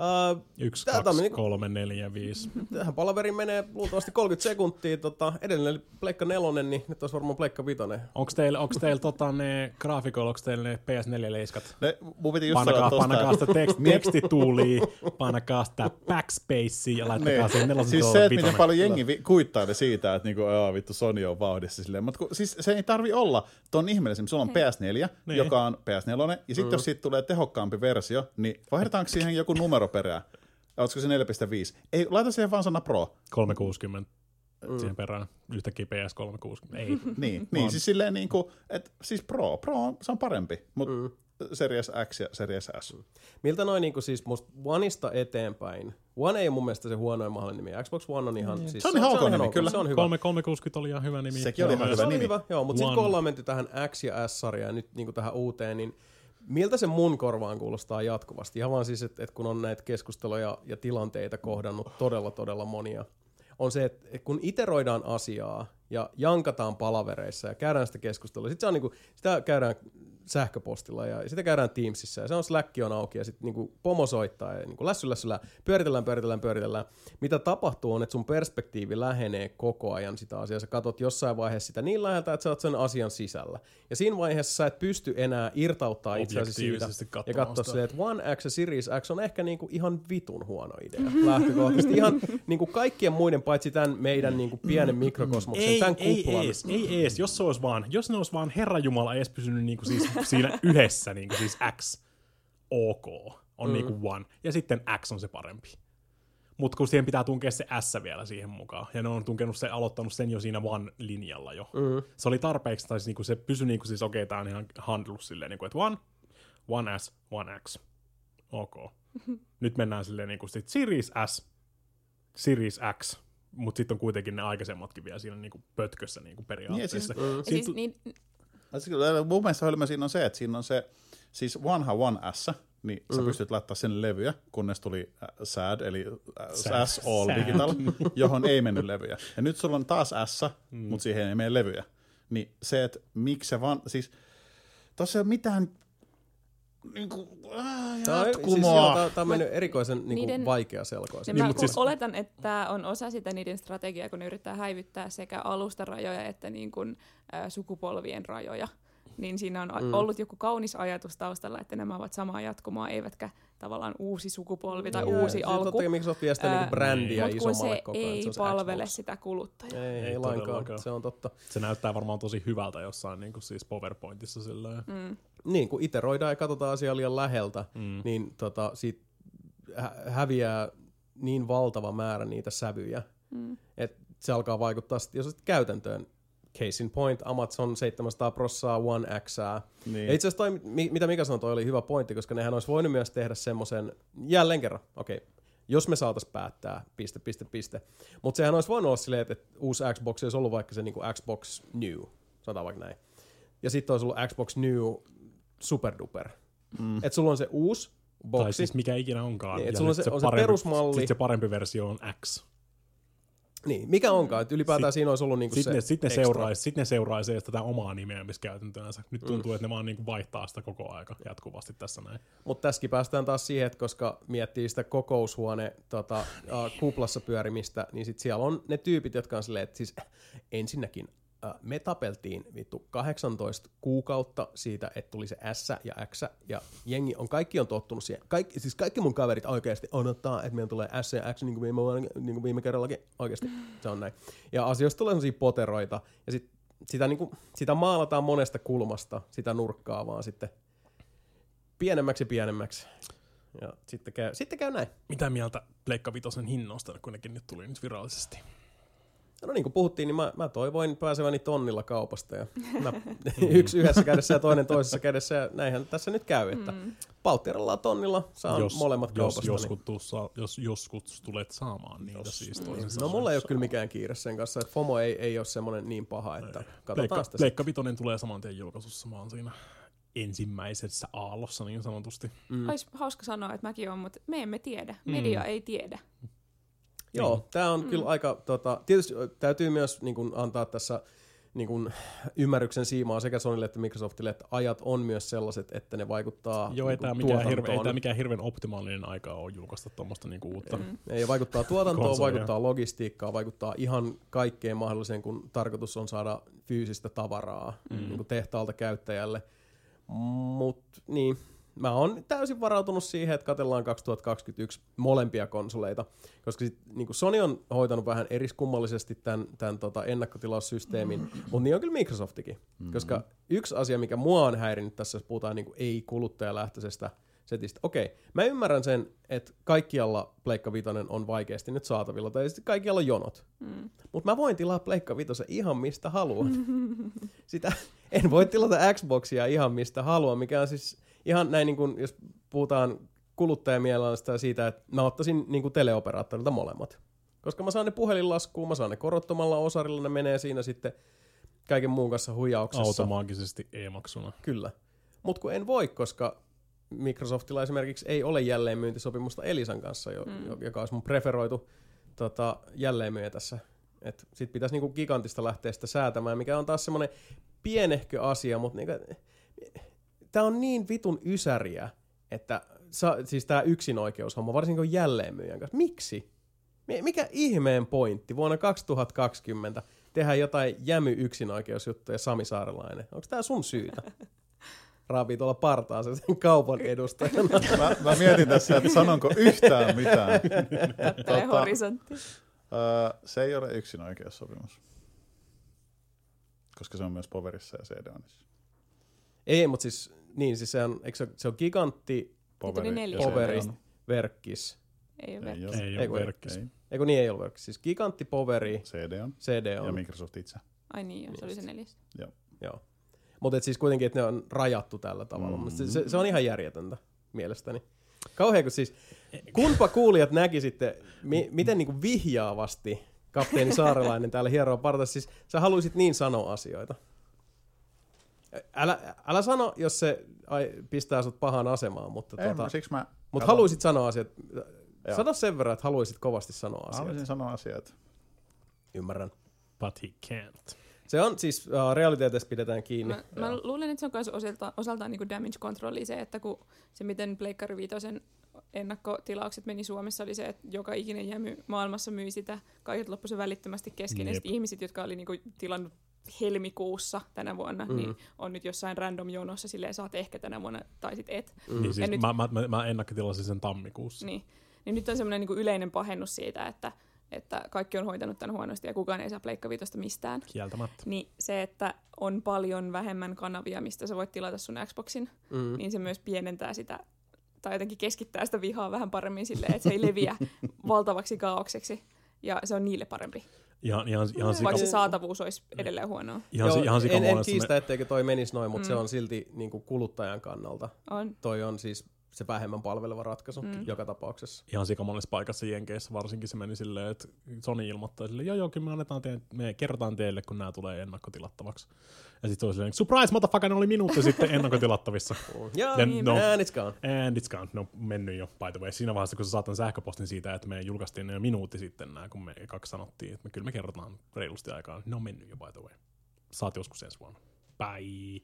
Speaker 2: 1, 2, 3, 4, 5.
Speaker 1: Tähän palaveriin menee luultavasti 30 sekuntia. Edellinen Pleikka 4, niin nyt olisi varmaan Pleikka 5.
Speaker 2: Onko teillä ne graafikoilla, onko teillä ne PS4-leiskat?
Speaker 3: Mun piti just sanoa tosta.
Speaker 2: Panakaa sitä tekstituulia, panakaa sitä backspacea ja laittakaa sen 4.
Speaker 3: Siis se, että miten paljon jengi kuittaili siitä, että niinku, vittu Sony on vauhdissa silleen. Mutta siis se ei tarvi olla ton ihmeellisen. Sulla on PS4, joka on PS4, ja sitten jos siitä tulee tehokkaampi versio, niin vaihdetaanko siihen joku numero perään? Olisiko se 4.5? Ei, laita siihen vaan sana Pro.
Speaker 2: 360 siihen perään. Yhtäkkiä PS 360. Ei.
Speaker 3: niin siis silleen niinku, että siis Pro se on parempi, mutta Series X ja Series S.
Speaker 1: Miltä noin niinku siis musta Oneista eteenpäin? One ei ole mun mielestä se huonoin mahdollinen nimi. Xbox One on ihan... Siis
Speaker 3: se on ihan ok nimi, kyllä.
Speaker 1: Se on hyvä.
Speaker 2: 360 oli ihan hyvä nimi.
Speaker 3: Sekin oli ihan hyvä nimi.
Speaker 1: Joo, mutta sitten kun ollaan menty tähän X ja S-sarjaan ja nyt niinku tähän uuteen, niin miltä se mun korvaan kuulostaa jatkuvasti? Ihan vaan siis, että kun on näitä keskusteluja ja tilanteita kohdannut todella monia, on se, että kun iteroidaan asiaa ja jankataan palavereissa ja käydään sitä keskustelua, sitten se on niinku, sitä käydään sähköpostilla ja sitä käydään Teamsissa ja se on Slack on auki ja sitten niinku pomo soittaa ja niinku lässyllä pyöritellään. Mitä tapahtuu on, että sun perspektiivi lähenee koko ajan sitä asiaa. Sä katot jossain vaiheessa sitä niin läheltä, että sä oot sen asian sisällä. Ja siinä vaiheessa sä et pysty enää irtauttaa itseäsi siitä ja katsoa se, että One X ja Series X on ehkä niinku ihan vitun huono idea lähtökohtaisesti. Ihan niinku kaikkien muiden paitsi tämän meidän niinku pienen mikrokosmoksen, tämän kuplan.
Speaker 2: Ei ees, jos ne olisi vaan Herranjumala ees pysynyt niinku siis siinä yhdessä niinku siis X OK on niinku One ja sitten X on se parempi. Mutta kun siihen pitää tunkea se S vielä siihen mukaan ja ne on aloittanut sen jo siinä One-linjalla jo. Se oli tarpeeksi, tai niinku se pysyi niinku siis okei, tää on ihan handlus silleen niinku, että One S, One X. OK. Nyt mennään silleen niinku sit Series S, Series X, mutta sitten on kuitenkin ne aikaisemmatkin vielä siinä niinku pötkössä niinku periaatteessa.
Speaker 3: Mun mielestä hölmö siinä on se, että siinä on se, siis One S, niin sä pystyt laittamaan sen levyjä, kunnes tuli SAD, eli S All Digital, johon ei mennyt levyjä. Ja nyt sulla on taas S, mutta siihen ei mene levyjä. Niin se, että miksi se vaan, siis tossa ei ole mitään niinku, jatkumoa.
Speaker 1: Tämä on mennyt erikoisen vaikea selkoisen.
Speaker 4: Niin, siis oletan, että tämä on osa sitä niiden strategiaa, kun ne yrittää häivyttää sekä alustarajoja että niin kuin, sukupolvien rajoja. Niin siinä on ollut joku kaunis ajatus taustalla, että nämä ovat samaa jatkumoa, eivätkä tavallaan uusi sukupolvi tai uusi alku.
Speaker 1: Totta kai Microsoft vie sitä niinku brändiä isommalle koko ajan.
Speaker 4: Mutta kun se ei palvele sitä kuluttajaa.
Speaker 1: Ei lainkaan, se on totta.
Speaker 2: Se näyttää varmaan tosi hyvältä jossain niin kuin siis PowerPointissa sillä.
Speaker 1: Niin, kun iteroidaan ja katsotaan asiaa liian läheltä, niin siitä häviää niin valtava määrä niitä sävyjä, että se alkaa vaikuttaa sitten jo käytäntöön. Case in point, Amazon 700% One X:ää. Niin. Ja itse asiassa toi, mitä Mika sanoi, toi oli hyvä pointti, koska nehän olisi voinut myös tehdä semmoisen, jälleen kerran, jos me saatais päättää, piste. Mutta sehän olisi voinut olla silleen, että uusi Xbox olisi ollut vaikka se niinku Xbox New, sanotaan vaikka näin. Ja sitten olisi ollut Xbox New Super Duper. Että sulla on se uusi boksi.
Speaker 2: Tai siis mikä ikinä onkaan.
Speaker 1: Niin, että sulla on se perusmalli.
Speaker 2: Sitten se parempi versio on X.
Speaker 1: Niin, mikä onkaan. Että ylipäätään siinä olisi ollut niinku se
Speaker 2: Sitten ne seuraisi tätä omaa nimeämiskäytäntöänsä. Nyt tuntuu, että ne vaan niinku vaihtaa sitä koko aika jatkuvasti tässä näin.
Speaker 1: Mutta tässäkin päästään taas siihen, että koska miettii sitä kokoushuone kuplassa pyörimistä, niin sit siellä on ne tyypit, jotka on silleen, että siis ensinnäkin me tapeltiin 18 kuukautta siitä, että tuli se S ja X, ja kaikki on tottunut siihen. Kaikki mun kaverit oikeasti odottaa, että meidän tulee S ja X niin kuin viime kerrallakin. Oikeasti se on näin. Ja asioista tulee sellaisia poteroita, ja sitä maalataan monesta kulmasta, sitä nurkkaa vaan sitten pienemmäksi. Ja sitten käy näin.
Speaker 2: Mitä mieltä Pleikka Vitosen hinnoista, kun nekin nyt tuli nyt virallisesti?
Speaker 1: No niin kuin puhuttiin, niin mä toivoin pääseväni tonnilla kaupasta. Ja yksi yhdessä kädessä ja toinen toisessa kädessä. Ja näinhän tässä nyt käy, että Palttiralla tonnilla saan molemmat kaupasta.
Speaker 2: Jos joskus tulet saamaan niitä siis toisensa.
Speaker 1: No mulla ei ole kyllä mikään kiire sen kanssa. Että FOMO ei ole semmoinen niin paha, että katsotaan sitä.
Speaker 2: Pleikka Vitoinen tulee saman tien julkaisussa. Mä oon siinä ensimmäisessä aallossa niin sanotusti.
Speaker 4: Olisi hauska sanoa, että mäkin oon, mutta me emme tiedä. Media ei tiedä.
Speaker 1: Joo, tää on kyllä aika, tietysti täytyy myös niin kun, antaa tässä niin kun, ymmärryksen siimaa sekä Sonylle että Microsoftille, että ajat on myös sellaiset, että ne vaikuttaa tuotantoon.
Speaker 2: Ei tämä mikään hirveän optimaalinen aika ole julkaista tuommoista niinku uutta.
Speaker 1: Ei, vaikuttaa tuotantoon, vaikuttaa logistiikkaan, vaikuttaa ihan kaikkeen mahdolliseen, kun tarkoitus on saada fyysistä tavaraa niin kun tehtaalta käyttäjälle. Mutta niin, mä oon täysin varautunut siihen, että katsellaan 2021 molempia konsoleita, koska niin kuin Sony on hoitanut vähän eriskummallisesti tämän ennakkotilaussysteemin, mutta niin on kyllä Microsoftikin. Koska yksi asia, mikä mua on häirinnyt tässä, jos puhutaan niin kuin ei-kuluttajalähtöisestä setistä. Okei, mä ymmärrän sen, että kaikkialla Pleikka Vitoinen on vaikeasti nyt saatavilla, tai sitten kaikkialla on jonot. Mutta mä voin tilaa Pleikka Vitoisen ihan mistä haluan. Sitä en voi tilata Xboxia ihan mistä haluan, mikä on siis ihan näin, niin kuin, jos puhutaan kuluttajamielellä siitä, että mä ottaisin niin kuin teleoperaattorilta molemmat. Koska mä saan ne puhelinlaskuun, mä saan ne korottomalla osarilla, ne menee siinä sitten kaiken muun kanssa huijauksessa.
Speaker 2: Automaattisesti e-maksuna.
Speaker 1: Kyllä. Mutta kun en voi, koska Microsoftilla esimerkiksi ei ole jälleenmyyntisopimusta Elisan kanssa, joka olisi mun preferoitu jälleenmyyjä tässä. Sitten pitäisi niinku gigantista lähteä sitä säätämään, mikä on taas semmoinen pienehkö asia, mutta niinku, tää on niin vitun ysäriä, että siis tää yksinoikeushomma, varsinkin jälleenmyyjän kanssa. Miksi? Mikä ihmeen pointti vuonna 2020 tehdä jotain yksinoikeusjuttuja Sami Saarelainen? Onko tää sun syytä? Raapii tuolla partaa sen kaupan edustajana.
Speaker 3: Mä mietin tässä, että sanonko yhtään mitään.
Speaker 4: Horisontti.
Speaker 3: Se ei ole yksinoikeussopimus. Koska se on myös Powerissa ja CD-onissa.
Speaker 1: Ei, mutta siis, niin, siis se on gigantti, Poveri, Verkkis.
Speaker 4: Ei ole
Speaker 2: Verkkis.
Speaker 1: Eikö niin ei ole Verkkis. Siis gigantti, Poveri,
Speaker 3: CD-on ja Microsoft itse.
Speaker 4: Ai niin, joo, se oli se 4.
Speaker 1: Joo. Mutta siis kuitenkin, että ne on rajattu tällä tavalla. Se on ihan järjetöntä mielestäni. Kauhean, kun siis, kunpa kuulijat näkisitte, miten niinku vihjaavasti kapteeni Saarelainen täällä hieroo parta. Siis sä haluisit niin sanoa asioita. Älä sano, jos se pistää sut pahaan asemaan, mutta haluisit sanoa asiat. Sano sen verran, että haluisit kovasti sanoa asiat.
Speaker 3: Haluaisin sanoa asiat.
Speaker 1: Ymmärrän.
Speaker 2: But he can't.
Speaker 1: Se on siis, realiteetissa pidetään kiinni.
Speaker 4: Mä luulen, että se on myös osaltaan niin kuin damage controli se, että kun se miten Pleikkari Viitosen ennakkotilaukset meni Suomessa oli se, että joka ikinen jämy maailmassa myi sitä. Kaiket loppu se välittömästi kesken. Ja ihmiset, jotka oli niin kuin tilannut helmikuussa tänä vuonna, niin on nyt jossain random jonossa, silleen saat ehkä tänä vuonna, tai sit et.
Speaker 2: Niin siis nyt, mä ennakkotilasin sen tammikuussa.
Speaker 4: Niin nyt on semmoinen niin kuin yleinen pahennus siitä, että kaikki on hoitanut tämän huonosti ja kukaan ei saa Pleikka Vitosta mistään.
Speaker 2: Kieltämättä.
Speaker 4: Niin se, että on paljon vähemmän kanavia, mistä sä voit tilata sun Xboxin, niin se myös pienentää sitä, tai jotenkin keskittää sitä vihaa vähän paremmin silleen, että se ei leviä valtavaksi kaaokseksi, ja se on niille parempi. Vaikka se saatavuus olisi edelleen huonoa.
Speaker 1: En kiistä, etteikö toi menisi noin, mutta se on silti niin kuin kuluttajan kannalta.
Speaker 4: On.
Speaker 1: Toi on siis se vähemmän palveleva ratkaisu joka tapauksessa.
Speaker 2: Ihan sikamonessa paikassa Jenkeissä varsinkin se meni silleen, että Sony ilmoittaa silleen, joo, kyllä me kerrotaan teille, kun nämä tulee ennakkotilattavaksi. Ja sitten se oli silleen, surprise, motherfucker, ne oli minuutti sitten ennakkotilattavissa.
Speaker 1: And it's gone.
Speaker 2: And it's gone. No, mennyt jo, by the way. Siinä vaiheessa, kun sä saat sähköpostin siitä, että me julkaistiin ne jo minuutti sitten nämä, kun me kaksi sanottiin, että kyllä me kerrotaan reilusti aikaa. Ne on mennyt jo, by the way. Saat joskus ensi vuonna. Bye.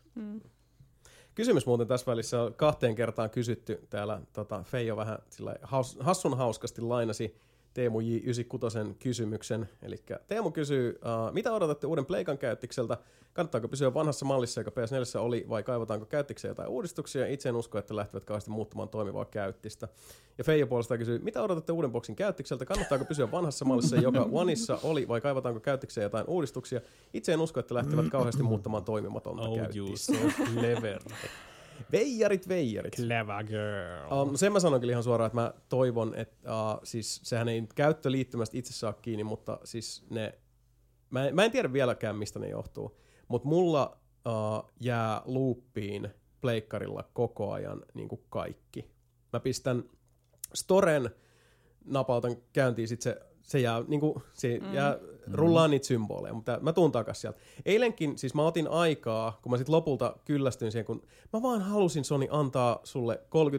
Speaker 1: Kysymys muuten tässä välissä on 2 kertaan kysytty. Täällä Feijo vähän hassun hauskasti lainasi Teemu J96 kysymyksen. Eli Teemu kysyy, mitä odotatte uuden Pleikan käyttikseltä? Kannattaako pysyä vanhassa mallissa, joka PS4 oli, vai kaivataanko käyttikseen jotain uudistuksia? Itse en usko, että lähtevät kauheasti muuttamaan toimivaa käyttistä. Ja Feijo puolestaan kysyy, mitä odotatte uuden boksin käyttikseltä? Kannattaako pysyä vanhassa mallissa, joka Oneissa oli, vai kaivataanko käyttikseen jotain uudistuksia? Itse en usko, että lähtevät kauheasti muuttamaan toimimatonta käyttistä.
Speaker 2: Clever.
Speaker 1: Veijarit.
Speaker 2: Clever girl.
Speaker 1: No sen mä sanon kyllä ihan suoraan, että mä toivon, että siis sehän ei käyttöliittymästä itse saa kiinni, mutta siis mä en tiedä vieläkään, mistä ne johtuu, mutta mulla jää loopiin pleikkarilla koko ajan niin kuin kaikki. Mä pistän storen, napautan käyntiin, sit se jää, niin kuin, jää rullaan niitä symboleja, mutta mä tuun takas sieltä. Eilenkin, siis mä otin aikaa, kun mä sit lopulta kyllästyin siihen, kun mä vaan halusin Sony antaa sulle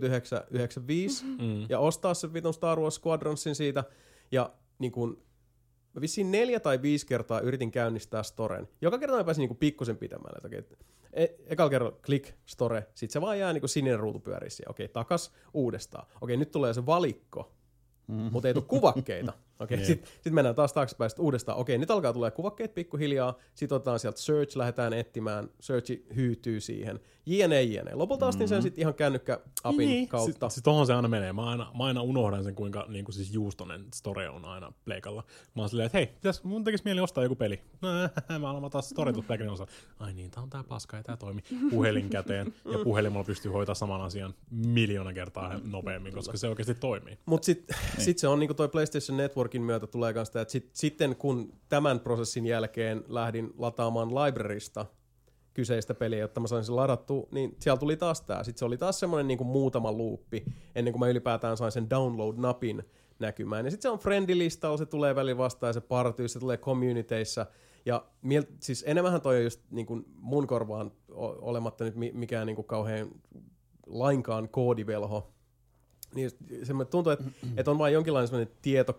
Speaker 1: 39,95 ja ostaa sen vitun Star Wars Squadronsin siitä, ja niin kun, mä vissiin 4 tai 5 kertaa yritin käynnistää storen. Joka kerta mä pääsin niin kuin pikkusen pitämällä, että okei, ekalla kerralla click store, sit se vaan jää niin kuin sininen ruutu pyörissä, okei, takas uudestaan. Okei, nyt tulee se valikko, mutta ei tule kuvakkeita. Okei, sitten mennään taas taaksepäin uudestaan. Okei, nyt alkaa tulee kuvakkeet pikkuhiljaa. Sitten otetaan sieltä search, lähdetään etsimään. Searchi hyytyy siihen. JNE. Lopulta astin sen sitten ihan kännykkä-apin kautta.
Speaker 2: Siis tohon se aina menee. Mä aina unohdan sen, kuinka niin kuin siis juustonen store on aina pleikalla. Mä oon silleen, että hei, mun tekis mieli ostaa joku peli. Mä alan taas storetut pleikalin osaa. Ai niin, tää on tää paska, ei tää toimi. Puhelin käteen. Ja puhelimella pystyy hoitaa saman asian 1,000,000 kertaa nopeammin, koska se oikeasti toimii.
Speaker 1: Mut sit se on niinku toi PlayStation Networkin myötä tulee kans tää, että sitten kun tämän prosessin jälkeen lähdin lataamaan librarysta kyseistä peliä, jotta mä sain sen ladattua, niin siellä tuli taas tää. Sitten se oli taas semmonen niinku muutama luuppi, ennen kuin mä ylipäätään sain sen download-napin näkymään. Ja sitten se on friendilistalla, se tulee välillä vastaan, ja se partyy, se tulee communityissa. Ja siis enemmänhän toi on just niinku mun korvaan olematta nyt mikään niinku kauhean lainkaan koodivelho. Niin se tuntuu, että on vain jonkinlainen semmoinen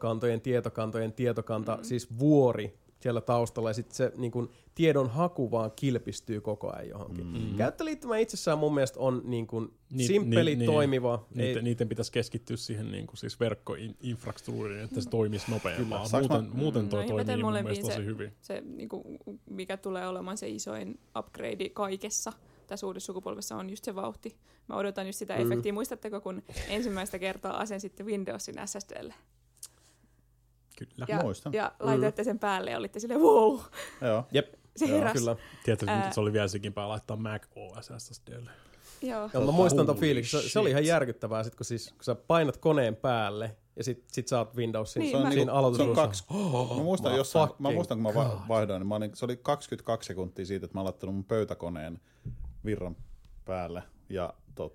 Speaker 1: tietokanta, siis vuori siellä taustalla, ja sitten se niin kun, tiedon haku vaan kilpistyy koko ajan johonkin. Käyttöliittymä itsessään mun mielestä on niin kun, simppeli, toimiva.
Speaker 2: Niiden pitäisi keskittyä siihen niin kun, siis verkkoinfrastruktuuriin, että se toimisi nopeammin. Muuten toi toimii mun mielestä tosi hyvin.
Speaker 4: Se, niin kun, mikä tulee olemaan se isoin upgrade kaikessa tässä uudessa sukupolvessa on just se vauhti. Mä odotan just sitä efektiä. Muistatteko, kun ensimmäistä kertaa asensitte Windowsin SSDlle?
Speaker 2: Kyllä.
Speaker 3: Muistan.
Speaker 4: Ja laitoitte sen päälle ja olitte silleen, wow!
Speaker 3: Joo.
Speaker 1: Jep.
Speaker 4: Se heräs.
Speaker 1: Kyllä.
Speaker 2: Tiedätkö, että se oli vielä sikimpää laittaa Mac OS SSDlle.
Speaker 1: Joo. Mä muistan ton fiiliksen. Se oli ihan järkyttävää, sit, kun sä painat koneen päälle ja sit saat Windowsin siinä aloitusruudussa.
Speaker 3: Mä muistan, kun mä vaihdoin, niin se oli 22 sekuntia siitä, että mä oon laittanut mun pöytäkoneen virran päälle ja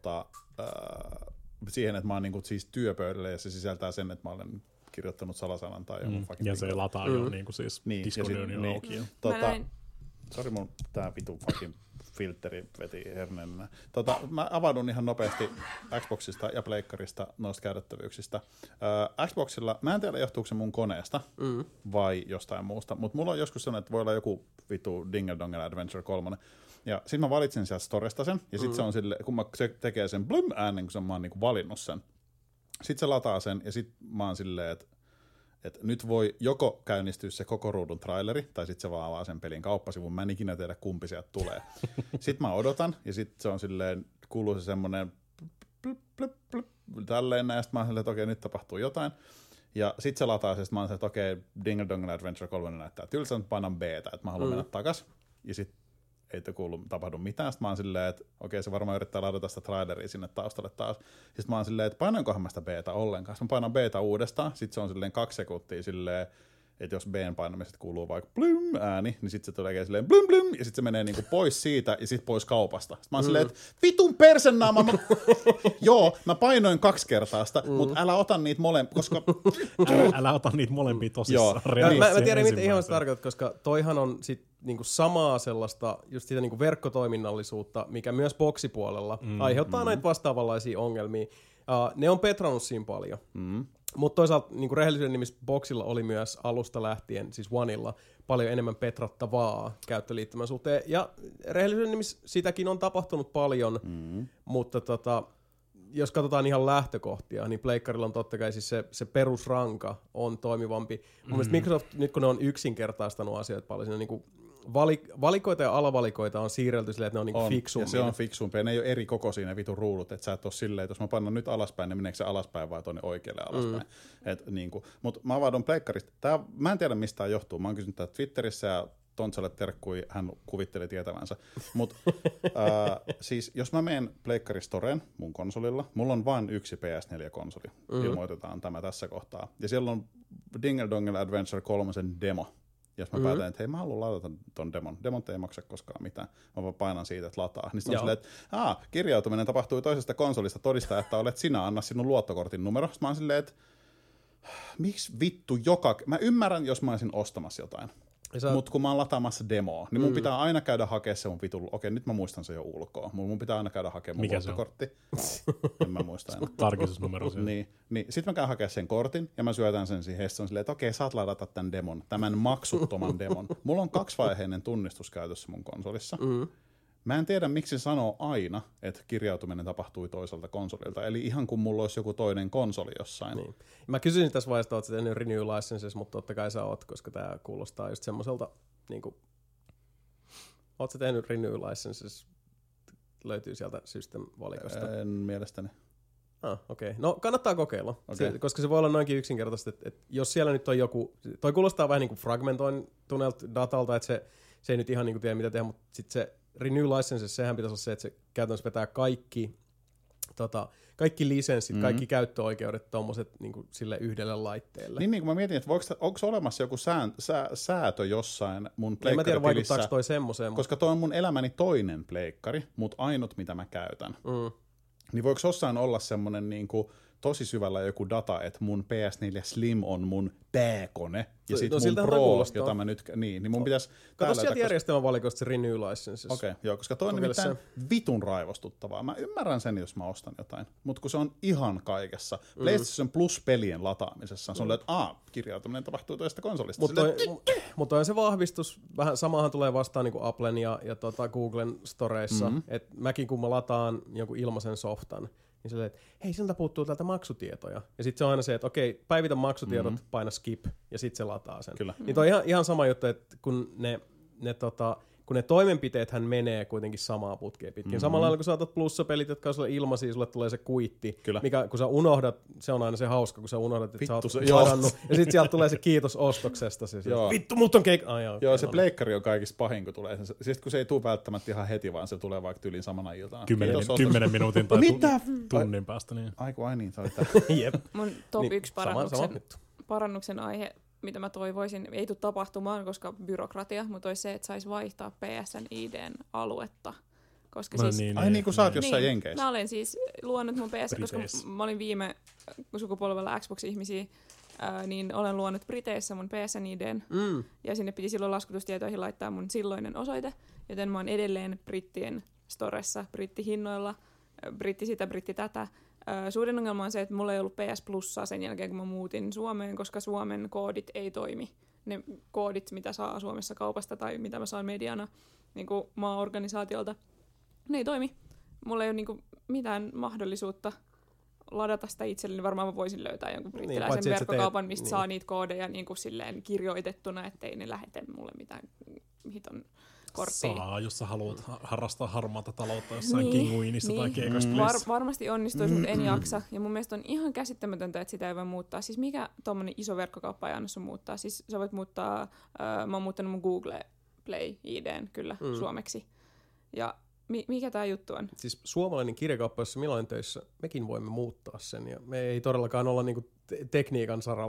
Speaker 3: siihen, että mä oon niinku siis työpöydällä ja se sisältää sen, että mä olen kirjoittanut salasanan tai jonkun fucking...
Speaker 2: Ja se lataa jo niinku siis Discordin jo auki.
Speaker 3: Sori mun tää vitu fucking filtteri veti herneenä. Mä avaudun ihan nopeasti Xboxista ja Pleikkarista noista käytettävyyksistä. Xboxilla, mä en tiedä johtuuko se mun koneesta vai jostain muusta, mutta mulla on joskus sellainen, että voi olla joku vitu Dingle Dongle Adventure 3. Ja sit mä valitsin sieltä storesta sen, ja sit se on sille, kun se tekee sen blum äänen, kun mä oon niinku valinnut sen. Sit se lataa sen, ja sit mä oon silleen, että nyt voi joko käynnistyä se koko ruudun traileri, tai sitten se vaan avaa sen pelin kauppasivun. Mä en ikinä tiedä, kumpi sieltä tulee. Sitten mä odotan, ja sitten se on silleen, kuuluu se semmonen tälleen, ja sitten mä oon silleen, että okei, nyt tapahtuu jotain. Ja sitten se lataa, ja sitten mä oon silleen, että okei, Dingle Dongle Adventure 3 näyttää tylsä, mutta painan B-tä, että mä haluan mennä takas. Ja sitten ei tapahdu mitään. Sitten mä oon silleen, että okei, se varmaan yrittää ladata sitä traileria sinne taustalle taas. Sitten mä oon silleen, että painankohan mä sitä B-tä ollenkaan. Sitten mä painan B-tä uudestaan. Sitten se on silleen 2 sekuntia silleen, että jos B:n painamisesta kuuluu vaikka blym ääni, niin sitten se tulee silleen blym blym, ja sitten se menee niinku pois siitä ja sitten pois kaupasta. Sitten mä oon silleen, että vitun persennaama, joo, mä painoin 2 kertaa sitä, mutta älä ota niitä molempia, koska...
Speaker 2: älä ota niitä molempia tosissaan.
Speaker 1: Mä tiedän, mitä ihan sitä tarkoittaa, koska toihan on sit niinku samaa sellaista, just sitä niinku verkkotoiminnallisuutta, mikä myös boksipuolella aiheuttaa näitä vastaavanlaisia ongelmia. Ne on petrannut siinä paljon. Mutta toisaalta niin rehellisyyden nimissä boksilla oli myös alusta lähtien, siis Oneilla, paljon enemmän petrattavaa käyttöliittymän suhteen. Ja rehellisyyden nimissä sitäkin on tapahtunut paljon, mutta jos katsotaan ihan lähtökohtia, niin pleikkarilla on totta kai siis se perusranka on toimivampi. Mun mielestä Microsoft, nyt kun ne on yksinkertaistanut asioita paljon, siinä niin valikoita ja alavalikoita on siirrelty silleen, että ne on niinku fiksumpia.
Speaker 3: Ja se on fiksumpia. Ne ei ole eri kokoisia ne vitun ruudut, että sä et ole silleen, että jos mä pannan nyt alaspäin, niin meneekö se alaspäin vai tuonne oikealle alaspäin. Niinku. Mutta mä avaudun pleikkarista. Mä en tiedä mistä tämä johtuu. Mä oon kysynyt tätä Twitterissä ja Tontsalle terkkui, hän kuvitteli tietävänsä. Mutta siis jos mä menen pleikkaristoreen mun konsolilla, mulla on vain yksi PS4-konsoli. Ilmoitetaan tämä tässä kohtaa. Ja siellä on Dingle Dongle Adventure 3 demo. Jos mä päätän, että hei, mä haluan ladata ton demon. Demon ei maksa koskaan mitään. Mä vaan painan siitä, että lataa. Niin sitten on silleen, että kirjautuminen tapahtui toisesta konsolista, todistaa, että olet sinä, anna sinun luottokortin numero. Sitten mä oon silleen, että miksi vittu mä ymmärrän, jos mä olisin ostamassa jotain. Mutta kun mä oon lataamassa demoa, niin mun pitää aina käydä hakea se mun vitun... Okei, nyt mä muistan se jo ulkoa. Mun pitää aina käydä hakea mun luottokortti. En mä muista enää.
Speaker 2: Tarkistusnumero.
Speaker 3: Niin. Sitten mä käyn hakea sen kortin ja mä syötän sen siihen Hesson silleen, että okei, saat ladata tämän demon, tämän maksuttoman demon. Mulla on 2-vaiheinen tunnistus käytössä mun konsolissa. Mä en tiedä, miksi se sanoo aina, että kirjautuminen tapahtui toiselta konsolilta. Eli ihan kun mulla olisi joku toinen konsoli jossain. Niin.
Speaker 1: Mä kysyisin tässä vaiheessa, että oot sä tehnyt Renew Licenses, mutta totta kai sä oot, koska tää kuulostaa just semmoiselta, niinku... Oot sä tehnyt Renew Licenses? Löytyy sieltä System-valikosta.
Speaker 3: En mielestäni.
Speaker 1: Okei. No kannattaa kokeilla, koska se voi olla noinkin yksinkertaisesti, että jos siellä nyt on joku... Toi kuulostaa vähän niin kuin fragmentoituneelta datalta, että se ei nyt ihan niin kuin tiedä mitä tehdä, mutta sitten se Renew Licenses, sehän pitäisi olla se, että se käytännössä vetää kaikki lisenssit, kaikki käyttöoikeudet tommoset niin kuin sille yhdelle laitteelle.
Speaker 3: Niin kuin mä mietin, että onko olemassa joku säätö jossain mun pleikkaritilissä?
Speaker 1: En mä tiedä, vaikuttaako toi semmoseen.
Speaker 3: Koska toi on mun elämäni toinen pleikkari, mutta ainut mitä mä käytän. Niin voiko jossain olla semmonen niinku tosi syvällä joku data, että mun PS4 Slim on mun pääkone, ja sit mun Pro, jota mä nyt... Niin mun pitäisi...
Speaker 1: Kato sieltä järjestelmän valikosta se Renew Licenses.
Speaker 3: Okei, joo, koska toi on nimittäin vitun raivostuttavaa. Mä ymmärrän sen, jos mä ostan jotain, mutta kun se on ihan kaikessa. PlayStation Plus-pelien lataamisessa se on että kirjautuminen tapahtuu toista konsolista.
Speaker 1: Mutta on se vahvistus, vähän samahan tulee vastaan niin kuin Applen ja Googlen storeissa, että mäkin kun mä lataan jonkun ilmaisen softan, niin silleen, että hei, siltä puuttuu täältä maksutietoja. Ja sitten se on aina se, että okei, päivitä maksutiedot, paina skip, ja sitten se lataa sen.
Speaker 3: Kyllä.
Speaker 1: Niin toi on ihan sama juttu, että kun ne toimenpiteethän menee kuitenkin samaa putkea pitkin. Samalla lailla kun sä otat plussapelit, jotka on sulle ilmaisia, sulle tulee se kuitti.
Speaker 3: Kyllä.
Speaker 1: Mikä kun sä unohdat, se on aina se hauska, kun sä unohdat, että sä oot ladannut. Ja sitten sieltä tulee se kiitos ostoksesta. Vittu, mut on
Speaker 3: Joo, se pleikkari on kaikista pahin, kun tulee. Sitten kun se ei tule välttämättä ihan heti, vaan se tulee vaikka tyliin samana iltana.
Speaker 2: 10 minuutin tai tunnin päästä. Niin.
Speaker 3: Ai niin, se oli
Speaker 1: Jep.
Speaker 4: Mun top 1 parannuksen aihe, mitä mä toivoisin, ei tule tapahtumaan, koska byrokratia, mutta olisi se, että saisi vaihtaa PSN ID:n aluetta. Koska
Speaker 3: niin kuin sä oot jossain Jenkeissä.
Speaker 4: Mä olen siis luonut mun PSN, koska mä olin viime sukupolvella Xbox-ihmisiä, niin olen luonut Briteissä mun PSN ID:n, ja sinne piti silloin laskutustietoihin laittaa mun silloinen osoite, joten mä oon edelleen brittien storessa, brittihinnoilla, britti sitä, britti tätä. Suurin ongelma on se, että mulla ei ollut PS Plussaa sen jälkeen, kun mä muutin Suomeen, koska Suomen koodit ei toimi. Ne koodit, mitä saa Suomessa kaupasta tai mitä mä saan mediana niin kuin maaorganisaatiolta, ne ei toimi. Mulla ei ole niin kuin mitään mahdollisuutta ladata sitä itselleni. Varmaan mä voisin löytää jonkun brittiläisen verkkokaupan, mistä saa niitä koodeja niin kuin silleen kirjoitettuna, ettei ne lähetä mulle mitään hiton korttia.
Speaker 2: Saa, jos sä haluat harrastaa harmaata taloutta jossain Kinguinissa tai Keikasplissa.
Speaker 4: Varmasti onnistuisi, mutta en jaksa. Ja mun mielestä on ihan käsittämätöntä, että sitä ei voi muuttaa. Siis mikä tommonen iso verkkokauppa ei anna sun muuttaa? Siis sä voit muuttaa, mä oon muuttanut mun Google Play ID:n kyllä suomeksi. Ja mikä tää juttu on?
Speaker 1: Siis suomalainen kirjakauppa, jossa minä olen töissä, mekin voimme muuttaa sen. Ja me ei todellakaan olla niinku tekniikan saralla.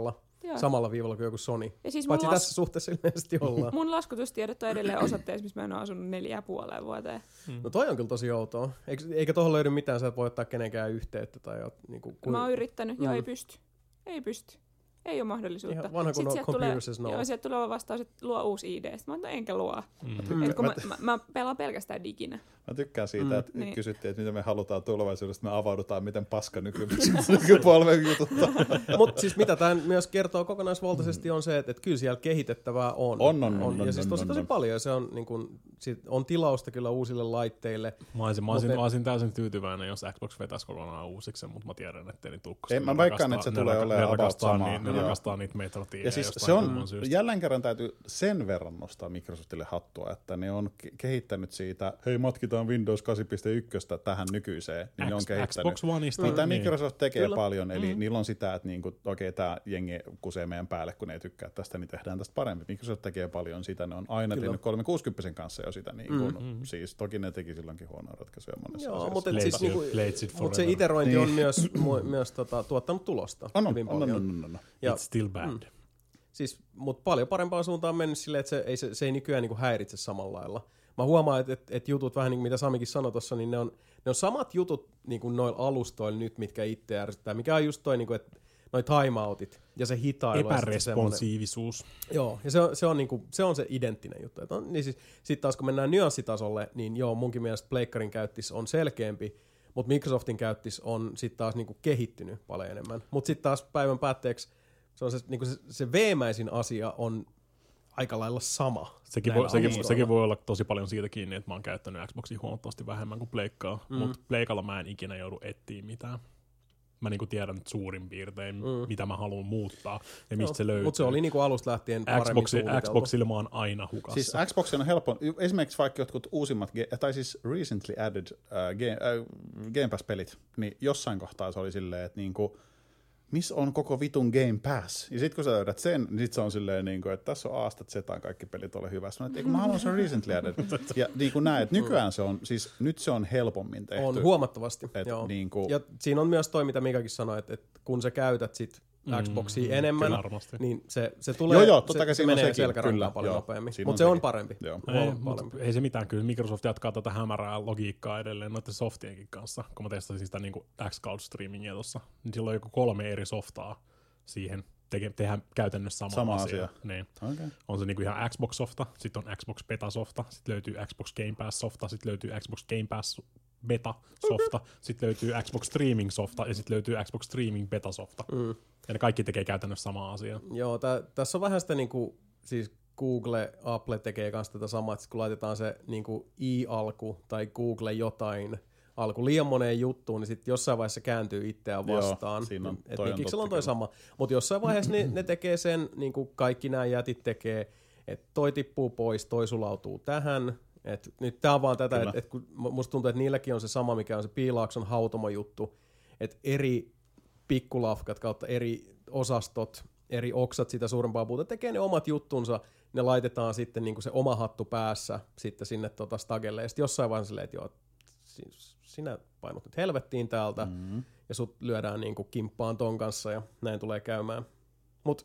Speaker 1: samalla viivalla kuin joku Sony.
Speaker 4: Ja siis
Speaker 1: paitsi tässä suhteessa ilmeisesti ollaan.
Speaker 4: Mun laskutustiedot on edelleen osoitteessa, missä mä en ole asunut 4,5 vuoteen.
Speaker 1: No toi on kyllä tosi outoa. Eikä tohon löydy mitään, sä et voi ottaa kenenkään yhteyttä. Tai niinku,
Speaker 4: mä oon yrittänyt, ja ei pysty. Ei pysty. Ei ole mahdollisuutta.
Speaker 1: Ihan vanha kun on computer says no.
Speaker 4: Joo, sieltä tulee vastaus, että luo uusi ID. Sitten mä oon, enkä luo. Mä pelaan pelkästään diginä.
Speaker 3: Mä tykkään siitä, että kysyttiin, että mitä me halutaan tulevaisuudesta. Me avaudutaan, miten paska nykypolven jututtaa.
Speaker 1: Mutta siis mitä tämä myös kertoo kokonaisvaltaisesti on se, että kyllä siellä kehitettävää on. Ja siis tosi paljon. Se on, niin kun, on tilausta kyllä uusille laitteille.
Speaker 2: Mä olisin täysin tyytyväinen, jos Xbox vetäisi kokonaan uusiksi, mutta mä tiedän, ettei niitä tukkosta.
Speaker 3: Mä veikkaan, että se tulee olemaan about samaa.
Speaker 2: Ne rakastaa niitä Metrotiineja.
Speaker 3: Ja siis se on, jälleen kerran täytyy sen verran nostaa Microsoftille hattua, että ne on kehittänyt siitä, hei matkitaan Windows 8.1 tähän nykyiseen, niin ne on kehittänyt.
Speaker 2: Xbox Oneista.
Speaker 3: Mitä Microsoft tekee paljon, eli niillä on sitä, että niinku, okei, tämä jengi kusee meidän päälle, kun ne ei tykkää tästä, niin tehdään tästä paremmin. Microsoft tekee paljon sitä, ne on aina tehnyt 360 kanssa jo sitä, siis toki ne teki silloinkin huonoa ratkaisuja monessa asiassa.
Speaker 1: Joo, mutta se iterointi on myös tuottanut tulosta. hyvin paljon.
Speaker 2: It's still bad.
Speaker 1: Siis, mutta paljon parempaan suuntaan mennyt silleen, että se ei nykyään niinku häiritse samalla lailla. Mä huomaan, että jutut vähän niin kuin mitä Samikin sanoi tuossa, niin ne on samat jutut niin kuin noilla alustoilla nyt, mitkä itse ärsyttää. Mikä on just toi, niin kuin, että noi timeoutit ja se hitailu.
Speaker 2: Epäresponsiivisuus.
Speaker 1: Joo, ja se on se identtinen juttu. Niin siis, sitten taas kun mennään nyanssitasolle, niin joo, munkin mielestä Pleikkarin käyttis on selkeämpi, mutta Microsoftin käyttis on sitten taas niinku kehittynyt paljon enemmän. Mutta sitten taas päivän päätteeksi se veemäisin asia on aika lailla sama.
Speaker 2: Sekin voi olla tosi paljon siitä kiinni, että mä oon käyttänyt Xboxia huomattavasti vähemmän kuin Pleikkaa, mutta Pleikalla mä en ikinä joudu etsiä mitään. Mä niinku tiedän nyt suurin piirtein, mitä mä haluan muuttaa ja mistä se löytyy.
Speaker 1: Mutta se oli niinku alusta lähtien paremmin suunniteltu.
Speaker 2: Xboxilla mä oon aina hukassa.
Speaker 3: Siis Xbox on helppo. Esimerkiksi vaikka jotkut uusimmat, tai siis recently added Game Pass-pelit, niin jossain kohtaa se oli silleen, että niinku, missä on koko vitun Game Pass? Ja sit kun sä löydät sen, niin sit se on silleen, niinku, että tässä on Asta Zetaan kaikki pelit ole hyvä. Sanoin, että mä haluan sen recently added. Ja niin kuin näet, nykyään se on, siis nyt se on helpommin tehty.
Speaker 1: On huomattavasti, joo.
Speaker 3: Niinku,
Speaker 1: ja siinä on myös toi, mitä Mikakin sanoi, että kun sä käytät sit Xboxia enemmän, niin se tulee, se menee selkärankaan paljon nopeammin. Mutta se on parempi.
Speaker 2: Ei se mitään, kyllä Microsoft jatkaa tätä hämärää logiikkaa edelleen noiden softienkin kanssa. Kun mä testasin sitä niin xCloud-streamingia tuossa, niin silloin on joku 3 eri softaa siihen. Tehdään käytännössä sama asia. Niin. Okay. On se niinku ihan Xbox-softa, sitten on Xbox Beta-softa, sitten löytyy Xbox Game Pass-softa, sitten löytyy Xbox Game Pass Beta-softa, sitten löytyy Xbox Streaming-softa ja sitten löytyy Xbox Streaming Beta-softa. Ja ne kaikki tekee käytännössä samaa asiaa.
Speaker 1: Joo, tässä on vähän sitä niinku, siis Google, Apple tekee kanssa tätä samaa, että kun laitetaan se niinku i-alku tai Google jotain alku liian moneen juttuun, niin sitten jossain vaiheessa kääntyy itseään vastaan. Mikiksellä on toi sama. Mutta jossain vaiheessa ne tekee sen, niin kuin kaikki nämä jätit tekee, että toi tippuu pois, toi sulautuu tähän. Et nyt tää on vaan tätä, että kun musta tuntuu, että niilläkin on se sama, mikä on se Piilaakson hautomojuttu, että eri pikkulafkat kautta eri osastot, eri oksat sitä suurempaa puuta tekee ne omat juttunsa, ne laitetaan sitten niin kuin se oma hattu päässä sitten sinne stagelle, ja sitten jossain vaiheessa silleen, että joo, sinä painut nyt helvettiin täältä, ja sut lyödään niin kuin kimppaan ton kanssa, ja näin tulee käymään. Mut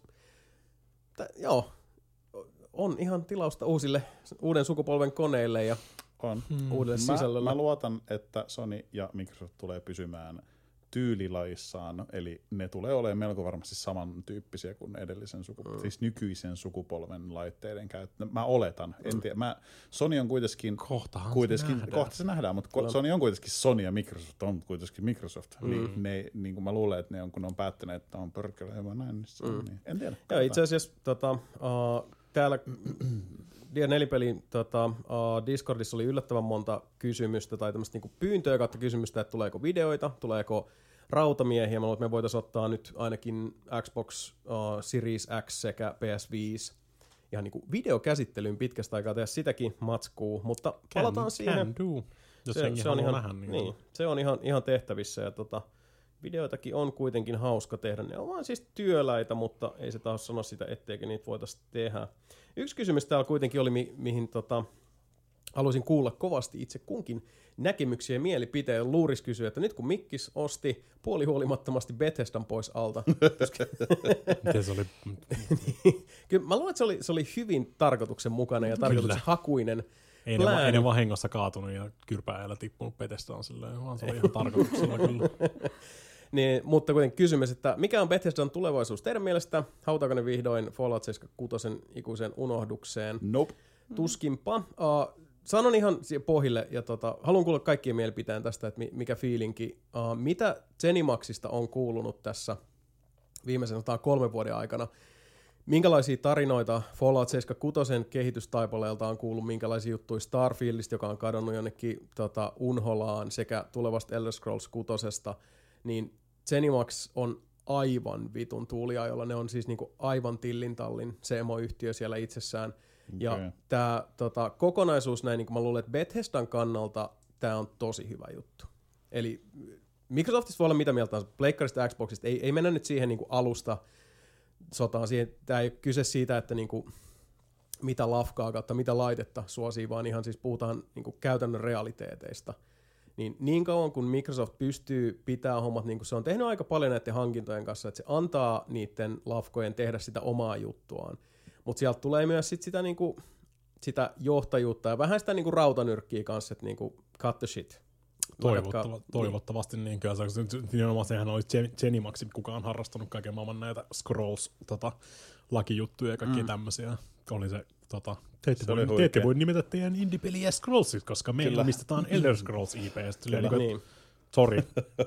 Speaker 1: joo, on ihan tilausta uuden sukupolven koneille ja uudelle sisällölle.
Speaker 3: Mä luotan, että Sony ja Microsoft tulee pysymään tyylilaissaan, eli ne tulee olemaan melko varmasti samantyyppisiä kuin edellisen siis nykyisen sukupolven laitteiden käyttö. Mä oletan, en tiedä. Sony on kuitenkin kohta se nähdään, mutta Sony on kuitenkin Sony ja Microsoft on kuitenkin Microsoft. Niin kuin mä luulen, että kun ne on päättäneet, että on pörkkelä ja näin, niin en tiedä.
Speaker 1: Joo, itse asiassa täällä Dia4-pelin Discordissa oli yllättävän monta kysymystä tai tämmöistä niinku pyyntöä kautta kysymystä, että tuleeko videoita, tuleeko rautamiehiä. Mä luulen, että me voitaisiin ottaa nyt ainakin Xbox Series X sekä PS5 ihan niinku videokäsittelyyn pitkästä aikaa tehdä sitäkin matskuu, mutta palataan siihen. Se on ihan, niin, se on ihan tehtävissä ja videoitakin on kuitenkin hauska tehdä. Ne on vaan siis työläitä, mutta ei se taas sano sitä, etteikö niitä voitaisiin tehdä. Yksi kysymys täällä kuitenkin oli, mihin haluaisin kuulla kovasti itse kunkin näkemyksiä ja mielipiteen. Luuris kysyy, että nyt kun Mikkis osti puolihuolimattomasti Bethesdan pois alta.
Speaker 2: Miten se oli?
Speaker 1: Kyllä mä luulen, että se oli hyvin tarkoituksenmukainen ja tarkoitushakuinen.
Speaker 2: Ei ne vahingossa kaatunut ja kyrpääjällä tippunut Bethesdaan silleen, vaan se oli ihan tarkoituksella kyllä.
Speaker 1: Niin, mutta kuitenkin kysymys, että mikä on Bethesdan tulevaisuus teidän mielestä? Hautaako ne vihdoin Fallout 76 ikuiseen unohdukseen?
Speaker 3: Nope.
Speaker 1: Tuskinpa. Sanon ihan pohjille ja haluan kuulla kaikkien mielipiteen tästä, että mikä fiilinki. Mitä Zenimaxista on kuulunut tässä viimeisen 3 vuoden aikana? Minkälaisia tarinoita Fallout 76 kehitystaipaleelta on kuullut, minkälaisia juttuja Starfieldista, joka on kadonnut jonnekin unholaan, sekä tulevasta Elder Scrolls 6, niin Zenimax on aivan vitun tuuliajolla. Ne on siis niinku aivan tillintallin se emoyhtiö siellä itsessään. Okay. Ja tämä kokonaisuus näin, niin kuin mä luulen, että Bethesdan kannalta tämä on tosi hyvä juttu. Eli Microsoftista voi olla mitä mieltä tahansa, Pleikkarista ja Xboxista, ei mennä nyt siihen niin kuin alusta sotaan. Tämä ei ole kyse siitä, että niin kuin, mitä lafkaa kautta, mitä laitetta suosii, vaan ihan siis puhutaan niin kuin käytännön realiteeteista. Niin kauan kun Microsoft pystyy pitämään hommat, niin kuin se on tehnyt aika paljon näiden hankintojen kanssa, että se antaa niiden lafkojen tehdä sitä omaa juttuaan. Mutta sieltä tulee myös sitä, niinku, sitä johtajuutta ja vähän sitä niinku rautanyrkkiä kanssa, että niinku, cut the shit.
Speaker 2: Toivottavasti niin kyllä. Nimenomaan sehän oli Zenimaxin, kuka on harrastanut kaiken maailman näitä Scrolls-lakijuttuja ja kaikkia tämmöisiä. Oli se, te ette voi nimetä teidän indie-peliä Scrollsit, koska me omistetaan Elder Scrolls IP:stä. Niin. Sori.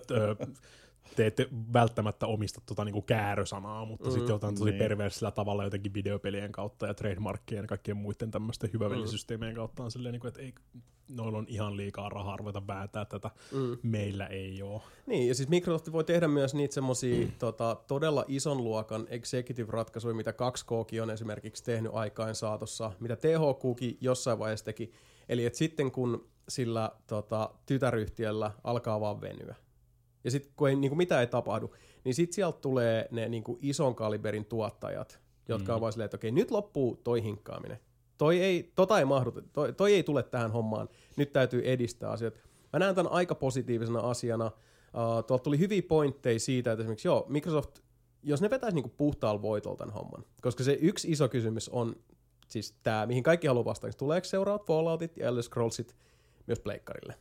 Speaker 2: Te ette välttämättä omista niinku käärösanaa, mutta sitten jotain tosi perversillä tavalla jotenkin videopelien kautta ja trademarkkien ja kaikkien muiden tämmöisten hyvävelisysteemien kautta on silleen, että ei, noilla on ihan liikaa rahaa ruveta vääntää tätä, meillä ei ole. Niin,
Speaker 1: ja siis Microsoft voi tehdä myös niitä semmosia todella ison luokan executive-ratkaisuja, mitä 2K:kin on esimerkiksi tehnyt aikaan saatossa, mitä THQkin jossain vaiheessa teki. Eli että sitten kun sillä tytäryhtiöllä alkaa vaan venyä, ja sitten kun ei, niin kuin mitään ei tapahdu, niin sitten sieltä tulee ne niin kuin ison kaliberin tuottajat, jotka on vaan silleen, että okei, nyt loppuu toi hinkkaaminen. Toi ei mahdu, toi ei tule tähän hommaan. Nyt täytyy edistää asioita. Mä näen tämän aika positiivisena asiana. Tuolta tuli hyviä pointteja siitä, että esimerkiksi Microsoft, jos ne vetäisi niin kuin puhtaalla voitolla tämän homman, koska se yksi iso kysymys on siis tämä, mihin kaikki haluaa vastata, tuleeko seuraavat Falloutit ja Elder Scrollsit myös pleikkarille?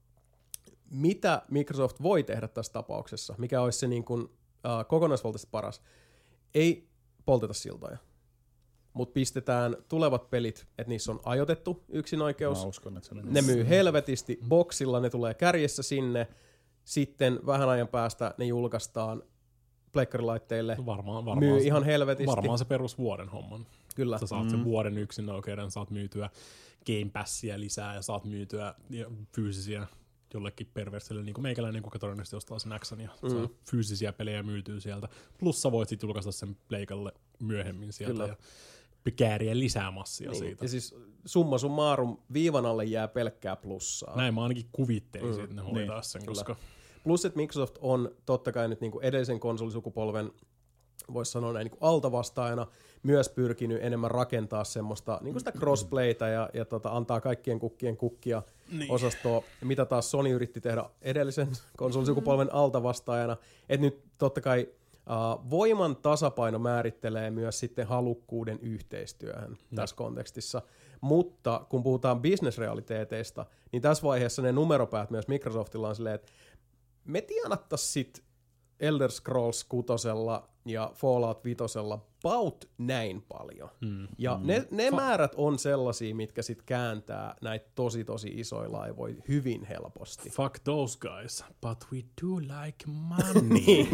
Speaker 1: Mitä Microsoft voi tehdä tässä tapauksessa, mikä olisi se niin kuin, kokonaisvaltaisesti paras? Ei polteta siltoja, mutta pistetään tulevat pelit, että niissä on ajoitettu yksinoikeus.
Speaker 3: Mä uskon, että se
Speaker 1: ne myy helvetisti boksilla, ne tulee kärjessä sinne, sitten vähän ajan päästä ne julkaistaan pleikkarilaitteille, myy ihan helvetisti.
Speaker 2: Varmaan se perusvuoden homman.
Speaker 1: Kyllä.
Speaker 2: Sä saat sen vuoden yksinoikeuden, saat myytyä Game Passia lisää ja saat myytyä fyysisiä jollekin perversille, niin kuin meikäläinen, kuka todennäköisesti ostaa sen Xan ja saa fyysisiä pelejä myytyy sieltä. Plus sä voit sitten julkaista sen pleikalle myöhemmin sieltä ja kääriä lisää massia siitä.
Speaker 1: Ja siis summa summarum viivan alle jää pelkkää plussaa.
Speaker 2: Näin mä ainakin kuvittelisin, että ne hoitaa sen, koska...
Speaker 1: Plus, että Microsoft on totta kai nyt niinku edellisen konsolisukupolven, voisi sanoa näin niinku altavastaajana, myös pyrkinyt enemmän rakentaa semmoista niinku sitä crossplayta ja antaa kaikkien kukkien kukkia osastoa, mitä taas Sony yritti tehdä edellisen konsolisukupolven altavastaajana. Että nyt totta kai voiman tasapaino määrittelee myös sitten halukkuuden yhteistyöhön tässä kontekstissa. Mutta kun puhutaan business-realiteeteista, niin tässä vaiheessa ne numeropäät myös Microsoftilla on silleen, että me tienattaisiin sitten Elder Scrolls 6 ja Fallout 5 about näin paljon. Ja ne määrät on sellaisia, mitkä sitten kääntää näitä tosi isoja laivoja hyvin helposti.
Speaker 2: Fuck those guys, but we do like money.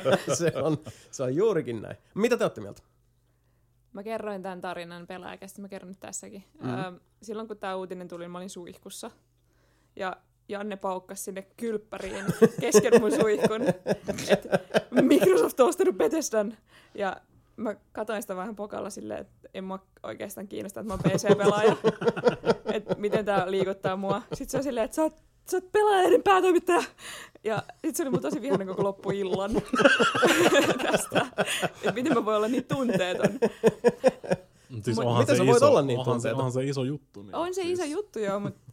Speaker 1: se on juurikin näin. Mitä te olette mieltä?
Speaker 4: Mä kerroin tämän tarinan pelaajakästä, mä kerron nyt tässäkin. Silloin kun tämä uutinen tuli, mä olin suihkussa. Ja Janne paukkasi sinne kylppäriin kesken mun suihkun, että Microsoft on ostanut Bethesdan. Ja mä katsoin sitä vähän pokalla silleen, että en mua oikeastaan kiinnosta, että mä oon PC-pelaaja. Että miten tää liikuttaa mua. Sitten se on silleen, että sä oot pelaajaiden päätoimittaja. Ja sit se oli mun tosi vihainen koko loppuillan tästä. Että miten mä voin olla niin tunteeton.
Speaker 2: Siis
Speaker 1: Miten sä voit olla niin tunteeton?
Speaker 2: Onhan se iso juttu. Niin
Speaker 4: On se iso juttu joo, mutta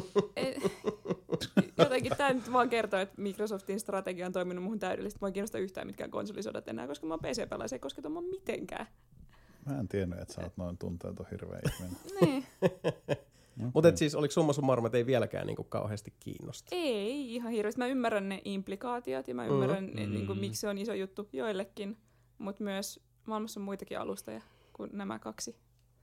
Speaker 4: jotenkin tämä nyt vaan kertoo, että Microsoftin strategia on toiminut muuhun täydellisesti. Mua ei kiinnosta yhtään mitkään konsolisodat enää, koska mä oon PC-pelaaja, se ei kosketa mua mitenkään.
Speaker 3: Mä en tiennyt, että sä oot noin tunteeton hirveä ihminen.
Speaker 4: Niin.
Speaker 1: Mutta siis oliko summa summarum, että ei vieläkään niinku kauheasti kiinnosta?
Speaker 4: Ei ihan hirveästi. Mä ymmärrän ne implikaatiot ja mä ymmärrän, niinku, miksi se on iso juttu joillekin, mutta myös maailmassa on muitakin alustoja kuin nämä kaksi.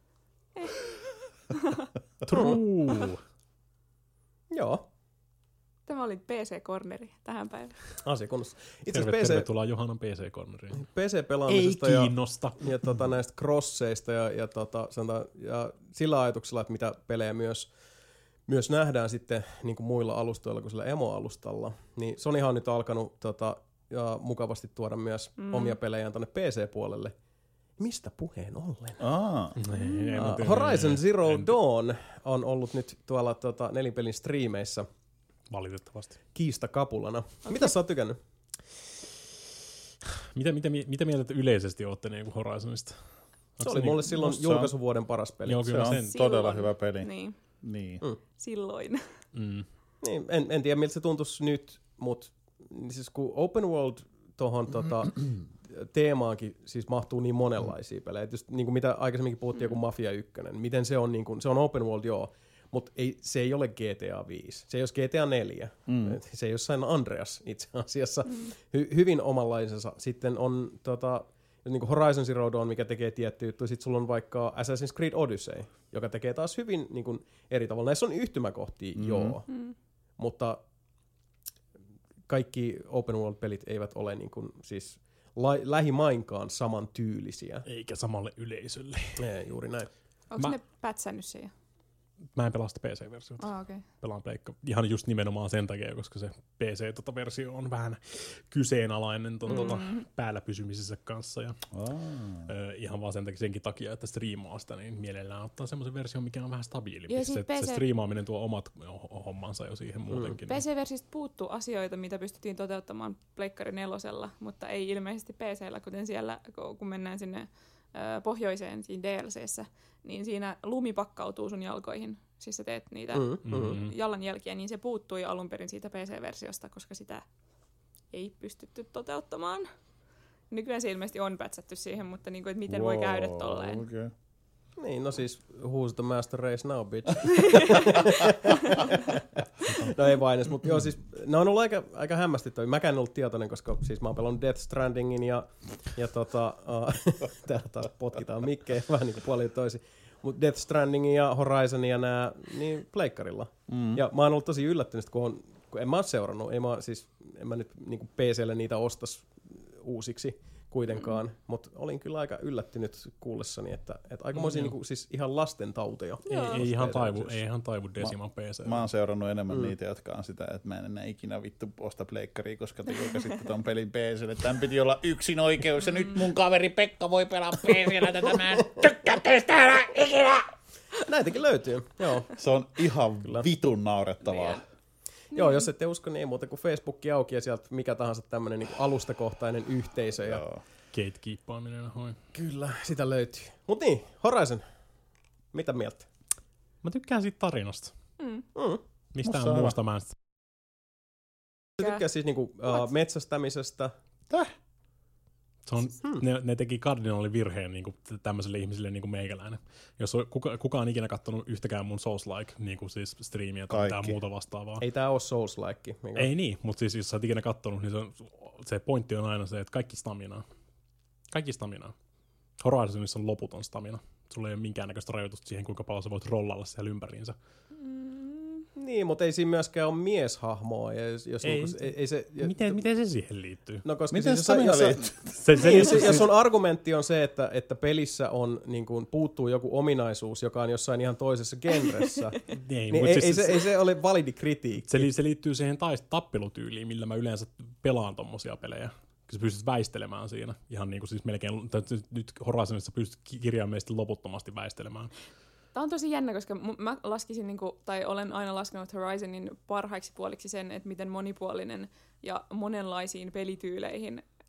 Speaker 2: True.
Speaker 1: Joo.
Speaker 4: Tämä oli PC-korneri tähän päivään.
Speaker 1: Asia kunnossa. Itse asiassa
Speaker 2: Tervetuloa Johannan PC-korneriin.
Speaker 1: PC-pelaamisesta
Speaker 2: Ei kiinnosta.
Speaker 1: ja näistä crosseista ja sillä ajatuksella, että mitä pelejä myös nähdään sitten niin kuin muilla alustoilla kuin sillä emo-alustalla, niin Sonyhan on nyt alkanut ja mukavasti tuoda myös omia pelejään tonne PC-puolelle. Mistä puheen ollen? Horizon Zero Dawn on ollut nyt tuolla nelinpelin striimeissä.
Speaker 2: Valitettavasti.
Speaker 1: Kiistakapulana. Mitä sä oot tykännyt?
Speaker 2: Mitä mieltä yleisesti ootte niin Horizonista?
Speaker 1: Se oli mulle silloin julkaisuvuoden paras peli.
Speaker 2: Joo, kyllä
Speaker 3: se on
Speaker 2: sen.
Speaker 3: todella hyvä peli.
Speaker 4: Niin.
Speaker 3: Silloin.
Speaker 1: Niin, en tiedä miltä se tuntuisi nyt, mutta siis kun open world tuohon teemaankin siis mahtuu niin monenlaisia pelejä. Just, niin kuin mitä aikaisemminkin puhuttiin, joku Mafia 1. Miten se on, niin kuin, se on open world, joo. Mutta se ei ole GTA 5. Se ei ole GTA 4. Se ei ole San Andreas itse asiassa. Hyvin omanlaisensa. Sitten on niin kuin Horizon Zero Dawn, mikä tekee tietty juttu. Sitten sulla on vaikka Assassin's Creed Odyssey, joka tekee taas hyvin niin kuin eri tavalla. Näissä on yhtymäkohtia, joo. Mutta kaikki open world-pelit eivät ole niin kuin, siis lähimainkaan samantyylisiä.
Speaker 2: Eikä samalle yleisölle.
Speaker 1: Juuri näin.
Speaker 4: Onko ne pätsännyt se jo?
Speaker 2: Mä en pelaa sitä PC-versiota.
Speaker 4: Okay.
Speaker 2: Pelaan pleikka. Ihan just nimenomaan sen takia, koska se PC-versio on vähän kyseenalainen päällä pysymisessä kanssa. Ja, ihan vaan senkin takia, että striimaa sitä, niin mielellään ottaa semmoisen version, mikä on vähän stabiilimpi. Se striimaaminen tuo omat hommansa jo siihen muutenkin.
Speaker 4: PC-versiosta puuttuu asioita, mitä pystyttiin toteuttamaan Pleikkari 4:llä, mutta ei ilmeisesti PC:llä, kuten siellä, kun mennään sinne pohjoiseen siinä DLC:ssä, niin siinä lumi pakkautuu sun jalkoihin. Siis sä teet niitä jalanjälkiä, niin se puuttui alun perin siitä PC-versiosta, koska sitä ei pystytty toteuttamaan. Nykyään se ilmeisesti on pätsätty siihen, mutta niin kuin, että miten voi käydä tolleen.
Speaker 3: Okay.
Speaker 1: Niin, no siis, who's the master race now, bitch? No ei vain edes, mutta joo siis, ne on ollut aika hämmästyttäviä. Mäkään en ollut tietoinen, koska siis mä oon pelannut Death Strandingin ja täällä taas potkitaan mikkejä vähän niin kuin puolin toisin. Mutta Death Strandingin ja Horizonin ja nää, niin pleikkarilla. Ja mä oon ollut tosi yllättynyt, kun en mä oo seurannut, en mä nyt niin kuin PC:lle niitä ostas uusiksi kuitenkaan, mutta olin kyllä aika yllättynyt kuullessani, että aikamoisia niinku, siis ihan lasten tauteja.
Speaker 2: Ei ihan taivu Deciman PC.
Speaker 3: Mä oon seurannut enemmän niitä, jotka on sitä, että mä en enää ikinä vittu osta pleikkaria, koska te julkaisitte ton pelin PC:lle. Tän piti olla yksin oikeus ja nyt mun kaveri Pekka voi pelaa PC:llä tätä. Mä en tykkää teistä ikinä!
Speaker 1: Näitäkin löytyy, joo.
Speaker 3: Se on ihan vitun naurettavaa.
Speaker 1: Joo, jos ette usko, niin ei muuta kuin Facebook auki ja sieltä mikä tahansa tämmönen niin alustakohtainen yhteisö. Ja
Speaker 2: gatekeepaaminen ahoi.
Speaker 1: Kyllä, sitä löytyy. Mut niin, Horizon. Mitä mieltä?
Speaker 2: Mä tykkään siitä tarinasta. Mistään muusta mä en sitä.
Speaker 1: Tykkää siis niinku metsästämisestä.
Speaker 2: Se on, ne teki kardinaalivirheen niin tämmöiselle ihmiselle niin kuin meikäläinen. Jos on kukaan ikinä kattonut yhtäkään mun Souls-like niin kuin siis striimiä tai mitään muuta vastaavaa.
Speaker 1: Ei tää oo Souls-like.
Speaker 2: Ei niin, mutta siis jos sä oot ikinä kattonut, niin se pointti on aina se, että kaikki staminaa. Horizonissa on loputon stamina. Sulla ei ole minkäännäköistä rajoitusta siihen, kuinka paljon sä voit rollailla siellä ympäriinsä.
Speaker 1: Niin, mutta ei siinä myöskään ole mieshahmoa.
Speaker 2: Miten se siihen liittyy?
Speaker 1: No, koska
Speaker 3: miten
Speaker 1: siis, jos sun argumentti on se, että pelissä on, niin kuin, puuttuu joku ominaisuus, joka on jossain ihan toisessa genressä, niin ei se ole validi kritiikki.
Speaker 2: Se liittyy siihen tappelutyyliin, millä mä yleensä pelaan tommosia pelejä. Sä pystyt väistelemään siinä. Ihan niin kuin siis melkein, nyt Horizonissa pystyt kirjaimellisesti loputtomasti väistelemään.
Speaker 4: Tämä on tosi jännä, koska mä laskisin, tai olen aina laskenut Horizonin parhaiksi puoliksi sen, että miten monipuolinen ja monenlaisiin pelityyleihin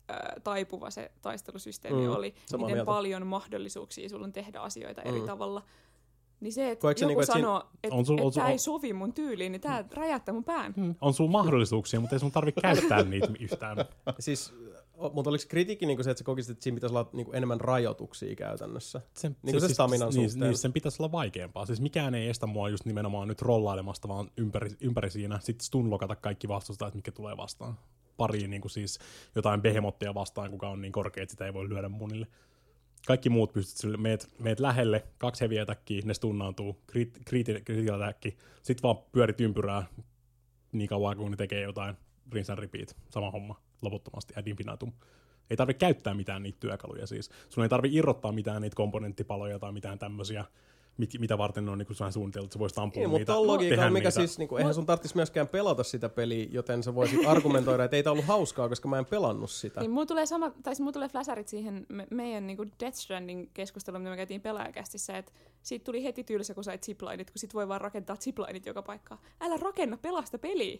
Speaker 4: taipuva se taistelusysteemi oli, miten paljon mahdollisuuksia sulla on tehdä asioita eri tavalla. Niin se, että joku
Speaker 1: niinku,
Speaker 4: sanoo, että tämä ei sovi mun tyyliin, niin tämä räjäyttää mun pään.
Speaker 2: On sulla mahdollisuuksia, mutta ei sun tarvitse käyttää niitä yhtään.
Speaker 1: Siis, mutta oliko kritiikki niinku se, että sä kokisit, että siinä pitäisi olla niinku enemmän rajoituksia käytännössä? Niinku se staminan suhteen.
Speaker 2: Niin, sen pitäisi olla vaikeampaa. Siis mikään ei estä mua just nimenomaan nyt rollailemasta, vaan ympäri siinä. Sitten stunlokata kaikki vastustajat, mitkä tulee vastaan. Pariin niinku siis jotain behemottia vastaan, kuka on niin korkea, että sitä ei voi lyödä munille. Kaikki muut pystyt, meet lähelle, 2 heavy attackia, ne stunnaantuu, critical attack, sit vaan pyörit ympyrää niin kauan, kun ne tekee jotain, rinse and repeat, sama homma, loputtomasti, ad infinitum. Ei tarvitse käyttää mitään niitä työkaluja siis. Sun ei tarvitse irrottaa mitään niitä komponenttipaloja tai mitään tämmöisiä, mitä varten ne on niinku vähän suunniteltu, että sä voisit ampua niitä.
Speaker 1: Mutta on logiikka, mikä siis, niinku, eihän sun tarvitsisi myöskään pelata sitä peliä, joten sä voisit argumentoida, että ei tää ollut hauskaa, koska mä en pelannut sitä.
Speaker 4: Niin, mulla tulee flasharit siihen meidän niinku Death Stranding-keskusteluun, mitä me käytiin pelaajakästissä, että siitä tuli heti tylsä, kun sait ziplineit, kun sit voi vaan rakentaa ziplineit joka paikkaan. Älä rakenna, pelasta peliä!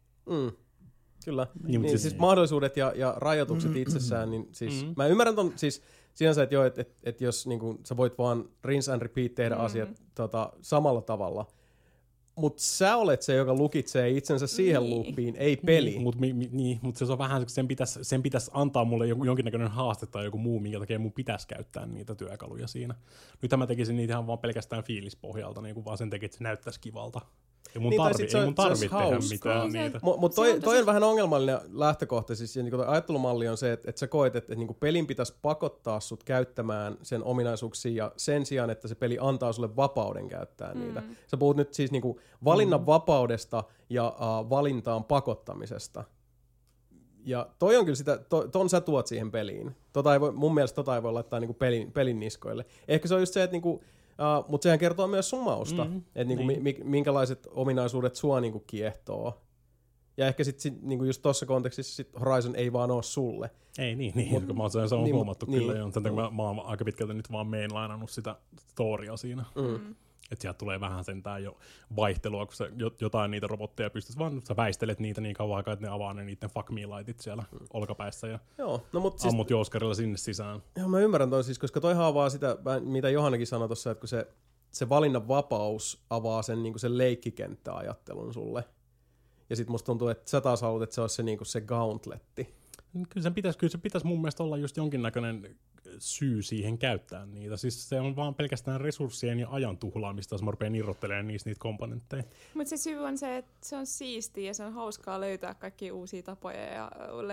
Speaker 1: Kyllä. Niin, siis mahdollisuudet ja rajoitukset itsessään, niin siis mä ymmärrän ton siis sinänsä, että joo, että jos niinku, sä voit vaan rinse and repeat tehdä asiat samalla tavalla, mutta sä olet se, joka lukitsee itsensä siihen loopiin, ei peli.
Speaker 2: Mutta se on vähän, sen pitäisi antaa mulle jonkinnäköinen haaste tai joku muu, minkä takia mun pitäisi käyttää niitä työkaluja siinä. Nyt mä tekisin niitä ihan vaan pelkästään fiilispohjalta, niin kuin vaan sen takia, että se näyttäisi kivalta. Ei mun tarvitse tehdä mitään niitä.
Speaker 1: Mutta toi on vähän ongelmallinen lähtökohta. Siis niin ajattelumalli on se, että sä koet, että niin pelin pitäisi pakottaa sut käyttämään sen ominaisuuksia ja sen sijaan, että se peli antaa sulle vapauden käyttää niitä. Sä puhut nyt siis niin valinnan vapaudesta ja valintaan pakottamisesta. Ja toi on kyllä sitä, ton sä tuot siihen peliin. Mun mielestä tota ei voi laittaa niin pelin niskoille. Ehkä se on just se, että niin mutta sehän kertoo myös sun mausta, että niinku minkälaiset ominaisuudet sua niinku kiehtoo. Ja ehkä sitten niinku just tossa kontekstissa sit Horizon ei vaan ole sulle.
Speaker 2: Ei niin, se on huomattu kyllä. Sen takia mä oon aika pitkälti nyt vaan mainlainannut sitä storya siinä. Että sieltä tulee vähän sentään jo vaihtelua, kun sä jotain niitä robotteja pystyt, vaan sä väistelet niitä niin kauan aikaa, että ne avaa ne niiden fuck me lightit siellä olkapäissä ja ammut jouskarilla sinne sisään.
Speaker 1: Joo, mä ymmärrän toi siis, koska toihan avaa sitä, mitä Johannakin sanoi tuossa, että kun se valinnan vapaus avaa sen, niin sen leikkikenttäajattelun sulle. Ja sit musta tuntuu, että sä taas haluat, että se olisi se, niin se gauntletti.
Speaker 2: Kyllä se pitäisi mun mielestä olla just jonkinnäköinen syy siihen käyttää niitä. Siis se on vaan pelkästään resurssien ja ajan tuhlaamista, jos mä rupean irrottelemaan niitä komponentteja.
Speaker 4: Mutta se syy on se, että se on siistiä ja se on hauskaa löytää kaikkia uusia tapoja ja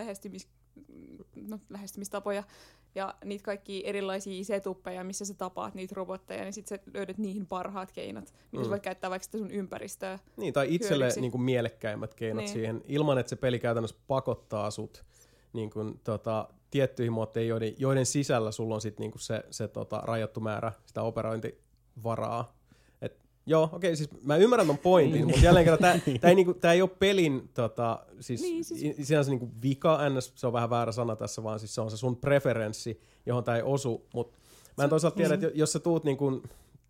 Speaker 4: lähestymistapoja ja niitä kaikkia erilaisia setuppeja, missä sä tapaat niitä robotteja, niin sit sä löydät niihin parhaat keinot, mitä sä voit käyttää vaikka sitä sun ympäristöä. Niin,
Speaker 1: tai itselle niin kuin mielekkäimmät keinot siihen, ilman että se peli käytännössä pakottaa sut niin kuin, tiettyihin muotteihin, joiden sisällä sulla on sit niinku se rajattu määrä sitä operointivaraa. Siis mä ymmärrän ton pointin, mutta jälleen kerran tää ei ole pelin sinänsä niinku vika, se on vähän väärä sana tässä, vaan siis se on se sun preferenssi, johon tää ei osu, mutta mä en toisaalta tiedä, että jos sä tuut niinku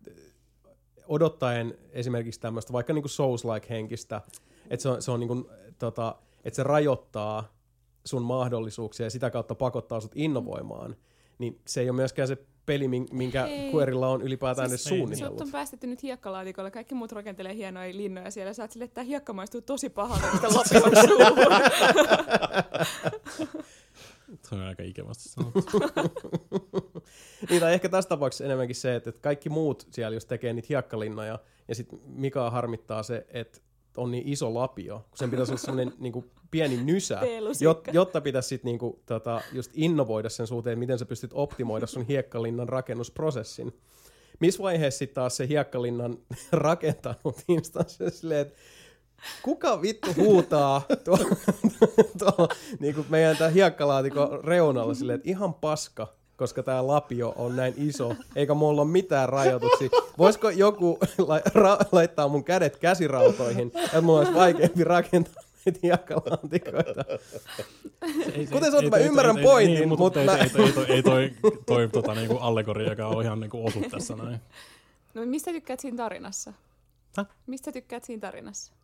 Speaker 1: odottaen esimerkiksi tämmöistä vaikka niinku Souls-like henkistä, että se on niinku, että se rajoittaa sun mahdollisuuksia ja sitä kautta pakottaa sut innovoimaan, niin se ei ole myöskään se peli, minkä Querilla on ylipäätään edes suunnitellut.
Speaker 4: Sut on päästetty nyt hiekkalaatikolle, kaikki muut rakentelee hienoja linnoja siellä, sä oot silleen, että tää hiekka maistuu tosi pahalta, että loppuun suuhun.
Speaker 2: Se on aika ikävästi sanottu.
Speaker 1: Niin, tai ehkä tässä tapauksessa enemmänkin se, että kaikki muut siellä just tekee niitä hiekkalinnoja, ja sit Mikaa harmittaa se, että on niin iso lapio, kun sen pitäisi olla sellainen niinku pieni nysä, jotta pitäisi sit niinku, just innovoida sen suhteen, miten sä pystyt optimoida sun hiekkalinnan rakennusprosessin. Missä vaiheessa sitten taas se hiekkalinnan rakentanut instanssi silleen, että kuka vittu huutaa tuolla niinku meidän tää hiekkalaatikon reunalla silleen, että ihan paska, koska tää lapio on näin iso, eikä mulla ole mitään rajoituksia. Voisiko joku laittaa mun kädet käsirautoihin, että mulla olisi vaikeampi rakentaa näitä hiekkalaatikoita. Kuten sanottu, mä ymmärrän pointin, mutta
Speaker 2: ei toi niinku allegoria, joka on ihan niinku osu tässä näin.
Speaker 4: No mistä tykkäät siinä tarinassa? Mistä tykkäät siinä tarinassa?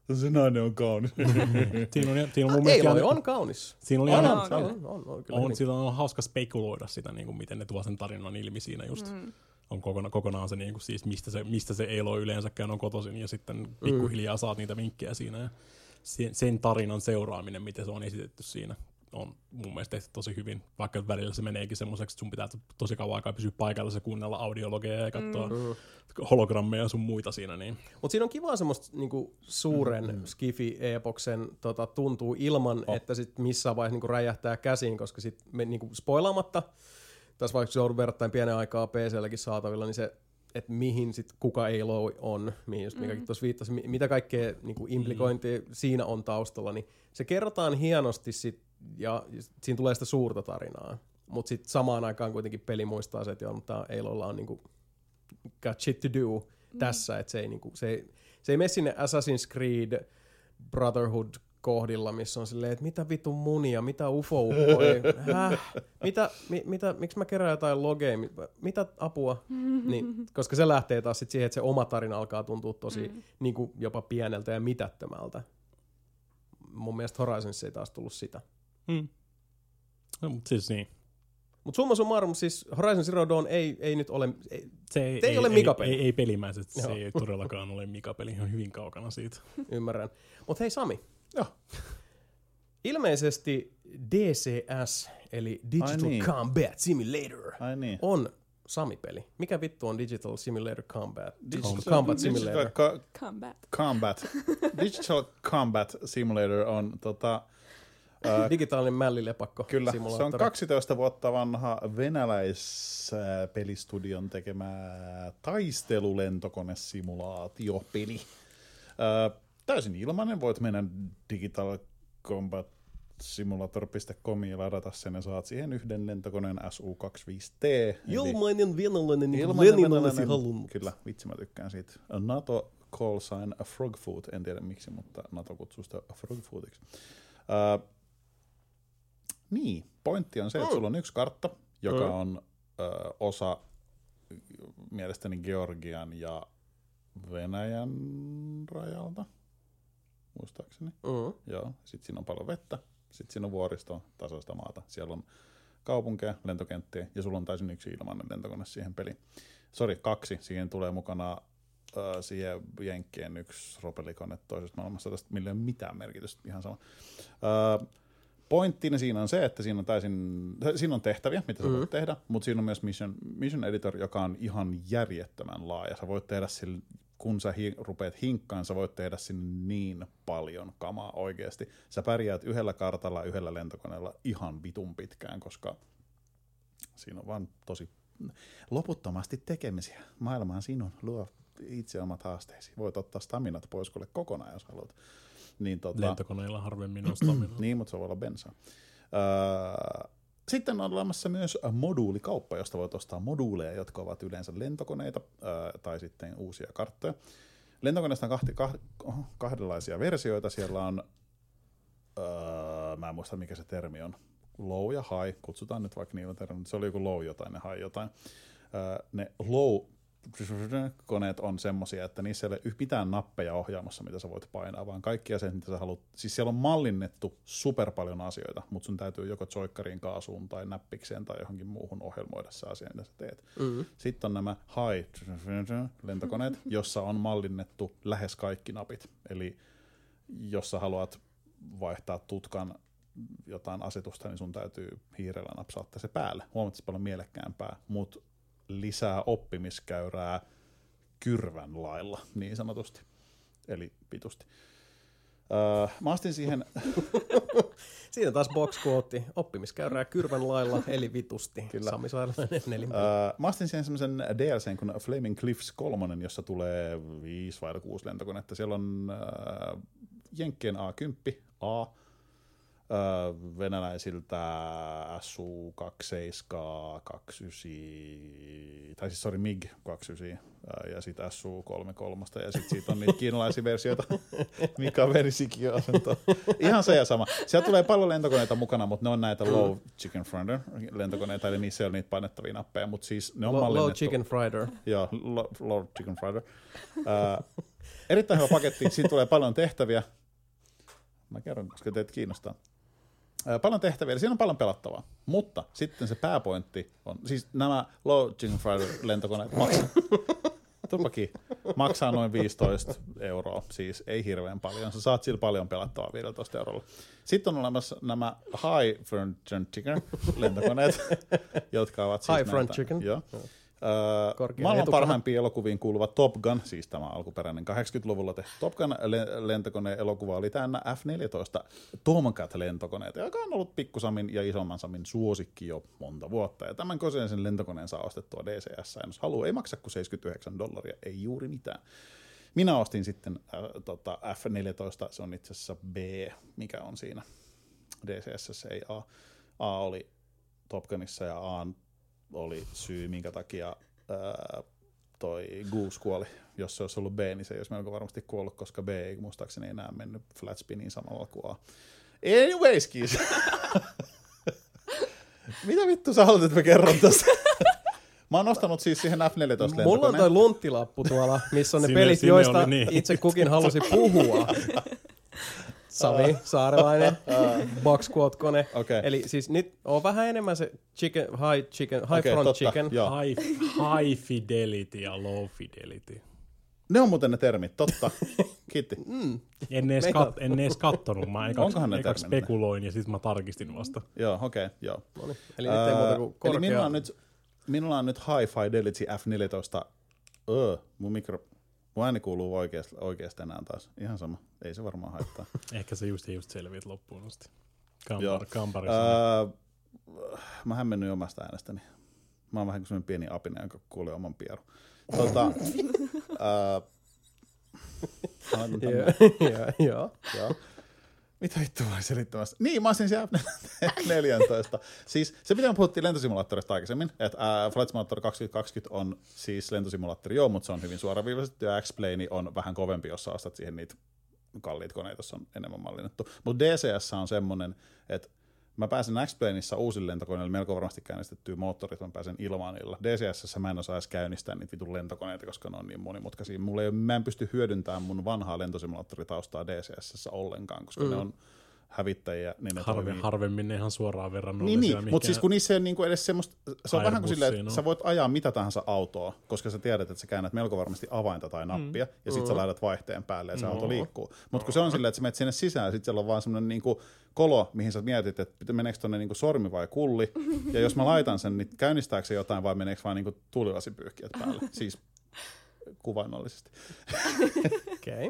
Speaker 3: Se nainen on kaunis.
Speaker 2: Siinä on mun mielestä
Speaker 1: Aloy on kaunis.
Speaker 2: Siinä oli
Speaker 1: On,
Speaker 2: sillä on hauska spekuloida sitä, niin kuin miten ne tuo sen tarinan ilmi siinä just. On kokonaan se, niin kuin, siis mistä se Aloy yleensäkään on kotoisin, ja sitten pikkuhiljaa saat niitä vinkkejä siinä. Ja sen tarinan seuraaminen, miten se on esitetty siinä, on mun mielestä tehty tosi hyvin. Vaikka välillä se meneekin semmoiseksi, että sun pitää tosi kauan aikaa pysyä paikalla ja kuunnella audiologeja ja katsoa hologrammeja ja sun muita siinä. Niin.
Speaker 1: Mutta siinä on kiva semmoista niinku suuren skifi-epoksen tuntuu ilman, että sit missään vaiheessa niinku räjähtää käsiin, koska sit me niinku spoilaamatta, tässä vaikka se on verrattain pienen aikaa PC:lläkin saatavilla, niin se, että mihin sit kuka Aloy on, mihin just mikäkin tuossa viittasi, mitä kaikkea niinku implikointia siinä on taustalla, niin se kerrotaan hienosti sit, ja siinä tulee sitä suurta tarinaa. Mutta sitten samaan aikaan kuitenkin peli muistaa se, että joo, mutta Aloylla on niinku got shit to do tässä, että se ei mene sinne Assassin's Creed Brotherhood kohdilla, missä on silleen, että mitä vitun munia, mitä ufo-ukkoja, miksi mä kerään jotain logeja, mitä apua, niin, koska se lähtee taas sit siihen, että se oma tarina alkaa tuntua tosi niinku jopa pieneltä ja mitättömältä. Mun mielestä Horizons ei taas tullut sitä.
Speaker 2: No, mutta siis niin.
Speaker 1: Mutta summa summarum, siis Horizon Zero Dawn ei nyt ole, ei ole mikapeli.
Speaker 2: Ei pelimäisesti, se ei todellakaan ole mikapeli, on hyvin kaukana siitä.
Speaker 1: Ymmärrän. Mutta hei Sami,
Speaker 3: Joo.
Speaker 1: Ilmeisesti DCS, eli Digital Combat Simulator, on Sami-peli. Mikä vittu on Digital Simulator Combat? Digital Combat Simulator.
Speaker 3: Digital Combat Simulator on
Speaker 1: digitaalinen mällilepakko.
Speaker 3: Kyllä, se on 12 vuotta vanha venäläispelistudion tekemä taistelulentokonesimulaatiopeli. Täysin ilmainen, voit mennä digitalcombatsimulator.comiin ja ladata sen ja saat siihen yhden lentokoneen SU-25T.
Speaker 1: Ilmainen venäläinen, niin kuin Lenin olisi halunnut.
Speaker 3: Kyllä, vitsi mä tykkään siitä. NATO call sign Frogfoot, en tiedä miksi, mutta NATO kutsuu sitä Frogfootiksi. Niin, pointti on se, että sulla on yksi kartta, joka on osa mielestäni Georgian ja Venäjän rajalta, muistaakseni. Joo, sitten siinä on paljon vettä, sitten siinä on vuoristoa, tasaista maata. Siellä on kaupunkeja, lentokenttiä ja sulla on täysin yksi ilmainen lentokone siihen peliin. Kaksi, siihen tulee mukana siihen Jenkkien yksi ropelikone toisesta maailmasta, millä ei ole mitään merkitystä, ihan sama. Pointtini siinä on se, että siinä on tehtäviä, mitä sä voit tehdä, mutta siinä on myös mission editor, joka on ihan järjettömän laaja. Sä voit tehdä sille, kun sä rupeat hinkkaan, sä voit tehdä sinne niin paljon kamaa oikeasti. Sä pärjäät yhdellä kartalla, yhdellä lentokoneella ihan vitun pitkään, koska siinä on vaan tosi loputtomasti tekemisiä. Maailma on sinun, luo itse omat haasteesi. Voit ottaa staminat pois kuule kokonaan, jos haluat. Niin,
Speaker 2: lentokoneilla harvemmin on staminaa.
Speaker 3: Niin, mutta se voi olla bensaa. Sitten on olemassa myös moduulikauppa, josta voit ostaa moduuleja, jotka ovat yleensä lentokoneita tai sitten uusia karttoja. Lentokoneista on kahdenlaisia versioita. Siellä on, mä en muista mikä se termi on, low ja high, kutsutaan nyt vaikka niillä termi, se oli joku low jotain ja high jotain. Ne low koneet on semmosia, että niissä ei ole mitään nappeja ohjaamossa, mitä sä voit painaa, vaan kaikki asiat, mitä sä haluat. Siis siellä on mallinnettu super paljon asioita, mutta sun täytyy joko joikkariin, kaasuun tai näppikseen tai johonkin muuhun ohjelmoida se asia, mitä sä teet. Sitten on nämä high-lentokoneet, jossa on mallinnettu lähes kaikki napit. Eli jos sä haluat vaihtaa tutkan jotain asetusta, niin sun täytyy hiirellä napsauttaa se päälle. Huomattavasti paljon mielekkäämpää, mutta lisää oppimiskäyrää kyrvän lailla, niin sanotusti. Eli pitusti. Mä astin siihen...
Speaker 1: Siinä taas box-quote. Oppimiskäyrää kyrvän lailla, eli vitusti.
Speaker 3: Kyllä.
Speaker 1: Sami Saarelainen nelinpeli.
Speaker 3: Mä astin siihen semmoisen DLCn kuin Flaming Cliffs 3, jossa tulee 5 vai 6 lentokonetta. Siellä on Jenkkien A10, venäläisiltä SU-27, 29, tai siis MiG-29 ja sitten SU-33 ja sitten siitä on niitä kiinalaisia versioita, mikä verisikin asento. Ihan se ja sama. Sieltä tulee paljon lentokoneita mukana, mutta ne on näitä low chicken frieder lentokoneita, eli niissä ei ole niitä painettavia nappeja, mutta siis ne on mallinnettu.
Speaker 1: Low chicken frieder.
Speaker 3: Joo, low chicken frieder. Erittäin hyvä paketti, siinä tulee paljon tehtäviä. Mä kerron, koska teitä kiinnostaa. Paljon tehtäviä, eli siinä on paljon pelattavaa. Mutta sitten se pääpointti on, siis nämä Low Chicken Friday-lentokoneet maksaa noin 15 €, siis ei hirveän paljon. Sä saat sillä paljon pelattavaa 15 €. Sitten on olemassa nämä High Front Chicken-lentokoneet, jotka ovat siis
Speaker 1: High Front Chicken?
Speaker 3: Joo. Maailman parhaimpiin elokuviin kuuluva Top Gun, siis tämä alkuperäinen 80-luvulla tehty Top Gun lentokoneen elokuva oli täynnä F-14 Tomcat-lentokoneita, joka on ollut pikkusamin ja isomman samin suosikki jo monta vuotta. Ja tämän koseisen lentokoneen saa ostettua DCS, jos haluaa. Ei maksa kuin $79, ei juuri mitään. Minä ostin sitten F-14, se on itse asiassa B, mikä on siinä DCS, ei A. A oli Top Gunissa ja A oli syy, minkä takia toi Goose kuoli. Jos se olisi ollut B, niin se ei olisi melko varmasti kuollut, koska B ei muistaakseni enää mennyt flat spiniin samalla kuin A. Anyways, kiis. Mitä vittu sä haluat, että mä kerron tästä? Mä oon ostanut siis siihen F-14-lentokoneen.
Speaker 1: Mulla on toi lunttilappu tuolla, missä on ne pelit, joista niin. Itse kukin halusi puhua. Sami Saarelainen, Box Squad-kone.
Speaker 3: Okay.
Speaker 1: Eli siis nyt on vähän enemmän se high front chicken.
Speaker 2: High fidelity ja low fidelity.
Speaker 3: Ne on muuten ne termit, totta. Kiitti.
Speaker 2: En edes kattonut, mä eka spekuloin ja sitten mä tarkistin vasta.
Speaker 3: Joo, okei, joo.
Speaker 1: Noniin. Eli nyt ei muuta kuin korkea.
Speaker 3: Eli minulla on nyt High Fidelity F-14. Mun ääni kuuluu oikeasti enää taas. Ihan sama. Ei se varmaan haittaa.
Speaker 2: Ehkä se just selviät loppuun asti.
Speaker 3: Mä hämmennyin omasta äänestäni. Mä oon vähän kuin sellainen pieni apina, joka kuulee oman pierun. Joo. Mitä vittu mä olin selittämässä? Niin, mä olisin siellä F-14. Siis se, mitä me puhuttiin lentosimulaattorista aikaisemmin, että Flight Simulator 2020 on siis lentosimulaattori, joo, mutta se on hyvin suoraviivaisesti, ja X-Plane on vähän kovempi, jos sä ostat siihen niitä kalliit koneita, se on enemmän mallinnettu. Mutta DCS on semmoinen, että mä pääsen X-Planeissa uusille lentokoneille melko varmasti käynnistettyä moottorit, mä pääsen ilman niillä. DCS:ssä mä en osaa edes käynnistää niitä vitun lentokoneita, koska ne on niin monimutkaisia. Mä en pysty hyödyntämään mun vanhaa lentosimulaattoritaustaa DCS:ssä ollenkaan, koska ne on hävittäjiä. Niin
Speaker 2: harvemmin ne ihan suoraan verran.
Speaker 3: Niin, mutta siis kun niissä ei ole niinku edes semmoista, se on vähän kuin silleen, että sä voit ajaa mitä tahansa autoa, koska sä tiedät, että sä käännät melko varmasti avainta tai nappia, ja sit sä laitat vaihteen päälle, ja se auto liikkuu. Mutta kun se on silleen, että sä menet sinne sisään, ja sit siellä on vaan semmoinen niinku kolo, mihin sä mietit, että meneekö tonne niinku sormi vai kulli, ja jos mä laitan sen, niin käynnistääkö se jotain, vai meneekö vaan niinku tuulilasipyyhkiät päälle, siis kuvainnollisesti.
Speaker 1: Okei.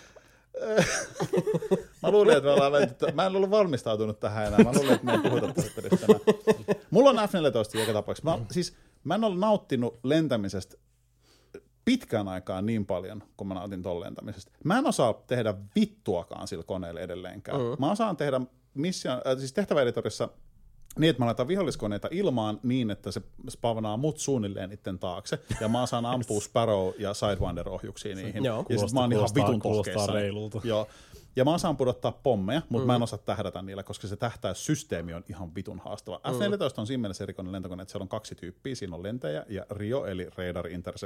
Speaker 3: Mä luulin, että mä en ollut valmistautunut tähän enää. Mä luulin, että me ei puhuta tästä tänään. Mulla on F-14 joka tapauksessa. Mä en ole nauttinut lentämisestä pitkään aikaan niin paljon, kun mä nautin ton lentämisestä. Mä en osaa tehdä vittuakaan sillä koneella edelleenkään. Mä osaan tehdä siis tehtäväeditorissa niin, että mä laitan viholliskoneita ilmaan niin, että se spavnaa mut suunnilleen itten taakse, ja mä saan ampua Sparrow ja Sidewinder-ohjuksia niihin.
Speaker 1: Joo,
Speaker 3: ja sit mä oon ihan vitun toskeissa.
Speaker 2: Reilulta.
Speaker 3: Joo. Ja mä osaan pudottaa pommeja, mutta mä en osaa tähdätä niillä, koska se tähtäyssysteemi on ihan vitun haastava. F-14 on siinä mielessä erikoinen lentokone, että siellä on 2 tyyppiä. Siinä on lentäjä ja RIO, eli Radar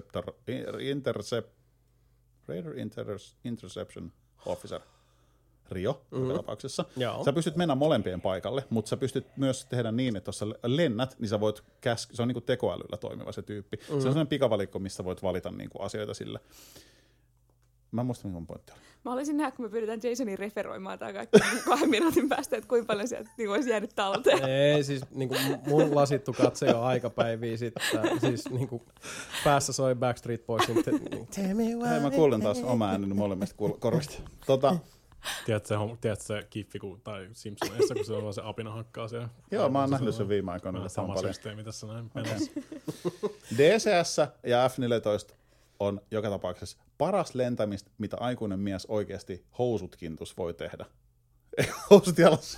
Speaker 3: Interception Officer. RIO tapauksessa. Sä pystyt mennä molempien paikalle, mutta sä pystyt myös tehdä niin, että jos sä lennät, niin sä voit se on niinku tekoälyllä toimiva se tyyppi. Se on sellainen pikavalikko, missä voit valita niinku asioita sille. Mä en muista, mikä mun pointti oli.
Speaker 4: Mä olisin nähdä, kun me pyydetään Jasonin referoimaan tää kaikki 2 minuutin päästä, että kuinka paljon sieltä niin olisi jäänyt talteen.
Speaker 1: Ei, siis niin mun lasittu katse jo aikapäiviä sitten. Siis niin päässä soi Backstreet Boysin Tell me why.
Speaker 3: Hei, mä kuulen taas oma ääneni molemmista korvista.
Speaker 2: Tiedätkö se kiffi tai Simpsonissa, kun se on se apina hakkaa siellä?
Speaker 3: Joo, mä oon nähnyt sen viime aikoina.
Speaker 2: Sama systeemi tässä näin menossa.
Speaker 3: DCS ja F-14 on joka tapauksessa paras lentämistä, mitä aikuinen mies oikeasti housut kintus voi tehdä. Housut jalassa.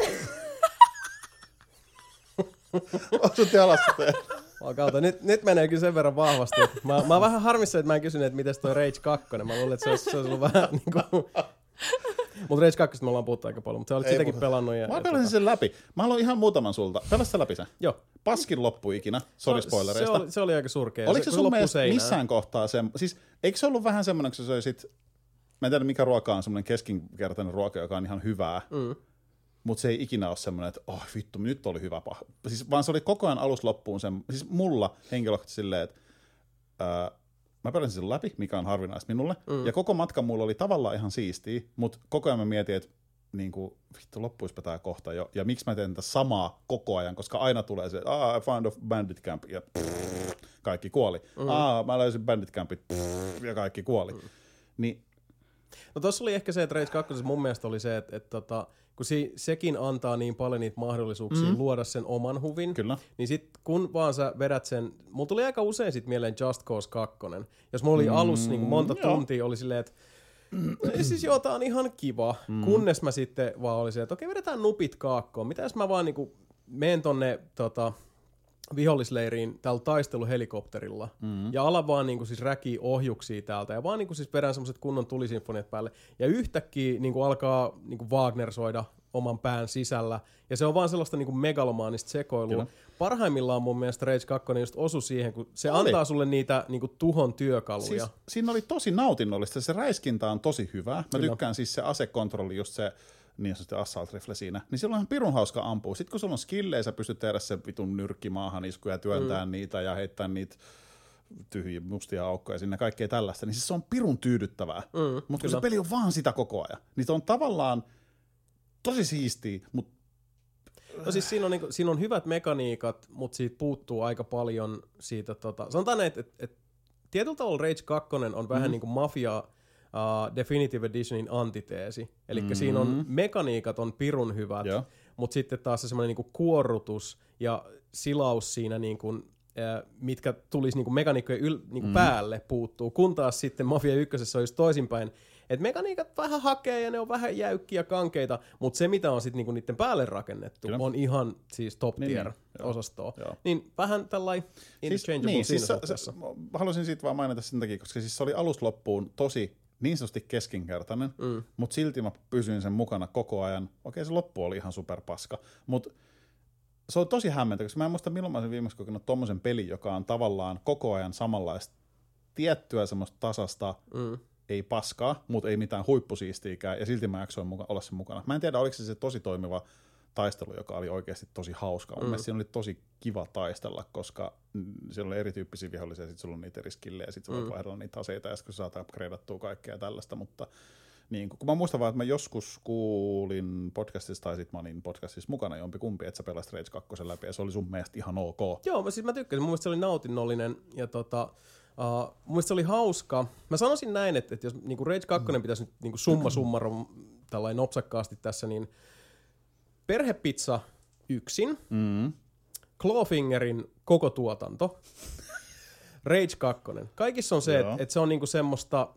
Speaker 3: Housut jalassa tehdä.
Speaker 1: Nyt menee kyllä sen verran vahvasti. Mä oon vähän harmissa, että mä en kysynyt, että mites toi Rage 2. Mä luulen, että se olisi ollut vähän niinku. Mutta Rage 2 me ollaan puhuttu aika paljon, mutta sä olit sitäkin pelannut.
Speaker 3: Mä pelasin sen läpi. Mä haluan ihan muutaman sulta. Pelas sä läpi sen.
Speaker 1: Joo.
Speaker 3: Paskin loppu ikinä. Sori spoilereista.
Speaker 1: Se oli aika surkea.
Speaker 3: Oliko se sun mielestä missään kohtaa siis eikö se ollut vähän semmoinen, kun sä söisit mä en tiedä mikä ruoka on semmoinen keskinkertainen ruoka, joka on ihan hyvää, mutta se ei ikinä ole semmoinen, että vittu, nyt oli hyvä paha. Siis, vaan se oli koko ajan alusta loppuun siis mulla henkilökohtaisesti silleen, että mä pelasin sen läpi, mikä on harvinaista minulle, ja koko matka mulla oli tavallaan ihan siistiä, mutta koko ajan mä mietin, että niinku, vittu, loppuispa tää kohta jo, ja miksi mä teen tätä samaa koko ajan, koska aina tulee se, I found a bandit camp, ja kaikki kuoli. Mä löysin bandit campit, ja kaikki kuoli. Niin,
Speaker 1: no tossa oli ehkä se, että Rage 2 mun mielestä oli se, että kun sekin antaa niin paljon niitä mahdollisuuksia luoda sen oman huvin,
Speaker 3: kyllä.
Speaker 1: Niin sit kun vaan sä vedät sen, mulla tuli aika usein sit mieleen Just Cause 2. Jos mulla oli alussa niin monta tuntia, oli silleen, että siis joo, tää on ihan kiva, kunnes mä sitten vaan oli se, että okei, vedetään nupit kaakkoon. Mitä jos mä vaan niinku menen tonne vihollisleiriin tällä taisteluhelikopterilla ja alan vaan niinku siis räkii ohjuksia täältä ja vaan niinku siis vedän semmoset kunnon tulisinfoniat päälle ja yhtäkkiä niinku alkaa niinku Wagner soida oman pään sisällä ja se on vaan sellaista niinku megalomaanista sekoilua. Kyllä. Parhaimmillaan mun mielestä Rage 2 just osui siihen, kun se antaa sulle niitä niinku tuhon työkaluja.
Speaker 3: Siis, siinä oli tosi nautinnollista, se räiskintä on tosi hyvää. Mä tykkään siis se asekontrolli, just se niin sanotusti assault rifle siinä, niin silloin on ihan pirun hauska ampua. Sitten kun sulla on skillejä, sä pystyt tehdä sen vitun nyrkkimaahan iskuja ja työntää niitä ja heittää niitä tyhjiä mustia aukkoja sinne, kaikkea tällaista, niin siis se on pirun tyydyttävää. Mutta kun se peli on vaan sitä koko ajan, niin se on tavallaan tosi siistiä, mutta
Speaker 1: no siis siinä on hyvät mekaniikat, mutta siitä puuttuu aika paljon siitä, sanotaan näin, että tietyllä tavalla Rage 2 on vähän niin kuin Mafia Definitive Editionin antiteesi. Eli siinä on mekaniikat on pirun hyvät, mutta sitten taas se semmoinen niinku kuorrutus ja silaus siinä, niinku, mitkä tulisi niinku mekaniikkojen niinku päälle puuttuu, kun taas sitten Mafia 1 on just toisinpäin. Et mekaniikat vähän hakee ja ne on vähän jäykkiä kankeita, mutta se mitä on sitten niinku niiden päälle rakennettu on ihan siis top tier osastoa. Niin vähän tällainen interchangeable siinä suhteessa.
Speaker 3: Haluaisin siitä vaan mainita sen takia, koska siis se oli alusta loppuun tosi niin sanotusti keskinkertainen, mutta silti mä pysyin sen mukana koko ajan. Okei, se loppu oli ihan superpaska, mutta se on tosi hämmentä, koska mä en muista milloin mä olisin viimeksi kokenut tommosen pelin, joka on tavallaan koko ajan samanlaista tiettyä semmoista tasasta, ei paskaa, mutta ei mitään huippusiistiikään, ja silti mä jaksoin olla sen mukana. Mä en tiedä, oliko se tosi toimiva taistelu, joka oli oikeasti tosi hauska. Mun mielestä siinä oli tosi kiva taistella, koska siellä oli erityyppisiä vihollisia, ja sitten sulla on niitä eri skillejä, ja sitten sä voit vaihdella niitä aseita, ja sitten sä saat upgradeattua kaikkea ja tällaista, mutta niin, kun mä muistan vaan, että mä joskus kuulin podcastissa, tai sitten mä olin podcastissa mukana jompikumpi, että sä pelasit Rage 2 läpi, ja se oli sun mielestä ihan ok.
Speaker 1: Joo, mä tykkäsin. Mun mielestä se oli nautinnollinen, ja mun mielestä se oli hauska. Mä sanoisin näin, että jos niinku Rage 2 pitäisi nyt niinku summa summarum tällainen nopsakkaasti tässä, niin Perhepizza yksin, Clawfingerin koko tuotanto, Rage 2. Kaikissa on se, että se on niinku semmoista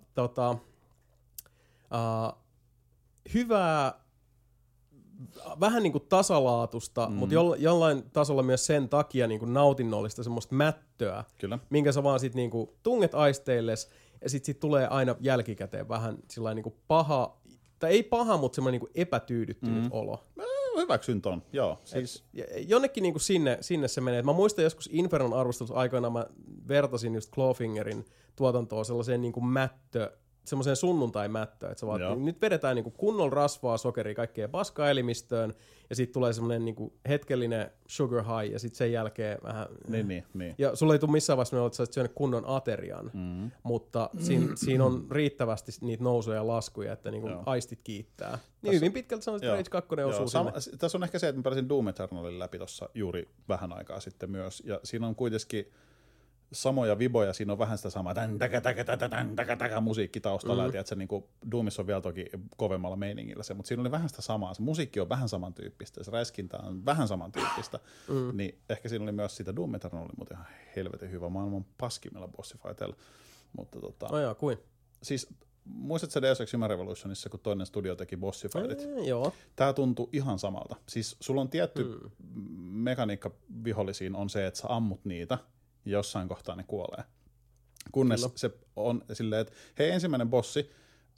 Speaker 1: hyvää, vähän niinku tasalaatusta, mutta jollain tasolla myös sen takia niinku nautinnollista semmoista mättöä, minkä sä vaan sit niinku tunget aisteilles, ja sit tulee aina jälkikäteen vähän sillain niinku paha, tai ei paha, mutta semmoinen niinku epätyydyttynyt olo.
Speaker 3: Hyväksyn ton, joo. Siis
Speaker 1: jonnekin niinku sinne se menee. Mä muistan joskus Infernon arvostelussa aikoinaan mä vertasin just Clawfingerin tuotantoa sellaiseen niinku semmoiseen sunnuntai-mättöön, että sä vaan, nyt vedetään niinku kunnolla rasvaa, sokeria, kaikkea paskaa elimistöön, ja sitten tulee semmoinen niinku hetkellinen sugar high, ja sitten sen jälkeen vähän... Niin. Ja sulla ei tule missään vaiheessa, että sä olisit syönyt kunnon aterian, mutta siinä on riittävästi niitä nousuja ja laskuja, että niinku aistit kiittää. Niin hyvin pitkälti sanoisin, että Rage 2 osuu sinne.
Speaker 3: Tässä on ehkä se, että mä pääsin Doom Eternalin läpi tuossa juuri vähän aikaa sitten myös, ja siinä on kuitenkin samoja viboja, siinä on vähän sitä samaa musiikki taustalla, ja tiedätkö, niin kuin Doomissa on vielä toki kovemmalla meiningillä se, mutta siinä oli vähän sitä samaa, se musiikki on vähän samantyyppistä, se räiskintä on vähän samantyyppistä, niin ehkä siinä oli myös sitä Doom Eternal, mutta ihan helvetin hyvä, maailman paskimmilla bossifighteilla, mutta
Speaker 1: kuin?
Speaker 3: Siis muistatko Deus Ex Human Revolutionissa, kun toinen studio teki bossifightit?
Speaker 1: Joo.
Speaker 3: Tää tuntui ihan samalta, siis sulla on tietty mekaniikka vihollisiin on se, että sä ammut niitä, ja jossain kohtaa ne kuolee. Kunnes se on silleen, että hei, ensimmäinen bossi,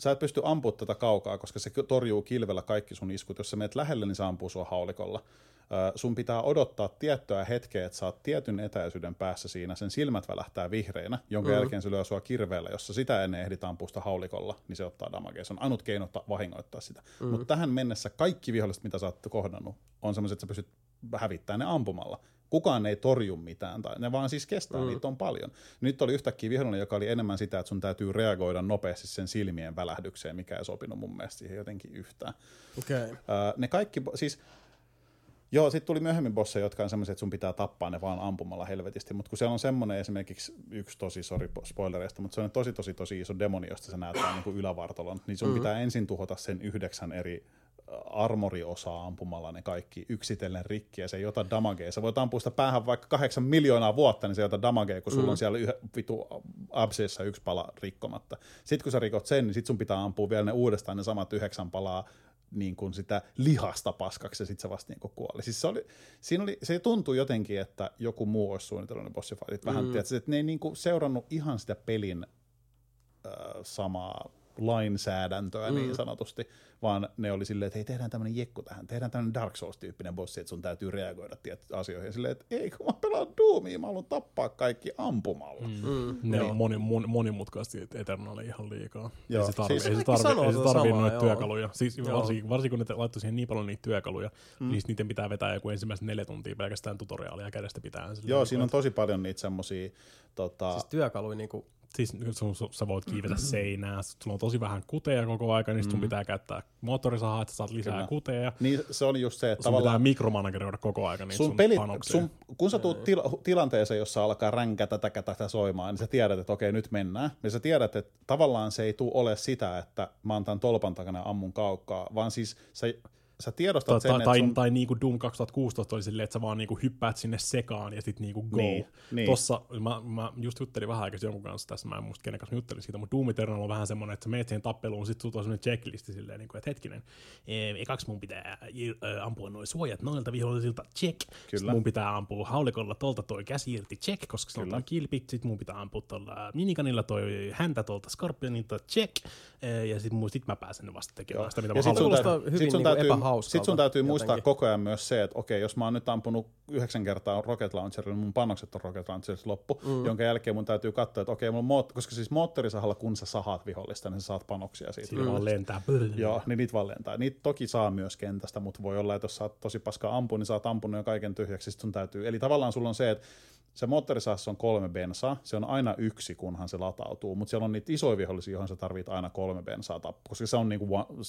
Speaker 3: sä et pysty ampumaan tätä kaukaa, koska se torjuu kilvellä kaikki sun iskut. Jos sä menet lähelle, niin se ampuu sua haulikolla. Sun pitää odottaa tiettyä hetkeä, että sä oot tietyn etäisyyden päässä siinä, sen silmät välähtää vihreinä, jonka jälkeen se lyö sua kirveellä. Jos sä sitä ennen ehdit ampua sitä haulikolla, niin se ottaa damagea. Se on ainut keino vahingoittaa sitä. Mutta tähän mennessä kaikki viholliset, mitä sä oot kohdannut, on sellaiset, että sä pystyt hävittämään ne ampumalla. Kukaan ei torju mitään, tai ne vaan siis kestää, niitä on paljon. Nyt oli yhtäkkiä vihollinen, joka oli enemmän sitä, että sun täytyy reagoida nopeasti sen silmien välähdykseen, mikä ei sopinut mun mielestä siihen jotenkin yhtään.
Speaker 1: Okay.
Speaker 3: Ne kaikki, siis joo, sitten tuli myöhemmin bosseja, jotka on semmoisia, että sun pitää tappaa ne vaan ampumalla helvetisti, mutta kun siellä on semmoinen esimerkiksi yksi spoilereista, mutta se on tosi iso demoni, josta sä näet vaan niin kuin ylävartalon, niin sun pitää ensin tuhota sen 9 eri armoriosaa ampumalla ne kaikki yksitellen rikki, ja se ei ota damagea. Sä voit ampua sitä päähän vaikka 8 miljoonaa vuotta, niin se ei ota damagea, kun sulla on siellä vitu abseissa 1 pala rikkomatta. Sitten kun sä rikot sen, niin sit sun pitää ampua vielä ne uudestaan ne samat 9 palaa niin kuin sitä lihasta paskaksi, ja sit se vasta niin kuin kuoli. Siis se tuntui jotenkin, että joku muu olisi suunnitellut ne bossifightit vähän, tietysti, että ne ei niin kuin seurannut ihan sitä pelin samaa lainsäädäntöä niin sanotusti, vaan ne oli silleen, että hei, tehdään tämmöinen jekku tähän, tehdään tämmöinen Dark Souls-tyyppinen bossi, että sun täytyy reagoida tiettyihin asioihin. Ja silleen, että ei, kun mä pelaan Doomia, mä haluan tappaa kaikki ampumalla.
Speaker 2: Ne on monimutkaisesti Eternalia ihan liikaa.
Speaker 3: Joo,
Speaker 2: ei se tarvii noita työkaluja. Siis varsinkin kun ne laittoi siihen niin paljon niitä työkaluja, niin niiden pitää vetää joku ensimmäiset 4 tuntia pelkästään tutoriaalia kädestä pitää.
Speaker 3: Joo, siinä on tosi paljon niitä semmosia
Speaker 1: siis työkaluja niinku.
Speaker 2: Siis sä voit kiivetä seinää, sulla on tosi vähän kuteja koko aika, niin sun pitää käyttää moottorisahaa, että sä saat lisää kuteja.
Speaker 3: Niin se on just se, että
Speaker 2: sun pitää mikromanageroida koko aika niitä sun panoksia.
Speaker 3: Kun sä tuut tilanteeseen, jossa alkaa ränkätä tätä soimaan, niin sä tiedät, että okei, nyt mennään. Ja sä tiedät, että tavallaan se ei tule ole sitä, että mä oon tämän tolpan takana ja ammun kaukaa, vaan siis sä tiedostat sen,
Speaker 2: tai niinku Doom 2016 oli silleen, että sä vaan niinku hyppäät sinne sekaan ja sit niinku go.
Speaker 3: Niin.
Speaker 2: Tossa, mä just juttelin vähän aikaisemmin jonkun kanssa tässä, mä en muista kenen kanssa juttelin siitä, mutta Doom Eternal on vähän semmonen, että sä meet siihen tappeluun, sit sulla on semmonen checklisti silleen, niinku, että hetkinen, ekaksi mun pitää ampua noin suojat noilta vihollisilta, check. Kyllä. Sitten mun pitää ampua haulikolla tolta toi käsi irti, check, koska se on toi kilpi. Sit mun pitää ampua tuolla minikanilla toi häntä tolta Scorpionilta, check. Ja sit mä pääsen vasta tekemään sitä, mitä mä haluan.
Speaker 3: Sitten sun täytyy muistaa koko ajan myös se, että okei, jos mä oon nyt ampunut 9 kertaa rocket launcherilla, mun panokset on rocket launcherilla loppu, jonka jälkeen mun täytyy katsoa, että okei, koska siis moottorisahalla, kun sä sahat vihollista, niin sä saat panoksia siitä.
Speaker 2: Siinä vaan lentää.
Speaker 3: Joo, niin niitä vaan lentää. Niitä toki saa myös kentästä, mutta voi olla, että jos sä oot tosi paskaa ampua, niin sä oot ampunut jo kaiken tyhjäksi, sit sun täytyy. Eli tavallaan sulla on se, että se moottorisahassa on 3 bensaa, se on aina 1, kunhan se latautuu, mutta siellä on niitä isoja vihollisia, johon sä tarvit aina 3 bensaa koska se on niin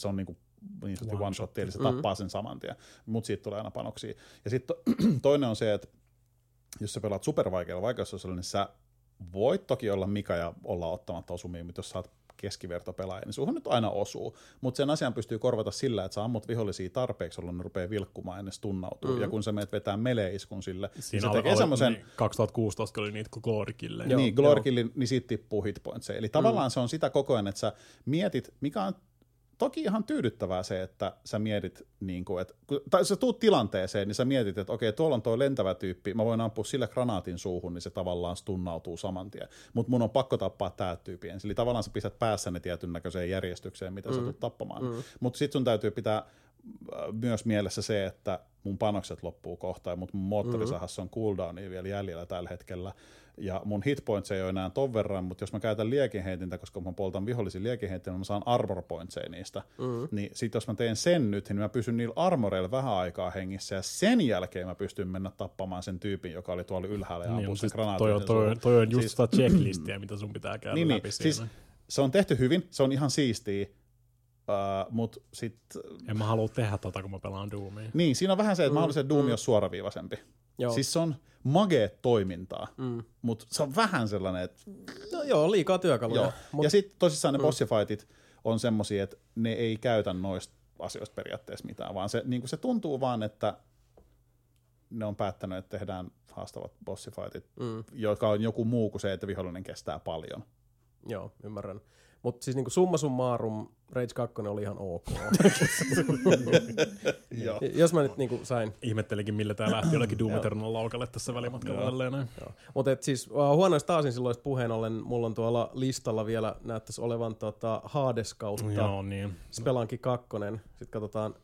Speaker 3: one shot, eli se tappaa sen saman tien, mutta siitä tulee aina panoksia. Ja sitten toinen on se, että jos sä pelaat supervaikealla vaikeustasolla, niin sä voit toki olla Mika ja olla ottamatta osumia, mutta jos sä oot keskivertopelaaja, niin suhun nyt aina osuu. Mutta sen asian pystyy korvata sillä, että sä ammut vihollisia tarpeeksi, jolloin ne rupeaa vilkkumaan ja ne stunnautuu. Ja kun sä menet vetää melee-iskun sille,
Speaker 2: siinä
Speaker 3: se tekee semmoisen...
Speaker 2: Niin 2016 oli niitä glory-killejä.
Speaker 3: Niin, glory-killin, niin siitä tippuu hitpointseja. Eli tavallaan se on sitä koko ajan, että sä mietit, mikä on toki ihan tyydyttävää se, että sä mietit, niin kuin, että, tai sä tuut tilanteeseen, niin sä mietit, että okei, tuolla on tuo lentävä tyyppi, mä voin ampua sillä granaatin suuhun, niin se tavallaan stunnautuu saman tien. Mutta mun on pakko tappaa tää tyyppi ensin. Eli tavallaan sä pistät päässä ne tietyn näköiseen järjestykseen, mitä sä tulet tappamaan. Mutta sit sun täytyy pitää myös mielessä se, että mun panokset loppuu kohtaan, mutta mun moottorisahassa on cooldownia vielä jäljellä tällä hetkellä. Ja mun hitpoints ei ole enää ton verran, mutta jos mä käytän liekinheitintä, koska mä poltan vihollisia liekinheitintä, niin mä saan armor pointseja niistä. Niin sit jos mä teen sen nyt, niin mä pysyn niillä armoreilla vähän aikaa hengissä, ja sen jälkeen mä pystyn mennä tappamaan sen tyypin, joka oli tuolla ylhäällä ja ampua sen granaatin.
Speaker 2: Toi on just sitä checklistiä, mitä sun pitää käydä läpi siinä. Siis
Speaker 3: se on tehty hyvin, se on ihan siistiä. Mut sit...
Speaker 2: En mä halua tehdä kun mä pelaan Doomia.
Speaker 3: Niin, siinä on vähän se, että mä haluaisin, että Doom olisi suoraviivaisempi. Joo. Siis se on mageet toimintaa, mutta se on vähän sellainen, että...
Speaker 1: No joo, liikaa työkaluja.
Speaker 3: Ja sitten tosissaan ne bossifightit on semmosia, että ne ei käytä noista asioista periaatteessa mitään, vaan se tuntuu vaan, että ne on päättänyt, että tehdään haastavat bossifightit, joka on joku muu kuin se, että vihollinen kestää paljon.
Speaker 1: Joo, ymmärrän. Mutta siis niinku summa summarum, Rage 2 oli ihan ok. Jos mä nyt niinku sain...
Speaker 2: Ihmettelinkin, millä tää lähti jollakin Doom Eternal laukalle tässä välimatkalla.
Speaker 1: Mutta siis huonoista taasin silloin puheen ollen, mulla on tuolla listalla vielä näyttäisi olevan Hades kautta Spelunky 2. Sitten katsotaan...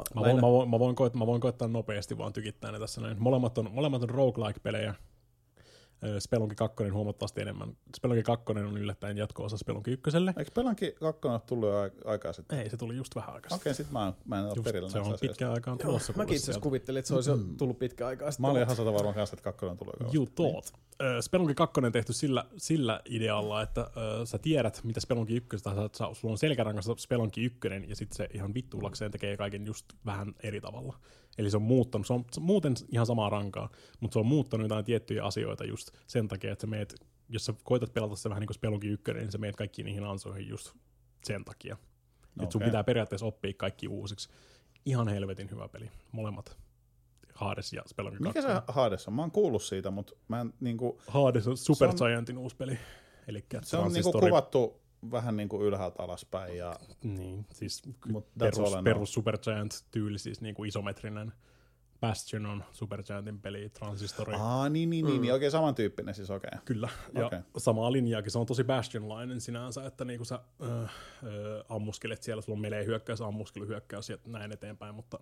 Speaker 2: Mä voin koittaa nopeasti vaan tykittää ne tässä näin. Molemmat on roguelike-pelejä. Spelunky 2 huomattavasti enemmän. Spelunky 2 on yllättäen jatko-osa Spelunky 1.
Speaker 3: Eikö Spelunky 2 ole tullut jo aikaa sitten?
Speaker 2: Ei, se tuli just vähän aikaa
Speaker 3: Okei, sit mä en ole perillä
Speaker 2: näistä asioista. Se on pitkään aikaan tulossa.
Speaker 1: Mäkin itse asiassa kuvittelin, että se olisi jo tullut pitkään aikaa sitten.
Speaker 3: Mä olin ihan varmaan kanssa, että 2 on tullut.
Speaker 2: You thought. Spelunky 2 on tehty sillä idealla, että sä tiedät, mitä Spelunky 1, sulla on selkärangassa Spelunky 1, ja sitten se ihan vittuulakseen tekee kaiken just vähän eri tavalla. Eli se on muuttanut, se on muuten ihan samaa rankaa, mutta se on muuttanut jotain tiettyjä asioita just sen takia, että sä meet, jos sä koetat pelata se vähän niin kuin Spelunky 1, niin sä meet kaikkiin niihin ansoihin just sen takia. Että sun pitää periaatteessa oppia kaikki uusiksi. Ihan helvetin hyvä peli, molemmat. Hades ja Spelunky 2.
Speaker 3: Mikä se Hades on? Mä oon kuullut siitä, mutta mä en niinku...
Speaker 2: Hades on Supergiantin uusi peli. Elikkä
Speaker 3: se on niinku kuvattu vähän niinku ylhäältä alaspäin. Ja...
Speaker 2: Niin, siis
Speaker 3: perus
Speaker 2: Supergiant-tyyli, siis niinku isometrinen. Bastion on Supergiantin peli, Transistori.
Speaker 3: Niin. Oikein samantyyppinen siis, okei.
Speaker 2: Kyllä, ja samaa linjaakin. Se on tosi Bastion-lainen sinänsä, että niinku sä ammuskelet siellä, sulla on melee-hyökkäys, ammuskeluhyökkäys ja näin eteenpäin, mutta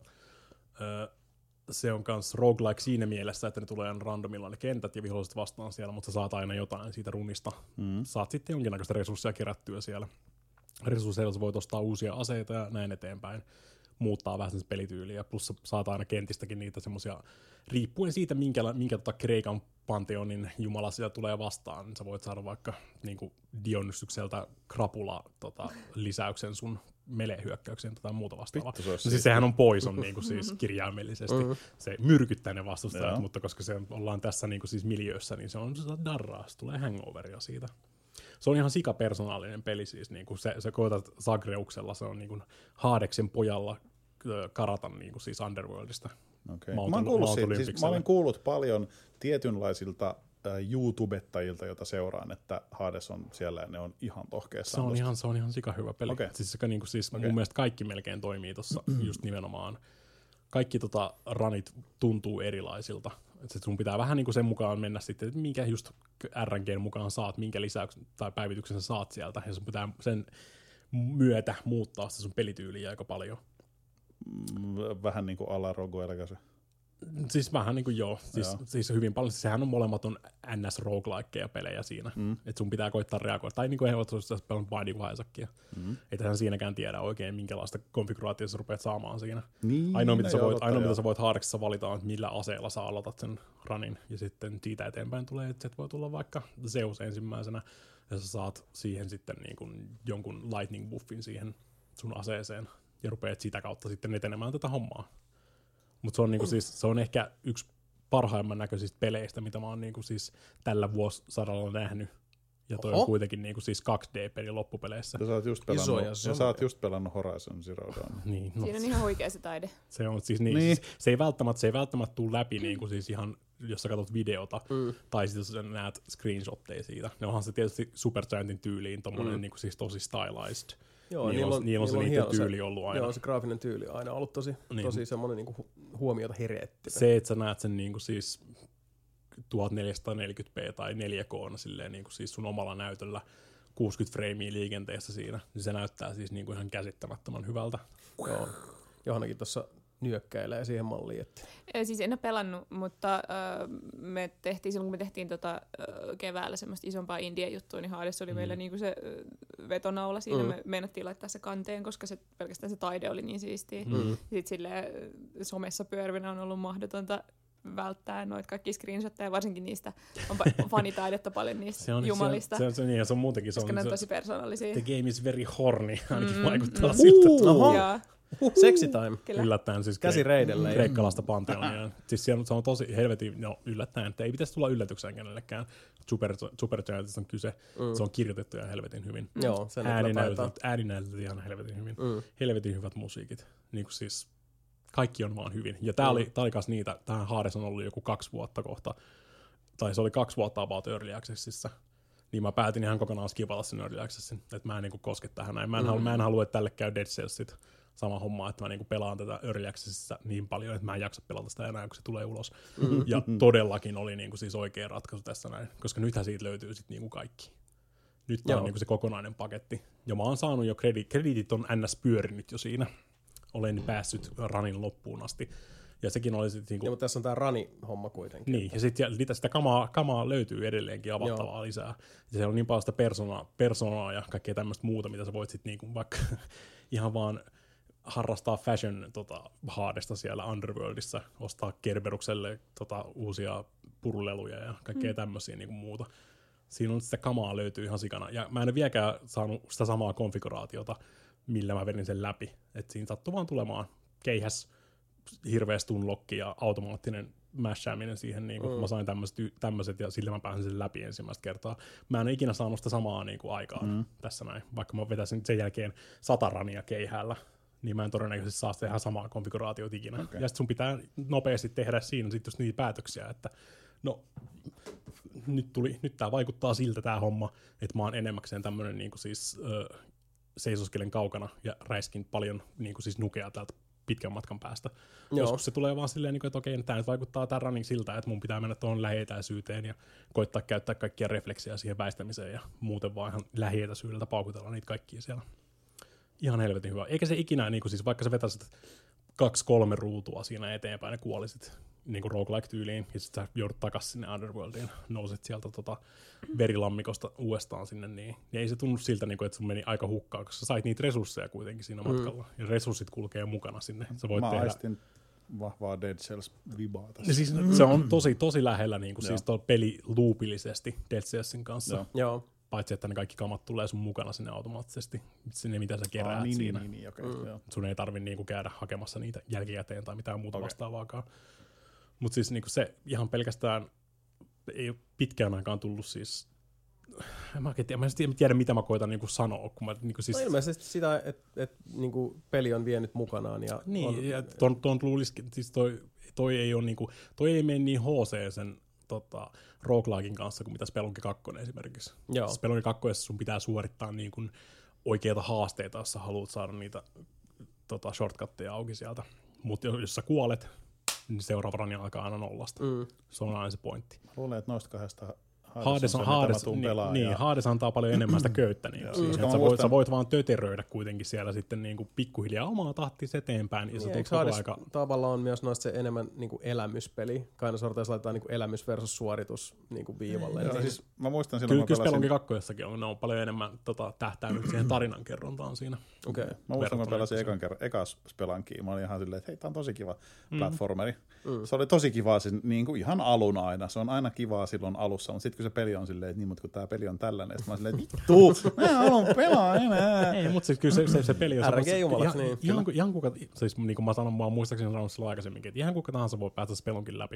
Speaker 2: se on kans roguelike siinä mielessä, että ne tulee randomilla ne kentät ja viholliset vastaan siellä, mutta sä saat aina jotain siitä runista. Saat sitten jonkinlaista resursseja kerättyä siellä. Resursseilla sä voit ostaa uusia aseita ja näin eteenpäin. Muuttaa vähän sen pelityyliä, plus saat aina kentistäkin niitä semmosia, riippuen siitä, minkä Kreikan panteonin jumala siellä tulee vastaan, niin sä voit saada vaikka niinku Dionysykseltä krapula lisäyksen sun melee-hyökkäykseen tai muuta vastaavaa. No siis sehän on poison niinku siis kirjaimellisesti. Se myrkyttää ne vastustajat, mutta koska se ollaan tässä niinku siis miljöössä, niin se on darraa, se tulee hangoveria siitä. Se on ihan sikapersonaalinen peli siis, niinku se koetat Zagreuksella, se on niinku Hadeksen pojalla karata niinku siis Underworldista.
Speaker 3: Okay. Mä olen kuullut paljon tietynlaisilta YouTubettajilta, joita seuraan, että Hades on siellä ja ne on ihan tohkeessaan.
Speaker 2: Se on ihan sika hyvä peli. Okay. Siis mun mielestä kaikki melkein toimii tuossa just nimenomaan. Kaikki runit tuntuu erilaisilta. Et sun pitää vähän niinku sen mukaan mennä sitten, että minkä just RNGn mukaan saat, minkä lisäyksen tai päivityksen sä saat sieltä, ja sun pitää sen myötä muuttaa sitä sun pelityyliä aika paljon.
Speaker 3: Vähän niin kuin ala roguelika se.
Speaker 2: Siis vähän niin kuin joo. Siis hyvin paljon. Sehän on molemmat on NS roguelikeja pelejä siinä. Että sun pitää koittaa reagoida. Tai niin kuin ehdottomasti sä pelannut Binding of Isaacia. Että hän siinäkään tiedä oikein, minkälaista konfiguraatiota sä rupeat saamaan siinä.
Speaker 3: Niin,
Speaker 2: ainoa mitä sä voit Hadeksessa valita on, että millä aseella sä aloitat sen runin. Ja sitten siitä eteenpäin tulee, että voi tulla vaikka Zeus ensimmäisenä. Ja sä saat siihen sitten niin kuin jonkun lightning buffin siihen sun aseeseen. Ja rupeat sitä kautta sitten etenemään tätä hommaa. Mutta se on niinku siis, se on ehkä yksi parhaimman näköisistä peleistä, mitä mä oon niinku siis tällä vuosisadalla nähnyt. Ja toi on kuitenkin niinku siis 2D-peli loppupeleissä.
Speaker 3: Sä oot just pelannut Horizon Zero Dawn.
Speaker 2: Niin,
Speaker 4: siinä on ihan huikea se taide.
Speaker 2: Se on siis niin. Siis, se ei välttämättä tule läpi niinku siis ihan, jos sä katsot videota, tai sitten jos sä näet screenshotteja siitä. Ne onhan se tietysti Supergiantin tyyliin tommonen niinku siis tosi stylized.
Speaker 1: Joo,
Speaker 2: niillä on se niiden tyyli ollut aina.
Speaker 1: Joo, se graafinen tyyli on aina ollut tosi semmoinen niinku huomiota herättävä.
Speaker 2: Se, että sä näet sen niinku siis 1440p tai 4K silleen niinku siis sun omalla näytöllä 60 freimiä liikenteessä siinä, niin se näyttää siis niinku ihan käsittämättömän hyvältä.
Speaker 1: Joo. Johannakin tuossa nyökkäilee siihen malliin. Että...
Speaker 4: Siis en ole pelannut, mutta silloin kun me tehtiin keväällä semmoista isompaa India-juttua, niin Hades oli meillä niinku se vetonaula siinä. Me meinattiin laittaa se kanteen, koska pelkästään se taide oli niin siistiä. Sitten silleen somessa pyörvinä on ollut mahdotonta välttää noita kaikki screenshotteja, varsinkin niistä on fanitaidetta paljon niistä jumalista.
Speaker 2: Se on muutenkin.
Speaker 4: Koska ne on tosi persoonallisia.
Speaker 2: The game is very horny, ainakin vaikuttaa siltä.
Speaker 1: Sexy time.
Speaker 2: Kyllä. Yllättäen siis
Speaker 1: käsireidelle.
Speaker 2: Kreikkalaista panteonia. Siis se on tosi helvetin yllättäen, että ei pitäisi tulla yllätykseen kenellekään. Supergiantista on kyse. Se on kirjoitettu ihan helvetin hyvin.
Speaker 1: Joo, sen
Speaker 2: ääninäytöt ihan helvetin hyvin. Helvetin hyvät musiikit. Niin kuin siis kaikki on vaan hyvin. Ja tää oli kans niitä, tähän Hades on ollut joku 2 vuotta kohta. Tai se oli 2 vuotta about Early Accessissa. niin mä päätin ihan kokonaan skipata sen Early Accessin, että mä en niinku koske tähän näin. Mä en halua, että tälle käy Dead Cellsit sama homma, että mä niinku pelaan tätä Early Accessissa niin paljon, että mä en jaksa pelata sitä enää, kun se tulee ulos. Ja todellakin oli niinku siis oikea ratkaisu tässä näin, koska nythän siitä löytyy sit niinku kaikki. Nyt tää on niinku se kokonainen paketti. Ja mä oon saanut jo krediitit on ns. Pyörinyt jo siinä. Olen päässyt ranin loppuun asti. Ja sekin oli sitten niinku...
Speaker 1: Ja, mutta tässä on tää rani-homma kuitenkin.
Speaker 2: Niin, ja sitten sitä kamaa löytyy edelleenkin avattavaa lisää. Ja siellä on niin paljon sitä personaa ja kaikkea tämmöistä muuta, mitä sä voit sitten niinku vaikka ihan vaan harrastaa fashion haadesta siellä Underworldissa, ostaa Kerberukselle uusia puruleluja ja kaikkea tämmöisiä niinku muuta. Siinä on sitä kamaa löytyy ihan sikana. Ja mä en ole vieläkään saanut sitä samaa konfiguraatiota, millä mä vedin sen läpi. Että siinä sattui vaan tulemaan keihäs, hirveä stunlokki ja automaattinen mashääminen siihen. Niin mä sain tämmöiset ja sillä mä pääsin sen läpi ensimmäistä kertaa. Mä en ole ikinä saanut sitä samaa niin kuin aikaan tässä näin. Vaikka mä vetäisin sen jälkeen 100 rania keihäällä, niin mä en todennäköisesti saa tehdä samaa konfiguraatiota ikinä. Okay. Ja sit sun pitää nopeasti tehdä siinä sit just niitä päätöksiä, että no nyt tää vaikuttaa siltä tää homma, että mä oon enemmäkseen tämmönen niinku siis seisoskelen kaukana ja räiskin paljon niinku siis nukea täältä pitkän matkan päästä. Joskus se tulee vaan silleen, että okei, tää nyt vaikuttaa tää running siltä, että mun pitää mennä tuohon lähietäisyyteen ja koittaa käyttää kaikkia refleksejä siihen väistämiseen ja muuten vaan ihan lähietäisyydellä paukutella niitä kaikkia siellä. Ihan helvetin hyvä. Eikä se ikinä, niinku siis vaikka sä vetäisit 2-3 ruutua siinä eteenpäin ja kuolisit niinku roguelike-tyyliin, ja sit sä joudut takas sinne Underworldiin, nouset sieltä verilammikosta uudestaan sinne, niin ei se tunnu siltä, niinku, että sun meni aika hukkaan, koska sä sait niitä resursseja kuitenkin siinä matkalla, ja resurssit kulkee mukana sinne. Sä voit
Speaker 3: aistin vahvaa Dead Cells-vibaa tässä.
Speaker 2: Siis, se on tosi lähellä niinku, siis peli loopillisesti Dead Cellsin kanssa.
Speaker 1: Joo.
Speaker 2: Paitsi, että ne kaikki kamat tulee sun mukana sinne automaattisesti, sinne mitä sä keräät siinä.
Speaker 3: Okay,
Speaker 2: sun ei tarvi niinku käydä hakemassa niitä jälkikäteen tai mitään muuta vastaavaakaan. Mutta siis niinku se ihan pelkästään ei ole pitkään aikaan tullut siis... Mä en tiedä, mitä mä koitan niinku sanoa. Kun mä, niinku siis...
Speaker 1: No ilmeisesti sitä, että niinku peli on vienyt mukanaan. Ja
Speaker 2: niin, ja ton luulisikin, siis toi ei ole niinku, toi ei mene niin HC sen roguelikein kanssa kuin mitä Spelunky 2 esimerkiksi. Spelunky 2 sun pitää suorittaa niin kuin oikeita haasteita, jos sä haluat saada niitä shortcutteja auki sieltä. Mutta jos sä kuolet, niin seuraava rani alkaa aina nollasta. Se on aina se pointti.
Speaker 3: Mä luulen, että noista kahdesta
Speaker 2: Hades antaa paljon enemmän sitä köyttä. Sä voit vaan töteröidä kuitenkin siellä sitten niinku pikkuhiljaa omaa tahtis eteenpäin. Ja se
Speaker 1: Hades tavallaan on myös noista se enemmän niinku elämyspeli. Kaina sorteissa laitetaan niinku elämys versus suoritus niinku viivalle.
Speaker 3: Joo, siis mä muistan silloin,
Speaker 2: kyllä Spelunky 2:ssakin on, ne on paljon enemmän tähtäänyt siihen tarinankerrontaan siinä.
Speaker 1: Okay.
Speaker 3: Mä muistan, kun mä pelasin ekas Spelunkia, mä olin ihan silleen, että hei, tää on tosi kiva platformeri. Se oli tosi kiva siis, niinku ihan alun aina. Se on aina kivaa silloin alussa, mutta sitten kun se peli on silleen, että niin, mutta kun tää peli on tällainen, sitten mä oon silleen, että vittu, mä haluan pelaa enää.
Speaker 2: Ei, mutta kyllä se peli on
Speaker 1: RG-jumalaksi, niin.
Speaker 2: Ihan kuka, siis niin kuin mä sanon, mä muistaakseni sanonut silloin aikaisemminkin, että ihan kuka tahansa voi päästä Spelunkin läpi.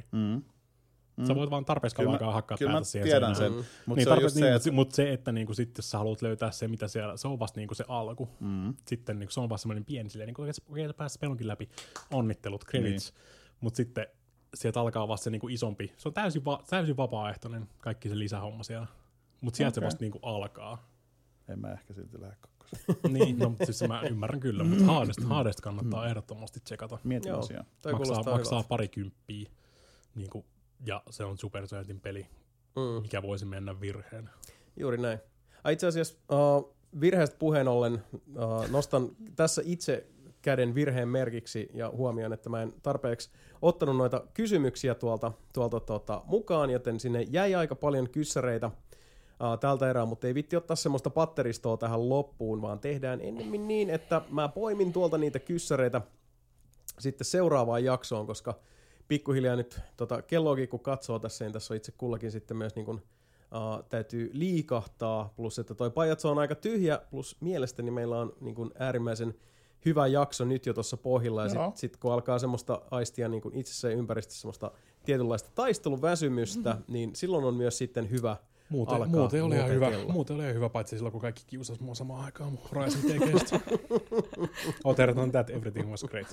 Speaker 2: Sä voit vaan tarpeeksi kauan aikaa hakkaa päätä siihen.
Speaker 3: Kyllä mä tiedän sen.
Speaker 2: Mutta se, että niinku, sit, jos sä haluat löytää se, mitä siellä, se on vasta niinku se alku. Sitten niinku, se on vasta semmoinen pieni silleen, niinku, okei, sä pääset Spelunkin läpi, onnittelut, credits. Mutta sitten sieltä alkaa vasta se niinku isompi, se on täysin vapaaehtoinen kaikki se lisähomma siellä. Mutta sieltä se vasta niinku alkaa.
Speaker 3: En mä ehkä silti lähde kakkoseen.
Speaker 2: Niin, no siis mä ymmärrän kyllä, mutta Hadesta kannattaa ehdottomasti tsekata.
Speaker 3: Mietin asiaa.
Speaker 2: Maksaa parikymppiä. Niinku, ja se on Supercellin peli, mikä voisi mennä virheen.
Speaker 1: Juuri näin. Itse asiassa virheestä puheen ollen nostan tässä itse käden virheen merkiksi ja huomioon, että mä en tarpeeksi ottanut noita kysymyksiä tuolta mukaan, joten sinne jäi aika paljon kyssäreitä tältä erää, mutta ei vitti ottaa semmoista patteristoa tähän loppuun, vaan tehdään ennemmin niin, että mä poimin tuolta niitä kyssäreitä sitten seuraavaan jaksoon, koska pikkuhiljaa nyt kelloakin kun katsoo tässä, niin tässä on itse kullakin sitten myös niin kuin, täytyy liikahtaa, plus että toi pajatso on aika tyhjä, plus mielestäni meillä on niin kuin äärimmäisen hyvä jakso nyt jo tuossa pohjilla, ja sitten kun alkaa semmoista aistia niin kuin itsessä ja ympäristössä semmoista tietynlaista taisteluväsymystä, niin silloin on myös sitten hyvä alkaa.
Speaker 2: Muuten oli ihan hyvä, paitsi silloin kun kaikki kiusasi mua samaan aikaan mun Horizon TG:stä. Otetaan that everything was great.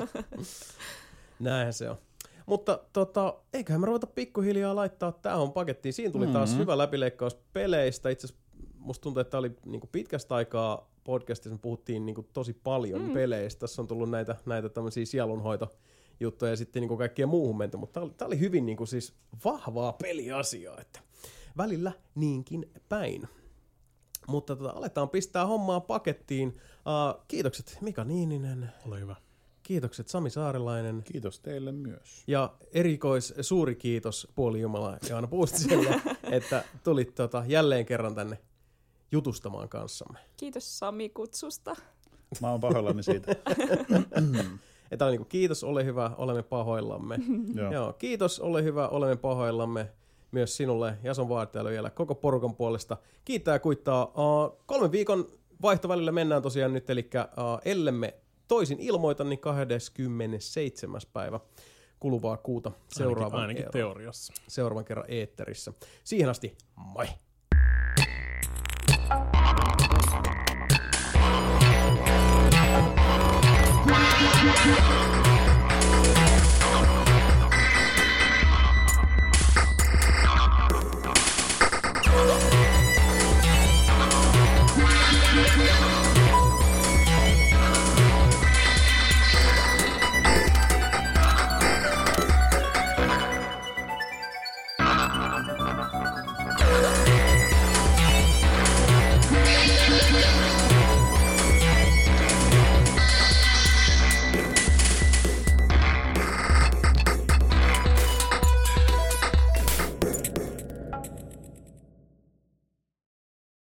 Speaker 1: Näinhän se on. Mutta eiköhän me ruveta pikkuhiljaa laittaa tähän pakettiin. Siinä tuli taas hyvä läpileikkaus peleistä. Itse asiassa musta tuntuu, että oli niinku pitkästä aikaa podcastissa, me puhuttiin niinku tosi paljon peleistä. Tässä on tullut näitä tämmöisiä sielunhoitojuttuja ja sitten niinku kaikkea muuhun menty, mutta tää oli hyvin niinku siis vahvaa peliasiaa, että välillä niinkin päin. Mutta aletaan pistää hommaa pakettiin. Kiitokset Mika Niininen.
Speaker 2: Ole hyvä.
Speaker 1: Kiitokset Sami Saarelainen.
Speaker 3: Kiitos teille myös.
Speaker 1: Ja suuri kiitos puolijumala Jaana Puustiselle, että tulit jälleen kerran tänne jutustamaan kanssamme.
Speaker 4: Kiitos Sami kutsusta.
Speaker 3: Mä oon pahoillani siitä.
Speaker 1: Että niin kuin, kiitos, ole hyvä, olemme pahoillamme. Joo, kiitos, ole hyvä, olemme pahoillamme. Myös sinulle, Jason Vaartelu vielä koko porukan puolesta. Kiittää ja kuittaa. 3 viikon vaihtovälillä mennään tosiaan nyt, eli ellemme toisin ilmoita, niin 27. päivä kuluvaa kuuta
Speaker 2: ainakin teoriassa.
Speaker 1: Seuraavan kerran eetterissä. Siihen asti, moi!
Speaker 5: Yeah.